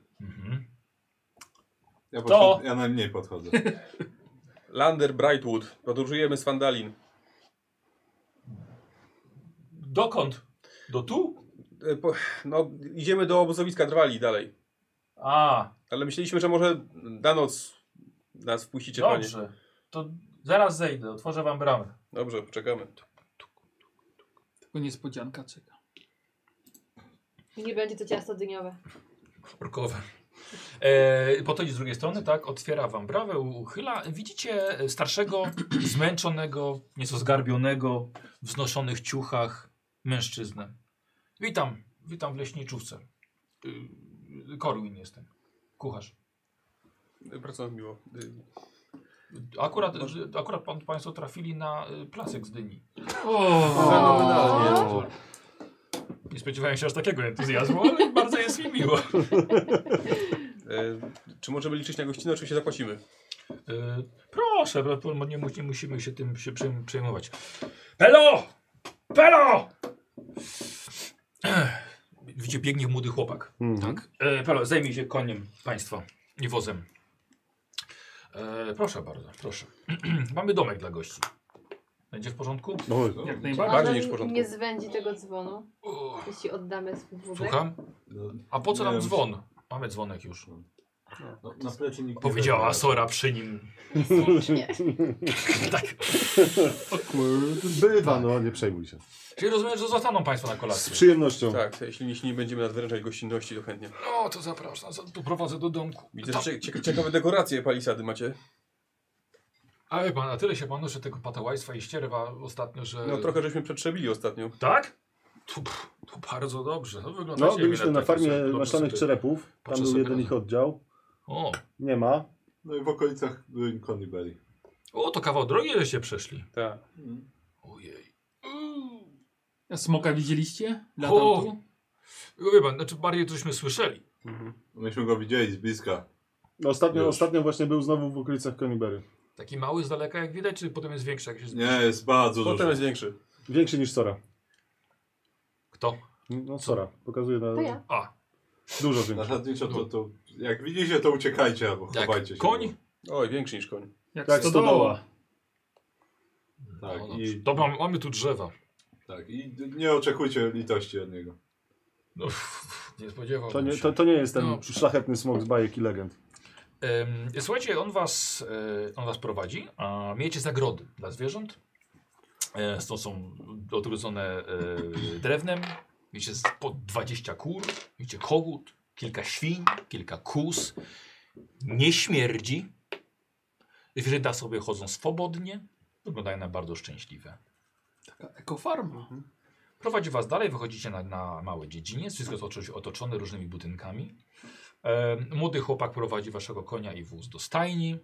Speaker 3: Ja najmniej podchodzę.
Speaker 5: Lander Brightwood. Podróżujemy z Fandalin.
Speaker 1: Dokąd? Do tu?
Speaker 5: No, idziemy do obozowiska Drwali dalej.
Speaker 1: A,
Speaker 5: Ale myśleliśmy, że może na noc nas wpuścicie, panie.
Speaker 1: dobrze. To zaraz zejdę, otworzę wam bramę.
Speaker 5: Dobrze, czekamy.
Speaker 6: Tylko niespodzianka czeka.
Speaker 2: I nie będzie to ciasto dyniowe.
Speaker 1: Orkowe. Podchodzi z drugiej strony, tak, otwiera wam bramę, uchyla. Widzicie starszego, zmęczonego, nieco zgarbionego, w znoszonych ciuchach mężczyznę. Witam w leśniczówce. Corwin jestem, kucharz.
Speaker 5: Bardzo miło.
Speaker 1: Akurat państwo trafili na placek z dyni. Nie spodziewałem się aż takiego entuzjazmu, ale bardzo jest mi miło.
Speaker 5: Czy możemy liczyć na gościnę? Oczywiście zapłacimy.
Speaker 1: Proszę, nie musimy się tym przejmować. Pelo! Pelo! Widzicie, biegnie młody chłopak. Tak? Pelo, zajmij się koniem państwa i wozem. Proszę bardzo, proszę. Mamy domek dla gości. Będzie w porządku?
Speaker 6: Jak
Speaker 5: Bardziej
Speaker 6: najbardziej.
Speaker 5: niż w porządku.
Speaker 2: Nie zwędzi tego dzwonu, jeśli oddamy swój wózek.
Speaker 1: Słucham? A po co nam dzwon? Mamy dzwonek już.
Speaker 3: No, na plecy nikt nie
Speaker 1: Powiedziała
Speaker 3: weźmie.
Speaker 1: Asora przy nim.
Speaker 2: Nie.
Speaker 1: Tak.
Speaker 4: Bywa, no nie przejmuj się.
Speaker 1: Czyli rozumiem, że zostaną państwo na
Speaker 4: Z
Speaker 1: kolację.
Speaker 4: przyjemnością.
Speaker 5: Tak, jeśli nie będziemy nadwyręczać gościnności, to chętnie.
Speaker 1: No to zapraszam, doprowadzę do domku.
Speaker 5: Widzę, że ciekawe dekoracje palisady macie.
Speaker 1: Ale pan, na tyle się panu, że tego patołajstwa i ścierwa ostatnio, że...
Speaker 5: No trochę żeśmy przetrzebili ostatnio.
Speaker 1: Tak? To bardzo dobrze. To wygląda
Speaker 4: No, byliśmy na farmie maślanych czerepów. Tam
Speaker 1: patrzę
Speaker 4: był
Speaker 1: sobie
Speaker 4: jeden
Speaker 1: na-
Speaker 4: ich oddział.
Speaker 1: O,
Speaker 4: Nie ma.
Speaker 3: No i w okolicach ruin Coneyberry.
Speaker 1: to kawał drogi żeście przeszli.
Speaker 5: Tak.
Speaker 1: Ojej.
Speaker 6: A smoka widzieliście?
Speaker 1: O!
Speaker 6: Latał tu?
Speaker 1: Wie pan, znaczy bardziej tośmy słyszeli.
Speaker 3: Myśmy go widzieli z bliska.
Speaker 4: Ostatnio właśnie był znowu w okolicach Coneyberry.
Speaker 1: Taki mały z daleka jak widać, czy potem jest większy jak się zbliży?
Speaker 3: Nie, jest bardzo
Speaker 5: Potem
Speaker 3: duży.
Speaker 5: jest większy.
Speaker 4: Większy niż Sora.
Speaker 1: Kto?
Speaker 4: No Sora. Pokazuje na...
Speaker 2: To ja.
Speaker 1: A,
Speaker 4: Dużo większy.
Speaker 3: Zasadniczo to jak widzicie, to uciekajcie albo
Speaker 1: jak
Speaker 3: chowajcie się.
Speaker 1: koń?
Speaker 5: Oj, większy niż koń.
Speaker 6: Jak
Speaker 4: Tak,
Speaker 6: stodoła.
Speaker 3: Tak,
Speaker 1: No,
Speaker 3: i,
Speaker 1: to mamy tu drzewa.
Speaker 3: tak, i nie oczekujcie litości od niego.
Speaker 1: No, nie spodziewałbym się.
Speaker 4: To nie jest ten
Speaker 1: Dobrze.
Speaker 4: szlachetny smok z bajek i legend.
Speaker 1: Słuchajcie, on was prowadzi, a miejecie zagrody dla zwierząt. To są odgrodzone drewnem. Wiecie, po 20 kur, wiecie, kogut, kilka świń, kilka kóz. Nie śmierdzi. Zwierzęta sobie chodzą swobodnie. Wyglądają na bardzo szczęśliwe.
Speaker 6: Taka ekofarma.
Speaker 1: Prowadzi was dalej, wychodzicie na małe dziedziniec. Wszystko jest oczywiście otoczone różnymi budynkami. Młody chłopak prowadzi waszego konia i wóz do stajni.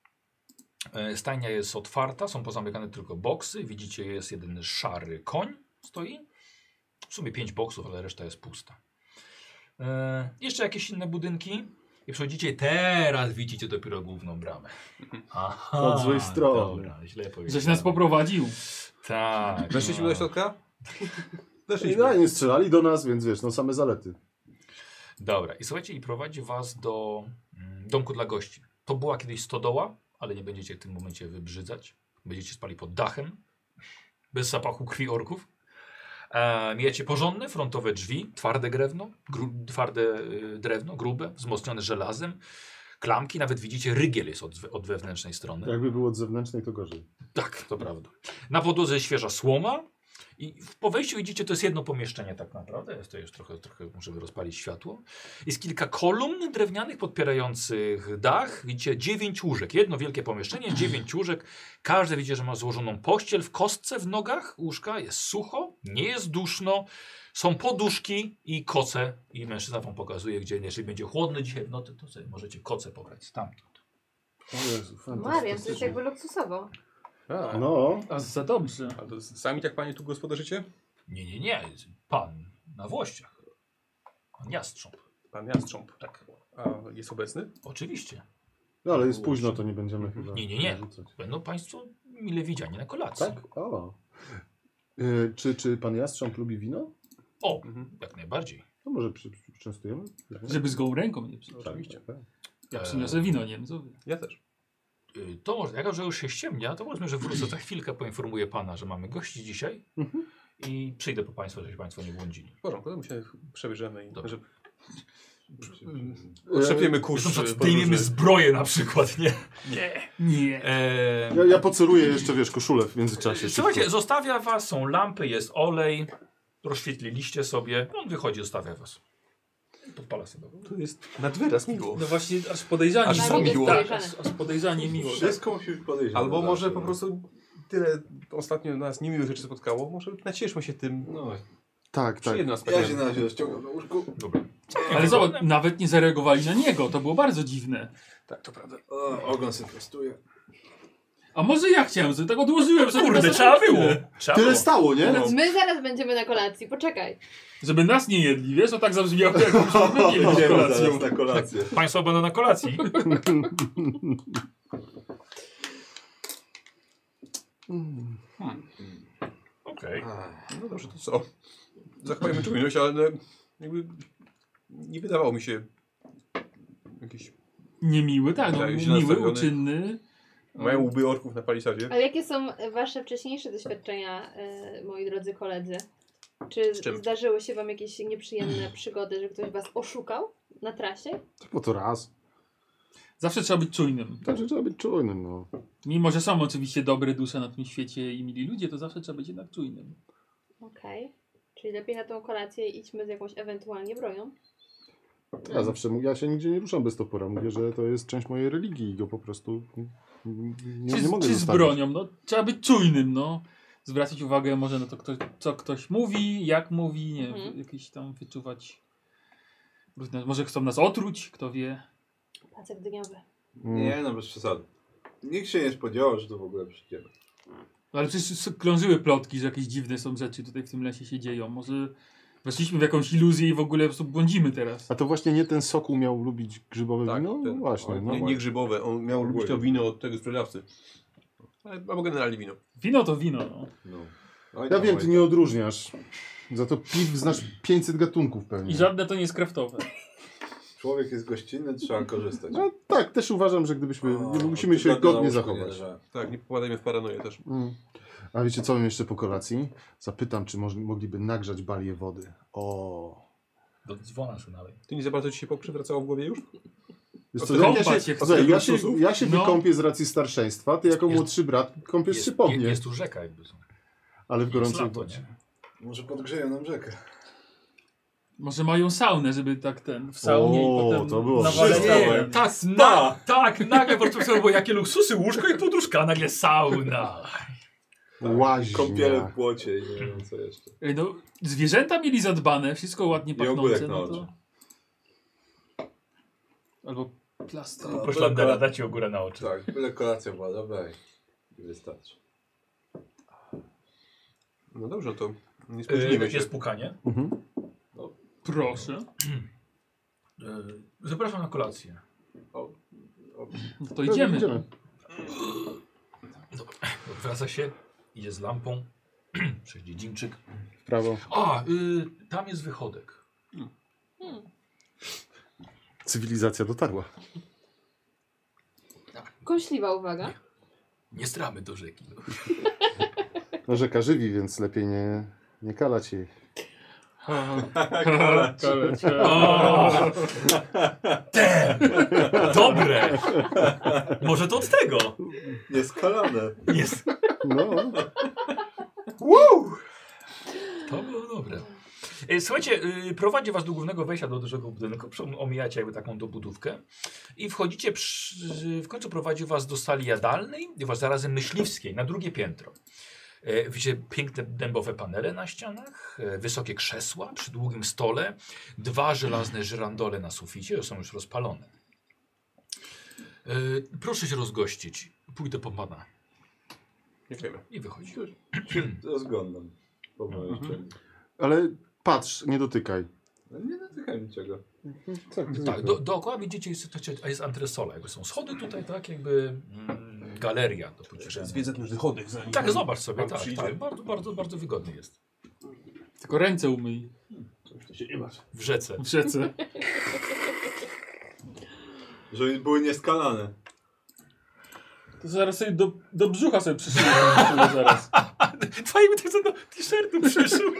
Speaker 1: Stajnia jest otwarta, są pozamykane tylko boksy. Widzicie, jest jeden szary koń stoi. W sumie 5 boksów, ale reszta jest pusta. Jeszcze jakieś inne budynki. I przechodzicie, teraz widzicie dopiero główną bramę. Aha,
Speaker 4: Od złej strony.
Speaker 1: Dobra, źle powiedziałem.
Speaker 6: Żeś nas poprowadził.
Speaker 1: Tak.
Speaker 5: Weszliśmy do środka?
Speaker 4: No, nie strzelali do nas, więc wiesz, no same zalety.
Speaker 1: Dobra, i słuchajcie, i prowadzi was do domku dla gości. To była kiedyś stodoła, ale nie będziecie w tym momencie wybrzydzać. Będziecie spali pod dachem, bez zapachu krwi orków. Mijacie porządne, frontowe drzwi, twarde drewno, grube, wzmocnione żelazem. Klamki, nawet widzicie, rygiel jest od wewnętrznej strony.
Speaker 4: Jakby było od zewnętrznej, to gorzej.
Speaker 1: Tak, to prawda. Na podłodze świeża słoma. I po wejściu widzicie, to jest jedno pomieszczenie tak naprawdę. Jest to już trochę muszę rozpalić światło. Jest kilka kolumn drewnianych podpierających dach. Widzicie 9 łóżek. Jedno wielkie pomieszczenie, 9 łóżek. Każde widzicie, że ma złożoną pościel w kostce w nogach łóżka. Jest sucho, nie jest duszno. Są poduszki i koce. I mężczyzna wam pokazuje, gdzie jeżeli będzie chłodny dzisiaj w nocy, to sobie możecie koce pobrać stamtąd.
Speaker 4: O Jezu,
Speaker 2: Marian, to jest jakby luksusowo.
Speaker 4: No.
Speaker 6: A za dobrze.
Speaker 5: A to sami tak panie tu gospodarzycie?
Speaker 1: Nie. Pan na włościach. Pan Jastrząb.
Speaker 5: Pan Jastrząb.
Speaker 1: Tak.
Speaker 5: A jest obecny?
Speaker 1: Oczywiście.
Speaker 4: No, ale jest późno, to nie będziemy chyba
Speaker 1: Nie.
Speaker 4: narzucać.
Speaker 1: Będą państwo mile widziani na kolacji.
Speaker 4: Tak? O. Czy pan Jastrząb lubi wino?
Speaker 1: O, jak najbardziej.
Speaker 4: No może częstujemy?
Speaker 6: Żeby z gołą ręką nie przyjść.
Speaker 5: Oczywiście.
Speaker 4: Tak.
Speaker 6: Ja przyniosę wino Niemcowi.
Speaker 5: Ja też.
Speaker 1: To może, jako że już się ściemnia, to powiedzmy, że wrócę za chwilkę, poinformuję pana, że mamy gości dzisiaj i przyjdę po państwa, żeby państwo nie błądzili.
Speaker 5: W porządku, to my się przebierzemy i
Speaker 1: Dobrze.
Speaker 5: otrzepiemy kurz.
Speaker 1: Zdejmiemy zbroję na przykład, nie?
Speaker 6: Nie.
Speaker 4: Ja poceluję jeszcze, wiesz, koszulę w międzyczasie.
Speaker 1: Słuchajcie, zostawia was, są lampy, jest olej, rozświetliliście sobie, on wychodzi, zostawia was. Podpala sobie.
Speaker 5: Tu jest nad wyraz miło.
Speaker 6: No właśnie, aż podejrzanie.
Speaker 5: Aż za miło.
Speaker 6: Tak, aż podejrzanie miło.
Speaker 3: Wszystko musi być podejrzane.
Speaker 5: Albo może
Speaker 3: zawsze.
Speaker 5: po prostu tyle ostatnio nas niemiłych rzeczy spotkało, może nacieszmy się tym.
Speaker 3: No,
Speaker 4: Tak.
Speaker 5: Przyjemnym
Speaker 3: ja się
Speaker 5: aspektem.
Speaker 3: na razie rozciągam na łóżku.
Speaker 1: Dobra.
Speaker 6: Ale zobacz, nawet nie zareagowali na niego. To było bardzo dziwne.
Speaker 5: Tak, to prawda.
Speaker 3: O, ogon sobie prostuje.
Speaker 6: A może ja chciałem, sobie tak odłożyłem sobie.
Speaker 1: Kurde,
Speaker 6: na
Speaker 1: trzeba
Speaker 6: sobie.
Speaker 1: było. Trzeba
Speaker 4: Tyle
Speaker 1: było.
Speaker 4: stało, nie?
Speaker 2: My zaraz będziemy na kolacji, poczekaj.
Speaker 6: Żeby nas nie jedli, wiesz? To tak zabrzmiało, jak my nie
Speaker 3: Idziemy
Speaker 6: jedli
Speaker 3: zaraz
Speaker 6: kolacją.
Speaker 3: na kolację.
Speaker 1: Państwo będą na kolacji. Okej.
Speaker 5: No dobrze, to co? Zachowajmy czujność, ale jakby nie wydawało mi się jakiś...
Speaker 6: Niemiły, tak, no,
Speaker 5: Tak, źle
Speaker 6: miły,
Speaker 5: nastawiony.
Speaker 6: uczynny.
Speaker 5: Mają łby orków na palisadzie.
Speaker 2: Ale jakie są wasze wcześniejsze doświadczenia, moi drodzy koledzy? Czy
Speaker 5: Z czym?
Speaker 2: zdarzyły się wam jakieś nieprzyjemne przygody, że ktoś was oszukał na trasie?
Speaker 4: Po to raz.
Speaker 6: Zawsze trzeba być czujnym.
Speaker 4: Także trzeba być czujnym, no.
Speaker 6: Mimo, że są oczywiście dobre dusze na tym świecie i mili ludzie, to zawsze trzeba być jednak czujnym.
Speaker 2: Okej. Czyli lepiej na tą kolację idźmy z jakąś ewentualnie bronią.
Speaker 4: Ja zawsze mówię, ja się nigdzie nie ruszam bez topora. Mówię, że to jest część mojej religii i go po prostu nie mogę
Speaker 6: czy z
Speaker 4: zostawić.
Speaker 6: bronią, no trzeba być czujnym, no. Zwracać uwagę może na to, co ktoś mówi, jak mówi, nie wiem, jakieś tam wyczuwać. Może chcą nas otruć, kto wie.
Speaker 2: Pacek dyniowy.
Speaker 3: Nie, no bez przesady. Nikt się nie spodziewał, że to w ogóle przyjdziemy.
Speaker 6: Ale przecież krążyły plotki, że jakieś dziwne są rzeczy tutaj w tym lesie się dzieją. Może weszliśmy w jakąś iluzję i w ogóle po prostu błądzimy teraz.
Speaker 4: A to właśnie nie ten Sokół miał lubić grzybowe
Speaker 5: Tak,
Speaker 4: wino? No
Speaker 5: ten-
Speaker 4: właśnie. No.
Speaker 5: nie grzybowe, on miał lubić to wino od tego sprzedawcy. Albo generalnie wino.
Speaker 6: Wino to wino, no.
Speaker 3: No. Oj,
Speaker 4: Ja
Speaker 3: tam,
Speaker 4: wiem,
Speaker 3: oj,
Speaker 4: ty
Speaker 3: tam.
Speaker 4: nie odróżniasz. Za to piw znasz 500 gatunków pewnie.
Speaker 6: I żadne to nie jest kraftowe.
Speaker 3: Człowiek jest gościnny, trzeba korzystać.
Speaker 4: No tak, też uważam, że gdybyśmy, musimy
Speaker 3: Od
Speaker 4: się
Speaker 3: tygodnia
Speaker 4: godnie
Speaker 3: na łóżku
Speaker 4: zachować.
Speaker 3: nie leżałem.
Speaker 5: Tak, nie popadajmy w paranoję też.
Speaker 4: A wiecie co mam jeszcze po kolacji? Zapytam, czy mogliby nagrzać balię wody. O.
Speaker 1: Do dzwona szynalej.
Speaker 5: Ty nie za bardzo ci się poprzewracało w głowie już?
Speaker 4: Wiesz co, jak
Speaker 6: Kąpać się
Speaker 4: słuchaj,
Speaker 6: chce.
Speaker 4: ja się
Speaker 6: No.
Speaker 4: wykąpię z racji starszeństwa, ty jako młodszy brat kąpiesz się po mnie.
Speaker 1: Jest tu rzeka jakby.
Speaker 4: Ale w gorącej
Speaker 1: lato,
Speaker 4: wodzie.
Speaker 3: Może podgrzeją nam rzekę.
Speaker 6: Może mają saunę, żeby tak w saunie
Speaker 4: O,
Speaker 6: i potem
Speaker 4: to było
Speaker 6: nawalać
Speaker 3: wszystko.
Speaker 6: trawę.
Speaker 1: Tak, nagle po prostu sobie, bo jakie luksusy, łóżko i poduszka, a nagle sauna.
Speaker 4: Łaźnia.
Speaker 3: Kąpiele w błocie i nie wiem co jeszcze.
Speaker 6: Ej, no, zwierzęta mieli zadbane, wszystko ładnie
Speaker 3: I ogórek
Speaker 6: pachnące.
Speaker 3: na
Speaker 6: No
Speaker 3: oczy.
Speaker 6: to... Albo plaster.
Speaker 1: Proszę Landera, dać ci ogórę na oczy.
Speaker 3: Tak, byle kolacja była dobra i wystarczy.
Speaker 5: No dobrze, to nie spóźnimy się.
Speaker 1: Jest pukanie.
Speaker 4: Mhm.
Speaker 6: Proszę.
Speaker 1: Zapraszam na kolację.
Speaker 6: No to idziemy.
Speaker 1: Wraca się, idzie z lampą. Przez dziedzińczyk.
Speaker 4: W prawo.
Speaker 1: A, tam jest wychodek.
Speaker 4: Cywilizacja dotarła.
Speaker 2: Kąśliwa uwaga.
Speaker 1: Nie stramy do rzeki.
Speaker 4: No rzeka żywi, więc lepiej nie kalać jej.
Speaker 1: Dobre! Może to od tego?
Speaker 3: Nieskalane.
Speaker 1: Jest.
Speaker 4: No.
Speaker 1: To było dobre. Słuchajcie, prowadzi was do głównego wejścia do dużego budynku, omijacie jakby taką dobudówkę i wchodzicie, w końcu prowadzi was do sali jadalnej i was zarazem myśliwskiej na drugie piętro. Widzicie piękne dębowe panele na ścianach, wysokie krzesła przy długim stole, 2 żelazne żyrandole na suficie, są już rozpalone. Proszę się rozgościć, pójdę po pana.
Speaker 5: Dziękujemy.
Speaker 1: I wychodzi.
Speaker 3: Rozglądam. Pomału
Speaker 4: Ale patrz, nie dotykaj.
Speaker 3: Nie dotykaj niczego.
Speaker 1: Tak, dookoła widzicie, jest antresola, jakby są schody tutaj, tak, jakby galeria do pocieszenia.
Speaker 5: Zwiedzać na wychodek zanim
Speaker 1: Tak, zobacz sobie,
Speaker 5: pan
Speaker 1: tak,
Speaker 5: przyjdzie.
Speaker 1: tak, bardzo, bardzo, bardzo wygodny jest.
Speaker 6: Tylko ręce umyj
Speaker 5: To się nie masz.
Speaker 1: W rzece.
Speaker 6: w rzece.
Speaker 3: Żeby były nieskalane.
Speaker 6: To zaraz sobie do brzucha sobie przyszyję. zaraz.
Speaker 1: Fajnie tak co do t-shirtu przyszły.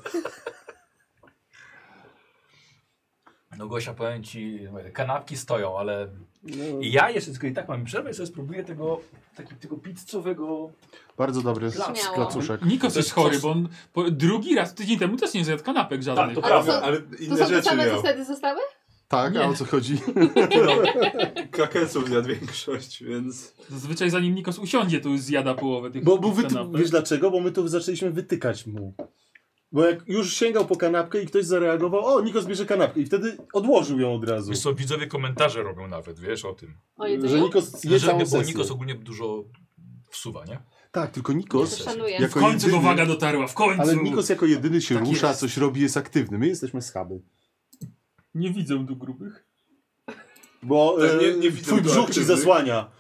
Speaker 1: No Gosia, powiem ci, kanapki stoją, ale ja jeszcze tylko i tak mam przerwę, sobie spróbuję tego pizzowego.
Speaker 4: Bardzo dobry
Speaker 2: Śmiało.
Speaker 4: klacuszek.
Speaker 6: Nikos jest chory, bo on drugi raz tydzień temu też nie zjadł kanapek żadnych.
Speaker 1: to
Speaker 2: Ale,
Speaker 3: Prawda, ale
Speaker 2: to
Speaker 3: inne
Speaker 2: są te
Speaker 3: rzeczy
Speaker 2: same, co
Speaker 3: miał.
Speaker 2: wtedy zostały?
Speaker 4: Tak,
Speaker 6: Nie.
Speaker 4: a o co chodzi?
Speaker 3: Krakensów zjadł większość, więc...
Speaker 6: Zazwyczaj zanim Nikos usiądzie, to już zjada połowę tych
Speaker 4: Bo był
Speaker 6: kanapek.
Speaker 4: wiesz dlaczego? Bo my to zaczęliśmy wytykać mu. Bo jak już sięgał po kanapkę i ktoś zareagował, o, Nikos bierze kanapkę i wtedy odłożył ją od razu.
Speaker 1: Wiesz co, widzowie komentarze robią nawet, wiesz o tym.
Speaker 2: O
Speaker 4: Że
Speaker 2: jedzeniu?
Speaker 4: Nikos je całą
Speaker 1: Bo
Speaker 4: sesję.
Speaker 1: Nikos ogólnie dużo wsuwa, nie?
Speaker 4: Tak, tylko
Speaker 2: To
Speaker 4: Nikos
Speaker 2: szanuję.
Speaker 6: W
Speaker 4: jako
Speaker 6: końcu
Speaker 4: jedyny,
Speaker 6: uwaga dotarła, w końcu!
Speaker 4: ale Nikos jako jedyny się
Speaker 6: Tak
Speaker 4: rusza,
Speaker 6: jest.
Speaker 4: coś robi, jest aktywny. My jesteśmy schaby.
Speaker 6: Nie widzę tu grubych.
Speaker 4: Bo
Speaker 3: Nie widzę
Speaker 4: twój
Speaker 3: tu
Speaker 4: brzuch ci
Speaker 3: aktywnych.
Speaker 4: zasłania.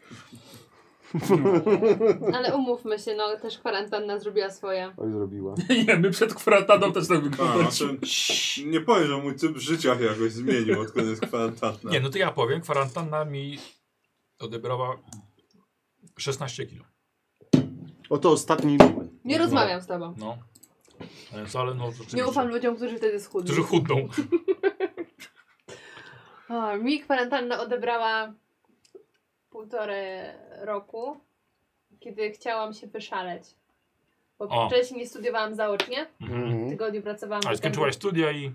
Speaker 2: Ale umówmy się, no też kwarantanna zrobiła swoje.
Speaker 4: Oj, zrobiła.
Speaker 6: Nie, my przed kwarantanną też tak
Speaker 3: A,
Speaker 6: wyglądaliśmy.
Speaker 3: nie powiem, że mój typ życia się jakoś zmienił, odkąd jest kwarantanna.
Speaker 1: Nie, no to ja powiem, kwarantanna mi odebrała 16 kilo.
Speaker 4: Oto ostatni...
Speaker 2: Nie rozmawiam z tobą.
Speaker 1: No. Więc, ale no rzeczywiście.
Speaker 2: Nie ufam ludziom, którzy wtedy schudli.
Speaker 1: Którzy chudną.
Speaker 2: O, mi kwarantanna odebrała 1,5 roku, kiedy chciałam się wyszaleć. Bo
Speaker 1: O.
Speaker 2: wcześniej studiowałam zaocznie, w
Speaker 4: Mhm.
Speaker 2: tygodniu pracowałam
Speaker 1: Ale
Speaker 2: w
Speaker 1: skończyłaś studia i...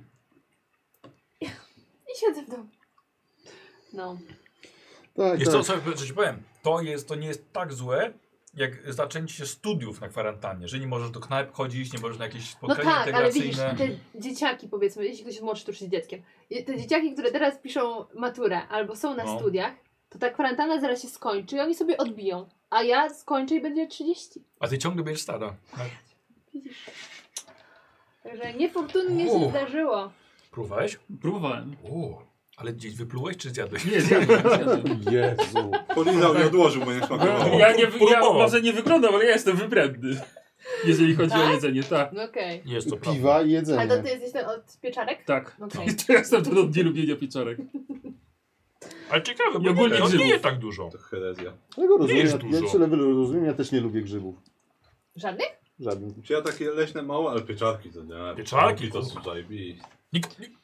Speaker 2: i siedzę w domu. No.
Speaker 4: Tak,
Speaker 1: Jest
Speaker 4: tak.
Speaker 1: to, co ci powiem, to nie jest tak złe, jak zaczęcie studiów na kwarantannie, że nie możesz do knajp chodzić, nie możesz na jakieś
Speaker 2: No
Speaker 1: spotkania
Speaker 2: tak, ale widzisz,
Speaker 1: integracyjne.
Speaker 2: te dzieciaki powiedzmy, jeśli ktoś jest młodszy, to już jest dzieckiem. Te dzieciaki, które teraz piszą maturę albo są na
Speaker 1: No.
Speaker 2: studiach, to ta kwarantanna zaraz się skończy i oni sobie odbiją. A ja skończę i będzie 30.
Speaker 1: A ty ciągle będziesz stara.
Speaker 2: Widzisz? Także niefortunnie się zdarzyło.
Speaker 1: Próbowałeś?
Speaker 6: Próbowałem.
Speaker 1: Ale gdzieś wyplułeś czy zjadłeś?
Speaker 6: Nie, zjadłem.
Speaker 4: Jezu.
Speaker 3: Polizał i odłożył, bo nie smakowało.
Speaker 6: Ja
Speaker 1: Próbował.
Speaker 6: może nie wyglądam, ale ja jestem wybredny. Jeżeli chodzi o
Speaker 2: Tak?
Speaker 6: jedzenie, tak.
Speaker 2: No okej.
Speaker 1: Jest to
Speaker 4: Piwa i
Speaker 1: prawda.
Speaker 2: Ale
Speaker 4: jedzenie.
Speaker 2: to ty jesteś ten od pieczarek?
Speaker 6: Tak.
Speaker 2: Okej.
Speaker 6: To ja jestem ten od nielubienia pieczarek.
Speaker 1: Ale ciekawe,
Speaker 6: I
Speaker 1: bo
Speaker 6: ogólnie
Speaker 1: on nie
Speaker 6: grzybów.
Speaker 1: je tak dużo.
Speaker 3: To herezja.
Speaker 4: Ja go rozumiem,
Speaker 1: jest
Speaker 4: ja
Speaker 1: dużo.
Speaker 4: cię rozumiem, ja też nie lubię grzybów.
Speaker 2: Żadnych?
Speaker 4: Żadnych.
Speaker 3: Czy ja takie leśne mało, ale pieczarki to nie.
Speaker 1: Pieczarki
Speaker 3: to
Speaker 1: to-
Speaker 3: tutaj bi.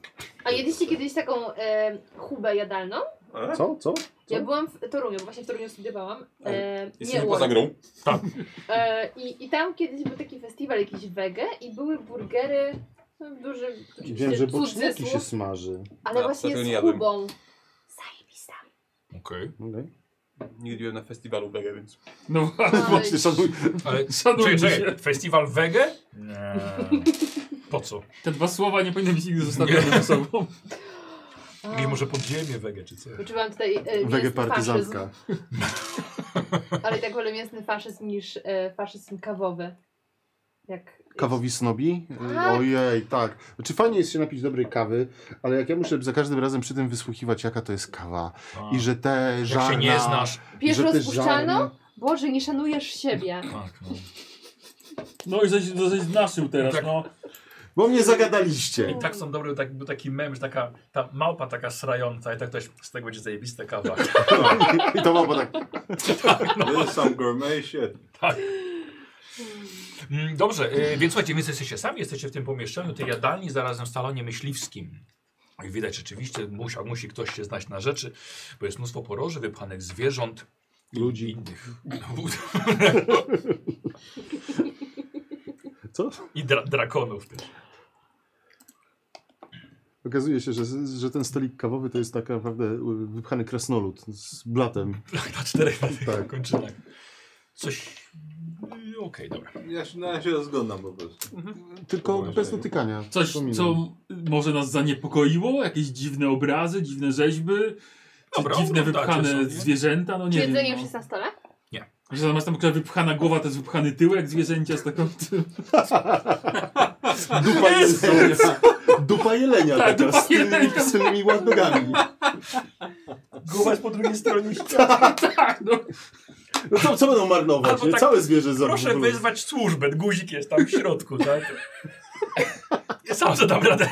Speaker 2: A jedliście kiedyś taką chubę jadalną?
Speaker 4: Co?
Speaker 2: Ja byłam w Toruniu, bo właśnie w Toruniu studiowałam.
Speaker 3: Jesteśmy poza grą?
Speaker 2: I tam kiedyś był taki festiwal jakiś wege i były burgery duży
Speaker 4: Wiem, że boczniaki się
Speaker 2: cudzysłów,
Speaker 4: smaży.
Speaker 2: ale
Speaker 3: No,
Speaker 2: właśnie
Speaker 3: tego nie
Speaker 2: z
Speaker 3: jadłem.
Speaker 2: chubą. Zajebista.
Speaker 1: Okej.
Speaker 3: Nigdy byłem na festiwalu wege, więc...
Speaker 6: No
Speaker 4: Właśnie, szanuj.
Speaker 1: Ale
Speaker 6: Szanujmy
Speaker 1: czekaj,
Speaker 6: się.
Speaker 1: festiwal wege? Nie. Po co?
Speaker 6: Te dwa słowa nie powinny być nigdy zostawione ze sobą.
Speaker 1: I może podziemie wege czy coś.
Speaker 2: Wyczułam tutaj
Speaker 4: Wege
Speaker 2: mięsny
Speaker 4: partyzantka.
Speaker 2: faszyzm, ale i tak wolę mięsny faszyzm niż faszyzm kawowy. Jak...
Speaker 4: Kawowi snobi?
Speaker 2: Tak.
Speaker 4: Ojej, tak. Znaczy fajnie jest się napić dobrej kawy, ale jak ja muszę za każdym razem przy tym wysłuchiwać, jaka to jest kawa. I że te
Speaker 1: Jak
Speaker 4: żarna...
Speaker 1: się nie znasz.
Speaker 2: Pijesz
Speaker 4: że te
Speaker 2: rozpuszczalną?
Speaker 4: żarne-
Speaker 2: Boże, nie szanujesz siebie.
Speaker 1: Tak, no.
Speaker 6: No i żeś znaszył teraz,
Speaker 1: Tak.
Speaker 6: no.
Speaker 4: Bo mnie zagadaliście.
Speaker 1: I tak są dobry, był taki mem, że taka ta małpa taka srająca i tak ktoś z tego będzie zajebista kawa.
Speaker 4: I to było tak.
Speaker 3: This is some gourmet shit.
Speaker 1: Tak. Dobrze, więc słuchajcie, więc jesteście sami, jesteście w tym pomieszczeniu, tej jadalni zarazem w salonie myśliwskim. I widać rzeczywiście, musi ktoś się znać na rzeczy, bo jest mnóstwo poroży, wypchanych zwierząt. I
Speaker 4: Ludzi.
Speaker 1: innych.
Speaker 4: Co?
Speaker 1: I drakonów też.
Speaker 4: Okazuje się, że ten stolik kawowy to jest tak naprawdę wypchany krasnolud z blatem.
Speaker 1: Na 4
Speaker 4: Tak.
Speaker 1: kończynach. Coś... Okej, dobra.
Speaker 3: Ja się rozglądam po prostu.
Speaker 4: Tylko bez dotykania.
Speaker 6: Coś,
Speaker 4: Przypominam.
Speaker 6: co może nas zaniepokoiło? Jakieś dziwne obrazy, dziwne rzeźby?
Speaker 1: Dobra,
Speaker 6: Czy dziwne
Speaker 1: oglądacie
Speaker 6: wypchane
Speaker 1: sobie.
Speaker 6: zwierzęta? No
Speaker 2: Czy
Speaker 6: nie wiem.
Speaker 2: jedzenie
Speaker 6: No.
Speaker 2: już jest na stole?
Speaker 6: Że zamiast tam akurat wypchana głowa, to jest wypchany tyłek zwierzęcia z taką...
Speaker 4: Dupa jelenia. Dupa jelenia
Speaker 6: Tak,
Speaker 4: taka,
Speaker 6: dupa
Speaker 4: z tymi,
Speaker 6: jelenia.
Speaker 4: z tymi ładnogami.
Speaker 1: Głowa jest po drugiej stronie.
Speaker 6: Tak, no.
Speaker 4: No to co będą marnować?
Speaker 1: Albo
Speaker 4: Nie?
Speaker 1: tak,
Speaker 4: Całe zwierzę
Speaker 1: Proszę
Speaker 4: zabił.
Speaker 1: wyzwać służbę, guzik jest tam w środku, tak? Ja sam zadam radę.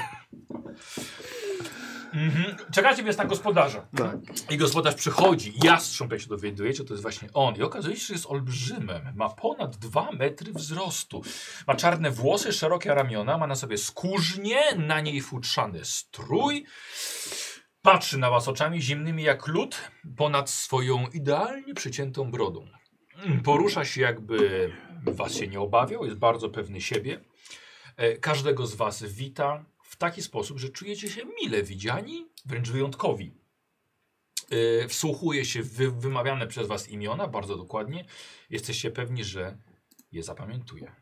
Speaker 1: Czekacie więc na gospodarza.
Speaker 4: Tak.
Speaker 1: I gospodarz przychodzi, jastrząb, jak się dowiadujecie, to jest właśnie on. I okazuje się, że jest olbrzymem. Ma ponad 2 metry wzrostu. Ma czarne włosy, szerokie ramiona, ma na sobie skórznię, na niej futrzany strój. Patrzy na was oczami zimnymi jak lód ponad swoją idealnie przyciętą brodą. Porusza się, jakby was się nie obawiał, jest bardzo pewny siebie. Każdego z was wita w taki sposób, że czujecie się mile widziani, wręcz wyjątkowi. Wsłuchuje się w wymawiane przez was imiona bardzo dokładnie. Jesteście pewni, że je zapamiętuje.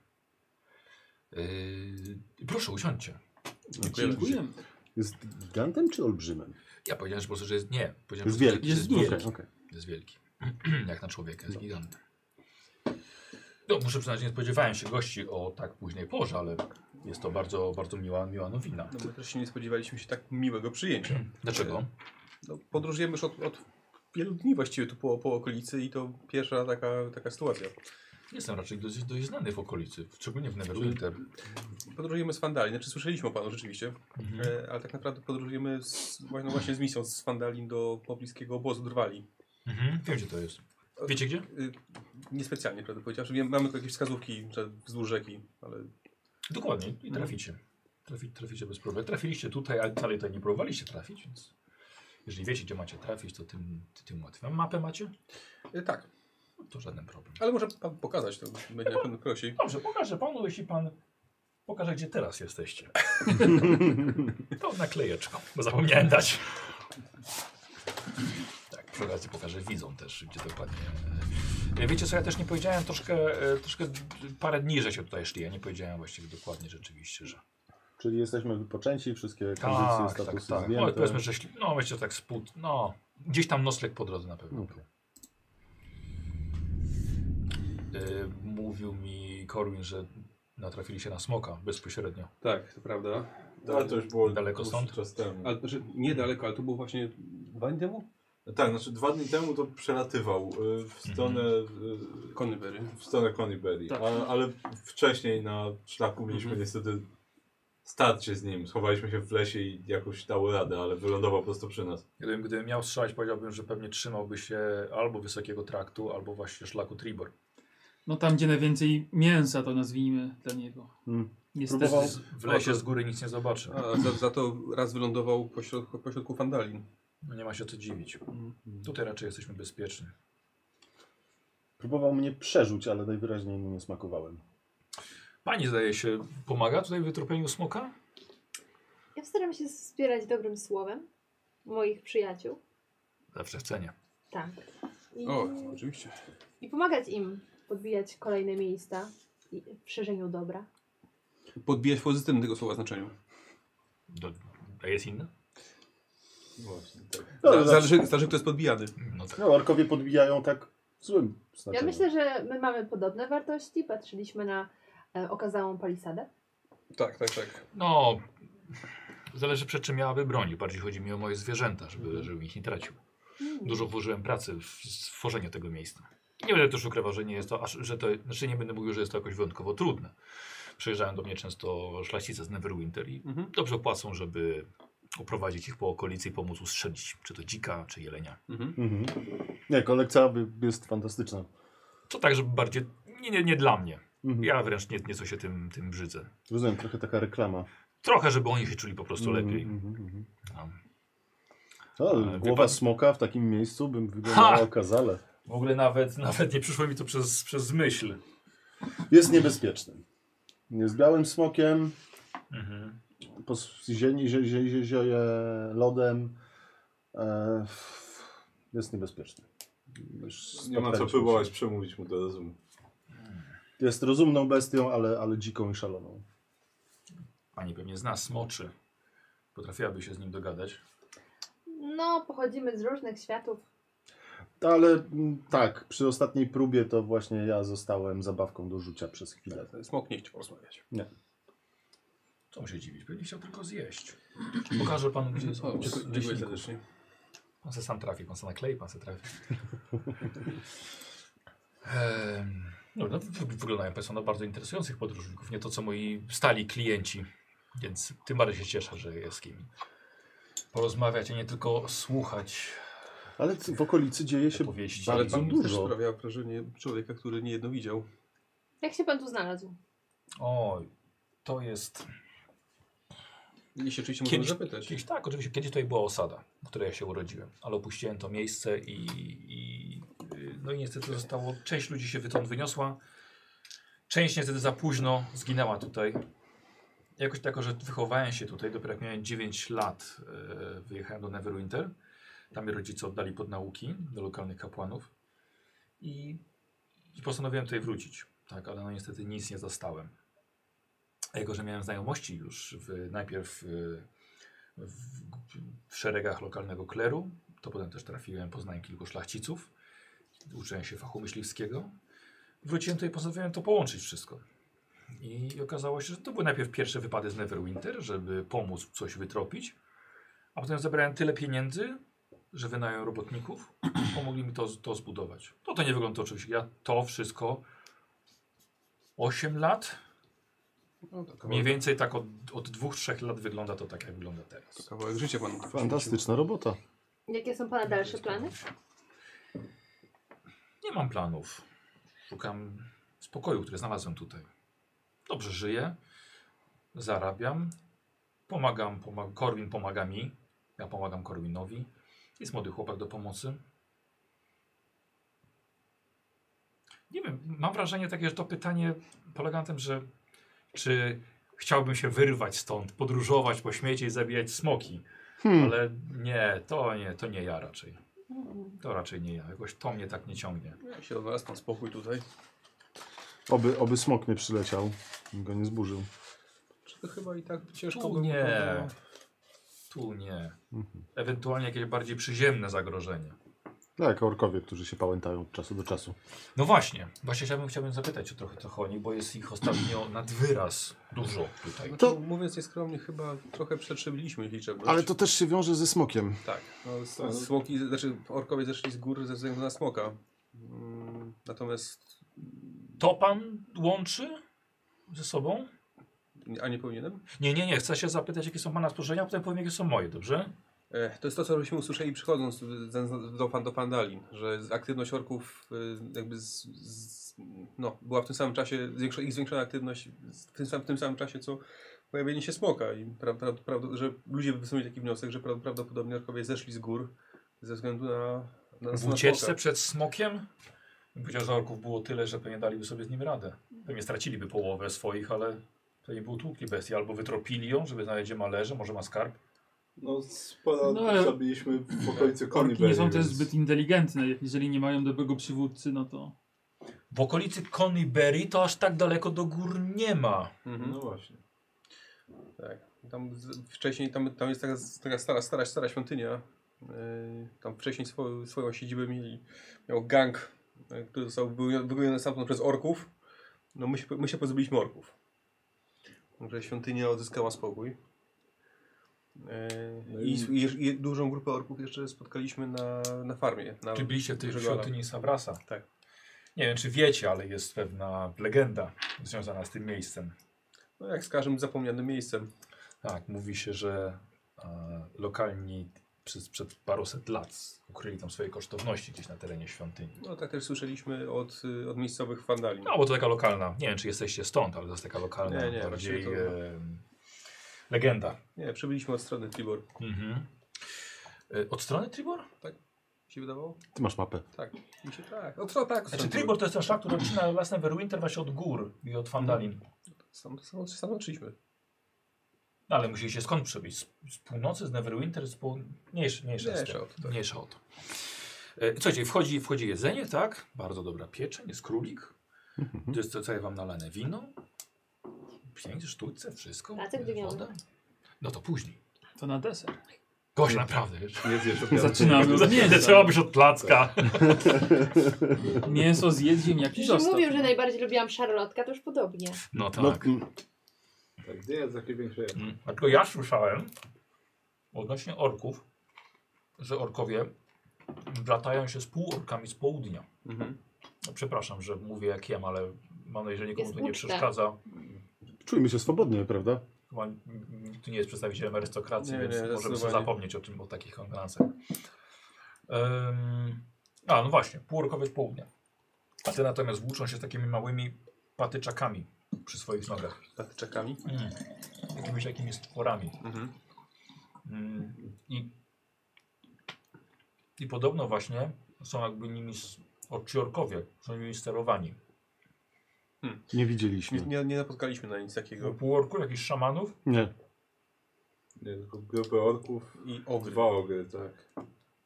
Speaker 1: Proszę, usiądźcie.
Speaker 6: Dziękuję.
Speaker 4: Jest gigantem czy olbrzymem?
Speaker 1: Ja powiedziałem, że po prostu, że jest nie. Powiedziałem,
Speaker 4: Jest
Speaker 1: że
Speaker 4: wielki.
Speaker 6: Jest duży.
Speaker 1: wielki.
Speaker 4: Okej.
Speaker 1: Jest wielki. Jak na człowieka, jest gigantem. No, muszę przyznać, nie spodziewałem się gości o tak późnej porze, ale jest to bardzo, bardzo miła nowina.
Speaker 5: No my też się nie spodziewaliśmy się tak miłego przyjęcia.
Speaker 1: Dlaczego?
Speaker 5: No, podróżujemy już od wielu dni właściwie tu po okolicy i to pierwsza taka sytuacja.
Speaker 1: Jestem raczej dość znany w okolicy, szczególnie w Neverwinter.
Speaker 5: Podróżujemy z Fandalin, znaczy słyszeliśmy o panu rzeczywiście, ale tak naprawdę podróżujemy właśnie z misją z Fandalin do pobliskiego obozu Drwali.
Speaker 1: Wiem, gdzie to jest. Wiecie gdzie?
Speaker 5: Niespecjalnie, prawdę powiedziawszy. Mamy tu jakieś wskazówki że wzdłuż rzeki, ale...
Speaker 1: Dokładnie, i traficie. Traficie bez problemu. Trafiliście tutaj, ale wcale tutaj nie próbowaliście trafić, więc jeżeli wiecie, gdzie macie trafić, to tym łatwiej. Mapę macie?
Speaker 5: Tak,
Speaker 1: To żaden problem.
Speaker 5: ale może pan pokazać, to będzie na pewno prosi.
Speaker 1: Dobrze, pokażę panu, jeśli pan pokaże, gdzie teraz jesteście. To naklejeczką, bo zapomniałem dać. Tak, przy okazji pokażę widzom też, gdzie dokładnie. Wiecie co, ja też nie powiedziałem troszkę parę dni, że się tutaj szli. Ja nie powiedziałem właściwie dokładnie rzeczywiście, że...
Speaker 4: Czyli jesteśmy wypoczęci, wszystkie kondycje, statusy
Speaker 1: No,
Speaker 4: zdjęte.
Speaker 1: powiedzmy, że szli, no myślę, że tak gdzieś tam nocleg po drodze na pewno.
Speaker 4: Okay.
Speaker 1: Mówił mi Corwin, że natrafili się na smoka bezpośrednio.
Speaker 5: Tak, to prawda.
Speaker 3: Ale to już było
Speaker 1: Daleko stąd?
Speaker 3: czas temu.
Speaker 5: Ale, znaczy, niedaleko, ale to było właśnie 2 dni temu?
Speaker 3: Tak, znaczy 2 dni temu to przelatywał w stronę
Speaker 5: Conybery.
Speaker 3: w stronę Conybery,
Speaker 6: Tak.
Speaker 3: ale wcześniej na szlaku mieliśmy niestety starcie z nim. Schowaliśmy się w lesie i jakoś dało radę, ale wylądował prosto przy nas.
Speaker 1: Gdybym miał strzelać, powiedziałbym, że pewnie trzymałby się albo wysokiego traktu, albo właśnie szlaku Tribor.
Speaker 6: No tam, gdzie najwięcej mięsa, to nazwijmy dla niego. Niestety.
Speaker 4: Próbował.
Speaker 1: W lesie z góry nic nie zobaczy.
Speaker 5: A za to raz wylądował pośrodku Fandalin.
Speaker 1: No nie ma się co dziwić. Tutaj raczej jesteśmy bezpieczni.
Speaker 4: Próbował mnie przerzuć, ale najwyraźniej mu nie smakowałem.
Speaker 1: Pani, zdaje się, pomaga tutaj w wytropieniu smoka?
Speaker 2: Ja staram się wspierać dobrym słowem moich przyjaciół.
Speaker 1: Zawsze w cenie.
Speaker 2: Tak.
Speaker 5: O, oczywiście.
Speaker 2: I pomagać im podbijać kolejne miejsca w szerzeniu dobra.
Speaker 5: Podbijać w pozytywnym tego słowa znaczeniu.
Speaker 1: A jest inne?
Speaker 3: Właśnie, tak.
Speaker 4: No,
Speaker 5: Zależy, kto jest podbijany.
Speaker 1: No tak.
Speaker 4: No, orkowie podbijają tak w złym znaczeniu.
Speaker 2: Ja myślę, że my mamy podobne wartości. Patrzyliśmy na okazałą palisadę.
Speaker 5: Tak.
Speaker 1: No, zależy przed czym miałaby bronić. Bardziej chodzi mi o moje zwierzęta, żeby ich nie tracił. Dużo włożyłem pracy w stworzenie tego miejsca. Nie będę też ukrywał, że nie jest to, znaczy nie będę mówił, że jest to jakoś wyjątkowo trudne. Przyjeżdżają do mnie często szlachcice z Neverwinter i dobrze płacą, żeby oprowadzić ich po okolicy i pomóc ustrzelić, czy to dzika, czy jelenia.
Speaker 4: Nie, kolekcja jest fantastyczna.
Speaker 1: To tak, żeby bardziej, nie dla mnie. Ja wręcz nieco się tym brzydzę.
Speaker 4: Rozumiem, trochę taka reklama.
Speaker 1: Trochę, żeby oni się czuli po prostu lepiej.
Speaker 4: No, głowa
Speaker 1: pan...
Speaker 4: smoka w takim miejscu bym wyglądała okazale.
Speaker 1: W ogóle nawet nie przyszło mi to przez myśl.
Speaker 4: Jest niebezpieczny. Jest białym smokiem. Zieje lodem. Jest niebezpieczny.
Speaker 3: Nie ma co próbować przemówić mu do rozumu.
Speaker 4: Jest rozumną bestią, ale dziką i szaloną.
Speaker 1: Pani pewnie zna smoczy. Potrafiłaby się z nim dogadać.
Speaker 2: No, pochodzimy z różnych światów.
Speaker 4: Ale tak, przy ostatniej próbie to właśnie ja zostałem zabawką do rzucia przez chwilę.
Speaker 5: Smok nie chciał porozmawiać.
Speaker 4: Nie.
Speaker 1: Co mu się dziwić? Pewnie chciał tylko zjeść. Pokażę panu, gdzie jest
Speaker 5: Dziękuję serdecznie.
Speaker 1: Pan se sam trafi, pan se naklei, pan se trafi. No, wyglądają państwo na bardzo interesujących podróżników. Nie to, co moi stali klienci. Więc tym bardziej się cieszę, że jest z kim porozmawiać, a nie tylko słuchać.
Speaker 4: Ale w okolicy dzieje się
Speaker 1: opowieści.
Speaker 5: Ale
Speaker 4: bardzo
Speaker 5: pan też
Speaker 4: dużo.
Speaker 5: sprawia wrażenie człowieka, który niejedno widział.
Speaker 2: Jak się pan tu znalazł?
Speaker 1: O, to jest...
Speaker 5: Jeśli oczywiście możemy zapytać.
Speaker 1: Kiedyś, tak, oczywiście. Kiedyś tutaj była osada, w której ja się urodziłem, ale opuściłem to miejsce i niestety zostało... Część ludzi się stąd wyniosła, część niestety za późno zginęła tutaj. Jakoś tak, że wychowałem się tutaj, dopiero jak miałem 9 lat wyjechałem do Neverwinter. Tam mnie rodzice oddali pod nauki do lokalnych kapłanów i postanowiłem tutaj wrócić. Tak, ale no niestety nic nie zastałem. A jako, że miałem znajomości już najpierw w szeregach lokalnego kleru, to potem też poznałem kilku szlachciców, uczyłem się fachu myśliwskiego. Wróciłem tutaj i postanowiłem to połączyć wszystko. I okazało się, że to były najpierw pierwsze wypady z Neverwinter, żeby pomóc coś wytropić, a potem zebrałem tyle pieniędzy, że wynająłem robotników, pomogli mi to zbudować. To nie wygląda oczywiście. Ja to wszystko 8 lat,
Speaker 5: No, to
Speaker 1: mniej więcej tak od 2-3 lat wygląda to tak, jak wygląda teraz.
Speaker 5: To kawałek życia pan.
Speaker 4: Fantastyczna robota.
Speaker 2: Jakie są pana dalsze plany?
Speaker 1: Nie mam planów. Szukam spokoju, który znalazłem tutaj. Dobrze żyję, zarabiam, Corwin pomaga mi, ja pomagam Corwinowi. Jest młody chłopak do pomocy. Nie wiem, mam wrażenie takie, że to pytanie polega na tym, że czy chciałbym się wyrwać stąd, podróżować po świecie i zabijać smoki. Ale to nie ja raczej. To raczej nie ja. Jakoś to mnie tak nie ciągnie.
Speaker 5: Ja się odnalazł pan spokój tutaj.
Speaker 4: Oby smok nie przyleciał i go nie zburzył.
Speaker 5: Czy to chyba i tak ciężko
Speaker 1: Tu
Speaker 5: by
Speaker 1: nie.
Speaker 5: było?
Speaker 1: Tu nie. Ewentualnie jakieś bardziej przyziemne zagrożenie.
Speaker 4: Tak, orkowie, którzy się pałętają od czasu do czasu.
Speaker 1: No właśnie chciałbym zapytać trochę o nich, bo jest ich ostatnio nad wyraz dużo tutaj.
Speaker 5: To... Mówiąc nieskromnie, chyba trochę przetrzebiliśmy ich liczebność.
Speaker 4: Ale to też się wiąże ze smokiem.
Speaker 5: Tak. No, smoki, znaczy orkowie zeszli z góry ze względu na smoka. Natomiast...
Speaker 1: To pan łączy ze sobą?
Speaker 5: A nie powinienem?
Speaker 1: Nie. Chcę się zapytać, jakie są pana spostrzeżenia, a potem powiem, jakie są moje, dobrze?
Speaker 5: To jest to, co żeśmy usłyszeli przychodząc do Fandalin, że aktywność orków jakby była w tym samym czasie, ich zwiększona aktywność w tym samym czasie, co pojawienie się smoka. I że ludzie wysnuli taki wniosek, że prawdopodobnie orkowie zeszli z gór ze względu na
Speaker 1: W ucieczce przed smokiem? Powiedział, że orków było tyle, że pewnie daliby sobie z nim radę. Pewnie straciliby połowę swoich, ale pewnie było tłukli bestii. Albo wytropili ją, żeby znaleźć, gdzie ma leży, może ma skarb.
Speaker 3: No sporo zabiliśmy w okolicy
Speaker 6: Orki
Speaker 3: Konibery,
Speaker 6: nie są też
Speaker 3: więc...
Speaker 6: zbyt inteligentne. Jeżeli nie mają dobrego przywódcy, no to...
Speaker 1: W okolicy Konibery to aż tak daleko do gór nie ma.
Speaker 3: No właśnie.
Speaker 5: Tak. Wcześniej tam jest taka stara świątynia. Tam wcześniej swoją siedzibę miał gang, który został wygubiony stamtąd przez orków. No my się pozbyliśmy orków. Także świątynia odzyskała spokój. I dużą grupę orków jeszcze spotkaliśmy na farmie.
Speaker 1: Czy byliście w tej świątyni Sabrasa?
Speaker 5: Tak.
Speaker 1: Nie wiem, czy wiecie, ale jest pewna legenda związana z tym miejscem.
Speaker 5: No jak z każdym zapomnianym miejscem.
Speaker 1: Tak, mówi się, że lokalni przed paruset lat ukryli tam swoje kosztowności gdzieś na terenie świątyni.
Speaker 5: No tak też słyszeliśmy od miejscowych Fandali.
Speaker 1: No bo to taka lokalna, nie wiem czy jesteście stąd, ale to jest taka lokalna, bardziej legenda.
Speaker 5: Nie, przybyliśmy od strony Tribor.
Speaker 1: Od strony Tribor?
Speaker 5: Tak, mi się wydawało?
Speaker 4: Ty masz mapę.
Speaker 5: Tak, mi się tak. Od strony
Speaker 1: Znaczy Tribor to jest ten szlak, który odcina las Neverwinter właśnie od gór i od Fandalin.
Speaker 5: Sam odszliśmy.
Speaker 1: No, ale musieliście skąd przybyć? Z północy, z Neverwinter, mniejsza o to. Słuchajcie, wchodzi jedzenie, tak? Bardzo dobra pieczeń, jest królik. To jest całe wam nalane wino. Pieniądze, sztućce, wszystko.
Speaker 2: Placek dywiony.
Speaker 1: No to później.
Speaker 6: To na deser.
Speaker 1: Gość, naprawdę, wiesz.
Speaker 3: Nie zjesz obiadu.
Speaker 6: Zaczynamy od mięsa.
Speaker 1: Trzeba być od placka.
Speaker 6: Mięso zjedz, ziemniaki
Speaker 2: Jeśli
Speaker 6: zostaw.
Speaker 2: mówił, że najbardziej lubiłam szarlotka, to już podobnie.
Speaker 1: No tak.
Speaker 4: No,
Speaker 3: Tak, gdzie jest takie większe?
Speaker 1: A tylko ja słyszałem odnośnie orków, że orkowie wlatają się z półorkami z południa. No, przepraszam, że mówię jak jem, ale mam nadzieję, że nikomu
Speaker 2: Jest
Speaker 1: to nie
Speaker 2: uczta.
Speaker 1: przeszkadza.
Speaker 4: czujmy się swobodnie, prawda?
Speaker 1: Chyba nikt tu nie jest przedstawicielem arystokracji,
Speaker 5: Nie,
Speaker 1: więc
Speaker 5: nie,
Speaker 1: możemy sobie
Speaker 5: zdecydowanie.
Speaker 1: zapomnieć o takich konwenancjach. No właśnie, półorkowie z południa. A te natomiast włóczą się z takimi małymi patyczakami przy swoich nogach.
Speaker 5: Patyczakami?
Speaker 1: Jakimiś takimi stworami. I podobno właśnie są jakby nimi ci orkowie, są nimi sterowani.
Speaker 4: Nie widzieliśmy.
Speaker 5: Nie napotkaliśmy na nic takiego.
Speaker 1: Półorku, jakichś szamanów?
Speaker 4: Nie.
Speaker 3: Nie, tylko grupę orków
Speaker 5: I ogry.
Speaker 3: 2 ogry, tak.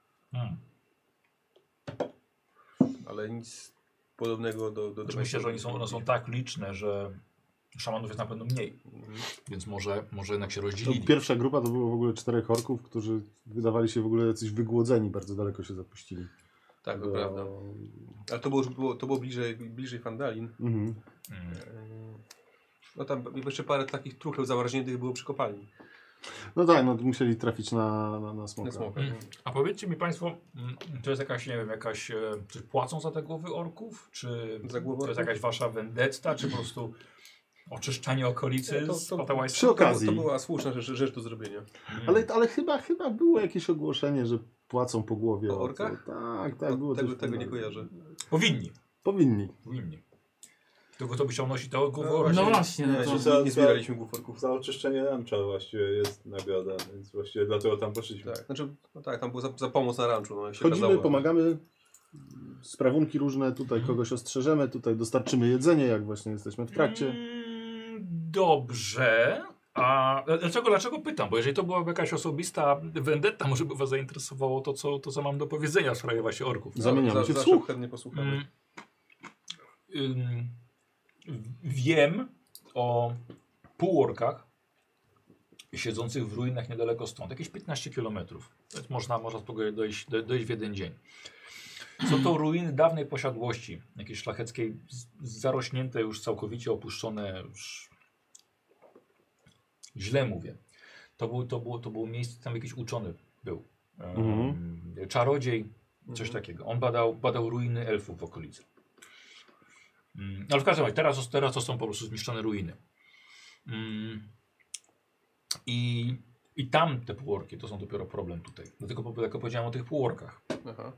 Speaker 5: Ale nic podobnego do
Speaker 1: Myślę, że one są tak liczne, że szamanów jest na pewno mniej. Więc może jednak się
Speaker 4: To
Speaker 1: rozdzielili.
Speaker 4: pierwsza grupa to było w ogóle 4 orków, którzy wydawali się w ogóle jacyś wygłodzeni, bardzo daleko się zapuścili.
Speaker 5: Tak, to prawda. Ale to było bliżej Fandalin. No tam jeszcze parę takich trucheł zamarzniętych było przy kopalni.
Speaker 4: No tak, no musieli trafić na smoka.
Speaker 5: Na smoka.
Speaker 1: A powiedzcie mi państwo, to jest jakaś, nie wiem, czy płacą za te głowy orków? Czy
Speaker 5: Za głowę
Speaker 1: to jest
Speaker 5: orków?
Speaker 1: jakaś wasza vendetta? Czy po prostu oczyszczanie okolicy z patałańską?
Speaker 4: Przy okazji.
Speaker 5: To była słuszna rzecz do zrobienia.
Speaker 4: Ale chyba było jakieś ogłoszenie, że płacą po głowie.
Speaker 5: O orkach?
Speaker 4: Tak, było coś
Speaker 5: Tego nie
Speaker 4: podobnego.
Speaker 5: kojarzę.
Speaker 4: Powinni.
Speaker 1: Tylko to by chciał nosić te głowy orków.
Speaker 6: No właśnie, no to...
Speaker 5: Nie zbieraliśmy głów orków.
Speaker 3: Za oczyszczenie rancza właściwie jest nagroda, więc właściwie dlatego tam poszliśmy.
Speaker 5: Tak, znaczy, no tak, tam było za pomoc na ranczu. No, jak się
Speaker 4: Chodzimy,
Speaker 5: okazało.
Speaker 4: pomagamy, sprawunki różne, tutaj kogoś ostrzeżemy, tutaj dostarczymy jedzenie, jak właśnie jesteśmy w trakcie.
Speaker 1: Dobrze. A dlaczego pytam? Bo jeżeli to byłaby jakaś osobista vendetta, może by was zainteresowało to, co mam do powiedzenia w sprawie właśnie orków.
Speaker 4: Zamieniamy się w
Speaker 5: Zawsze
Speaker 4: słuch.
Speaker 5: chętnie posłuchamy.
Speaker 1: Wiem o półorkach siedzących w ruinach niedaleko stąd, jakieś 15 km. Więc można spokojnie dojść w jeden dzień. Są to ruiny dawnej posiadłości, jakiejś szlacheckiej, zarośnięte, już całkowicie opuszczone. Już... Źle mówię. To było miejsce, tam jakiś uczony był. Czarodziej, coś takiego. On badał ruiny elfów w okolicy. Ale w każdym razie, teraz to są po prostu zniszczone ruiny. I I tam te półorki to są dopiero problem tutaj. Dlatego powiedziałem o tych półorkach.
Speaker 5: Aha.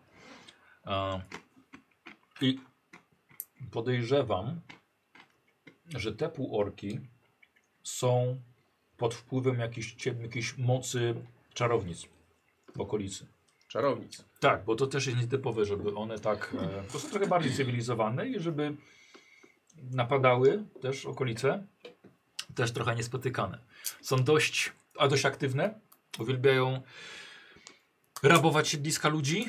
Speaker 1: I podejrzewam, że te półorki są pod wpływem jakiejś mocy czarownic w okolicy.
Speaker 5: Czarownic.
Speaker 1: Tak, bo to też jest nietypowe, żeby one tak, to są trochę bardziej cywilizowane i żeby napadały też okolice, też trochę niespotykane. Są dość aktywne, uwielbiają rabować siedliska ludzi.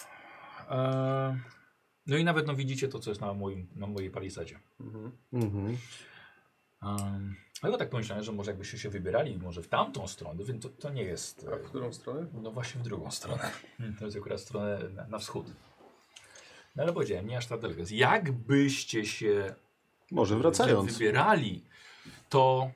Speaker 1: No i nawet widzicie to, co jest na mojej palisadzie. Ale tak pomyślałem, że może jakbyście się wybierali może w tamtą stronę, więc to nie jest...
Speaker 5: A w którą stronę?
Speaker 1: No właśnie w drugą stronę. To jest akurat stronę na wschód. No ale powiedziałem, nie aż tak daleko. Jakbyście się
Speaker 4: Może wracając.
Speaker 1: wybierali, to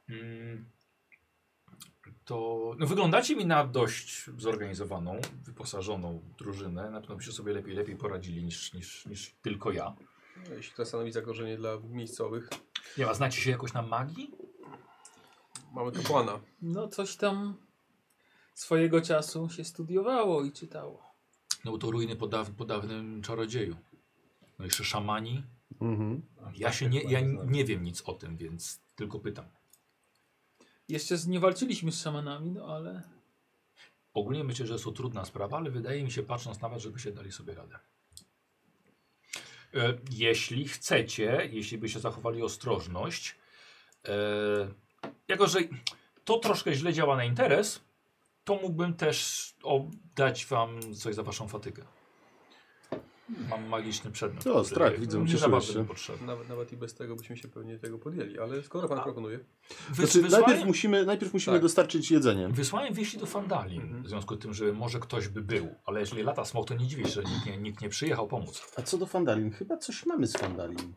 Speaker 1: no wyglądacie mi na dość zorganizowaną, wyposażoną drużynę. Na pewno byście sobie lepiej poradzili niż tylko ja.
Speaker 5: Jeśli to stanowi zagrożenie dla miejscowych.
Speaker 1: Nie ma, znacie się jakoś na magii?
Speaker 5: Mamy kapłana.
Speaker 6: No coś tam swojego czasu się studiowało i czytało.
Speaker 1: No bo to ruiny po dawnym czarodzieju. No jeszcze szamani. Ja nie wiem nic o tym, więc tylko pytam.
Speaker 6: Jeszcze nie walczyliśmy z szamanami, no ale...
Speaker 1: Ogólnie myślę, że jest to trudna sprawa, ale wydaje mi się, patrząc nawet, żeby się dali sobie radę. Jeśli chcecie, jeśli byście zachowali ostrożność, jako że to troszkę źle działa na interes, to mógłbym też dać wam coś za waszą fatygę. Mam magiczny przedmiot.
Speaker 4: O, strach, widzę,
Speaker 1: nie za
Speaker 4: cieszyłeś
Speaker 1: bardzo
Speaker 4: się.
Speaker 1: mi potrzebny.
Speaker 5: Nawet i bez tego byśmy się pewnie tego podjęli, ale skoro pan proponuje.
Speaker 4: Znaczy, najpierw musimy dostarczyć jedzenie.
Speaker 1: Wysłałem wieści do Fandalin, w związku z tym, że może ktoś by był, ale jeżeli lata smok, to nie dziwię się, że nikt nie przyjechał pomóc.
Speaker 4: A co do Fandalin? Chyba coś mamy z Fandalin.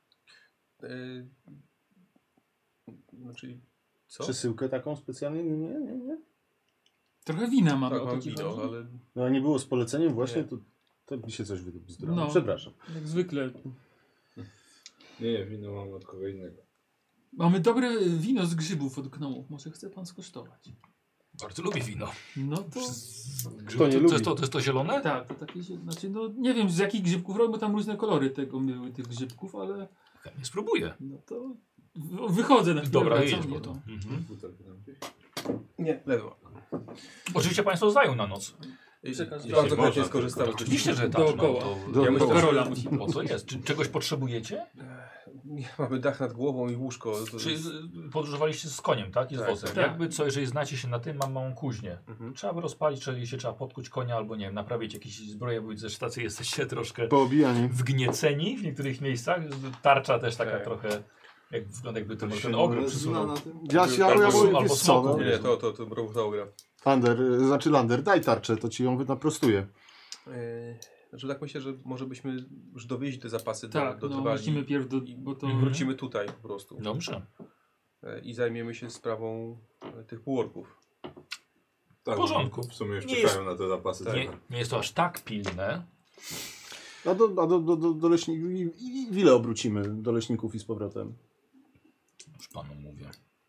Speaker 5: Znaczy, co?
Speaker 4: Przesyłkę taką specjalnie? Nie.
Speaker 6: Trochę wina mamy.
Speaker 5: Tak,
Speaker 6: o
Speaker 5: mam
Speaker 6: to
Speaker 5: wino,
Speaker 6: chodzi?
Speaker 5: ale...
Speaker 4: No a nie było z poleceniem właśnie,
Speaker 5: Nie.
Speaker 4: to mi się coś wybzdurało.
Speaker 6: No.
Speaker 4: Przepraszam.
Speaker 6: Jak zwykle.
Speaker 3: Nie, wino mam od kogo innego.
Speaker 6: Mamy dobre wino z grzybów od gnomów. Może chce pan skosztować?
Speaker 1: Bardzo lubię wino.
Speaker 6: No to...
Speaker 4: Kto nie
Speaker 1: to
Speaker 4: lubi?
Speaker 1: jest to zielone?
Speaker 6: Tak, to takie się... Znaczy, no nie wiem z jakich grzybków robią, bo tam różne kolory były tych grzybków, ale...
Speaker 1: Nie spróbuję.
Speaker 6: No to... Wychodzę na chwilę.
Speaker 1: Dobra,
Speaker 6: wracam,
Speaker 1: jedź
Speaker 6: nie,
Speaker 1: po to.
Speaker 6: no.
Speaker 5: Nie, lewo.
Speaker 1: Oczywiście państwo zdają na noc.
Speaker 6: Przekaż-
Speaker 5: Bardzo chętnie
Speaker 3: można,
Speaker 5: skorzystamy.
Speaker 1: Oczywiście, że tak.
Speaker 6: Dookoła.
Speaker 5: Ja myślę, że
Speaker 6: Karola musi...
Speaker 1: Po co jest? Czy czegoś potrzebujecie?
Speaker 5: mamy dach nad głową i łóżko.
Speaker 1: Czy podróżowaliście z koniem, tak? I z
Speaker 5: Tak,
Speaker 1: wozem.
Speaker 5: tak.
Speaker 1: Jakby co, jeżeli znacie się na tym, mam małą kuźnię.
Speaker 5: Mhm.
Speaker 1: Trzeba by rozpalić, czyli się trzeba podkuć konia albo nie wiem, naprawić jakieś zbroje, bo ze stacji jesteście troszkę
Speaker 4: Poobijani.
Speaker 1: wgnieceni w niektórych miejscach. Tarcza też taka
Speaker 5: Tak.
Speaker 1: trochę, jak wygląda jakby to
Speaker 3: To
Speaker 1: ten
Speaker 3: się
Speaker 1: ogród
Speaker 3: zna
Speaker 1: przysunął.
Speaker 3: na tym?
Speaker 4: Ja
Speaker 1: Albo
Speaker 4: wiesz co,
Speaker 1: smoku.
Speaker 4: no.
Speaker 5: Nie, to robota gra.
Speaker 4: Lander, daj tarczę, to ci ją naprostuję.
Speaker 5: Znaczy tak myślę, że może byśmy już dowieźli te zapasy
Speaker 6: Tak,
Speaker 5: do
Speaker 6: no
Speaker 5: Trwali
Speaker 6: musimy pierw bo to...
Speaker 5: i wrócimy tutaj po prostu.
Speaker 1: Dobrze.
Speaker 5: I zajmiemy się sprawą tych półorków.
Speaker 3: Tak,
Speaker 1: W porządku.
Speaker 3: W sumie już
Speaker 1: Nie
Speaker 3: czekają na te zapasy.
Speaker 1: Nie jest to aż tak pilne.
Speaker 4: A do leśników i wile obrócimy do leśników i z powrotem.
Speaker 1: Już panu mówię.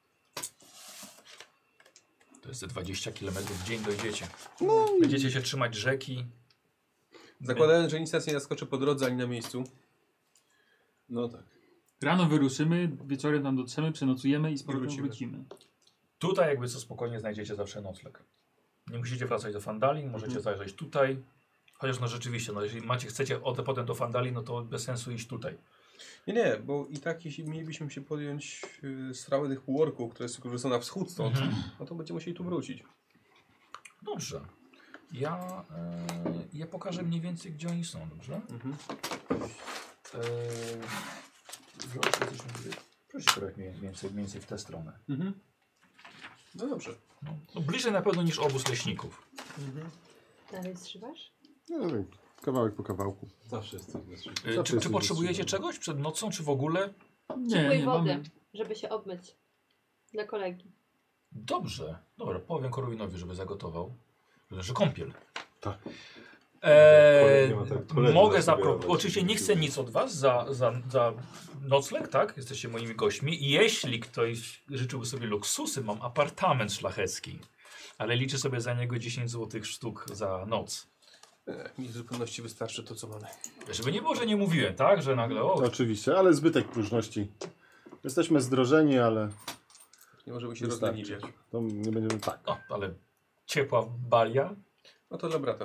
Speaker 1: To jest ze 20 km w dzień dojdziecie. Będziecie się trzymać rzeki.
Speaker 5: Zakładając, że nic nas nie zaskoczy po drodze ani na miejscu.
Speaker 3: No tak.
Speaker 6: Rano wyruszymy, wieczorem tam dotrzemy, przenocujemy i z powrotem
Speaker 5: wrócimy.
Speaker 6: wrócimy.
Speaker 1: Tutaj jakby co spokojnie znajdziecie zawsze nocleg. Nie musicie wracać do Fandalin, możecie zajrzeć tutaj. Chociaż no rzeczywiście, no jeżeli chcecie potem do Fandalin, no to bez sensu iść tutaj.
Speaker 5: Nie, bo i tak jeśli mielibyśmy się podjąć sprawy tych półorków, które są na wschód stąd, no to będziemy musieli tu wrócić.
Speaker 1: Dobrze. Ja pokażę mniej więcej, gdzie oni są, dobrze? Proszę trochę mniej więcej w tę stronę.
Speaker 5: No dobrze.
Speaker 1: No, bliżej na pewno niż obóz leśników.
Speaker 2: Dalej zszywasz?
Speaker 4: No, kawałek po kawałku.
Speaker 3: Zawsze jest coś na świecie.
Speaker 1: Czy
Speaker 4: jesteś
Speaker 1: potrzebujecie
Speaker 4: wytrzymany.
Speaker 1: czegoś przed nocą, czy w ogóle?
Speaker 2: Ciepłej
Speaker 6: Nie,
Speaker 2: wody,
Speaker 6: mamy...
Speaker 2: żeby się obmyć. Dla kolegi.
Speaker 1: Dobrze. Dobra, powiem Korwinowi, żeby zagotował. Że kąpiel.
Speaker 4: Tak.
Speaker 3: Nie ma tak koledzy
Speaker 1: Mogę
Speaker 3: na sobie
Speaker 1: zaproponować.
Speaker 3: robić.
Speaker 1: Oczywiście nie chcę nic od was za nocleg, tak? Jesteście moimi gośćmi. I jeśli ktoś życzyłby sobie luksusy, mam apartament szlachecki. Ale liczy sobie za niego 10 złotych sztuk za noc.
Speaker 5: Mi w zupełności wystarczy to, co mamy.
Speaker 1: Żeby nie było, że nie mówiłem, tak? Że nagle, o,
Speaker 4: Oczywiście, ale zbytek próżności. Jesteśmy zdrożeni, ale
Speaker 5: Nie możemy się
Speaker 4: Wystarczy.
Speaker 5: rozleniwiać.
Speaker 4: to nie będziemy tak.
Speaker 1: o, ale ciepła balia.
Speaker 5: No to dla brata.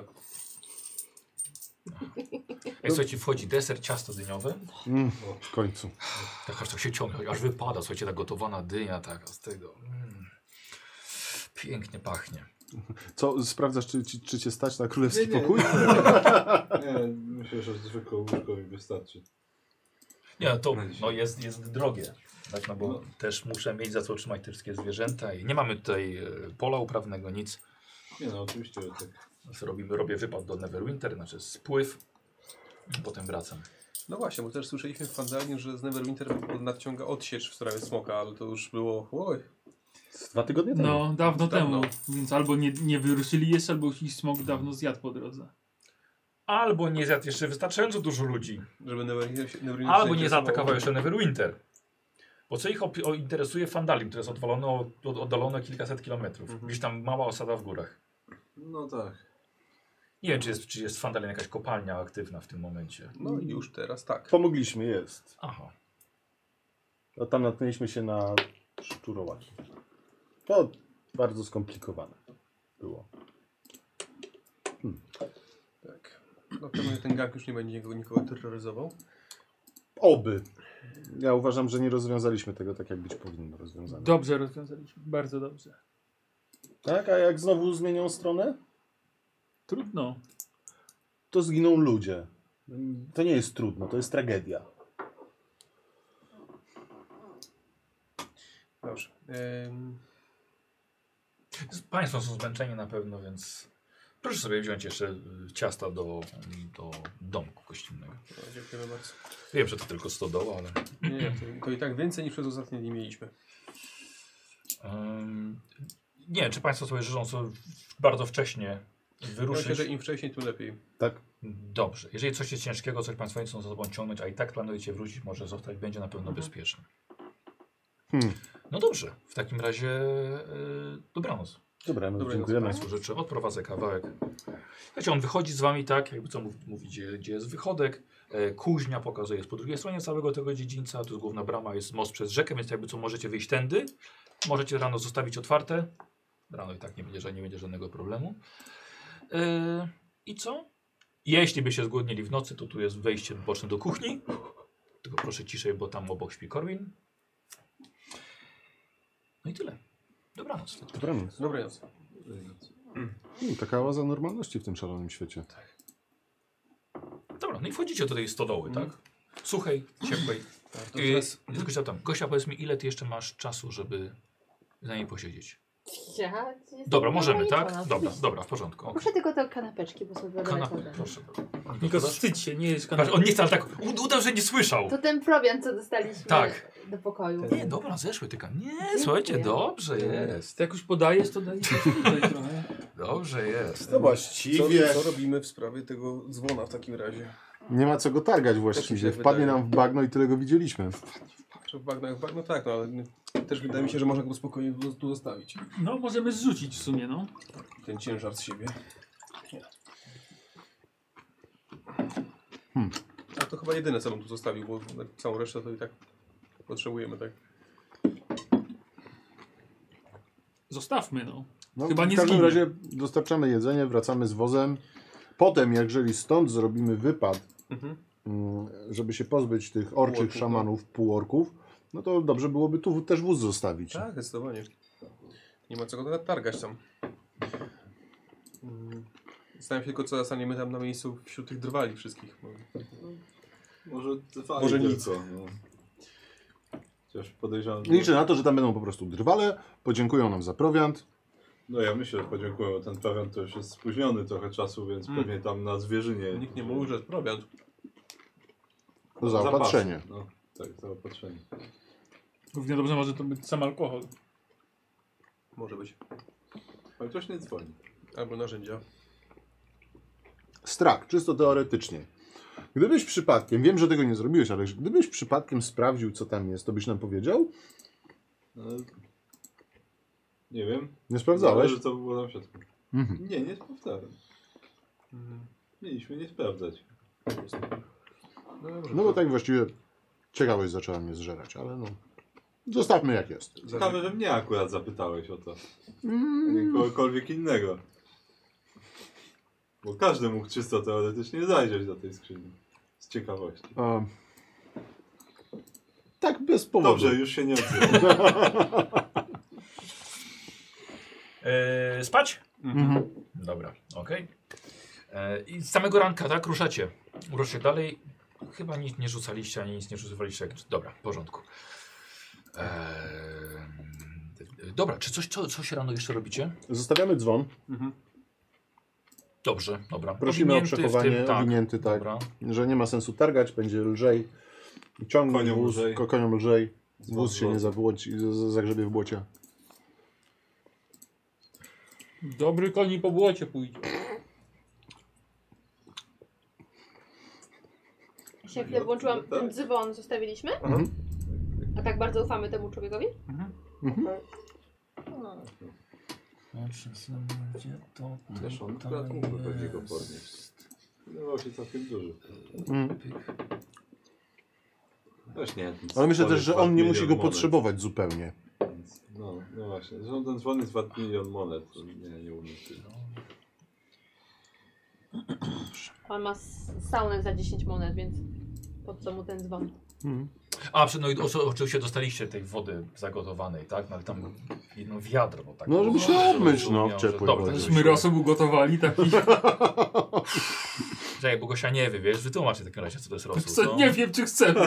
Speaker 1: Jak słuchajcie, wchodzi deser, ciasto dyniowe.
Speaker 4: W końcu.
Speaker 1: Tak aż to się ciągnie, aż wypada, słuchajcie, ta gotowana dynia, tak, z tego. Pięknie pachnie.
Speaker 4: Co, sprawdzasz, czy cię stać na królewski pokój?
Speaker 3: Nie, myślę, że zwykłe łóżko mi wystarczy.
Speaker 1: Nie, to no jest drogie. Tak, no bo
Speaker 3: No.
Speaker 1: też muszę mieć za co utrzymać te wszystkie zwierzęta i nie mamy tutaj pola uprawnego, nic.
Speaker 3: Nie no, oczywiście, że tak.
Speaker 1: Robię wypad do Neverwinter, znaczy spływ i potem wracam.
Speaker 5: No właśnie, bo też słyszeliśmy w Fandalii, że z Neverwinter nadciąga odsiecz w sprawie smoka, ale to już było... Oj.
Speaker 4: 2 tygodnie temu.
Speaker 6: No, dawno
Speaker 5: Dawno.
Speaker 6: temu. Więc albo nie wyruszyli jeszcze, albo ich smok dawno zjadł po drodze.
Speaker 1: Albo nie zjadł jeszcze wystarczająco dużo ludzi.
Speaker 5: Żeby Neverwinter się
Speaker 1: Albo nie
Speaker 5: zainteresowało.
Speaker 1: zaatakował jeszcze Neverwinter. Bo co ich interesuje Fandalim, które jest oddalone kilkaset kilometrów. Gdzieś tam mała osada w górach.
Speaker 3: No tak.
Speaker 1: Nie wiem, czy jest w Fandalin jakaś kopalnia aktywna w tym momencie.
Speaker 5: No i już teraz tak.
Speaker 4: Pomogliśmy, jest.
Speaker 1: Aha.
Speaker 4: A tam natknęliśmy się na szczurołaki. To bardzo skomplikowane było.
Speaker 5: Tak. No pewnie ten gang już nie będzie nikogo terroryzował.
Speaker 4: Oby. Ja uważam, że nie rozwiązaliśmy tego tak, jak być powinno rozwiązane.
Speaker 6: Dobrze rozwiązaliśmy, bardzo dobrze.
Speaker 4: Tak, a jak znowu zmienią stronę,
Speaker 6: Trudno.
Speaker 4: to zginą ludzie. To nie jest trudno, to jest tragedia.
Speaker 5: Dobrze.
Speaker 1: Państwo są zmęczeni na pewno, więc proszę sobie wziąć jeszcze ciasta do domku gościnnego.
Speaker 5: No, dziękujemy bardzo.
Speaker 1: Wiem, że to tylko stodoła, ale...
Speaker 5: Nie, to i tak więcej niż przez ostatnie dni mieliśmy.
Speaker 1: Nie, czy Państwo sobie życzą sobie bardzo wcześnie wyruszyć?
Speaker 5: Myślę, że im wcześniej, tym lepiej.
Speaker 4: Tak?
Speaker 1: Dobrze. Jeżeli coś jest ciężkiego, coś Państwo nie chcą za sobą ciągnąć, a i tak planujecie wrócić, może zostać, będzie na pewno bezpieczne. No dobrze. W takim razie dobranoc.
Speaker 4: Dobra, no
Speaker 5: Dobranoc
Speaker 4: dziękujemy.
Speaker 1: Państwu życzę. Odprowadzę kawałek. Wiecie, on wychodzi z Wami tak, jakby co mówi, gdzie jest wychodek. Kuźnia pokazuje, jest po drugiej stronie całego tego dziedzińca. Tu jest główna brama, jest most przez rzekę, więc jakby co możecie wyjść tędy. Możecie rano zostawić otwarte. Rano i tak nie będzie żadnego problemu. I co? Jeśli by się zgłodnili w nocy, to tu jest wejście boczne do kuchni. Tylko proszę ciszej, bo tam obok śpi Corwin. No i tyle. Dobranoc.
Speaker 4: Dobranoc.
Speaker 5: Dobranoc.
Speaker 4: Taka oaza normalności w tym szalonym świecie.
Speaker 1: Dobra, no i wchodzicie do tej stodoły, tak? Suchej, ciepłej.
Speaker 5: To teraz...
Speaker 1: Tylko się tam, Gosia, powiedz mi, ile ty jeszcze masz czasu, żeby za niej posiedzieć?
Speaker 2: Ja jestem
Speaker 1: Dobra, możemy,
Speaker 2: ograniczona,
Speaker 1: tak? Dobra,
Speaker 2: oczywiście.
Speaker 1: dobra, w porządku. Okay.
Speaker 2: Muszę tylko te kanapeczki, bo sobie
Speaker 1: Kanapę,
Speaker 2: daleko.
Speaker 1: proszę.
Speaker 6: Tylko wstydź się, nie jest
Speaker 1: Patrz,
Speaker 6: kanapę.
Speaker 1: on nie chce, ale tak udał, że nie słyszał.
Speaker 2: To ten prowiant, co dostaliśmy
Speaker 1: Tak.
Speaker 2: do pokoju.
Speaker 1: Nie, dobra, zeszły tylko. Nie, słuchajcie, dobrze jest.
Speaker 6: Jak już podajesz, to daj tutaj trochę.
Speaker 1: Dobrze jest.
Speaker 4: No właściwie
Speaker 5: Co robimy w sprawie tego dzwona w takim razie?
Speaker 4: nie ma co go targać
Speaker 5: Też mi
Speaker 4: właściwie.
Speaker 5: się
Speaker 4: Wpadnie
Speaker 5: wydaje.
Speaker 4: nam w bagno i tyle go widzieliśmy.
Speaker 5: Czy w bagnach? No tak, no ale też wydaje mi się, że można go spokojnie tu zostawić.
Speaker 6: No, możemy zrzucić w sumie, no.
Speaker 5: Ten ciężar z siebie. A to chyba jedyne, co bym tu zostawił, bo całą resztę to i tak potrzebujemy, tak?
Speaker 6: Zostawmy, no.
Speaker 4: No,
Speaker 6: Chyba nie
Speaker 4: w każdym
Speaker 6: zginie.
Speaker 4: razie dostarczamy jedzenie, wracamy z wozem. Potem, jeżeli stąd zrobimy wypad, żeby się pozbyć tych orczych
Speaker 5: Półorków,
Speaker 4: szamanów, półorków, no to dobrze byłoby tu też wóz zostawić.
Speaker 5: Tak, zdecydowanie. Nie ma co go targać tam. Zastanawiam się tylko, co zastaniemy tam na miejscu wśród tych drwali wszystkich.
Speaker 3: Może trwali
Speaker 5: Może
Speaker 3: tylko,
Speaker 5: nic.
Speaker 3: no. Chociaż podejrzewam, że...
Speaker 4: Liczę na to, że tam będą po prostu drwale, podziękują nam za prowiant.
Speaker 3: No ja myślę, że podziękuję, bo ten prowiant to już jest spóźniony trochę czasu, więc pewnie tam na zwierzynie...
Speaker 5: Nikt nie mówi, że jest prowiant.
Speaker 4: To zaopatrzenie.
Speaker 3: Zapasy, no, tak, zaopatrzenie.
Speaker 6: Równie dobrze może to być sam alkohol.
Speaker 5: Może być.
Speaker 3: Chociaż nie dzwoni.
Speaker 5: Albo narzędzia.
Speaker 4: Strach, czysto teoretycznie. Gdybyś przypadkiem, wiem, że tego nie zrobiłeś, ale gdybyś przypadkiem sprawdził, co tam jest, to byś nam powiedział?
Speaker 3: No, Nie wiem.
Speaker 4: Nie sprawdzałeś?
Speaker 3: Że to było na środku.
Speaker 4: Mhm.
Speaker 3: Nie sprawdzałem. Mieliśmy nie sprawdzać.
Speaker 4: No bo tak właściwie ciekawość zaczęła mnie zżerać, ale no. Zostawmy jak jest.
Speaker 3: Ciekawe, że mnie akurat zapytałeś o to. A nie kogokolwiek innego. Bo każdy mógł czysto teoretycznie zajrzeć do tej skrzyni. Z ciekawości.
Speaker 4: Tak bez powodu.
Speaker 3: Dobrze, już się nie odzywam.
Speaker 1: Spać?
Speaker 4: Mhm.
Speaker 1: Dobra, okej. I z samego ranka, tak? Ruszacie dalej. Chyba nic nie rzucaliście, ani nic nie rzucaliście. Dobra, w porządku. Dobra, czy coś rano jeszcze robicie?
Speaker 4: Zostawiamy dzwon.
Speaker 1: Dobrze, dobra.
Speaker 4: Prosimy o
Speaker 1: Owinięty w
Speaker 4: przechowanie,
Speaker 1: tym, tak.
Speaker 4: owinięty, tak.
Speaker 1: Dobra.
Speaker 4: Że nie ma sensu targać, będzie lżej. Ciągnąć
Speaker 3: Koniom
Speaker 4: wóz,
Speaker 3: lżej.
Speaker 4: koniom lżej.
Speaker 3: Dzwon
Speaker 4: Wóz się nie zagrzebie w błocie.
Speaker 6: Dobry koni po błocie pójdzie.
Speaker 2: Ja się chwilę włączyłam, ten dzwon zostawiliśmy? A tak bardzo ufamy temu człowiekowi?
Speaker 3: Wiesz, on akurat mógłby pewnie go podnieść. Wydawał się całkiem duży. Też nie.
Speaker 4: Ale myślę też, że on nie musi go
Speaker 3: monet.
Speaker 4: potrzebować zupełnie.
Speaker 3: Więc, no właśnie. Zresztą ten dzwon jest wart 1 000 000 monet. To nie umiem tyle.
Speaker 2: On ma saunę za 10 monet, więc po co mu ten dzwon?
Speaker 1: No i oczywiście dostaliście tej wody zagotowanej, tak? No ale tam jedno wiadro, bo tak.
Speaker 4: No, żeby się obmyć, no, w ciepłej
Speaker 1: Dobra,
Speaker 4: wodzie.
Speaker 6: Myśmy rosół ugotowali taki.
Speaker 1: Czekaj, bo Gosia nie wie, wiesz? Wytłumacz w takim razie, co to jest rosół.
Speaker 6: Co, nie wiem, czy chcemy.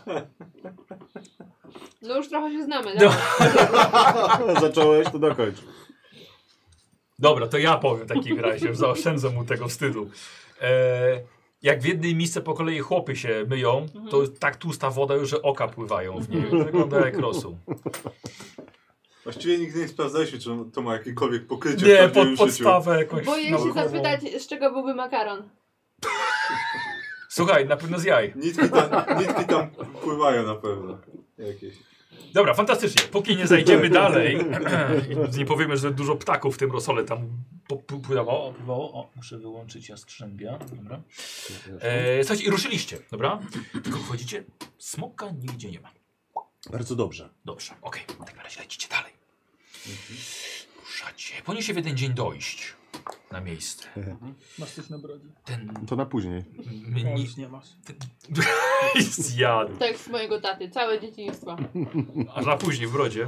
Speaker 2: No już trochę się znamy,
Speaker 1: No.
Speaker 4: Zacząłeś, to dokończ.
Speaker 1: Dobra, to ja powiem w takim razie, zaoszczędzę mu tego wstydu. Jak w jednej misce po kolei chłopy się myją, to tak tłusta woda już, że oka pływają w niej. Wygląda jak rosół.
Speaker 3: Właściwie nigdy nie sprawdzaliśmy, czy to ma jakiekolwiek pokrycie
Speaker 1: Nie,
Speaker 3: w prawdziwym
Speaker 1: podstawę jakąś
Speaker 2: Boję się
Speaker 1: naukową.
Speaker 2: zapytać, z czego byłby makaron.
Speaker 1: Słuchaj, na pewno z jaj.
Speaker 3: Nitki tam pływają na pewno. Jakieś.
Speaker 1: Dobra, fantastycznie. Póki nie zajdziemy dalej i nie powiemy, że dużo ptaków w tym rosole tam pływało. O, muszę wyłączyć jaskrzębia. Dobra. Słuchajcie, i ruszyliście, dobra? Tylko wchodzicie, smoka nigdzie nie ma.
Speaker 4: Bardzo dobrze.
Speaker 1: Dobrze, okej. W takim razie lecicie dalej. Ruszacie. Powinniście w jeden dzień dojść na miejsce.
Speaker 6: Masz coś na brodzie?
Speaker 4: To na później.
Speaker 6: O, już nie masz.
Speaker 1: Zjadł.
Speaker 2: Tak z mojego taty, całe dzieciństwo.
Speaker 1: Aż na później w brodzie.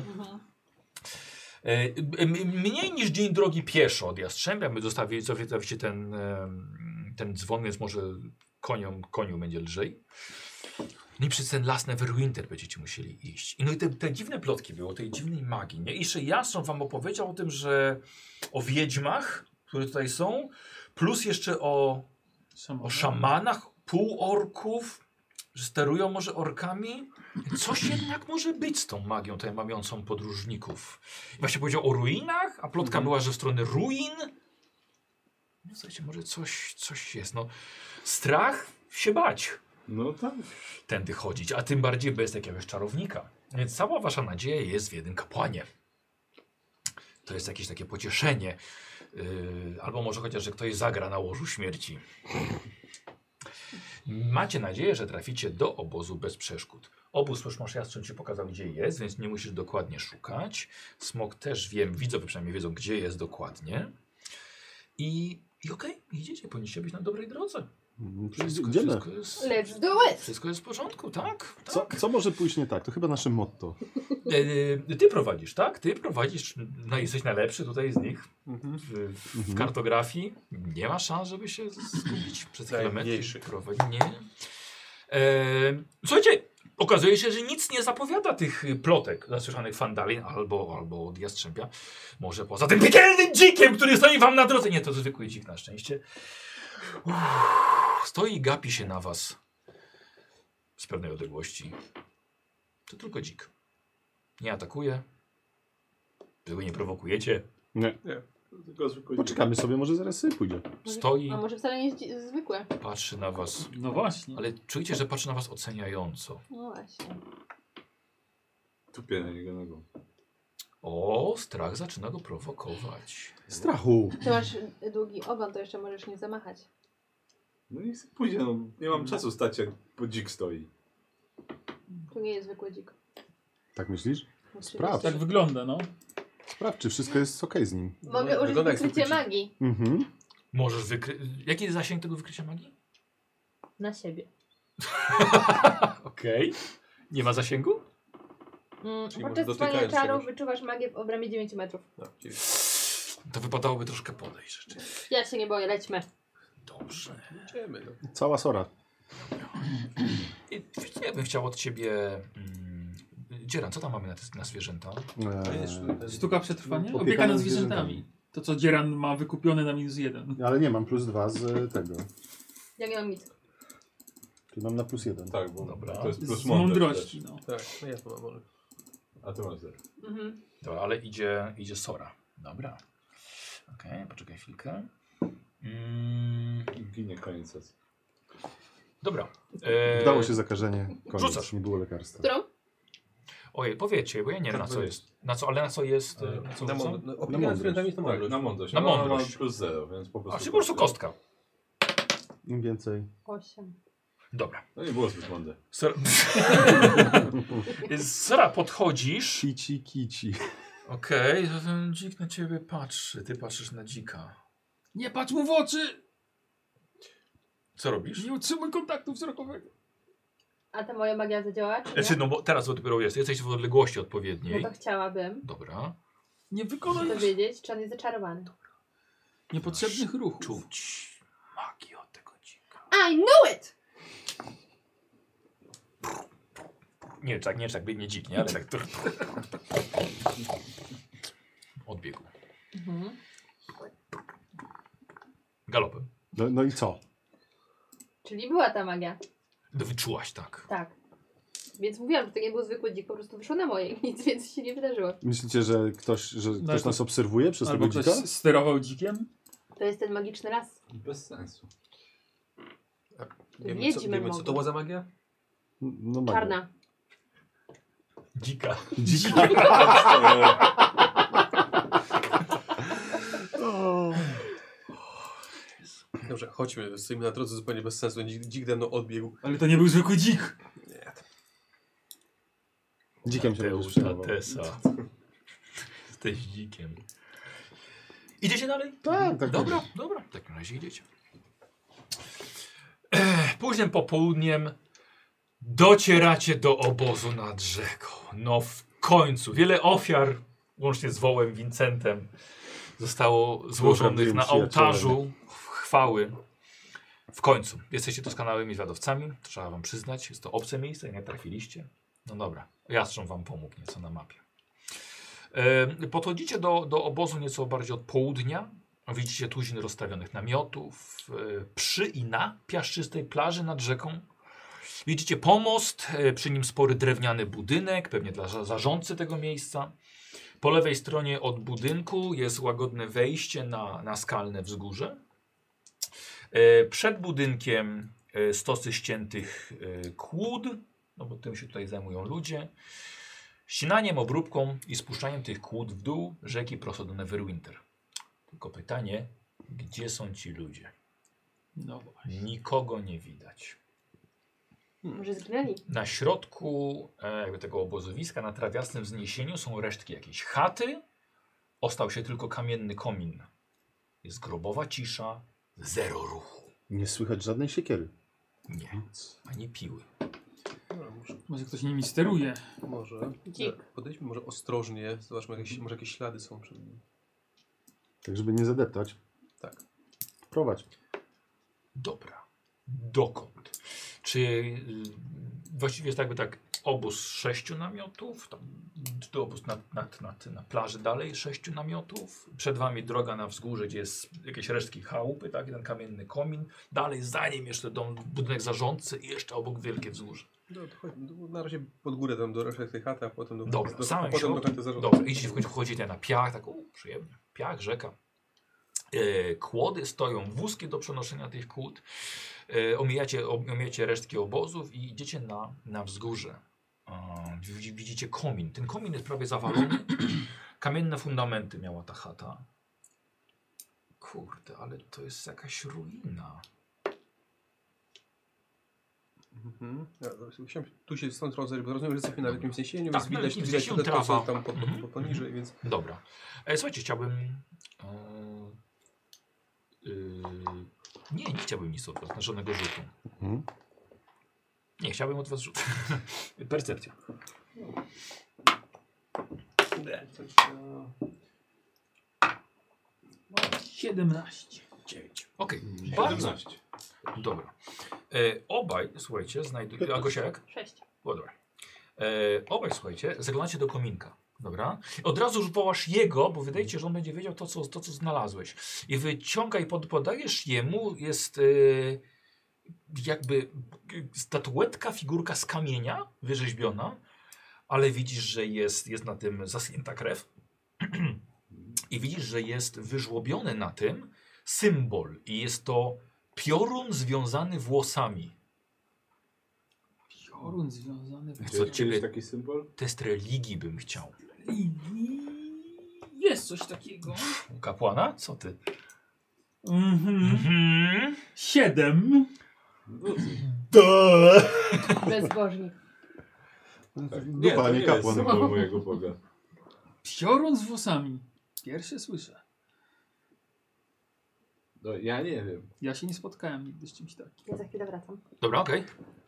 Speaker 1: Mniej niż dzień drogi pieszo od Jastrzębia. My zostawiliście ten dzwon, więc może koniu będzie lżej. No i przez ten las Neverwinter będziecie musieli iść. No i te dziwne plotki było, tej dziwnej magii. Nie? I jeszcze Jastrząb wam opowiedział o tym, że o wiedźmach, które tutaj są, plus jeszcze o szamanach, półorków, że sterują może orkami. Coś jednak może być z tą magią tutaj mamiącą podróżników. I właśnie powiedział o ruinach, a plotka była, że w stronę ruin. No słuchajcie, może coś jest. No, strach się bać.
Speaker 3: No tak.
Speaker 1: Tędy chodzić, a tym bardziej bez jakiegoś czarownika. Więc cała wasza nadzieja jest w jednym kapłanie. To jest jakieś takie pocieszenie. Albo może chociaż, że ktoś zagra na łożu śmierci. Macie nadzieję, że traficie do obozu bez przeszkód. Obóz już masz Jastrząb ci pokazał, gdzie jest, więc nie musisz dokładnie szukać. Smok też widzowie przynajmniej wiedzą, gdzie jest dokładnie. I okej, idziecie, powinniście być na dobrej drodze.
Speaker 2: Let's do it!
Speaker 1: Wszystko jest w porządku, tak?
Speaker 4: Co może pójść nie tak? To chyba nasze motto.
Speaker 1: Ty prowadzisz, tak? Ty prowadzisz, jesteś najlepszy tutaj z nich w kartografii. Nie ma szans, żeby się zgubić przez kilometry. Nie. Słuchajcie, okazuje się, że nic nie zapowiada tych plotek zasłyszanych Fandalin albo od Jastrzębia. Może poza tym piekielnym dzikiem, który stoi wam na drodze. Nie, to zwykły dzik na szczęście. Stoi i gapi się na was z pewnej odległości. To tylko dzik. Nie atakuje. Wy go nie prowokujecie.
Speaker 4: Nie.
Speaker 3: Tylko zwykły
Speaker 4: Poczekamy sobie, może zaraz sobie pójdzie.
Speaker 1: Stoi,
Speaker 2: A może wcale nie jest zwykłe?
Speaker 1: patrzy na was.
Speaker 6: No właśnie.
Speaker 1: Ale czujcie, że patrzy na was oceniająco.
Speaker 2: No właśnie.
Speaker 3: Tupię na niego nogą.
Speaker 1: O, strach zaczyna go prowokować.
Speaker 4: Strachu.
Speaker 2: Ty masz długi ogon, to jeszcze możesz nim zamachać.
Speaker 3: No i pójdzie, no, nie mam czasu stać jak dzik stoi.
Speaker 2: To nie jest zwykły dzik.
Speaker 4: Tak myślisz?
Speaker 2: Oczywiście.
Speaker 4: Sprawdź.
Speaker 6: Tak wygląda, no.
Speaker 4: Sprawdź, czy wszystko jest okej z nim.
Speaker 2: Mogę użyć
Speaker 5: Wygląda jak
Speaker 2: wykrycie
Speaker 5: zwykły
Speaker 2: magii
Speaker 4: Mhm.
Speaker 1: Możesz Jaki jest zasięg tego wykrycia magii?
Speaker 2: na siebie.
Speaker 1: Okej. Nie ma zasięgu?
Speaker 5: Czyli
Speaker 2: Podczas
Speaker 5: może
Speaker 2: trwania
Speaker 5: dotykając
Speaker 2: czaru
Speaker 5: czegoś.
Speaker 2: wyczuwasz magię w obrębie 9 metrów.
Speaker 5: No, dziewięć.
Speaker 1: To wypadałoby troszkę podejść rzeczywiście.
Speaker 2: Ja się nie boję, lećmy.
Speaker 1: Dobrze.
Speaker 5: Idziemy, no.
Speaker 4: Cała sora.
Speaker 1: I wiesz co, ja bym chciał od ciebie... Dzieran, co tam mamy na zwierzęta?
Speaker 6: Sztuka przetrwania?
Speaker 4: Opieka
Speaker 6: Opieka nad
Speaker 4: nad
Speaker 6: zwierzętami.
Speaker 4: zwierzętami.
Speaker 6: To co Dzieran ma wykupione na -1.
Speaker 4: Ale nie mam +2 z tego.
Speaker 2: Ja nie mam nic.
Speaker 4: Czyli mam na +1.
Speaker 3: Tak, bo
Speaker 1: Dobra.
Speaker 3: to jest plus
Speaker 6: Z
Speaker 3: mądrość
Speaker 6: mądrości,
Speaker 3: też.
Speaker 6: no.
Speaker 5: Tak, no ja to mam wolę.
Speaker 3: A ty masz 0.
Speaker 2: Mhm.
Speaker 1: Dobra, ale idzie Sora. Dobra. Okej, poczekaj chwilkę.
Speaker 3: Ginie koniec sesji.
Speaker 1: Dobra.
Speaker 4: Wdało się zakażenie. Koniec.
Speaker 1: Rzucasz.
Speaker 4: Nie było lekarstwa.
Speaker 2: Którą?
Speaker 1: Ojej, powiecie, bo ja nie wiem na co jest. Ale na co jest? Na co
Speaker 5: Na
Speaker 1: rzucam?
Speaker 5: mądrość. Opieka nad zwierzętami jest na
Speaker 3: Tak,
Speaker 5: mądrość.
Speaker 3: na mądrość.
Speaker 1: Na
Speaker 3: No, ona
Speaker 1: mądrość.
Speaker 3: ma plus 0, więc po prostu...
Speaker 1: A, czyli po prostu kostka.
Speaker 4: Im więcej.
Speaker 2: 8.
Speaker 1: Dobra.
Speaker 3: No nie było zbyt mądre.
Speaker 1: Sora, podchodzisz.
Speaker 4: Kici, kici.
Speaker 1: Okej, to ten dzik na ciebie patrzy. Ty patrzysz na dzika.
Speaker 6: Nie patrz mu w oczy!
Speaker 1: Co robisz?
Speaker 6: Nie utrzymuj kontaktu wzrokowego.
Speaker 2: A ta moja magia zadziałała, czy nie?
Speaker 1: Znaczy, no bo teraz dopiero jesteś w odległości
Speaker 2: No
Speaker 1: odpowiedniej.
Speaker 2: to chciałabym
Speaker 1: Dobra.
Speaker 6: Nie wykonaj
Speaker 2: dowiedzieć, czy on jest zaczarowany.
Speaker 6: niepotrzebnych ruchów.
Speaker 1: Czuć magię od tego dzika.
Speaker 2: I knew it!
Speaker 1: Nie, tak biegnie dzik, nie? Ale tak... Odbiegł.
Speaker 2: Mhm.
Speaker 1: Galopem.
Speaker 4: No i co?
Speaker 2: Czyli była ta magia.
Speaker 1: No wyczułaś, tak.
Speaker 2: Tak. Więc mówiłam, że to nie był zwykły dzik, po prostu wyszło na moje. Nic więcej się nie wydarzyło.
Speaker 4: Myślicie, że ktoś
Speaker 6: to-
Speaker 4: nas obserwuje przez
Speaker 6: Albo
Speaker 4: tego
Speaker 6: ktoś
Speaker 4: dzika?
Speaker 6: sterował dzikiem?
Speaker 2: To jest ten magiczny las.
Speaker 3: Bez sensu.
Speaker 5: Wiemy,
Speaker 2: Wiedźmy
Speaker 5: co to
Speaker 2: mogą.
Speaker 5: była za magia?
Speaker 4: No magia.
Speaker 2: Czarna.
Speaker 1: Dzika.
Speaker 4: Dzika.
Speaker 5: Dobrze, chodźmy, stoimy na drodze zupełnie bez sensu. Dzik dawno odbiegł.
Speaker 6: Ale to nie był zwykły dzik.
Speaker 5: Nie.
Speaker 4: Dzikiem się
Speaker 1: Mateusz
Speaker 4: będziesz przejmował.
Speaker 1: Tesa. Jesteś dzikiem. Idziecie dalej?
Speaker 4: Tak.
Speaker 1: Dobra, dobra. W takim razie idziecie. Późnym popołudniem docieracie do obozu nad rzeką. No w końcu. Wiele ofiar, łącznie z wołem Vincentem, zostało złożonych na ołtarzu chwały. W końcu. Jesteście doskonałymi zwiadowcami. Trzeba wam przyznać. Jest to obce miejsce, nie trafiliście. No dobra. Jastrząb wam pomógł nieco na mapie. Podchodzicie do obozu nieco bardziej od południa. Widzicie tuzin rozstawionych namiotów przy i na piaszczystej plaży nad rzeką. Widzicie pomost, przy nim spory drewniany budynek, pewnie dla zarządcy tego miejsca. Po lewej stronie od budynku jest łagodne wejście na skalne wzgórze. Przed budynkiem stosy ściętych kłód, no bo tym się tutaj zajmują ludzie. Ścinaniem, obróbką i spuszczaniem tych kłód w dół rzeki prosto do Neverwinter. Tylko pytanie, gdzie są ci ludzie?
Speaker 6: No właśnie.
Speaker 1: Nikogo nie widać.
Speaker 2: Może zginęli.
Speaker 1: Na środku jakby tego obozowiska, na trawiastym wzniesieniu są resztki jakiejś chaty. Ostał się tylko kamienny komin. Jest grobowa cisza, zero ruchu.
Speaker 4: Nie słychać żadnej siekiery.
Speaker 1: Nie, ani piły.
Speaker 5: No,
Speaker 6: Może ktoś nimi steruje.
Speaker 5: może.
Speaker 2: Dzik.
Speaker 5: Podejdźmy może ostrożnie, zobaczmy, może jakieś ślady są przed nim.
Speaker 4: Tak, żeby nie zadeptać.
Speaker 5: Tak.
Speaker 4: Prowadź.
Speaker 1: Dobra. Dokąd? Czy właściwie jest jakby tak obóz 6 namiotów, tam, to obóz na plaży dalej 6 namiotów, przed wami droga na wzgórze, gdzie jest jakieś resztki chałupy, tak, jeden kamienny komin, dalej za nim jeszcze budynek zarządcy i jeszcze obok wielkie wzgórze.
Speaker 5: No, to chodź, na razie pod górę tam do resztek tej chaty, a potem do
Speaker 1: Dobra, w samym
Speaker 5: potem do
Speaker 1: środku.
Speaker 5: końca zarządu.
Speaker 1: Dobra, idziecie w końcu, wchodzicie na piach, tak przyjemnie, piach, rzeka. Kłody stoją, wózki do przenoszenia tych kłód. Omijacie resztki obozów i idziecie na wzgórze. Widzicie komin. Ten komin jest prawie zawalony. Kamienne fundamenty miała ta chata. Kurde, ale to jest jakaś ruina.
Speaker 5: Ja, tu się stąd rozumiem, że jesteśmy na jakimś wzniesieniu,
Speaker 1: Tak,
Speaker 5: więc
Speaker 1: na
Speaker 5: widać,
Speaker 1: jakimś
Speaker 5: widać
Speaker 1: wzniesieniu
Speaker 5: trochę
Speaker 1: trawa.
Speaker 5: tam poniżej, więc...
Speaker 1: Dobra. Słuchajcie, chciałbym... nie chciałbym nic od was, na żadnego rzutu. Nie, chciałbym od was rzutu. Percepcja.
Speaker 6: 17.
Speaker 1: 9. Okej.
Speaker 3: 17.
Speaker 1: Dobra. Obaj, słuchajcie, znajdują... A Gosia jak?
Speaker 2: 6.
Speaker 1: O, dobra. Obaj, słuchajcie, zaglądacie do kominka. Dobra? Od razu już wołasz jego, bo wydaje ci się, że on będzie wiedział to, co znalazłeś. I wyciągaj, podajesz jemu, jest jakby statuetka, figurka z kamienia, wyrzeźbiona, ale widzisz, że jest na tym zaschnięta krew. I widzisz, że jest wyżłobiony na tym symbol. I jest to piorun związany włosami.
Speaker 6: Piorun związany w
Speaker 1: Co od ciebie
Speaker 3: taki symbol?
Speaker 1: test religii bym chciał.
Speaker 6: Jest coś takiego.
Speaker 1: U kapłana? Co ty?
Speaker 6: 7.
Speaker 2: Bezbożnik.
Speaker 4: Dupa, nie
Speaker 3: jest
Speaker 4: kapłan.
Speaker 3: symbol mojego Boga.
Speaker 6: Piorun z włosami. Pierwsze słyszę.
Speaker 3: No, ja nie wiem.
Speaker 6: Ja się nie spotkałem nigdy z czymś takim.
Speaker 2: Ja za chwilę wracam.
Speaker 1: Dobra, okej.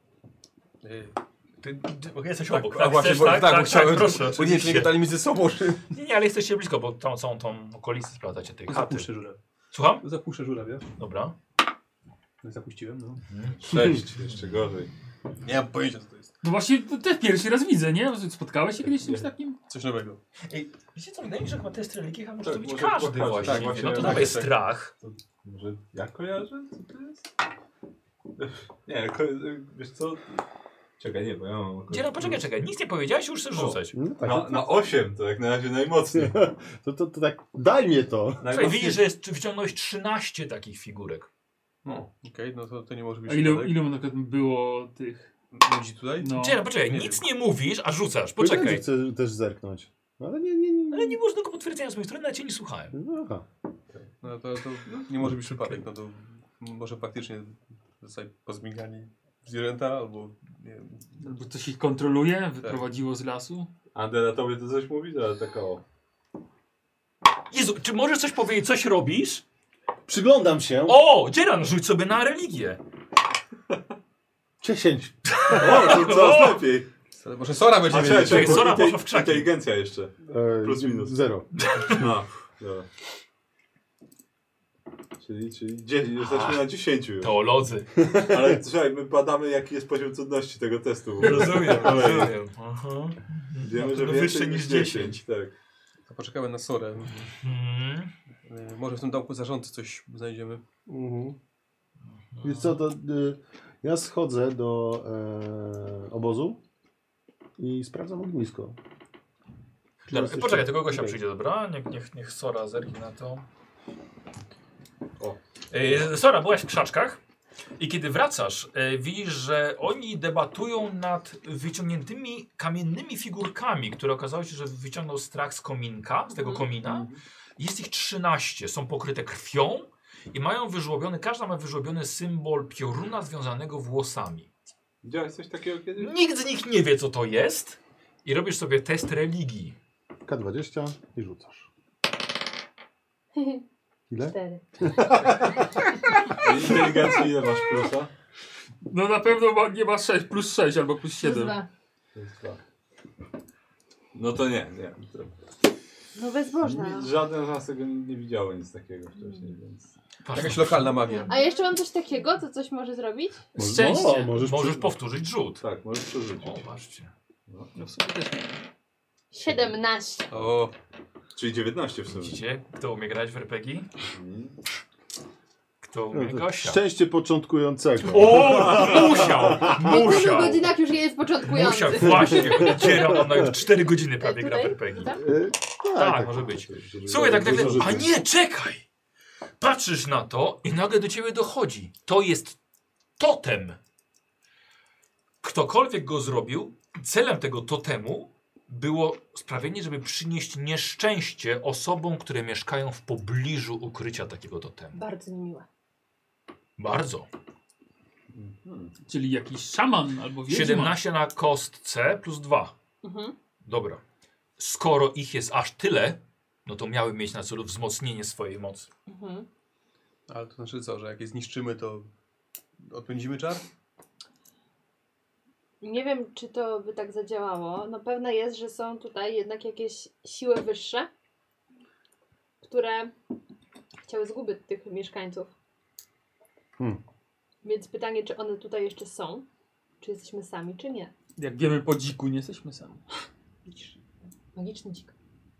Speaker 1: Ty jesteś
Speaker 5: Tak,
Speaker 1: obok.
Speaker 5: a właśnie,
Speaker 1: Chcesz,
Speaker 5: bo, tak, bo chciałem,
Speaker 1: proszę,
Speaker 5: bo nie
Speaker 1: oczywiście.
Speaker 5: gadali między sobą, że...
Speaker 1: Nie, ale jesteście blisko, bo tam całą tą okolicę sprawdzacie tej chaty.
Speaker 5: Zapuszczę żuraw.
Speaker 1: Słucham?
Speaker 5: Zapuszczę żurawia.
Speaker 1: Dobra.
Speaker 5: Zapuściłem, no.
Speaker 3: 6, jeszcze gorzej.
Speaker 5: Nie mam pojęcia, co to jest.
Speaker 6: No właśnie, to też pierwszy raz widzę, nie? Spotkałeś się kiedyś z czymś takim?
Speaker 5: Coś nowego.
Speaker 1: Ej, wiecie co, wydaje mi się, że chyba test religii chyba może
Speaker 3: Tak,
Speaker 1: to być
Speaker 3: może
Speaker 1: każdy
Speaker 3: każdy,
Speaker 1: właśnie.
Speaker 3: tak, właśnie,
Speaker 1: No to
Speaker 3: tak,
Speaker 1: dawaj
Speaker 5: tak.
Speaker 1: strach.
Speaker 3: Może ja kojarzę? Co to jest? Nie, wiesz co? Czekaj, nie, bo ja mam...
Speaker 1: Dzieran, poczekaj, nic nie powiedziałeś, już chcesz rzucać.
Speaker 4: No, tak,
Speaker 3: Na 8 to jak na razie najmocniej.
Speaker 4: to tak, daj mnie to.
Speaker 1: Słuchaj, widzisz, że wyciągnąłeś 13 takich figurek.
Speaker 5: No, okej, no to nie może być
Speaker 6: A ilu na przykład było tych?
Speaker 5: ludzi tutaj?
Speaker 6: No.
Speaker 1: Dzieran, poczekaj,
Speaker 5: Nie
Speaker 1: nic
Speaker 5: wiem.
Speaker 1: nie mówisz, a rzucasz,
Speaker 4: Powiedziałem,
Speaker 1: poczekaj.
Speaker 4: że chcę też zerknąć. No, ale nie.
Speaker 1: Ale nie było żadnego potwierdzenia z mojej strony, ja cię nie słuchałem.
Speaker 4: No, aha.
Speaker 5: No to nie może być przypadek, no to może faktycznie zostać pozmieniani zwierzęta, albo nie wiem.
Speaker 6: Albo coś ich kontroluje, wyprowadziło z lasu.
Speaker 3: Ander, a tobie to coś mówi? Ale taka o...
Speaker 1: Jezu, czy możesz coś powiedzieć, coś robisz?
Speaker 4: Przyglądam się.
Speaker 1: O, Dzieran, rzuć sobie na religię.
Speaker 4: 10.
Speaker 3: O, to coraz lepiej.
Speaker 5: Może Sora będzie wiedzieć.
Speaker 1: czekaj,
Speaker 3: bo
Speaker 1: Sora poszła w krzaki.
Speaker 3: Inteligencja jeszcze. Plus minus.
Speaker 4: 0.
Speaker 3: No, dobra. Czyli 10, jesteśmy na 10 już.
Speaker 1: Teolodzy.
Speaker 3: Ale słuchaj, my badamy jaki jest poziom trudności tego testu.
Speaker 1: Rozumiem. Aha.
Speaker 3: Wiemy, że
Speaker 1: No
Speaker 3: więcej
Speaker 1: wyższe niż 10.
Speaker 3: Tak.
Speaker 5: To poczekamy na Sorę.
Speaker 1: Mhm.
Speaker 5: Może w tym domku zarządcy coś znajdziemy.
Speaker 4: Wiesz co, to ja schodzę do obozu i sprawdzam ognisko.
Speaker 1: Dobra, poczekaj, tylko Gosia
Speaker 4: Okej.
Speaker 1: przyjdzie, dobra? Niech Sora zerknie na to.
Speaker 3: O.
Speaker 1: Sora, byłaś w krzaczkach i kiedy wracasz, widzisz, że oni debatują nad wyciągniętymi kamiennymi figurkami, które okazało się, że wyciągnął strach z kominka, z tego komina. Jest ich 13, są pokryte krwią i mają wyżłobiony, każda ma wyżłobiony symbol pioruna związanego włosami.
Speaker 3: Widziałeś coś takiego kiedyś?
Speaker 1: Nikt z nich nie wie, co to jest i robisz sobie test religii.
Speaker 4: K20 i rzucasz. Ile?
Speaker 2: 4.
Speaker 3: Inteligencji ile masz plusa?
Speaker 6: No na pewno nie ma 6, plus 6 albo plus 7.
Speaker 2: 2.
Speaker 3: To jest 2. No to nie. To...
Speaker 2: No bezbożna.
Speaker 3: Żaden z nas tego nie widziało nic takiego wcześniej, więc...
Speaker 5: Jakaś lokalna magia.
Speaker 2: A jeszcze mam coś takiego, co coś może zrobić?
Speaker 1: Szczęście.
Speaker 4: możesz
Speaker 1: Możesz powtórzyć rzut.
Speaker 3: Tak, możesz przerzucić.
Speaker 1: O, patrzcie.
Speaker 6: No w sumie też nie.
Speaker 2: 17.
Speaker 5: O,
Speaker 3: Czyli 19 w sumie.
Speaker 1: Widzicie, kto umie grać w RPG?
Speaker 3: Mhm.
Speaker 1: Kto umie Gosia?
Speaker 4: Szczęście początkującego.
Speaker 1: O! Musiał!
Speaker 2: Po tylu
Speaker 1: Musiał!
Speaker 2: godzinach już jest początkujący.
Speaker 1: Musiał, właśnie. Dzieram, on nawet 4 godziny prawie gra w
Speaker 2: Tutaj?
Speaker 1: RPG.
Speaker 2: Tam?
Speaker 1: Tak, może być. Słuchaj, tak nagle, a nie, czekaj! Patrzysz na to i nagle do ciebie dochodzi. To jest totem. Ktokolwiek go zrobił, celem tego totemu było sprawienie, żeby przynieść nieszczęście osobom, które mieszkają w pobliżu ukrycia takiego totemu.
Speaker 2: Bardzo niemiłe.
Speaker 1: Bardzo.
Speaker 6: Czyli jakiś szaman albo wiedźma.
Speaker 1: 17 na kostce plus 2.
Speaker 2: Mhm.
Speaker 1: Dobra. Skoro ich jest aż tyle, no to miały mieć na celu wzmocnienie swojej mocy.
Speaker 2: Mhm.
Speaker 5: Ale to znaczy co, że jak je zniszczymy, to odpędzimy czar?
Speaker 2: Nie wiem, czy to by tak zadziałało. No pewne jest, że są tutaj jednak jakieś siły wyższe, które chciały zgubić tych mieszkańców. Więc pytanie, czy one tutaj jeszcze są? Czy jesteśmy sami, czy nie?
Speaker 6: Jak wiemy po dziku, nie jesteśmy sami.
Speaker 2: Widzisz, magiczny dzik.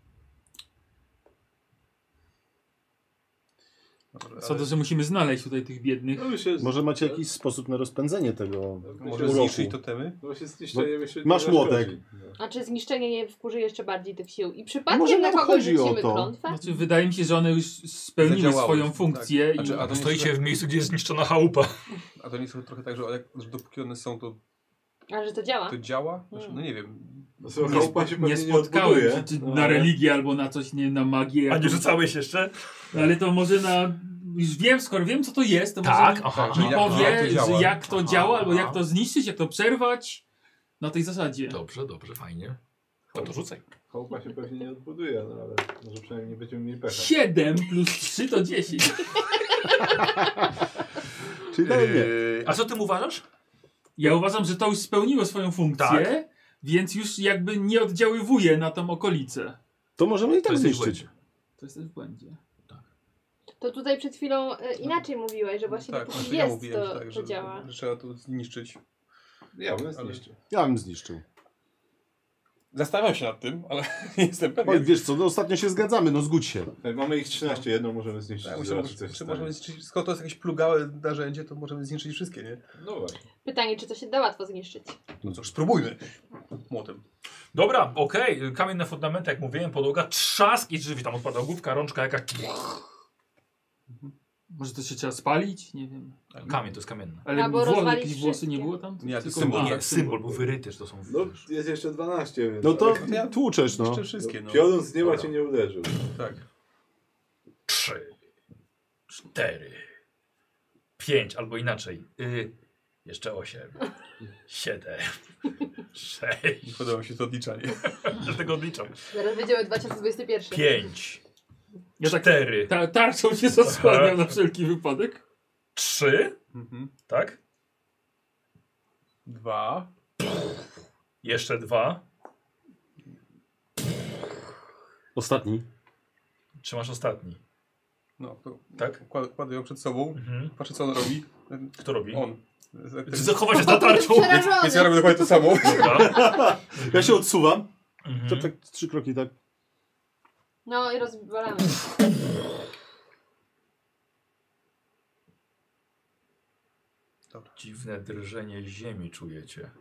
Speaker 5: Dobra,
Speaker 6: Co to, że musimy znaleźć tutaj tych biednych.
Speaker 3: No myślę, że...
Speaker 4: Może macie jakiś sposób na rozpędzenie tego
Speaker 5: może
Speaker 4: uroku.
Speaker 5: zniszczyć totemy?
Speaker 3: No właśnie zniszczenie myślę,
Speaker 4: Masz
Speaker 3: nie
Speaker 4: młotek.
Speaker 3: zaszkodzi. No.
Speaker 2: A czy zniszczenie nie wkurzy jeszcze bardziej tych sił? I
Speaker 4: Może
Speaker 2: przypadkiem na
Speaker 4: nam
Speaker 2: kogoś
Speaker 4: chodzi o
Speaker 2: rzucimy
Speaker 4: to.
Speaker 2: klątwę?
Speaker 6: Znaczy, wydaje mi się, że one już spełniły
Speaker 5: Zadziałały,
Speaker 6: swoją
Speaker 5: tak.
Speaker 6: funkcję.
Speaker 5: Znaczy,
Speaker 6: I...
Speaker 5: a to nie
Speaker 1: Stoicie
Speaker 5: jest,
Speaker 1: w miejscu, gdzie jest zniszczona chałupa.
Speaker 5: a to nie jest trochę tak, że dopóki one są,
Speaker 2: A że to działa?
Speaker 5: to działa? Znaczy, no nie wiem.
Speaker 3: No słuchaj, chałupa się
Speaker 6: nie
Speaker 3: pewnie nie
Speaker 6: spotkałem
Speaker 3: odbuduje.
Speaker 6: się czy
Speaker 3: No,
Speaker 6: na
Speaker 3: ale-
Speaker 6: religię albo na coś, nie na magię.
Speaker 1: A nie
Speaker 6: jakąś.
Speaker 1: rzucałeś jeszcze?
Speaker 6: Ale to może na... Już wiem, skoro wiem co to jest, to
Speaker 1: Tak,
Speaker 6: może
Speaker 1: aha.
Speaker 6: mi
Speaker 5: jak-
Speaker 6: powie,
Speaker 5: jak to działa.
Speaker 6: że jak to
Speaker 1: Aha,
Speaker 6: działa, albo
Speaker 1: aha.
Speaker 6: jak to zniszczyć, jak to przerwać. Na tej zasadzie.
Speaker 1: Dobrze, dobrze, fajnie. To rzucaj.
Speaker 3: Chałupa się pewnie nie odbuduje, no ale może przynajmniej nie będziemy mieli pecha.
Speaker 6: 7 plus 3 to 10.
Speaker 4: Czyli dalej nie.
Speaker 1: A co ty uważasz?
Speaker 6: Ja uważam, że to już spełniło swoją funkcję,
Speaker 1: Tak.
Speaker 6: więc już jakby nie oddziaływuje na tą okolicę.
Speaker 4: To możemy i tak
Speaker 1: jesteś
Speaker 4: zniszczyć.
Speaker 1: w
Speaker 6: To jest też w błędzie.
Speaker 2: To tutaj przed chwilą inaczej mówiłeś, że właśnie
Speaker 5: Tak,
Speaker 2: dopóki
Speaker 5: znaczy ja
Speaker 2: jest,
Speaker 5: mówiłem, że
Speaker 2: to,
Speaker 5: tak,
Speaker 2: to
Speaker 5: że,
Speaker 2: działa.
Speaker 5: że trzeba to zniszczyć.
Speaker 3: Ja bym zniszczył.
Speaker 4: Ja bym zniszczył.
Speaker 5: Zastanawiam się nad tym, ale nie jestem
Speaker 4: Oj,
Speaker 5: pewien.
Speaker 4: wiesz co, no ostatnio się zgadzamy, no zgódź się.
Speaker 3: Mamy ich 13, jedną możemy zniszczyć.
Speaker 5: Tak,
Speaker 3: zobaczyć, co się
Speaker 5: czy
Speaker 3: stanie.
Speaker 5: możemy zniszczyć, skoro to jest jakieś plugałe narzędzie, to możemy zniszczyć wszystkie, nie?
Speaker 3: No właśnie.
Speaker 2: Pytanie, czy to się da łatwo zniszczyć?
Speaker 5: No cóż, spróbujmy. Młotem.
Speaker 1: Dobra, okej. Kamienne fundamenty, jak mówiłem, podłoga, trzask i drzwi. Tam odpada główka, rączka jakaś.
Speaker 6: Może to się trzeba spalić? Nie wiem.
Speaker 1: Kamień, to jest kamienne.
Speaker 6: Ale
Speaker 2: Albo rozwalić
Speaker 6: jakieś włosy nie
Speaker 2: wszystkie.
Speaker 6: było tam?
Speaker 5: Nie, to
Speaker 6: Tylko-
Speaker 5: symbol.
Speaker 6: a,
Speaker 1: Nie, symbol był wyryty, że to są...
Speaker 3: No jest jeszcze 12, więc...
Speaker 4: No to
Speaker 5: Ja-
Speaker 4: tłuczesz, no.
Speaker 5: Jeszcze wszystkie, no.
Speaker 3: Piorun z nieba
Speaker 1: Dobra.
Speaker 3: cię nie uderzył.
Speaker 5: Tak.
Speaker 1: 3, 4, 5, albo inaczej. Jeszcze 8, 7, 6.
Speaker 5: Nie podoba mi się to odliczanie.
Speaker 1: Dlatego odliczam.
Speaker 2: Zaraz będziemy 2021.
Speaker 1: 5,
Speaker 6: Ja tak
Speaker 1: 4,
Speaker 6: tarczą się zasłaniam na wszelki wypadek.
Speaker 1: 3,
Speaker 5: Mhm.
Speaker 1: tak?
Speaker 5: 2.
Speaker 1: Jeszcze 2.
Speaker 4: Ostatni.
Speaker 1: Trzymasz ostatni.
Speaker 5: No, to
Speaker 1: Tak?
Speaker 5: kładę ją przed sobą.
Speaker 1: Mhm.
Speaker 5: Patrzę, co on robi.
Speaker 1: Kto robi?
Speaker 5: On.
Speaker 1: Zachowa się za tarczą.
Speaker 2: Przerażony.
Speaker 5: Więc ja robię dokładnie to samo.
Speaker 1: Dobra.
Speaker 4: Ja się odsuwam. To
Speaker 1: Mhm.
Speaker 4: tak 3 kroki, tak.
Speaker 2: No i rozwalamy.
Speaker 1: Dziwne drżenie ziemi czujecie.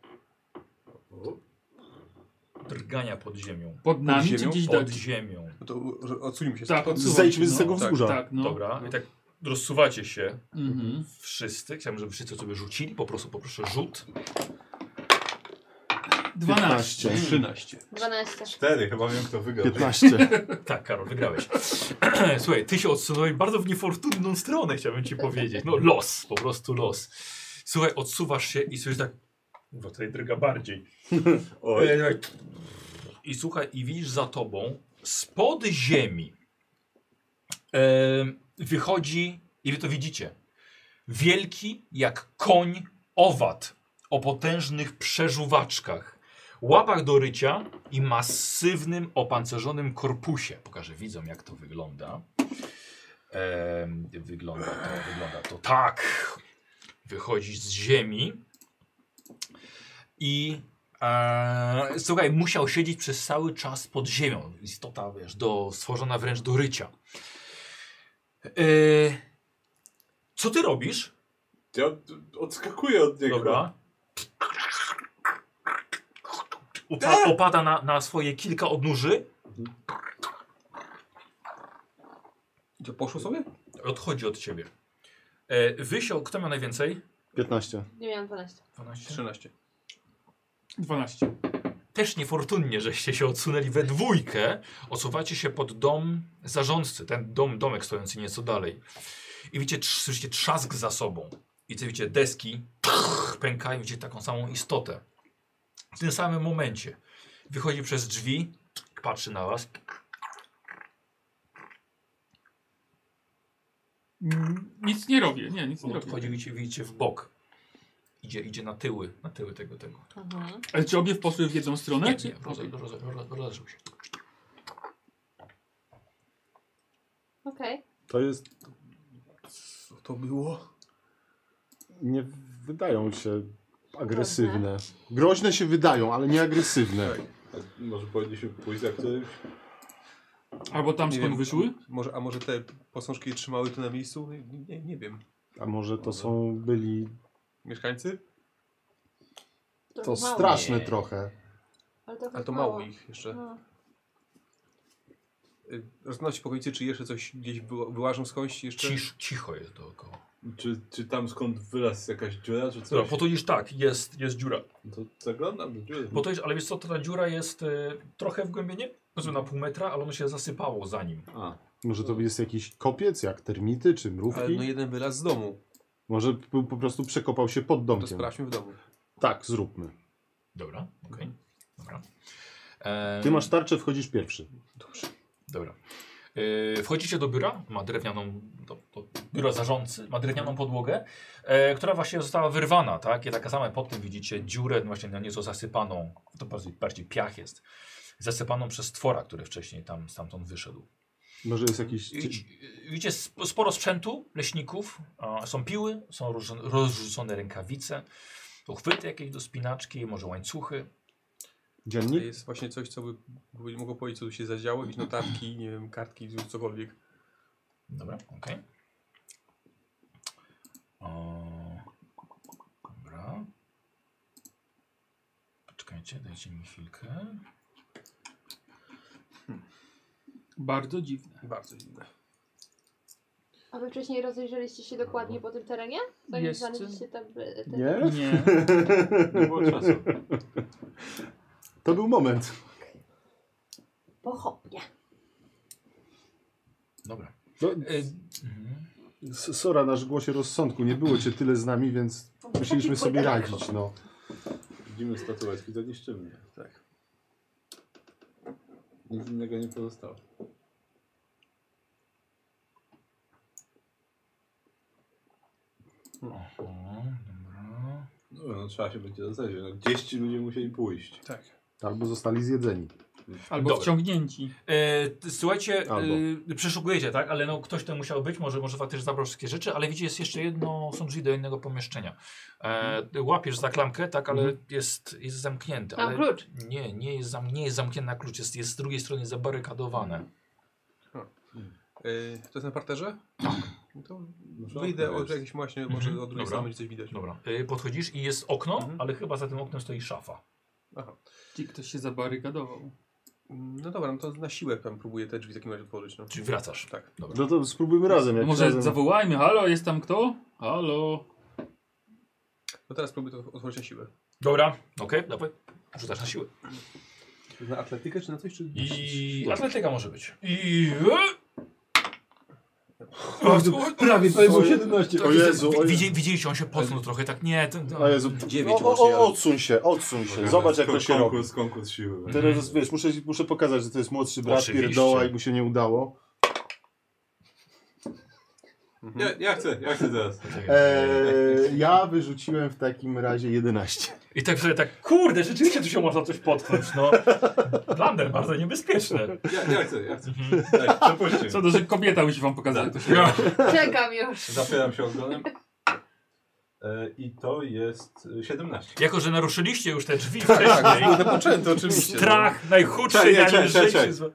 Speaker 1: Drgania pod ziemią.
Speaker 6: Pod nami czy
Speaker 5: ziemią?
Speaker 6: gdzieś
Speaker 1: Pod
Speaker 6: dalej?
Speaker 1: ziemią.
Speaker 5: No to odsuńmy się.
Speaker 6: Tak,
Speaker 5: stąd.
Speaker 6: odsuwam
Speaker 4: Zejdźmy
Speaker 6: się,
Speaker 4: z tego
Speaker 6: no.
Speaker 4: wzgórza.
Speaker 6: Tak, no.
Speaker 1: Dobra. I tak rozsuwacie się
Speaker 6: Mhm.
Speaker 1: wszyscy. Chciałbym, żeby wszyscy sobie rzucili. Poproszę rzut.
Speaker 6: 12.
Speaker 5: 13.
Speaker 2: 12.
Speaker 3: 4, chyba wiem kto wygrał.
Speaker 4: 15.
Speaker 1: Tak, Karol, wygrałeś. Słuchaj, ty się odsunąłeś bardzo w niefortunną stronę, chciałbym ci powiedzieć. No los, po prostu los. Słuchaj, odsuwasz się i sobie tak... Bo tutaj drga bardziej.
Speaker 3: Oj.
Speaker 1: I słuchaj, i widzisz za tobą, spod ziemi wychodzi, i wy to widzicie, wielki jak koń owad o potężnych przeżuwaczkach, łapach do rycia i masywnym, opancerzonym korpusie. Pokażę widzom, jak to wygląda. Wygląda to tak. Wychodzi z ziemi i słuchaj, musiał siedzieć przez cały czas pod ziemią. Istota, wiesz, stworzona wręcz do rycia. Co ty robisz?
Speaker 3: Ja odskakuję od niego.
Speaker 1: Dobra. Opada na swoje kilka odnóży.
Speaker 5: To poszło sobie?
Speaker 1: Odchodzi od ciebie. Wysio, kto miał najwięcej?
Speaker 4: 15.
Speaker 2: Nie miałam 12.
Speaker 1: 12.
Speaker 5: 13.
Speaker 6: 12.
Speaker 1: też niefortunnie, żeście się odsunęli we dwójkę. Odsuwacie się pod dom zarządcy, ten domek stojący nieco dalej. I widzicie, słyszycie trzask za sobą. I widzicie deski pękają, widzicie taką samą istotę. W tym samym momencie wychodzi przez drzwi, patrzy na was.
Speaker 6: Nic nie robię, nie, nic nie robię.
Speaker 1: Odchodzi, widzicie w bok. Idzie na tyły tego.
Speaker 2: Mhm.
Speaker 6: Ale czy obie poszły w jedną stronę?
Speaker 1: Nie,
Speaker 6: czy...
Speaker 1: rozeszły się.
Speaker 2: Okej.
Speaker 4: To jest...
Speaker 5: Co to było?
Speaker 4: Nie wydają się agresywne. Groźne się wydają, ale nie agresywne.
Speaker 3: Może powinniśmy pójść za którymś?
Speaker 6: Albo tam
Speaker 5: Nie
Speaker 6: skąd
Speaker 5: wiem,
Speaker 6: wyszły?
Speaker 5: A może te posążki trzymały tu na miejscu? Nie wiem.
Speaker 4: A może to są byli...
Speaker 5: Mieszkańcy?
Speaker 4: To
Speaker 2: mało.
Speaker 4: straszne
Speaker 1: Nie.
Speaker 4: trochę.
Speaker 5: Ale to mało ich jeszcze.
Speaker 2: No.
Speaker 5: Rozglądać się po okolicy, czy jeszcze coś gdzieś wyłażą skądś jeszcze?
Speaker 1: Cicho jest dookoła.
Speaker 3: Czy tam skąd wylazł jakaś dziura, czy coś?
Speaker 1: Dobra, podchodzisz tak, jest dziura.
Speaker 3: To zaglądam do dziury.
Speaker 1: Ale wiesz co, ta dziura jest trochę wgłębienie, powiedzmy na pół metra, ale ono się zasypało za nim.
Speaker 3: A,
Speaker 4: Może to jest jakiś kopiec, jak termity czy mrówki?
Speaker 5: Ale no jeden wylazł z domu.
Speaker 4: Może po prostu przekopał się pod
Speaker 5: To
Speaker 4: domkiem.
Speaker 5: sprawdźmy w domu.
Speaker 4: Tak, zróbmy.
Speaker 1: Dobra, okej. Dobra.
Speaker 4: Ty masz tarczę, wchodzisz pierwszy.
Speaker 1: Dobra. Wchodzicie do biura, ma drewnianą, do biura zarządcy, ma drewnianą podłogę, która właśnie została wyrwana, tak? I taka sama pod tym widzicie dziurę, właśnie na nieco zasypaną, to bardziej piach jest, zasypaną przez stwora, który wcześniej tam stamtąd wyszedł.
Speaker 4: Może jest jakiś...
Speaker 1: Widzicie sporo sprzętu leśników, są piły, są rozrzucone rękawice, uchwyty jakieś do spinaczki, może łańcuchy.
Speaker 5: To
Speaker 4: Dziennik?
Speaker 5: jest właśnie coś, co by mogło powiedzieć, co tu się zadziało, jakieś notatki, nie wiem, kartki, cokolwiek.
Speaker 1: Dobra, okej. Dobra. Poczekajcie, dajcie mi chwilkę.
Speaker 6: Bardzo dziwne.
Speaker 5: Bardzo dziwne.
Speaker 2: A wy wcześniej rozejrzeliście się dokładnie po tym terenie? Zanim
Speaker 6: Jeszcze.
Speaker 2: znaleźliście te...
Speaker 4: Nie?
Speaker 6: Nie.
Speaker 3: nie było czasu.
Speaker 4: To był moment.
Speaker 2: Pochopnie.
Speaker 1: Dobra.
Speaker 4: No,
Speaker 1: Mhm.
Speaker 4: Sora, nasz głosie rozsądku. Nie było cię tyle z nami, więc musieliśmy sobie radzić. No.
Speaker 3: Widzimy statuetki, to niszczymy. Tak. Nic innego nie pozostało.
Speaker 1: Dobra.
Speaker 3: No, trzeba się będzie rozejrzeć. No, gdzieś ci ludzie musieli pójść.
Speaker 5: Tak.
Speaker 4: Albo zostali zjedzeni.
Speaker 6: Albo
Speaker 1: Dobra.
Speaker 6: wciągnięci.
Speaker 1: Słuchajcie,
Speaker 4: Albo.
Speaker 1: przeszukujecie, tak? Ale no, ktoś to musiał być, może faktycznie zabrał wszystkie rzeczy, ale widzicie, jest jeszcze jedno, są drzwi do innego pomieszczenia. Łapiesz za klamkę, tak, ale jest zamknięte.
Speaker 2: Mam
Speaker 1: ale
Speaker 2: klucz.
Speaker 1: nie jest zamknięte na klucz, jest z drugiej strony zabarykadowane.
Speaker 5: To jest na parterze? No to
Speaker 3: Może
Speaker 5: wyjdę
Speaker 3: okno
Speaker 5: od
Speaker 3: jest.
Speaker 5: jakiejś właśnie, może od drugiej
Speaker 1: Dobra.
Speaker 5: strony będzie coś widać.
Speaker 1: Dobra, podchodzisz i jest okno,
Speaker 5: Mhm.
Speaker 1: ale chyba za tym oknem stoi szafa.
Speaker 5: Aha.
Speaker 6: Ci ktoś się zabarykadował.
Speaker 5: No dobra, no to na siłę tam próbuję te drzwi w takim razie otworzyć. No.
Speaker 1: Czyli wracasz.
Speaker 5: Tak.
Speaker 1: Dobra.
Speaker 4: No to spróbujmy razem. Jak
Speaker 6: Może
Speaker 4: razem...
Speaker 6: zawołajmy, halo, jest tam kto? Halo.
Speaker 5: No teraz próbuję to otworzyć na siłę.
Speaker 1: Dobra, okej, dawaj. Rzucasz na siłę.
Speaker 5: Na atletykę czy na coś? Czy...
Speaker 1: I atletyka może być. I...
Speaker 5: Prawie, to było 17.
Speaker 4: O Jezu, o Jezu.
Speaker 1: Widzieliście, on się posunął trochę, tak nie.
Speaker 4: O Jezu.
Speaker 5: 9
Speaker 4: Odsuń się. Zobacz jak to się robi.
Speaker 3: Konkurs siły.
Speaker 4: Teraz wiesz, muszę pokazać, że to jest młodszy brat
Speaker 1: Oczywiście.
Speaker 4: pierdoła i mu się nie udało.
Speaker 3: Ja chcę teraz.
Speaker 4: Ja wyrzuciłem w takim razie 11.
Speaker 1: I tak sobie tak, kurde, rzeczywiście tu się można coś potknąć, no. Blander, bardzo niebezpieczne.
Speaker 3: Ja chcę. Daj, przepuśćcie.
Speaker 6: Co to, że kobieta musi wam pokazać, jak to się robi.
Speaker 2: Czekam już.
Speaker 3: Zapieram się ogonem. I to jest 17.
Speaker 1: Jako, że naruszyliście już te drzwi
Speaker 5: Tak,
Speaker 1: wcześniej,
Speaker 5: było zapoczęte oczywiście.
Speaker 1: strach najchudszy, najlżejszy.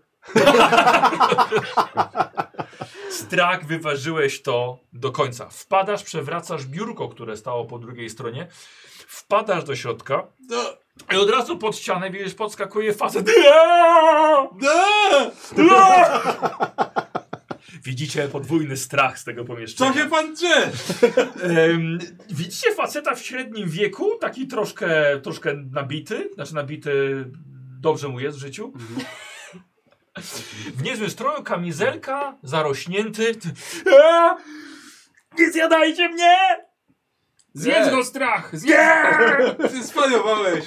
Speaker 1: Strach wyważyłeś to do końca. Wpadasz, przewracasz biurko, które stało po drugiej stronie. Wpadasz do środka. I od razu pod ścianę, widzisz, podskakuje facet. Widzicie podwójny strach z tego pomieszczenia.
Speaker 3: Co się pan drze?
Speaker 1: Widzicie faceta w średnim wieku, taki troszkę nabity, znaczy nabity Dobrze mu jest w życiu. W niezłym stroju, kamizelka, zarośnięty.
Speaker 6: Nie zjadajcie mnie! Zjedz go strach! Zjedz!
Speaker 3: Ty zwariowałeś!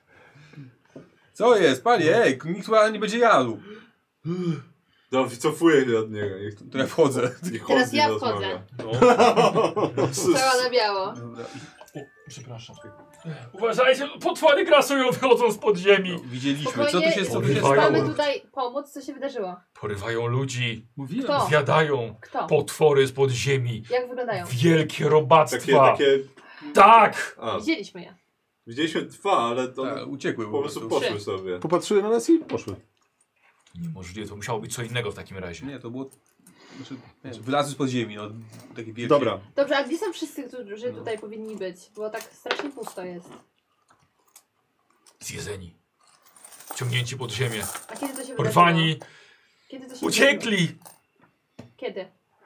Speaker 5: Co jest, panie? Ej, nikt chyba nie będzie jadł.
Speaker 3: No, wycofuję się od niego. Niech,
Speaker 5: To ja wchodzę.
Speaker 3: niech
Speaker 2: Teraz
Speaker 3: Horst
Speaker 2: ja
Speaker 3: rozmawia.
Speaker 2: Cała na biało.
Speaker 5: Dobra.
Speaker 1: Przepraszam. Uważajcie, potwory grasują, wychodzą z podziemi.
Speaker 5: No, widzieliśmy. Co tu
Speaker 2: Spokojnie,
Speaker 5: się
Speaker 1: Porywają.
Speaker 2: mamy tutaj pomóc, co się wydarzyło.
Speaker 1: Porywają ludzi,
Speaker 6: Mówiłem.
Speaker 2: Kto?
Speaker 1: zjadają
Speaker 2: Kto?
Speaker 1: potwory z podziemi.
Speaker 2: Jak wyglądają?
Speaker 1: Wielkie robactwa.
Speaker 3: Takie...
Speaker 1: Tak!
Speaker 3: A,
Speaker 2: Widzieliśmy je.
Speaker 3: widzieliśmy dwa, ale to
Speaker 5: Tak, uciekły
Speaker 3: po prostu poszły
Speaker 2: Trzy.
Speaker 3: sobie.
Speaker 4: Popatrzyły na nas i poszły.
Speaker 1: Niemożliwe, to musiało być co innego w takim razie.
Speaker 5: Nie, to było... Znaczy, nie, wylazły z podziemi, no. Takie wielkie.
Speaker 4: Dobra.
Speaker 2: Dobrze, a gdzie są wszyscy, którzy tutaj powinni być? Bo tak strasznie pusto jest.
Speaker 1: Zjedzeni. Ciągnięci pod ziemię.
Speaker 2: A kiedy to się
Speaker 1: Porwani.
Speaker 2: wydarzyło? Kiedy to się
Speaker 1: Uciekli!
Speaker 2: wydarzyło? Kiedy?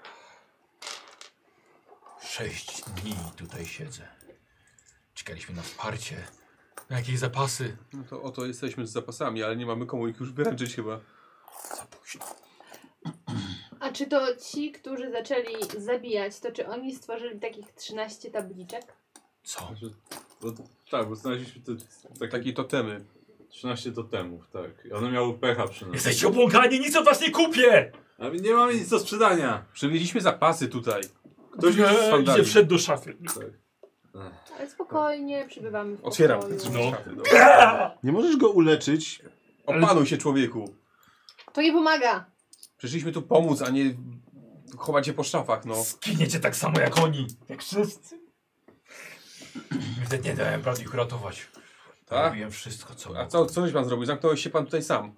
Speaker 1: 6 dni tutaj siedzę. Czekaliśmy na wsparcie. Na jakieś zapasy.
Speaker 5: No to oto jesteśmy z zapasami, ale nie mamy komu ich już wyręczyć chyba.
Speaker 1: Za późno.
Speaker 2: A czy to ci, którzy zaczęli zabijać, to czy oni stworzyli takich 13 tabliczek?
Speaker 1: Co?
Speaker 3: Znaczy, bo, tak, bo znaleźliśmy te takie
Speaker 5: Takie totemy.
Speaker 3: 13 totemów, tak. I one miały pecha przynajmniej.
Speaker 1: Jesteście obłąkani, nic od was nie kupię!
Speaker 3: A my nie mamy nic do sprzedania.
Speaker 5: Przywieźliśmy zapasy tutaj.
Speaker 3: Ktoś już
Speaker 1: Idzie wszedł do szafy.
Speaker 3: Tak.
Speaker 2: Ale spokojnie, przybywamy w
Speaker 5: Otwieram
Speaker 2: pokoju.
Speaker 5: te drzwi.
Speaker 1: No.
Speaker 5: szafy, dobra.
Speaker 4: Nie możesz go uleczyć.
Speaker 5: Opanuj się, człowieku.
Speaker 2: To nie pomaga.
Speaker 5: Przyszliśmy tu pomóc, a nie chować się po szafach, no.
Speaker 1: Zginiecie tak samo jak oni. Jak wszyscy. Wtedy nie dałem rady ich uratować.
Speaker 5: Tak?
Speaker 1: Robiłem wszystko, co
Speaker 5: A coś pan zrobił? Zamknąłeś się pan tutaj sam.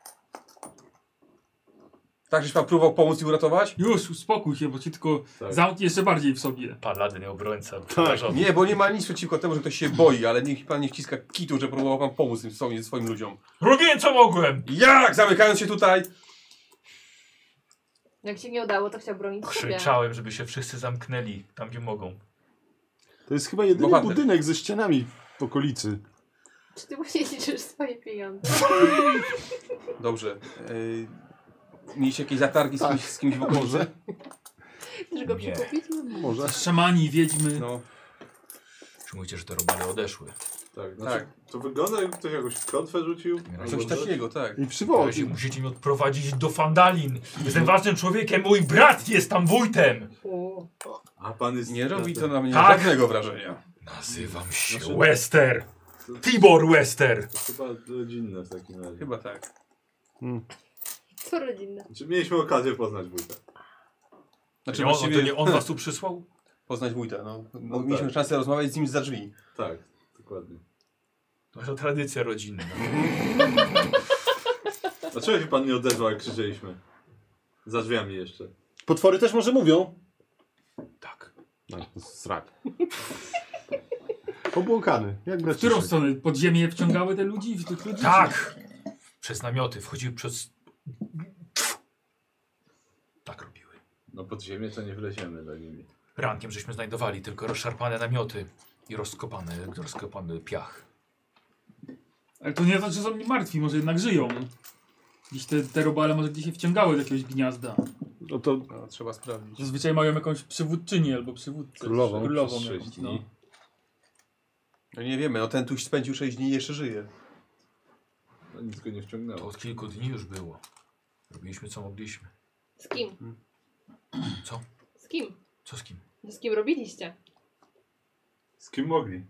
Speaker 5: Tak, żeś pan próbował pomóc i uratować?
Speaker 6: Już, uspokój się, bo ci tylko
Speaker 3: Tak.
Speaker 6: zamknie jeszcze bardziej w sobie.
Speaker 1: Paladyn, obrońca.
Speaker 5: Nie, bo nie ma nic przeciwko temu, że ktoś się boi, ale niech pan nie wciska kitu, że próbował pan pomóc tym swoim ludziom.
Speaker 1: Robiłem co mogłem!
Speaker 5: Jak? Zamykając się tutaj?
Speaker 2: Jak się nie udało, to chciał bronić siebie.
Speaker 1: Krzyczałem, żeby się wszyscy zamknęli tam, gdzie mogą.
Speaker 4: To jest chyba jedyny
Speaker 5: Bohater.
Speaker 4: budynek ze ścianami w okolicy.
Speaker 2: Czy ty właśnie liczysz swoje pieniądze?
Speaker 5: Dobrze. Mieliście jakieś zatargi z kimś w okolicy?
Speaker 4: Może?
Speaker 2: Chcesz go
Speaker 1: Nie.
Speaker 2: przekupić?
Speaker 4: Może.
Speaker 6: Szamani, wiedźmy.
Speaker 5: No,
Speaker 1: Przymujcie, że te robale odeszły.
Speaker 3: Tak, znaczy,
Speaker 5: tak.
Speaker 3: to wygląda jakby ktoś jakąś klątwę rzucił.
Speaker 1: Coś
Speaker 5: Coś takiego, tak.
Speaker 4: I przywołał.
Speaker 1: Razie musicie mnie odprowadzić do Fandalin. Jestem ważnym człowiekiem, mój brat jest tam wójtem.
Speaker 2: U.
Speaker 3: A pan jest...
Speaker 5: Nie robi to na mnie
Speaker 1: Tak.
Speaker 5: żadnego wrażenia.
Speaker 1: Nazywam się
Speaker 3: Znaczy-
Speaker 1: Wester. Tibor Wester.
Speaker 3: To chyba rodzinne w takim razie.
Speaker 5: Chyba tak.
Speaker 2: Co rodzinne?
Speaker 3: Znaczy, mieliśmy okazję poznać wójta.
Speaker 5: Znaczy
Speaker 1: To
Speaker 5: właściwie
Speaker 1: nie on was tu przysłał?
Speaker 5: poznać wójta, no.
Speaker 3: No
Speaker 5: Mieliśmy
Speaker 3: tak.
Speaker 5: szansę rozmawiać z nim za drzwi.
Speaker 3: Tak, dokładnie.
Speaker 1: To tradycja rodzinna.
Speaker 3: Dlaczego się pan nie odezwał, jak krzyczeliśmy? Za drzwiami jeszcze.
Speaker 4: Potwory też może mówią.
Speaker 1: Tak.
Speaker 4: No, to srak. Obłąkany. Jak
Speaker 6: W
Speaker 4: brać
Speaker 6: którą stronę? Pod ziemię wciągały te ludzi? Tych ludzi?
Speaker 1: Tak! Przez namioty. Wchodziły przez... Tak robiły.
Speaker 3: No pod ziemię to nie wleziemy za nimi.
Speaker 1: Rankiem żeśmy znajdowali tylko rozszarpane namioty i rozkopany piach.
Speaker 6: Ale to nie znaczy, że są nie martwi, może jednak żyją. Gdzieś te robale może gdzieś się wciągały do jakiegoś gniazda.
Speaker 4: No to
Speaker 5: No, trzeba sprawdzić.
Speaker 6: Zazwyczaj mają jakąś przywódczynię albo przywódcę.
Speaker 4: Królową.
Speaker 6: Królową
Speaker 3: Przez 6
Speaker 6: jakąś,
Speaker 3: dni.
Speaker 6: no.
Speaker 5: No nie wiemy, no ten tu spędził 6 dni i jeszcze żyje.
Speaker 3: No, nic go nie
Speaker 1: To
Speaker 3: wciągnęło.
Speaker 1: od kilku dni już było. Robiliśmy co mogliśmy.
Speaker 2: Z kim?
Speaker 1: Co?
Speaker 2: Z kim?
Speaker 1: Co z kim?
Speaker 2: Z kim robiliście?
Speaker 3: Z kim mogli?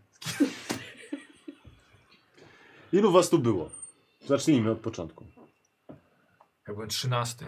Speaker 4: ilu was tu było? Zacznijmy od początku.
Speaker 1: Ja byłem 13.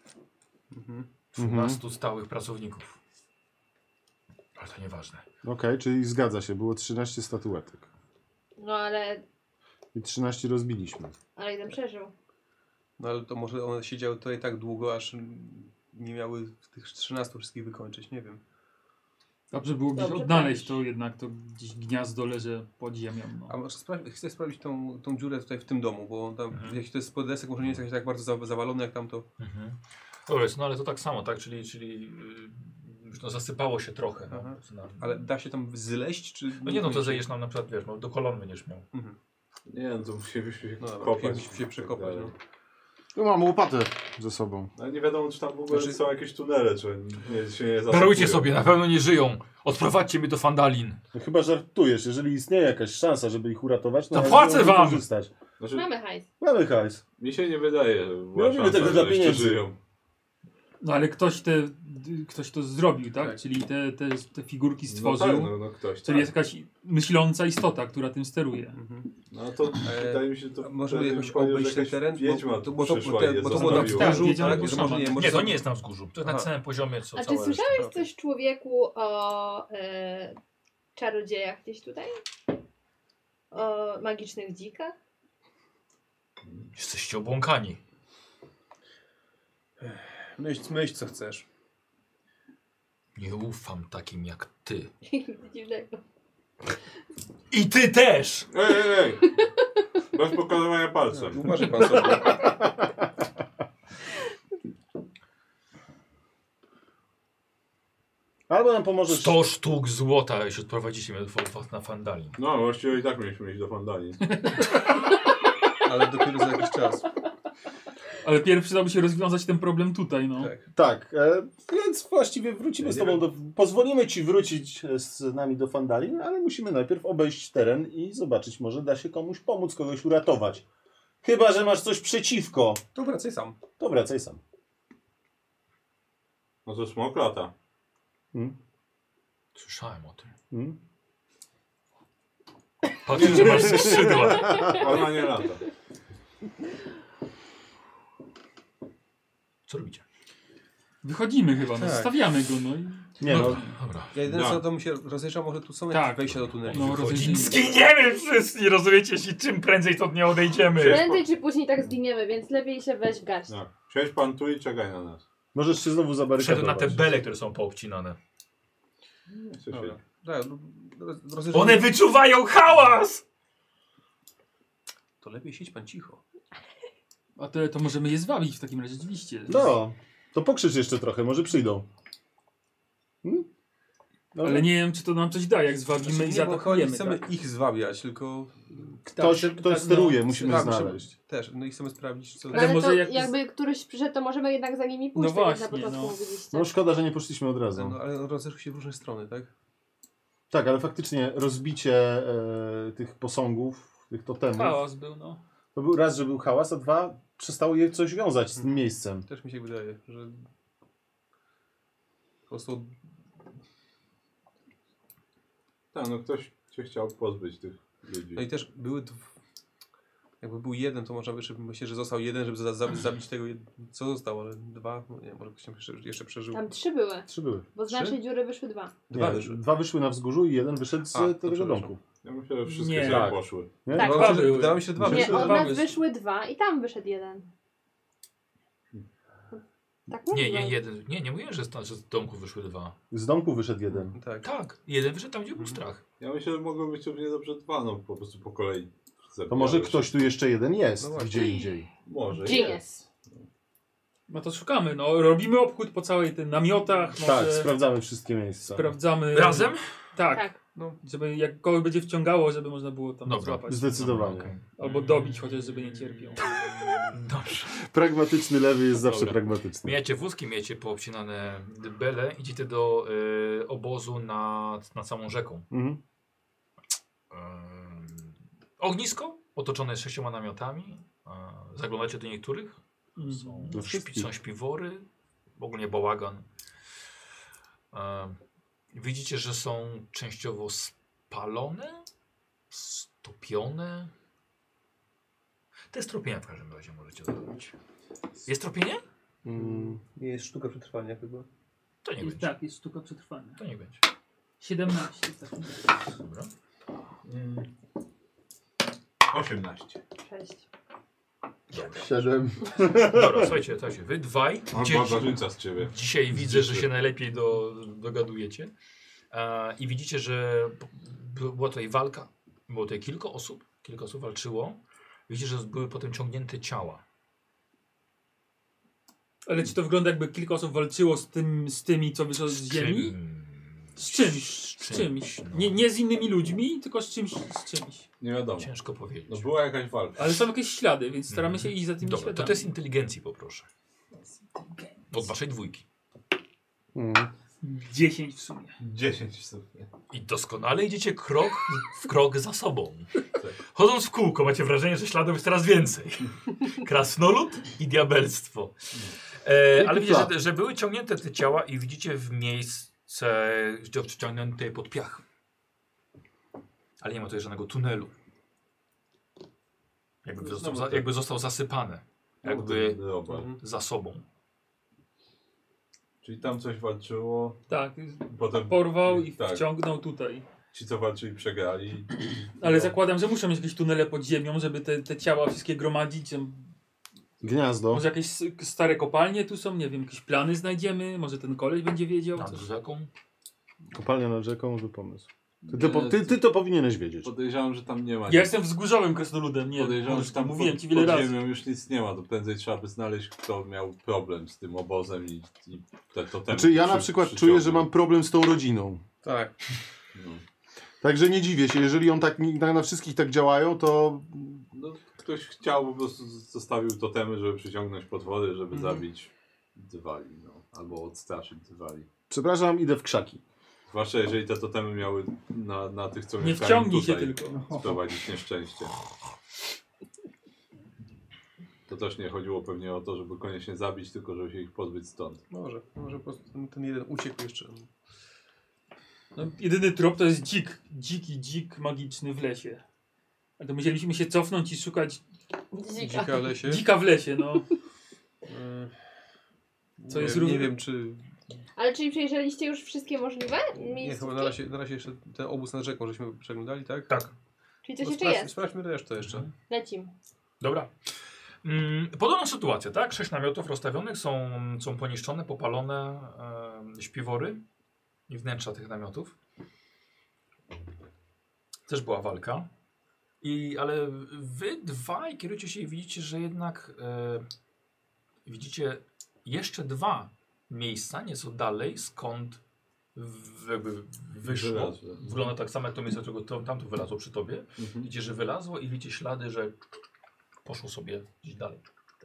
Speaker 1: 12 stałych pracowników. Ale to nieważne.
Speaker 4: Okej, czyli zgadza się, było 13 statuetek.
Speaker 2: No ale
Speaker 4: I 13 rozbiliśmy.
Speaker 2: jeden przeżył.
Speaker 5: No ale to może one siedziały tutaj tak długo, aż nie miały tych 13 wszystkich wykończyć, nie wiem.
Speaker 6: Dobrze było gdzieś
Speaker 2: Dobrze
Speaker 6: odnaleźć
Speaker 2: powiedzieć.
Speaker 6: to jednak, to gdzieś gniazdo leży pod ziemią. No.
Speaker 5: A może chcę sprawdzić tą dziurę tutaj w tym domu, bo on tam, jeśli to jest podesek, może nie jest jakiś tak bardzo zawalony jak tamto.
Speaker 1: Dobra, no ale to tak samo, tak? Czyli już no, zasypało się trochę. No,
Speaker 5: Aha. Ale da się tam zleść, czy...
Speaker 1: no nie no, to zejdziesz nam na przykład, wiesz, no, do kolon będziesz miał.
Speaker 5: Mhm.
Speaker 3: Nie, no to musielibyśmy się
Speaker 5: No,
Speaker 3: kopać.
Speaker 5: musimy się przekopać, no.
Speaker 4: No mam łopatę ze sobą.
Speaker 3: Ale nie wiadomo, czy tam w ogóle
Speaker 5: Znaczy-
Speaker 3: są jakieś tunele, czy się nie
Speaker 1: Darujcie
Speaker 3: zasypują.
Speaker 1: sobie, na pewno nie żyją. Odprowadźcie mnie do Fandalin.
Speaker 4: No chyba żartujesz, jeżeli istnieje jakaś szansa, żeby ich uratować, to
Speaker 1: Zapłacę
Speaker 4: należy ją
Speaker 1: wam!
Speaker 4: wykorzystać.
Speaker 3: Znaczy,
Speaker 2: Mamy hajs.
Speaker 4: Mamy hajs.
Speaker 3: mi się nie wydaje, że była
Speaker 4: robimy
Speaker 3: szansa,
Speaker 4: tego dla
Speaker 3: że jeszcze
Speaker 4: pieniędzy.
Speaker 3: żyją.
Speaker 6: No ale ktoś to zrobił, tak? Czyli te figurki stworzył.
Speaker 3: No tak, no ktoś.
Speaker 6: Czyli
Speaker 3: Tak.
Speaker 6: jest jakaś myśląca istota, która tym steruje.
Speaker 5: Mhm.
Speaker 3: No to wydaje mi się, to
Speaker 5: Możemy
Speaker 3: wtedy
Speaker 5: jakoś
Speaker 3: powiedział,
Speaker 5: obejść
Speaker 3: że
Speaker 5: ten
Speaker 3: jakaś
Speaker 5: teren?
Speaker 3: wiedźma
Speaker 5: Bo to
Speaker 3: przyszła i je
Speaker 5: było na
Speaker 3: zostawiła.
Speaker 6: Tak,
Speaker 5: wzgórzu,
Speaker 6: wiedziałem,
Speaker 5: tak?
Speaker 6: że
Speaker 5: Że może nie, może
Speaker 1: Nie, to
Speaker 5: są-
Speaker 1: nie jest na wzgórzu. To jest na
Speaker 5: Aha.
Speaker 1: samym poziomie, co
Speaker 2: A czy
Speaker 1: cała reszta.
Speaker 2: słyszałeś coś, człowieku, o czarodziejach gdzieś tutaj? O magicznych dzikach?
Speaker 1: Jesteście obłąkani.
Speaker 5: Myśl co chcesz.
Speaker 1: Nie ufam takim jak ty.
Speaker 2: Nic dziwnego.
Speaker 1: I ty też!
Speaker 3: Ej! Bez pokazywania palcem.
Speaker 5: Uważaj pan sobie.
Speaker 4: Albo nam pomożesz...
Speaker 1: 100 sztuk złota, jeśli odprowadzicie mnie na Fandalin.
Speaker 3: No, właściwie i tak mieliśmy iść do Fandali.
Speaker 5: Ale dopiero za jakiś czas.
Speaker 6: Ale pierw przydałby się rozwiązać ten problem tutaj, no.
Speaker 5: Tak.
Speaker 4: Tak, więc właściwie wrócimy z tobą pozwolimy ci wrócić z nami do Fandalin, ale musimy najpierw obejść teren i zobaczyć, może da się komuś pomóc, kogoś uratować. Chyba że masz coś przeciwko.
Speaker 5: To wracaj sam.
Speaker 4: To wracaj sam.
Speaker 3: No to smok lata.
Speaker 1: Słyszałem o tym.
Speaker 4: Hmm?
Speaker 1: Patrzcie, że masz skrzydła.
Speaker 3: Ona nie lata.
Speaker 1: Co robicie?
Speaker 6: Wychodzimy chyba, no,
Speaker 5: Tak.
Speaker 6: zostawiamy go, no i...
Speaker 4: Nie no,
Speaker 1: Dobra.
Speaker 5: Ja jedyne
Speaker 3: No.
Speaker 5: co to mu się rozejrzał, może tu są
Speaker 6: Tak.
Speaker 5: jakieś wejścia do tuneli.
Speaker 6: No, rozejrzyjmy.
Speaker 1: Zginiemy wszyscy, rozumiecie? Jeśli czym prędzej to nie odejdziemy.
Speaker 2: Prędzej czy później tak zginiemy, więc lepiej się weź w garść.
Speaker 3: Tak. Siedź pan tu i czekaj na nas.
Speaker 4: możesz się znowu
Speaker 1: Wszedł
Speaker 4: zabarykadować.
Speaker 1: na te bele, które są poobcinane.
Speaker 3: Nie chcę
Speaker 5: Dobra.
Speaker 3: się...
Speaker 5: Tak, rozejrzyjmy.
Speaker 1: One wyczuwają hałas!
Speaker 5: To lepiej siedź pan cicho.
Speaker 6: A to możemy je zwabić w takim razie, rzeczywiście.
Speaker 4: No, to pokrzycz jeszcze trochę, może przyjdą. Dobra.
Speaker 6: Ale nie wiem, czy to nam coś da, jak zwabimy i
Speaker 5: Nie, bo chodzi,
Speaker 6: zaatakujemy.
Speaker 5: chcemy
Speaker 6: Tak?
Speaker 5: ich zwabiać, tylko
Speaker 4: Ktoś steruje, musimy
Speaker 5: tak,
Speaker 4: znaleźć.
Speaker 5: też. No i chcemy sprawdzić, co...
Speaker 6: Ale
Speaker 2: Ale
Speaker 6: może
Speaker 2: to
Speaker 6: jak-
Speaker 2: jakby któryś przyszedł, to możemy jednak za nimi pójść,
Speaker 6: No
Speaker 2: tak jak na
Speaker 6: właśnie,
Speaker 2: początku
Speaker 6: no.
Speaker 2: mówiliście.
Speaker 4: No szkoda, że nie poszliśmy od razu.
Speaker 5: No, ale rozeszły się w różne strony, tak?
Speaker 4: Tak, ale faktycznie rozbicie tych posągów, tych totemów,
Speaker 6: Chaos był, no.
Speaker 4: to był raz, że był hałas, a dwa, przestało je coś wiązać z tym miejscem.
Speaker 5: Też mi się wydaje, że po prostu
Speaker 3: Tak, no ktoś się chciał pozbyć tych ludzi.
Speaker 5: no i też były jakby był jeden, to można by myśleć, że został jeden, żeby zabić tego, co zostało, ale dwa, no nie, może ktoś tam jeszcze przeżył.
Speaker 2: Tam 3 były,
Speaker 4: 3 były.
Speaker 2: bo z naszej dziury wyszły 2.
Speaker 5: Dwa
Speaker 4: Nie,
Speaker 5: wyszły.
Speaker 4: 2 wyszły na wzgórzu i jeden wyszedł z
Speaker 5: A, to
Speaker 4: tego
Speaker 5: przepraszam.
Speaker 4: domku.
Speaker 3: Ja myślę, że wszystkie
Speaker 6: Nie.
Speaker 3: sobie
Speaker 4: Tak.
Speaker 3: poszły.
Speaker 4: Nie?
Speaker 2: Tak.
Speaker 6: Dwa były.
Speaker 5: Wydawało mi się, że dwa
Speaker 6: Nie,
Speaker 2: Nie,
Speaker 5: wyszły.
Speaker 2: od
Speaker 6: dwa
Speaker 2: nas
Speaker 6: wyszły.
Speaker 2: wyszły 2 i tam wyszedł jeden. Tak mówiłem.
Speaker 1: Nie mówiłem, że z domku wyszły 2.
Speaker 4: Z domku wyszedł jeden.
Speaker 5: Tak.
Speaker 1: Tak, jeden wyszedł tam, gdzie był strach.
Speaker 3: Ja myślę, że mogło być równie dobrze 2, no po prostu po kolei.
Speaker 4: To może
Speaker 3: Zabijały
Speaker 4: ktoś tu jeszcze jeden jest,
Speaker 5: No właśnie.
Speaker 4: gdzie indziej.
Speaker 3: Może
Speaker 2: Genius.
Speaker 3: jest.
Speaker 6: No to szukamy, no. Robimy obchód po całej tych namiotach,
Speaker 4: Tak,
Speaker 6: może
Speaker 4: sprawdzamy wszystkie miejsca.
Speaker 6: sprawdzamy...
Speaker 1: Razem?
Speaker 6: Tak.
Speaker 2: Tak.
Speaker 6: No, żeby jak kogoś będzie wciągało, żeby można było tam
Speaker 1: Dobra.
Speaker 6: złapać.
Speaker 4: Zdecydowanie.
Speaker 1: Okej.
Speaker 6: Albo dobić, chociaż żeby nie cierpiał.
Speaker 1: Dobrze.
Speaker 4: Pragmatyczny lewy jest zawsze
Speaker 1: Dobra.
Speaker 4: pragmatyczny.
Speaker 1: Mijacie wózki, mijacie poobcinane bele, idziecie do obozu nad samą rzeką.
Speaker 4: Mhm.
Speaker 1: Ognisko otoczone 6 namiotami. Zaglądacie do niektórych.
Speaker 4: Do wszystkich.
Speaker 1: Są śpiwory, ogólnie bałagan. Widzicie, że są częściowo spalone, stopione. Test tropienia w każdym razie możecie zrobić. Jest tropienie?
Speaker 5: Nie jest sztuka przetrwania chyba.
Speaker 1: To nie
Speaker 6: Jest,
Speaker 1: będzie.
Speaker 6: tak, jest sztuka przetrwania.
Speaker 1: To nie będzie.
Speaker 6: 17. Tak.
Speaker 1: Dobra.
Speaker 3: 18.
Speaker 2: 6.
Speaker 4: 7.
Speaker 1: Dobra, słuchajcie, wy dwaj.
Speaker 3: Mam barbarzyńca z ciebie.
Speaker 1: Dzisiaj widzę, że się najlepiej dogadujecie. I widzicie, że była tutaj walka. Było tutaj kilka osób walczyło. Widzicie, że były potem ciągnięte ciała.
Speaker 6: Ale czy to wygląda jakby kilka osób walczyło z tymi, co wyszło z ziemi? Z czymś.
Speaker 1: No.
Speaker 6: Nie z innymi ludźmi, tylko z czymś.
Speaker 3: Nie wiadomo.
Speaker 1: Ciężko powiedzieć.
Speaker 3: No była jakaś walka.
Speaker 6: Ale są jakieś ślady, więc staramy się iść za tymi
Speaker 1: Dobra,
Speaker 6: śladami.
Speaker 1: to jest inteligencji poproszę. Od waszej dwójki.
Speaker 6: 10 w sumie.
Speaker 3: 10 w sumie.
Speaker 1: I doskonale idziecie krok w krok za sobą. Chodząc w kółko macie wrażenie, że śladów jest coraz więcej. Krasnolud i diabelstwo. Ale widzicie, że były ciągnięte te ciała i widzicie w miejsce wciągnięte pod piach. Ale nie ma tutaj żadnego tunelu. Jakby został zasypany. Jakby za sobą.
Speaker 3: Czyli tam coś walczyło.
Speaker 6: Tak,
Speaker 3: Potem
Speaker 6: porwał i
Speaker 3: tak.
Speaker 6: wciągnął tutaj.
Speaker 3: Ci co walczyli przegrali.
Speaker 6: Ale zakładam, że muszą mieć jakieś tunele pod ziemią, żeby te ciała wszystkie gromadzić.
Speaker 4: Gniazdo.
Speaker 6: Może jakieś stare kopalnie tu są, nie wiem, jakieś plany znajdziemy, może ten koleś będzie wiedział.
Speaker 1: Nad rzeką.
Speaker 4: Kopalnia nad rzeką, zły pomysł. Ty to powinieneś wiedzieć.
Speaker 3: Podejrzewam, że tam nie ma.
Speaker 6: Ja jestem wzgórzowym krasnoludem, nie
Speaker 3: Podejrzewam, że tam
Speaker 6: mówiłem ci wiele
Speaker 3: pod
Speaker 6: razy.
Speaker 3: ziemią już nic nie ma. To prędzej trzeba by znaleźć, kto miał problem z tym obozem i te totemy.
Speaker 4: Znaczy ja na przykład czuję, że mam problem z tą rodziną.
Speaker 5: Tak.
Speaker 3: No.
Speaker 4: Także nie dziwię się, jeżeli on tak na wszystkich tak działają, to...
Speaker 3: No, ktoś chciał po prostu zostawił totemy, żeby przyciągnąć potwory, żeby zabić dywali, no. Albo odstraszyć dywali.
Speaker 4: Przepraszam, idę w krzaki.
Speaker 3: Zwłaszcza jeżeli te totemy miały na tych, co
Speaker 6: Nie
Speaker 3: mieszkają
Speaker 6: wciągnij się
Speaker 3: tutaj,
Speaker 6: tylko.
Speaker 3: sprowadzić nieszczęście. To też nie chodziło pewnie o to, żeby koniecznie zabić, tylko żeby się ich pozbyć stąd.
Speaker 5: Może po prostu ten jeden uciekł jeszcze.
Speaker 6: No, jedyny trop to jest dzik magiczny w lesie. A to musieliśmy się cofnąć i szukać
Speaker 5: Dzika w lesie.
Speaker 6: dzika w lesie, no. Co jest
Speaker 5: nie wiem czy...
Speaker 2: Ale czyli przejrzeliście już wszystkie możliwe
Speaker 5: Nie,
Speaker 2: miejsca?
Speaker 5: chyba na razie jeszcze ten obóz nad rzeką żeśmy przeglądali, tak?
Speaker 1: Tak.
Speaker 2: Czyli coś
Speaker 5: No,
Speaker 2: jeszcze jest.
Speaker 5: Sprawdźmy resztę jeszcze.
Speaker 2: Lecim.
Speaker 1: Dobra. Podobna sytuacja, tak? 6 namiotów rozstawionych, są poniszczone, popalone śpiwory i wnętrza tych namiotów. Też była walka. Ale wy dwaj kierujecie się i widzicie, że jednak widzicie jeszcze 2 miejsca nieco dalej, skąd jakby wyszło.
Speaker 3: Wylazło.
Speaker 1: Wygląda tak samo jak to miejsce, którego tamto wylazło przy tobie. Widzicie, że wylazło i widzicie ślady, że poszło sobie gdzieś dalej.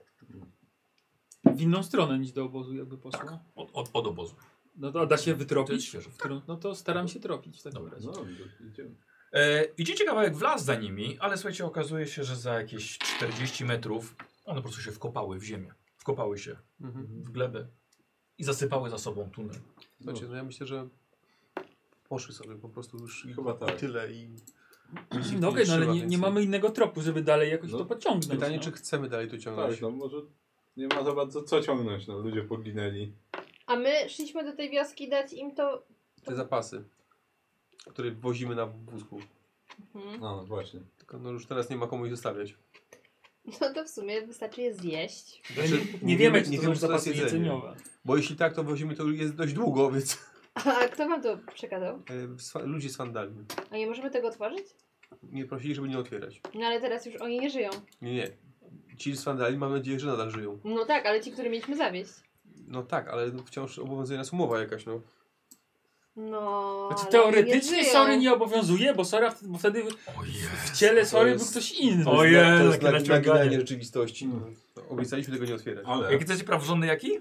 Speaker 6: W inną stronę niż do obozu jakby poszło.
Speaker 1: Tak, od obozu.
Speaker 6: No to a da się
Speaker 1: To jest
Speaker 6: wytropić?
Speaker 1: świeże.
Speaker 6: No to staram się tropić w takim
Speaker 1: Dobra.
Speaker 6: razie.
Speaker 3: No, idziemy.
Speaker 1: Idziecie kawałek w las za nimi, ale słuchajcie, okazuje się, że za jakieś 40 metrów one po prostu się wkopały w ziemię. Wkopały się w glebę i zasypały za sobą tunel.
Speaker 5: Słuchajcie, no ja myślę, że poszły sobie po prostu już
Speaker 3: Chyba tak.
Speaker 5: tyle i...
Speaker 6: No okej, no ale nie
Speaker 5: Więcej.
Speaker 6: mamy innego tropu, żeby dalej jakoś
Speaker 3: No,
Speaker 6: to pociągnąć.
Speaker 5: Pytanie,
Speaker 6: no.
Speaker 5: czy chcemy dalej to ciągnąć?
Speaker 3: Tak, no może nie ma za bardzo co ciągnąć, no ludzie poginęli.
Speaker 2: A my szliśmy do tej wioski dać im to...
Speaker 5: Te zapasy, które wozimy na wózku.
Speaker 3: No właśnie.
Speaker 5: Tylko no już teraz nie ma komu ich zostawiać.
Speaker 2: No to w sumie wystarczy je zjeść.
Speaker 5: Znaczy,
Speaker 6: Nie wiemy, czy to są
Speaker 5: czy to jest
Speaker 6: zapasy
Speaker 5: jedzenie.
Speaker 6: jedzeniowe.
Speaker 5: Bo jeśli tak, to wozimy to jest dość długo, więc...
Speaker 2: A kto wam to przekazał?
Speaker 5: Ludzie z Fandali.
Speaker 2: A nie możemy tego otworzyć?
Speaker 5: Nie prosili, żeby nie otwierać.
Speaker 2: No ale teraz już oni nie żyją.
Speaker 5: Nie. Ci z Fandali mam nadzieję, że nadal żyją.
Speaker 2: No tak, ale ci, które mieliśmy zawieść.
Speaker 5: No tak, ale wciąż obowiązuje nas umowa jakaś, no.
Speaker 2: No.
Speaker 6: Znaczy
Speaker 2: ale
Speaker 6: teoretycznie
Speaker 2: nie żyją.
Speaker 6: Sory nie obowiązuje, bo wtedy w ciele Sory był ktoś inny.
Speaker 1: O Jezu,
Speaker 5: To jest
Speaker 1: jakie naciąganie.
Speaker 5: naginanie rzeczywistości. No. Obiecaliśmy tego nie otwierać.
Speaker 3: Ale
Speaker 1: Jaki to jest praworządny jaki?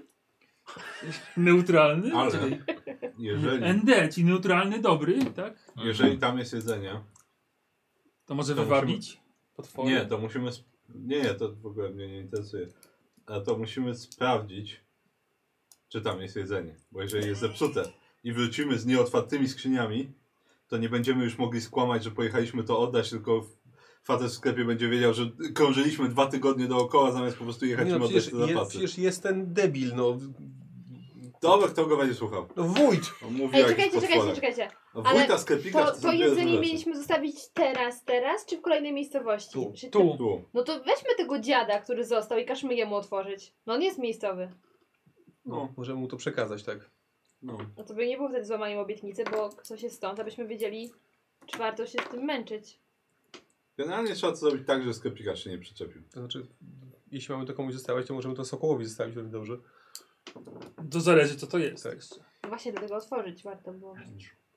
Speaker 6: Neutralny?
Speaker 3: Ale-
Speaker 6: Czyli
Speaker 3: jeżeli,
Speaker 6: ND, czyli neutralny, dobry, tak?
Speaker 3: jeżeli tam jest jedzenie,
Speaker 6: To może
Speaker 3: To
Speaker 6: wywarbić? Potwory?
Speaker 3: nie, to musimy... Nie, to w ogóle mnie nie interesuje. A to musimy sprawdzić, czy tam jest jedzenie. Bo jeżeli jest zepsute i wrócimy z nieotwartymi skrzyniami, to nie będziemy już mogli skłamać, że pojechaliśmy to oddać, tylko facet w sklepie będzie wiedział, że krążyliśmy 2 tygodnie dookoła, zamiast po prostu jechać
Speaker 5: Nie,
Speaker 3: im
Speaker 5: no,
Speaker 3: oddać te zapasy.
Speaker 5: przecież jest ten debil, no.
Speaker 3: Dobra, kto go będzie słuchał?
Speaker 5: No wójt!
Speaker 3: On mówi
Speaker 2: Ej,
Speaker 3: o jakichś
Speaker 2: czekajcie.
Speaker 3: potworach. A
Speaker 2: Ale
Speaker 3: wójta sklepika
Speaker 2: To
Speaker 3: zabija
Speaker 2: jedzenie
Speaker 3: rzeczy.
Speaker 2: mieliśmy zostawić teraz, czy w kolejnej miejscowości?
Speaker 5: Tu.
Speaker 2: Czy
Speaker 6: Tu.
Speaker 3: Tu.
Speaker 2: No to weźmy tego dziada, który został i każmy jemu otworzyć. No on jest miejscowy.
Speaker 3: No.
Speaker 5: Możemy mu to przekazać, tak.
Speaker 3: No.
Speaker 2: No to by nie było wtedy złamaniem obietnicy, bo ktoś jest stąd, abyśmy wiedzieli, czy warto się z tym męczyć.
Speaker 3: Generalnie trzeba to zrobić tak, że sklepikarz się nie przyczepił.
Speaker 5: To znaczy, jeśli mamy to komuś zostawiać, to możemy to Sokołowi zostawić, to dobrze.
Speaker 6: To zależy co to jest.
Speaker 5: Tak.
Speaker 2: No właśnie dlatego otworzyć warto było.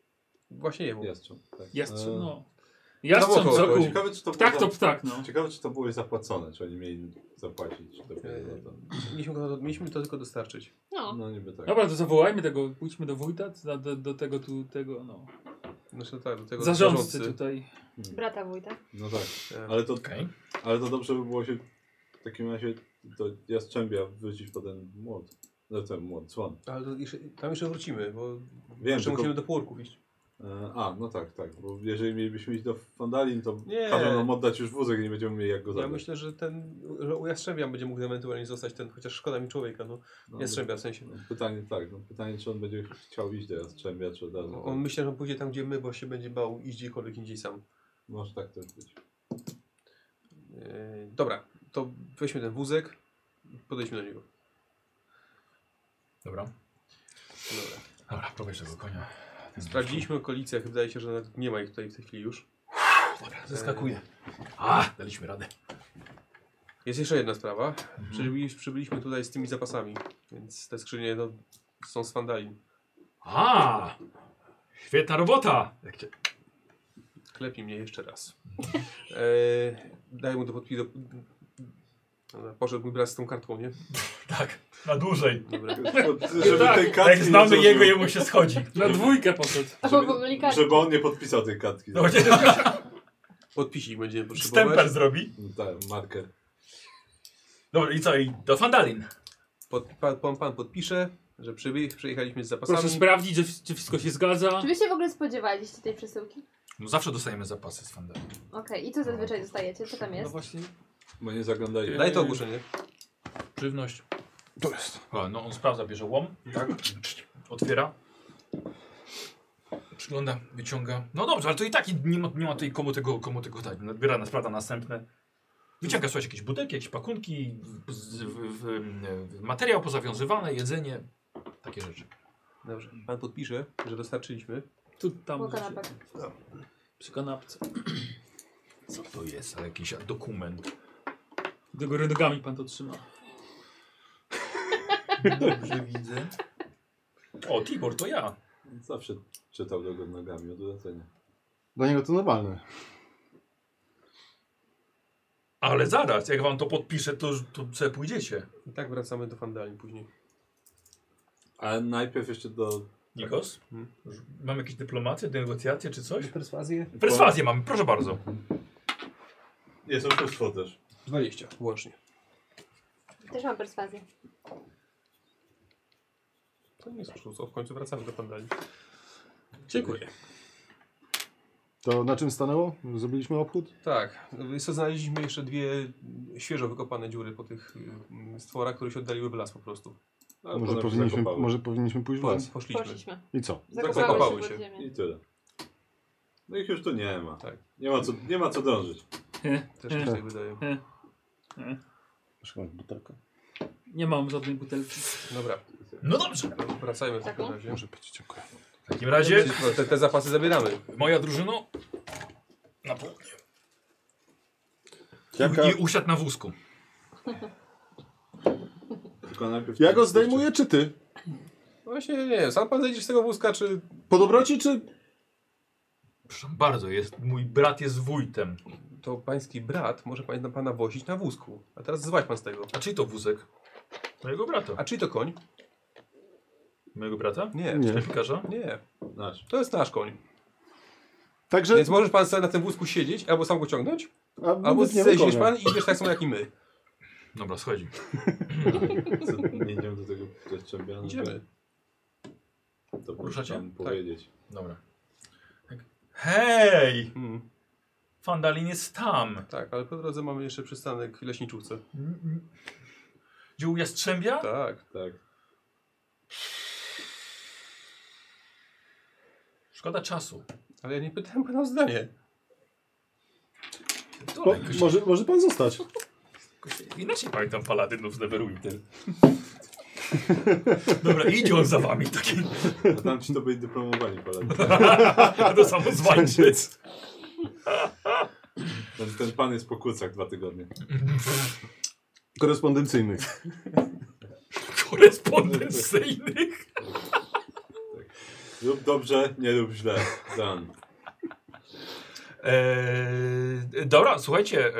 Speaker 5: Właśnie nie było.
Speaker 3: Jastrząb. Tak.
Speaker 6: Jastrząb, no.
Speaker 5: No,
Speaker 6: Jastrząb,
Speaker 5: bo-
Speaker 6: soku.
Speaker 3: Ciekawe, czy to
Speaker 6: Ptak
Speaker 3: było,
Speaker 6: to ptak, no.
Speaker 3: ciekawe, czy to było zapłacone, czy oni mieli zapłacić. Czy dopiero za to.
Speaker 5: Mieliśmy to tylko dostarczyć.
Speaker 2: No.
Speaker 3: No niby tak.
Speaker 6: Dobra, to zawołajmy tego, pójdźmy do wójta, do tego no.
Speaker 5: Znaczy tak, do tego
Speaker 6: Zarządcy tutaj.
Speaker 2: Brata wójta.
Speaker 3: No tak.
Speaker 5: Tak.
Speaker 3: Ale to dobrze by było się w takim razie do Jastrzębia wrócić po ten młot. No ten młot, dzwon.
Speaker 5: Ale tam jeszcze wrócimy, bo
Speaker 3: Wiem,
Speaker 5: jeszcze
Speaker 3: tylko...
Speaker 5: musimy do Płorków iść.
Speaker 3: no tak, bo jeżeli mielibyśmy iść do Fandalin, to
Speaker 5: Nie.
Speaker 3: każą nam oddać już wózek i nie będziemy mieli jak go
Speaker 5: Ja
Speaker 3: zabrać.
Speaker 5: myślę, że że u Jastrzębia będzie mógł ewentualnie zostać ten, chociaż szkoda mi człowieka, no. Jastrzębia w sensie.
Speaker 3: Pytanie, czy on będzie chciał iść do Jastrzębia, czy od razu.
Speaker 5: On myślę, że on pójdzie tam, gdzie my, bo się będzie bał iść gdziekolwiek indziej sam.
Speaker 3: Może tak też być.
Speaker 5: Dobra, to weźmy ten wózek i podejdźmy do niego.
Speaker 1: Dobra.
Speaker 5: Dobra.
Speaker 1: Dobra, prowadź tego konia.
Speaker 5: Sprawdziliśmy okolice, wydaje się, że nawet nie ma ich tutaj w tej chwili już.
Speaker 1: Dobra, zeskakuję. Daliśmy radę.
Speaker 5: Jest jeszcze jedna sprawa. Przybyliśmy tutaj z tymi zapasami, więc te skrzynie no, są z Fandalin.
Speaker 1: Świetna robota!
Speaker 5: Klepnij mnie jeszcze raz. Daj mu to podpisać. Poszedł mój brat z tą kartką, nie?
Speaker 1: Tak, na dłużej.
Speaker 5: Dobra.
Speaker 3: Żeby
Speaker 6: Tak,
Speaker 3: tej kartki
Speaker 1: Jak
Speaker 3: nie
Speaker 1: znamy
Speaker 3: złożył.
Speaker 1: jego, jemu się schodzi.
Speaker 6: Na dwójkę poszedł.
Speaker 2: Albo pomyli kartę.
Speaker 3: Żeby on nie podpisał tej kartki.
Speaker 1: No, nie,
Speaker 5: Podpisik będziemy potrzebować.
Speaker 1: stempel zrobi.
Speaker 3: Tak, marker.
Speaker 1: Dobra, i co? I do Fandalin.
Speaker 5: Pan podpisze, że przyjechaliśmy z zapasami.
Speaker 6: Proszę sprawdzić, czy wszystko się zgadza.
Speaker 2: Czy wy się w ogóle spodziewaliście tej przesyłki?
Speaker 1: No zawsze dostajemy zapasy z Fandalin.
Speaker 2: Okej, i co zazwyczaj dostajecie? Co tam
Speaker 6: No
Speaker 2: jest?
Speaker 6: właśnie.
Speaker 3: Bo nie zaglądali.
Speaker 5: Daj to ogłoszenie.
Speaker 1: Żywność.
Speaker 4: To jest.
Speaker 1: No on sprawdza, bierze łom, tak? Otwiera. Przygląda, wyciąga. No dobrze, ale to i tak nie ma tutaj komu tego dać. Nadbiera, sprawdza następne. Wyciąga słuchajcie, jakieś butelki, jakieś pakunki, materiał pozawiązywany, jedzenie, takie rzeczy.
Speaker 5: Dobrze. Pan podpisze, że dostarczyliśmy.
Speaker 6: Tu, tam.
Speaker 2: Po kanapach.
Speaker 6: Przy kanapce.
Speaker 1: Co to jest? Ale jakiś dokument.
Speaker 6: Do góry nogami pan to trzyma.
Speaker 1: Dobrze widzę. O, Tibor, to ja.
Speaker 3: Zawsze czytał do nogami od urodzenia.
Speaker 4: Dla niego to normalne.
Speaker 1: Ale zaraz, jak wam to podpiszę, to sobie pójdziecie.
Speaker 5: I tak wracamy do Fandalin później.
Speaker 3: Ale najpierw jeszcze do...
Speaker 1: Nikos? Mam jakieś dyplomacje, negocjacje czy coś?
Speaker 5: Perswazję?
Speaker 1: Perswazję mamy, proszę bardzo.
Speaker 3: Jest oszustwo też.
Speaker 5: 20 łącznie.
Speaker 2: Też mam perswazję.
Speaker 5: To nie jest oszustwo, w końcu wracamy do Fandalin. Dziękuję.
Speaker 4: To na czym stanęło? Zrobiliśmy obchód?
Speaker 5: Tak, znaleźliśmy jeszcze 2 świeżo wykopane dziury po tych stworach, które się oddaliły w las po prostu.
Speaker 3: Ale
Speaker 4: Może powinniśmy pójść w las.
Speaker 5: Poszliśmy.
Speaker 2: Poszliśmy.
Speaker 4: I co?
Speaker 5: Zakopały
Speaker 2: się
Speaker 5: się.
Speaker 2: pod ziemię.
Speaker 3: I tyle. No ich już tu nie ma.
Speaker 5: Tak.
Speaker 3: Nie ma co dążyć.
Speaker 5: Też mi się tak wydaje.
Speaker 4: Masz jakąś butelkę?
Speaker 6: Nie mam żadnej butelki.
Speaker 5: Dobra,
Speaker 1: No dobrze.
Speaker 5: wracajmy w takim
Speaker 2: Taką?
Speaker 5: razie.
Speaker 4: Może być, dziękuję.
Speaker 1: W takim razie
Speaker 5: Te zapasy zabieramy.
Speaker 1: moja drużyno na południe.
Speaker 4: Jaka...
Speaker 1: I usiadł na wózku.
Speaker 3: Tylko najpierw
Speaker 4: Ja go zdejmuję, czy ty?
Speaker 5: Właśnie nie wiem, sam pan zejdziesz z tego wózka, czy...
Speaker 4: Po dobroci, czy...
Speaker 1: Proszę bardzo, mój brat jest wójtem.
Speaker 5: To pański brat może pana wozić na wózku. A teraz zwaź pan z tego.
Speaker 1: A czyj to wózek? Mojego brata.
Speaker 5: A czyj to koń?
Speaker 1: Mojego brata?
Speaker 5: Nie.
Speaker 4: Nie.
Speaker 1: Sklepikarza?
Speaker 5: Nie.
Speaker 3: Nasz.
Speaker 5: To jest nasz koń.
Speaker 4: Także...
Speaker 5: Więc możesz pan sobie na tym wózku siedzieć, albo sam go ciągnąć, albo
Speaker 4: wytniemy
Speaker 5: zeźmiesz
Speaker 4: konia.
Speaker 5: pan i idziesz tak samo jak i my.
Speaker 1: Dobra, schodzi.
Speaker 3: Co, nie idziemy do tego Jastrzębia?
Speaker 5: Idziemy.
Speaker 3: To
Speaker 1: Ruszacie?
Speaker 3: proszę powiedzieć.
Speaker 1: Dobra. Tak. Hej!
Speaker 5: Mm,
Speaker 1: Fandalin jest tam.
Speaker 5: tak, ale po drodze mamy jeszcze przystanek w leśniczówce.
Speaker 1: Gdzie u Jastrzębia?
Speaker 5: Tak.
Speaker 3: Tak.
Speaker 1: Szkoda czasu.
Speaker 5: Ale ja nie pytałem pana o zdanie.
Speaker 4: Po, może pan zostać.
Speaker 1: Inaczej pamiętam paladynów z Neverwinter. Dobra, idzie on za wami taki.
Speaker 3: A tam ci to byli dyplomowani Polacy.
Speaker 1: A to samo zwańczyc.
Speaker 3: Ten pan jest po kursach 2 tygodnie.
Speaker 4: Korespondencyjnych.
Speaker 1: Korespondencyjnych.
Speaker 3: Rób dobrze, nie rób źle. Dan.
Speaker 1: Dobra, słuchajcie,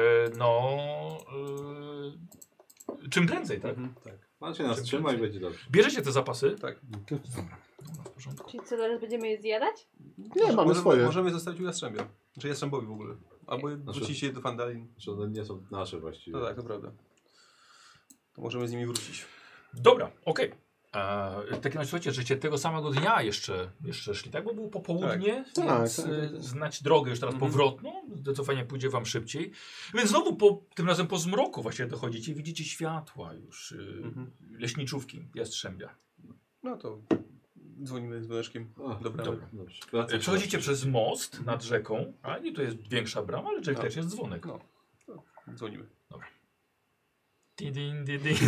Speaker 1: czym prędzej, tak?
Speaker 3: Tak. Pan się nas trzyma i będzie dobrze.
Speaker 1: Bierzecie te zapasy?
Speaker 5: Tak.
Speaker 1: Dobra, w porządku.
Speaker 2: Czyli co, teraz będziemy je zjadać?
Speaker 4: Nie, mamy swoje.
Speaker 5: Możemy zostawić u Jastrzębia. Znaczy Jastrzębowi w ogóle. Albo wrócić je do Fandalin.
Speaker 3: Że one nie są nasze właściwie.
Speaker 5: No tak, to prawda. To możemy z nimi wrócić.
Speaker 1: Dobra, okej. W takim razie słuchajcie, żeście tego samego dnia jeszcze szli, tak? Bo było popołudnie,
Speaker 4: Tak.
Speaker 1: więc
Speaker 4: Tak.
Speaker 1: znać drogę już teraz powrotną, zdecydowanie pójdzie wam szybciej. Więc znowu tym razem po zmroku właściwie dochodzicie i widzicie światła już leśniczówki Jastrzębia.
Speaker 5: No to dzwonimy z dzwoneczkiem. Dobra.
Speaker 3: Dobrze.
Speaker 1: Przechodzicie przez most nad rzeką, a nie to jest większa brama, ale też jest dzwonek.
Speaker 5: No. Dzwonimy.
Speaker 1: Ding.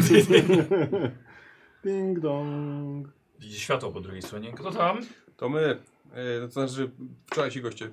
Speaker 4: Ding dong.
Speaker 1: Widzicie światło po drugiej stronie. Kto tam?
Speaker 5: To my. To znaczy, że wczorajsi goście.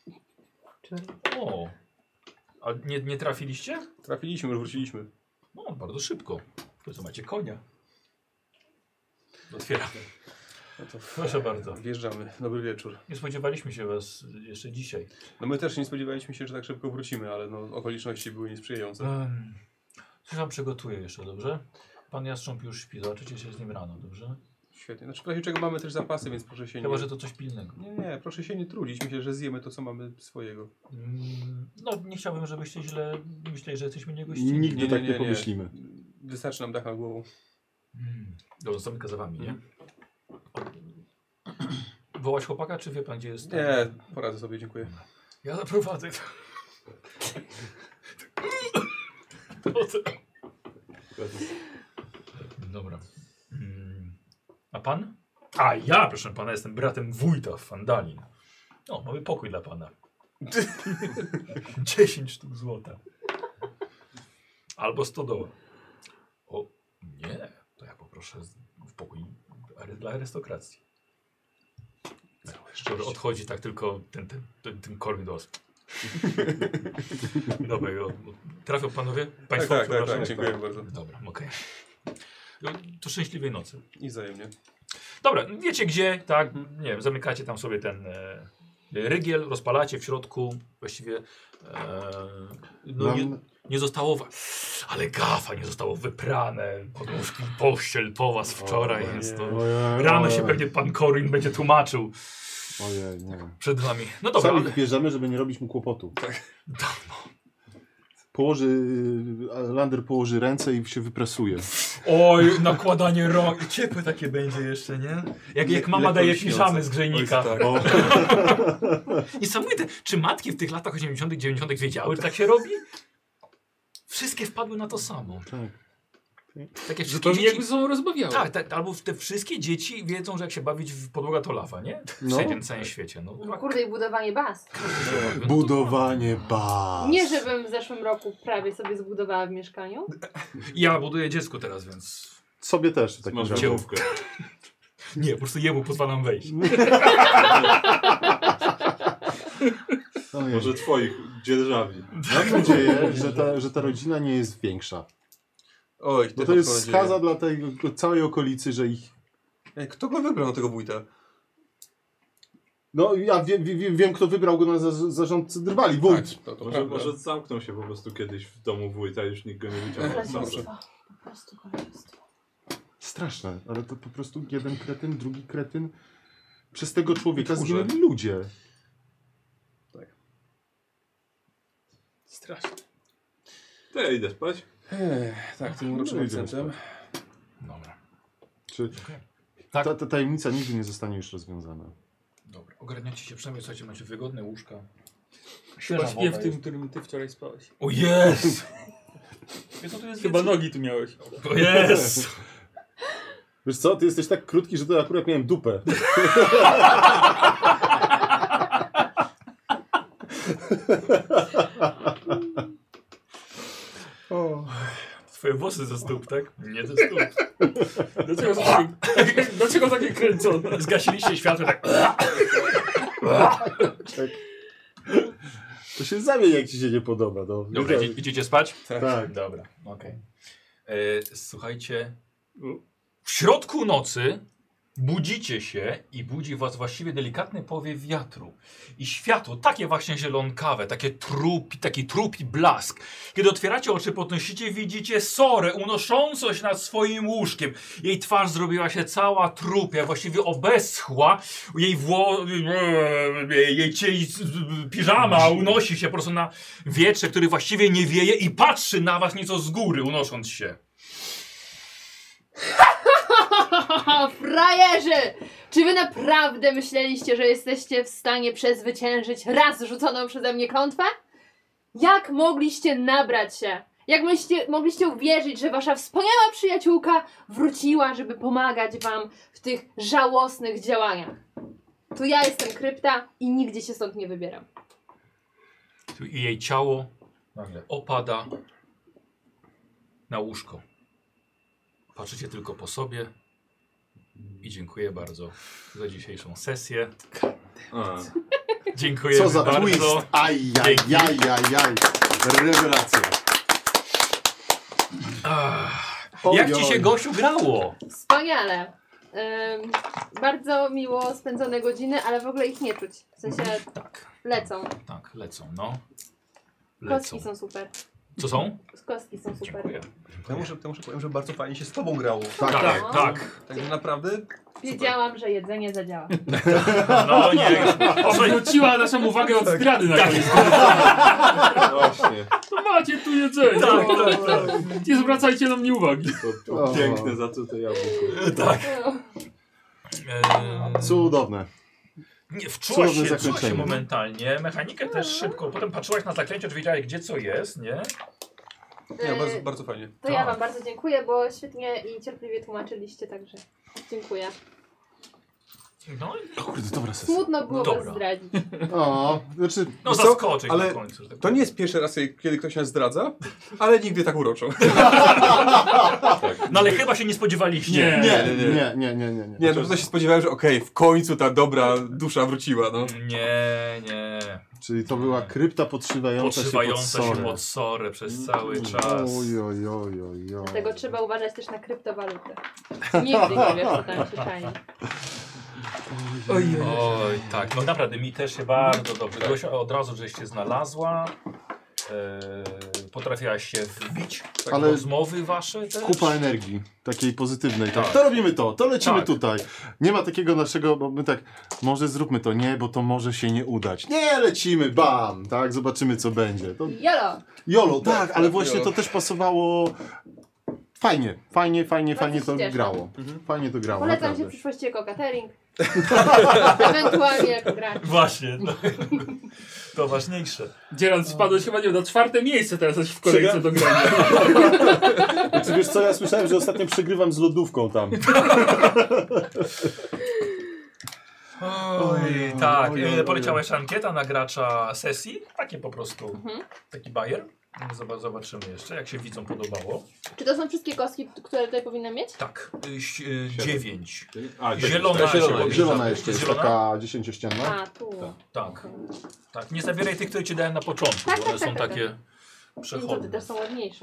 Speaker 1: O, a nie trafiliście?
Speaker 5: Trafiliśmy, już wróciliśmy.
Speaker 1: No, bardzo szybko. To co, macie konia. Otwieramy.
Speaker 5: No to
Speaker 1: Proszę bardzo.
Speaker 5: wjeżdżamy. Dobry wieczór.
Speaker 1: Nie spodziewaliśmy się was jeszcze dzisiaj.
Speaker 5: No my też nie spodziewaliśmy się, że tak szybko wrócimy, ale no, okoliczności były niesprzyjające.
Speaker 1: Coś wam przygotuję jeszcze, dobrze? Pan Jastrząb już śpi, zobaczycie się z nim rano, dobrze?
Speaker 5: Świetnie. Znaczy w razie czego mamy też zapasy, więc proszę się
Speaker 1: Chyba,
Speaker 5: nie...
Speaker 1: że to coś pilnego.
Speaker 5: Nie, proszę się nie trudzić. Myślę, że zjemy to, co mamy swojego.
Speaker 1: No, nie chciałbym, żebyście źle myśleli, że jesteśmy niegościnni.
Speaker 4: Nigdy tak nie pomyślimy.
Speaker 5: Wystarczy nam dach nad głową.
Speaker 1: Dobrze, zamyka za wami, nie? Wołać chłopaka, czy wie pan, gdzie jest?
Speaker 5: Nie, poradzę sobie, dziękuję.
Speaker 1: Ja zaprowadzę. Dobra. A pan? A ja, proszę pana, jestem bratem wójta w Fandalin. O, mamy pokój dla pana. 10 sztuk złota. Albo 100 dolarów. O, nie. To ja poproszę w pokój dla arystokracji. Szczerze, odchodzi tak tylko ten korydor. Dobra, trafią panowie? Państwo,
Speaker 5: tak, dziękuję bardzo.
Speaker 1: Dobra, okej. No, to szczęśliwej nocy.
Speaker 5: I wzajemnie.
Speaker 1: Dobra, wiecie gdzie, tak? Nie wiem, zamykacie tam sobie ten rygiel, rozpalacie w środku, właściwie no nie zostało ale gafa nie zostało wyprane, podłóżki, pościel po was wczoraj jest to. Rano się pewnie pan Corin będzie tłumaczył.
Speaker 4: Ojej, nie.
Speaker 1: Przed wami. No dobra.
Speaker 4: Sami bierzemy, żeby nie robić mu kłopotu.
Speaker 5: Tak.
Speaker 4: Lander położy ręce i się wypresuje.
Speaker 1: Oj, nakładanie rąk. Ciepłe takie będzie jeszcze, nie? Jak mama daje piżamy z grzejnika.
Speaker 5: Tak.
Speaker 1: Niesamowite. Czy matki w tych latach 80., 90. wiedziały, że tak się robi? Wszystkie wpadły na to samo.
Speaker 4: Tak.
Speaker 1: Tak jak
Speaker 6: Zupełnie
Speaker 1: dzieci...
Speaker 6: jakby ze sobą rozmawiały.
Speaker 1: Tak, albo te wszystkie dzieci wiedzą, że jak się bawić w podłoga to lawa, nie? W całym świecie. No,
Speaker 2: No kurde, i budowanie baz.
Speaker 4: Budowanie baz.
Speaker 2: Nie, żebym w zeszłym roku prawie sobie zbudowała w mieszkaniu.
Speaker 1: Ja buduję dziecko teraz, więc...
Speaker 4: Sobie też. Tak
Speaker 3: Masz
Speaker 4: razie.
Speaker 3: ciałówkę.
Speaker 1: Nie, po prostu jemu pozwalam wejść.
Speaker 3: Może twoich dzierżawi.
Speaker 4: Mam nadzieję, że ta rodzina nie jest większa.
Speaker 5: Oj,
Speaker 4: Bo to jest skaza dla tej całej okolicy, że ich...
Speaker 5: Kto go wybrał na tego wójta?
Speaker 4: No ja wiem, kto wybrał go na zarządcę drwali. Wójt.
Speaker 5: Tak, to
Speaker 3: Może zamknął się po prostu kiedyś w domu wójta, już nikt go nie wyciągnął.
Speaker 2: Królestwo. Po prostu królestwo.
Speaker 4: Straszne, ale to po prostu jeden kretyn, drugi kretyn. Przez tego człowieka zginęli ludzie.
Speaker 6: Strasznie.
Speaker 3: To ja idę spać.
Speaker 5: Tak, tym uroczym akcentem.
Speaker 1: Dobra.
Speaker 4: Czy
Speaker 1: Tak.
Speaker 4: ta tajemnica nigdy nie zostanie już rozwiązana?
Speaker 1: Dobra, ogarniacie się, przynajmniej słuchajcie, macie wygodne łóżka.
Speaker 6: Chyba śpię w tym, którym ty wczoraj spałeś.
Speaker 1: O jest! Wiesz, co tu jest
Speaker 6: Chyba
Speaker 1: więcej?
Speaker 6: nogi tu miałeś.
Speaker 1: O jest!
Speaker 4: Wiesz co, ty jesteś tak krótki, że to akurat miałem dupę.
Speaker 1: Twoje włosy ze stóp, tak? Nie ze stóp.
Speaker 6: Dlaczego takie kręcone?
Speaker 1: Zgasiliście światło, tak.
Speaker 4: To się zamień, jak ci się nie podoba. No.
Speaker 1: Dobra, idziecie spać?
Speaker 4: Tak.
Speaker 1: Dobra, okej. Słuchajcie, w środku nocy Budzicie się i budzi was właściwie delikatny powiew wiatru. I światło, takie właśnie zielonkawe, taki trupi blask. Kiedy otwieracie oczy, podnosicie, widzicie Sorę unoszącą się nad swoim łóżkiem. Jej twarz zrobiła się cała trupia, właściwie obeschła. Jej piżama unosi się po prostu na wietrze, który właściwie nie wieje i patrzy na was nieco z góry, unosząc się.
Speaker 2: Frajerzy! Czy wy naprawdę myśleliście, że jesteście w stanie przezwyciężyć raz rzuconą przeze mnie klątwę? Jak mogliście nabrać się? Jak mogliście uwierzyć, że wasza wspaniała przyjaciółka wróciła, żeby pomagać wam w tych żałosnych działaniach? To ja jestem Krypta i nigdzie się stąd nie wybieram.
Speaker 1: I jej ciało nagle opada na łóżko. Patrzycie tylko po sobie i dziękuję bardzo za dzisiejszą sesję. Dziękuję
Speaker 4: Co za
Speaker 1: bardzo.
Speaker 4: twist! Ajajajajaj! Rewelacja.
Speaker 1: Jak ci się, Gosiu, grało?
Speaker 2: Wspaniale. Bardzo miło spędzone godziny, ale w ogóle ich nie czuć. W sensie lecą.
Speaker 1: Tak, lecą, no.
Speaker 2: Kostki są super.
Speaker 1: Co są?
Speaker 2: Kostki są super.
Speaker 1: Dziękuję.
Speaker 7: Ja muszę powiem, że bardzo fajnie się z tobą grało.
Speaker 1: Tak.
Speaker 7: Także naprawdę
Speaker 2: Wiedziałam, że jedzenie zadziała.
Speaker 1: No nie.
Speaker 6: Odwróciła naszą uwagę od zdrady na koniec.
Speaker 3: Właśnie.
Speaker 6: To macie tu jedzenie. Nie zwracajcie na mnie uwagi.
Speaker 3: To piękne zatrute jabłko.
Speaker 1: Tak.
Speaker 4: Cudowne.
Speaker 1: Nie,
Speaker 4: Cudowne
Speaker 1: wczułaś się
Speaker 4: zakończenie.
Speaker 1: momentalnie. Mechanikę też szybko. Potem patrzyłaś na zaklęcie, czy wiedziałeś, gdzie co jest, nie?
Speaker 5: Nie, bardzo, bardzo fajnie.
Speaker 2: To ja wam bardzo dziękuję, bo świetnie i cierpliwie tłumaczyliście, także dziękuję.
Speaker 1: No,
Speaker 4: O kurde, dobra sesja.
Speaker 2: Smutno było
Speaker 1: Dobra.
Speaker 2: was zdradzić.
Speaker 4: O, znaczy...
Speaker 1: no
Speaker 5: Wiesz co?
Speaker 1: zaskoczyć
Speaker 5: Ale
Speaker 1: na końcu. że tak
Speaker 5: To
Speaker 1: powiem.
Speaker 5: nie jest pierwszy raz, kiedy ktoś nas zdradza, ale nigdy tak uroczo.
Speaker 1: No ale chyba się nie spodziewaliście.
Speaker 4: Nie.
Speaker 5: Nie, no to się spodziewałem, że okej, w końcu ta dobra dusza wróciła, no.
Speaker 1: Nie.
Speaker 4: Czyli to była krypta podszywająca się pod
Speaker 1: Sorę przez cały czas.
Speaker 4: Oj.
Speaker 2: Dlatego trzeba uważać też na kryptowaluty. Nigdy nie wiesz, co tam się czai.
Speaker 1: Oj, tak, no naprawdę mi też się bardzo dobrze. Gosia od razu, żeś się znalazła. Potrafiłaś się wbić w
Speaker 4: Ale
Speaker 1: rozmowy wasze też.
Speaker 4: Kupa energii, takiej pozytywnej. Tak.
Speaker 1: Tak.
Speaker 4: To robimy to lecimy
Speaker 1: Tak.
Speaker 4: tutaj. Nie ma takiego naszego, bo my tak, może zróbmy to, nie, bo to może się nie udać. Nie, lecimy, bam, tak, zobaczymy co będzie. To...
Speaker 2: Jolo!
Speaker 4: Jolo, tak, ale właśnie
Speaker 5: jolo.
Speaker 4: to też pasowało. Fajnie
Speaker 2: Bardzo
Speaker 4: to
Speaker 2: się cieszę.
Speaker 4: grało. Fajnie to grało,
Speaker 2: Polecam się w
Speaker 4: naprawdę.
Speaker 2: przyszłości jako catering. Ewentualnie jako gracz.
Speaker 1: Właśnie, no. To ważniejsze.
Speaker 6: Dzieran spadłeś chyba nie na 4. miejsce, teraz jesteś w kolejce do grania.
Speaker 4: Znaczy, wiesz co, ja słyszałem, że ostatnio przegrywam z lodówką tam.
Speaker 1: Oj, tak. Poleciałeś ankieta na gracza sesji. Takie po prostu. Taki bajer. Zobaczymy jeszcze, jak się widzom podobało.
Speaker 2: Czy to są wszystkie kostki, które tutaj powinny mieć?
Speaker 1: Tak, 9.
Speaker 3: Zielona.
Speaker 4: Zielona jeszcze jest,
Speaker 1: Zielona?
Speaker 4: taka 10-ścienna.
Speaker 2: A, tu.
Speaker 1: Tak. Tak, nie zabieraj tych, które ci dałem na początku,
Speaker 2: Tak,
Speaker 1: bo one
Speaker 2: tak,
Speaker 1: są
Speaker 2: tak,
Speaker 1: takie
Speaker 2: I to te
Speaker 1: przechodnie.
Speaker 2: też są ładniejsze.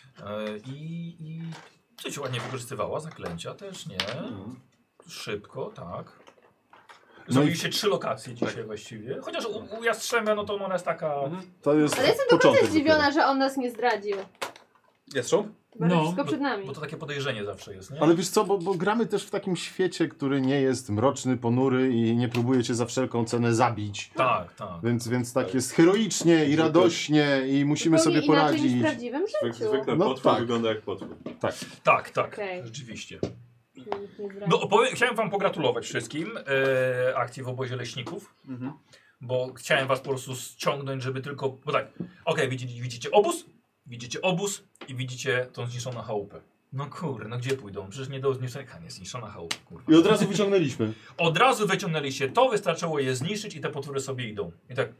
Speaker 1: I co ci ładnie wykorzystywała? Zaklęcia też, nie? Szybko, tak. Zrobiliście 3 lokacje dzisiaj właściwie. Chociaż u Jastrzębia, no to ona jest taka...
Speaker 4: To jest
Speaker 2: Ale jestem
Speaker 4: początek
Speaker 2: naprawdę zdziwiona, że on nas nie zdradził.
Speaker 5: Jest szum?
Speaker 2: Chyba, że
Speaker 6: No.
Speaker 2: wszystko przed nami.
Speaker 1: Bo to takie podejrzenie zawsze jest, nie?
Speaker 4: Ale wiesz co, bo gramy też w takim świecie, który nie jest mroczny, ponury i nie próbuje cię za wszelką cenę zabić.
Speaker 1: Tak.
Speaker 4: Więc tak jest heroicznie i radośnie i musimy
Speaker 2: Zupełnie
Speaker 4: sobie
Speaker 2: inaczej niż w
Speaker 4: poradzić.
Speaker 2: prawdziwym życiu.
Speaker 3: Zwykle
Speaker 4: No
Speaker 3: potwór
Speaker 4: tak.
Speaker 3: wygląda jak potwór.
Speaker 1: Tak,
Speaker 2: Okej.
Speaker 1: rzeczywiście.
Speaker 2: Nikt nie zdradził.
Speaker 1: No, chciałem wam pogratulować wszystkim akcji w obozie leśników, bo chciałem was po prostu ściągnąć, żeby tylko... Bo tak, okej, widzicie obóz i widzicie tą zniszczoną chałupę. No kurde, no gdzie pójdą? Przecież nie do zniszczenia. Nie, zniszczona chałupa, kurwa.
Speaker 4: I od razu wyciągnęliśmy.
Speaker 1: Od razu wyciągnęliście to, wystarczyło je zniszczyć i te potwory sobie idą. I tak,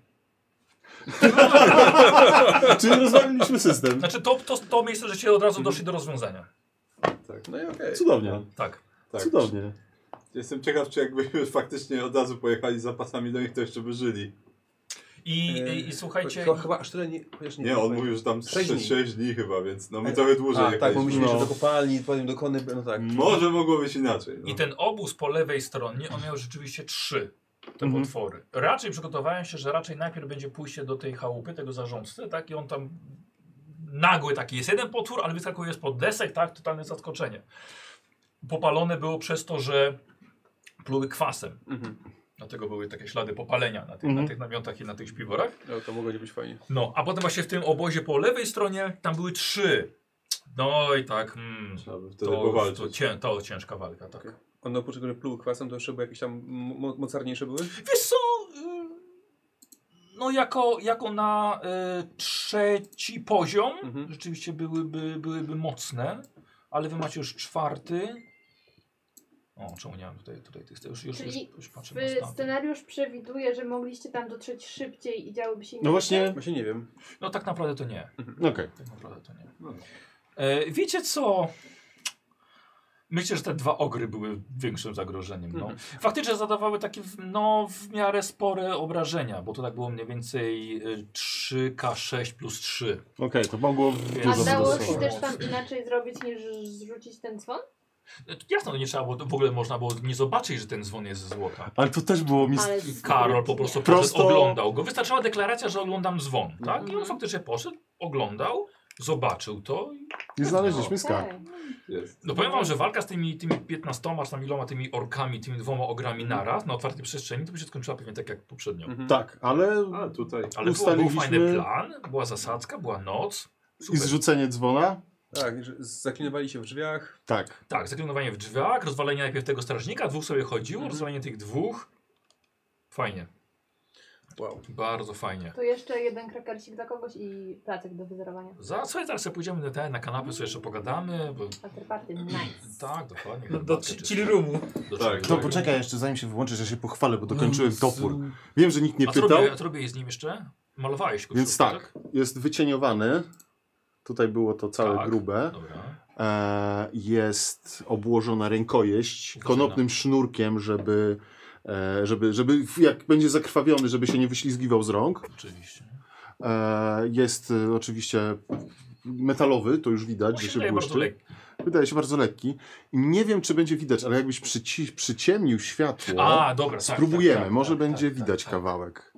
Speaker 4: Czyli rozwaliliśmy system.
Speaker 1: znaczy to miejsce, że się od razu doszli do rozwiązania.
Speaker 5: No i okej.
Speaker 4: Cudownie.
Speaker 1: Tak.
Speaker 3: Tak.
Speaker 4: Cudownie.
Speaker 3: Jestem ciekaw, czy jakbyśmy faktycznie od razu pojechali z zapasami do nich, to jeszcze by żyli.
Speaker 1: I słuchajcie...
Speaker 5: Chyba aż tyle nie...
Speaker 3: Nie, on mówił, że tam 6 dni chyba, więc no my trochę dłużej
Speaker 5: tak,
Speaker 3: jechaliśmy.
Speaker 5: mówiliśmy jeszcze do kopalni, potem do kony, no tak.
Speaker 3: Może mogło być inaczej. No.
Speaker 1: I ten obóz po lewej stronie, on miał rzeczywiście 3 te potwory. Raczej przygotowałem się, że raczej najpierw będzie pójście do tej chałupy, tego zarządcy, tak? I on tam nagły taki jest jeden potwór, ale wyskakuje spod desek, tak? Totalne zaskoczenie. Popalone było przez to, że pluły kwasem. Dlatego były takie ślady popalenia na tych namiotach i na tych śpiworach.
Speaker 5: No to mogło nie być fajnie.
Speaker 1: No, a potem właśnie w tym obozie po lewej stronie tam były 3. No i tak,
Speaker 3: Trzeba by wtedy powalczyć.
Speaker 1: to ciężka walka, tak.
Speaker 5: Okay. One oprócz tego, że pluły kwasem, to jeszcze były jakieś tam mocarniejsze były?
Speaker 1: Wiesz co, no jako na 3. poziom rzeczywiście byłyby mocne, ale wy macie już 4. O, czemu nie mam tutaj tych... Już patrzę na stan.
Speaker 2: Scenariusz przewiduje, że mogliście tam dotrzeć szybciej i działoby się inaczej?
Speaker 4: No właśnie...
Speaker 5: Właśnie nie wiem.
Speaker 1: No tak naprawdę to nie.
Speaker 4: Okej.
Speaker 1: Tak naprawdę to nie. Wiecie co? Myślę, że te 2 ogry były większym zagrożeniem. No. Faktycznie zadawały takie w miarę spore obrażenia, bo to tak było mniej więcej 3K6 plus 3.
Speaker 4: Okej, to mogło...
Speaker 2: A dało się też tam inaczej zrobić niż zrzucić ten dzwon?
Speaker 1: Jasno, to nie trzeba było, w ogóle można było nie zobaczyć, że ten dzwon jest ze złota.
Speaker 4: Ale to też było
Speaker 1: Karol po prostu poszedł, oglądał go. Wystarczyła deklaracja, że oglądam dzwon, tak? I on faktycznie poszedł, oglądał, zobaczył to.
Speaker 4: I znaleźliśmy skarb.
Speaker 1: No powiem wam, że walka z tymi 15 czy tam iloma tymi orkami, tymi 2 ogrami naraz na otwartej przestrzeni, to by się skończyła pewnie tak jak poprzednio.
Speaker 4: Tak, ale
Speaker 3: tutaj
Speaker 1: ale był fajny plan, była zasadzka, była noc. Super.
Speaker 4: I zrzucenie dzwona?
Speaker 5: Tak, zaklinowali się w drzwiach.
Speaker 4: Tak.
Speaker 1: Tak, zaklinowanie w drzwiach, rozwalenie najpierw tego strażnika, 2 sobie chodziło, rozwalenie tych 2. Fajnie.
Speaker 5: Wow.
Speaker 1: Bardzo fajnie.
Speaker 2: To jeszcze jeden krakersik dla kogoś i placek do wyzerowania.
Speaker 1: Zaraz sobie pójdziemy na kanapę, sobie jeszcze pogadamy. Bo...
Speaker 2: Afterparty, nice.
Speaker 1: Tak, dokładnie.
Speaker 6: Do chill roomu.
Speaker 4: To poczekaj jeszcze, zanim się wyłączysz, ja się pochwalę, bo dokończyłem topór. Wiem, że nikt nie
Speaker 1: a
Speaker 4: pytał.
Speaker 1: Co robię z nim jeszcze? Malowałeś go.
Speaker 4: Więc tak, jest wycieniowany. Tutaj było to całe grube.
Speaker 1: Dobra.
Speaker 4: Jest obłożona rękojeść konopnym sznurkiem, żeby jak będzie zakrwawiony, żeby się nie wyślizgiwał z rąk.
Speaker 1: Oczywiście.
Speaker 4: Jest oczywiście metalowy, to już widać, że się błyszczy. Wydaje się bardzo lekki. I nie wiem, czy będzie widać, ale jakbyś przyciemnił światło,
Speaker 1: dobra,
Speaker 4: spróbujemy.
Speaker 1: Tak,
Speaker 4: może będzie widać kawałek.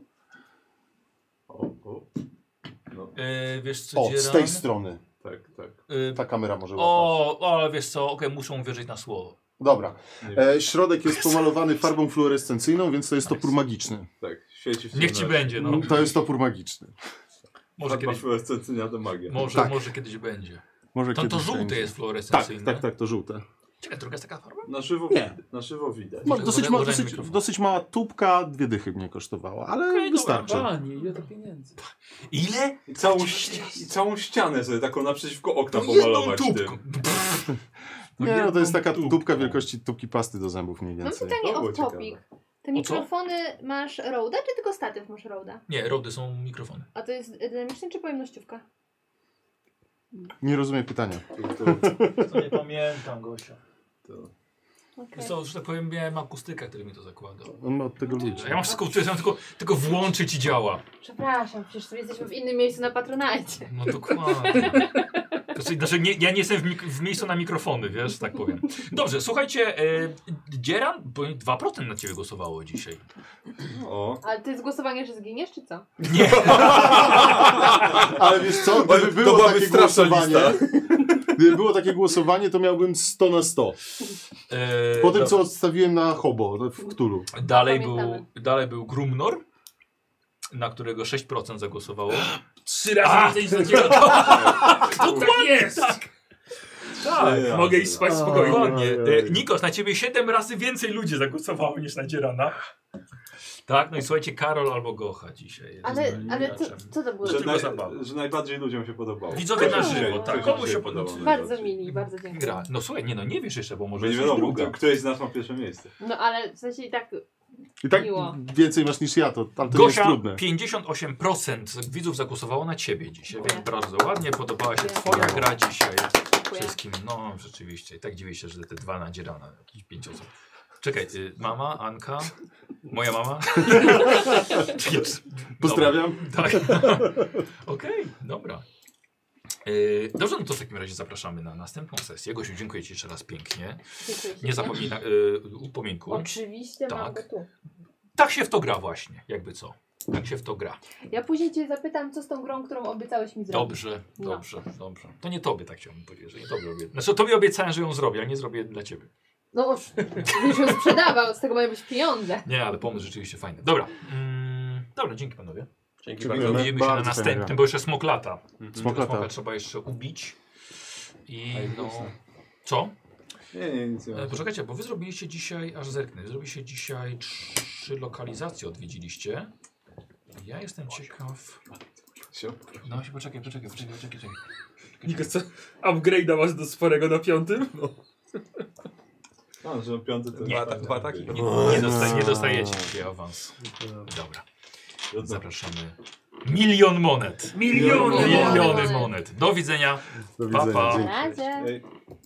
Speaker 3: No.
Speaker 1: Wiesz co,
Speaker 4: z tej strony.
Speaker 3: Tak.
Speaker 4: Ta kamera może łapać.
Speaker 1: Ale wiesz co, muszą uwierzyć na słowo.
Speaker 4: Dobra. Środek jest pomalowany farbą fluorescencyjną, więc to jest topór magiczny.
Speaker 3: Tak, świeci w
Speaker 1: Niech ci będzie, no.
Speaker 4: To jest topór magiczny.
Speaker 1: Może kiedyś...
Speaker 3: fluorescencyjna to magia.
Speaker 1: Może kiedyś będzie.
Speaker 4: Może
Speaker 1: to żółte jest fluorescencyjne.
Speaker 4: Tak, to żółte.
Speaker 1: Czekaj, druga jest taka farba?
Speaker 3: Na żywo widać.
Speaker 4: Dosyć mała tubka, 2 dychy mnie kosztowała, ale wystarczy.
Speaker 6: Panie, ile to pieniędzy?
Speaker 1: Ile?
Speaker 3: I całą ścianę sobie taką naprzeciwko okna pomalować tym.
Speaker 4: Nie, no to jest taka tubka wielkości tubki pasty do zębów mniej
Speaker 2: Mam
Speaker 4: więcej.
Speaker 2: pytanie off topic. Te mikrofony masz Roda, czy tylko statyw masz Roda?
Speaker 1: Nie, Rody są mikrofony.
Speaker 2: A to jest dynamiczny czy pojemnościówka?
Speaker 4: Nie rozumiem pytania.
Speaker 1: To nie pamiętam, Gosia.
Speaker 2: Okay.
Speaker 1: Co, że tak powiem, miałem akustyka, który mi to zakładał.
Speaker 4: On ma od tego ludzi.
Speaker 1: Ja mam wszystko, tylko włączyć i działa.
Speaker 2: Przepraszam, przecież sobie jesteśmy w innym miejscu na Patronite.
Speaker 1: No dokładnie. Znaczy, ja nie jestem w miejscu na mikrofony, wiesz, tak powiem. Dobrze, słuchajcie, Dzieran, bo 2% na ciebie głosowało dzisiaj.
Speaker 2: Ale to jest głosowanie, że zginiesz, czy co?
Speaker 1: Nie.
Speaker 4: Ale wiesz co, gdyby było takie głosowanie, gdyby było takie głosowanie, to miałbym 100 na 100. Po tym, co odstawiłem na Hobo w Cthulhu.
Speaker 1: Dalej był Grumnor, na którego 6% zagłosowało.
Speaker 6: 3 razy więcej niż na Dokładnie jest! Tak, mogę iść spać spokojnie.
Speaker 1: Dokładnie. Nikos, na ciebie 7 razy więcej ludzi zagłosowało niż na Dzierana. Tak, no i słuchajcie, Karol albo Gocha dzisiaj.
Speaker 2: Ale co to było?
Speaker 3: Że najbardziej ludziom się podobało.
Speaker 1: Widzowie na żywo, tak. Komu się podobało?
Speaker 2: Bardzo mili, bardzo dziękuję.
Speaker 1: No słuchaj, nie wiesz jeszcze, bo może
Speaker 3: nie
Speaker 1: jest druga.
Speaker 3: Któryś z nas ma pierwsze miejsce.
Speaker 2: No ale w sensie i tak miło.
Speaker 4: Więcej masz niż ja, to
Speaker 1: Gosia,
Speaker 4: nie jest trudne.
Speaker 1: 58% widzów zagłosowało na ciebie dzisiaj, więc bardzo ładnie, podobała się twoja gra dzisiaj. Wszystkim, no rzeczywiście. I tak dziwię się, że te 2 na Dzierana, jakieś 5 osób. Czekaj, mama, Anka, moja mama.
Speaker 3: Pozdrawiam.
Speaker 1: Tak. Okej, dobra. Dobrze, no to w takim razie zapraszamy na następną sesję. Gosiu, dziękuję Ci jeszcze raz pięknie.
Speaker 2: Dziękuję.
Speaker 1: Nie zapomnij upominku.
Speaker 2: Oczywiście mam go
Speaker 1: Tak.
Speaker 2: tu.
Speaker 1: Tak się w to gra właśnie, jakby co. Tak się w to gra.
Speaker 2: Ja później Cię zapytam, co z tą grą, którą obiecałeś mi zrobić.
Speaker 1: Dobrze,
Speaker 2: No.
Speaker 1: dobrze, dobrze. To nie tobie tak chciałbym powiedzieć, że nie tobie obiecałem. Znaczy tobie obiecałem, że ją zrobię, ale nie zrobię dla ciebie.
Speaker 2: No już ją sprzedawał, z tego mają być pieniądze.
Speaker 1: Nie, ale pomysł rzeczywiście fajny. Dobra. Dobra, dzięki panowie.
Speaker 5: Dzięki
Speaker 4: Dziękujemy.
Speaker 5: bardzo.
Speaker 1: Widzimy się na
Speaker 4: Bardzo
Speaker 1: następnym,
Speaker 4: fajna
Speaker 1: bo jeszcze smok lata.
Speaker 4: Smok
Speaker 1: Smoka
Speaker 4: lata.
Speaker 1: trzeba jeszcze ubić. I
Speaker 3: A,
Speaker 1: no...
Speaker 3: jasne.
Speaker 1: Co?
Speaker 3: Nie, nic nie ma.
Speaker 1: Poczekajcie, bo wy zrobiliście dzisiaj, aż zerknę, wy zrobiliście dzisiaj 3 lokalizacje, odwiedziliście. Ja jestem ciekaw... No właśnie, poczekaj.
Speaker 6: Nikos, co? Upgrade'a masz do sporego na 5? No.
Speaker 3: A, że 5 to
Speaker 1: Nie,
Speaker 3: fajnie.
Speaker 5: dwa ataki.
Speaker 1: Nie dostajecie dzisiaj awans. Dobra. Zapraszamy. 1 000 000 monet.
Speaker 6: Miliony!
Speaker 1: Miliony monet. Do widzenia.
Speaker 4: Do
Speaker 1: Pa,
Speaker 4: widzenia.
Speaker 1: pa.
Speaker 4: Dzięki.
Speaker 2: Na razie.
Speaker 3: Ej.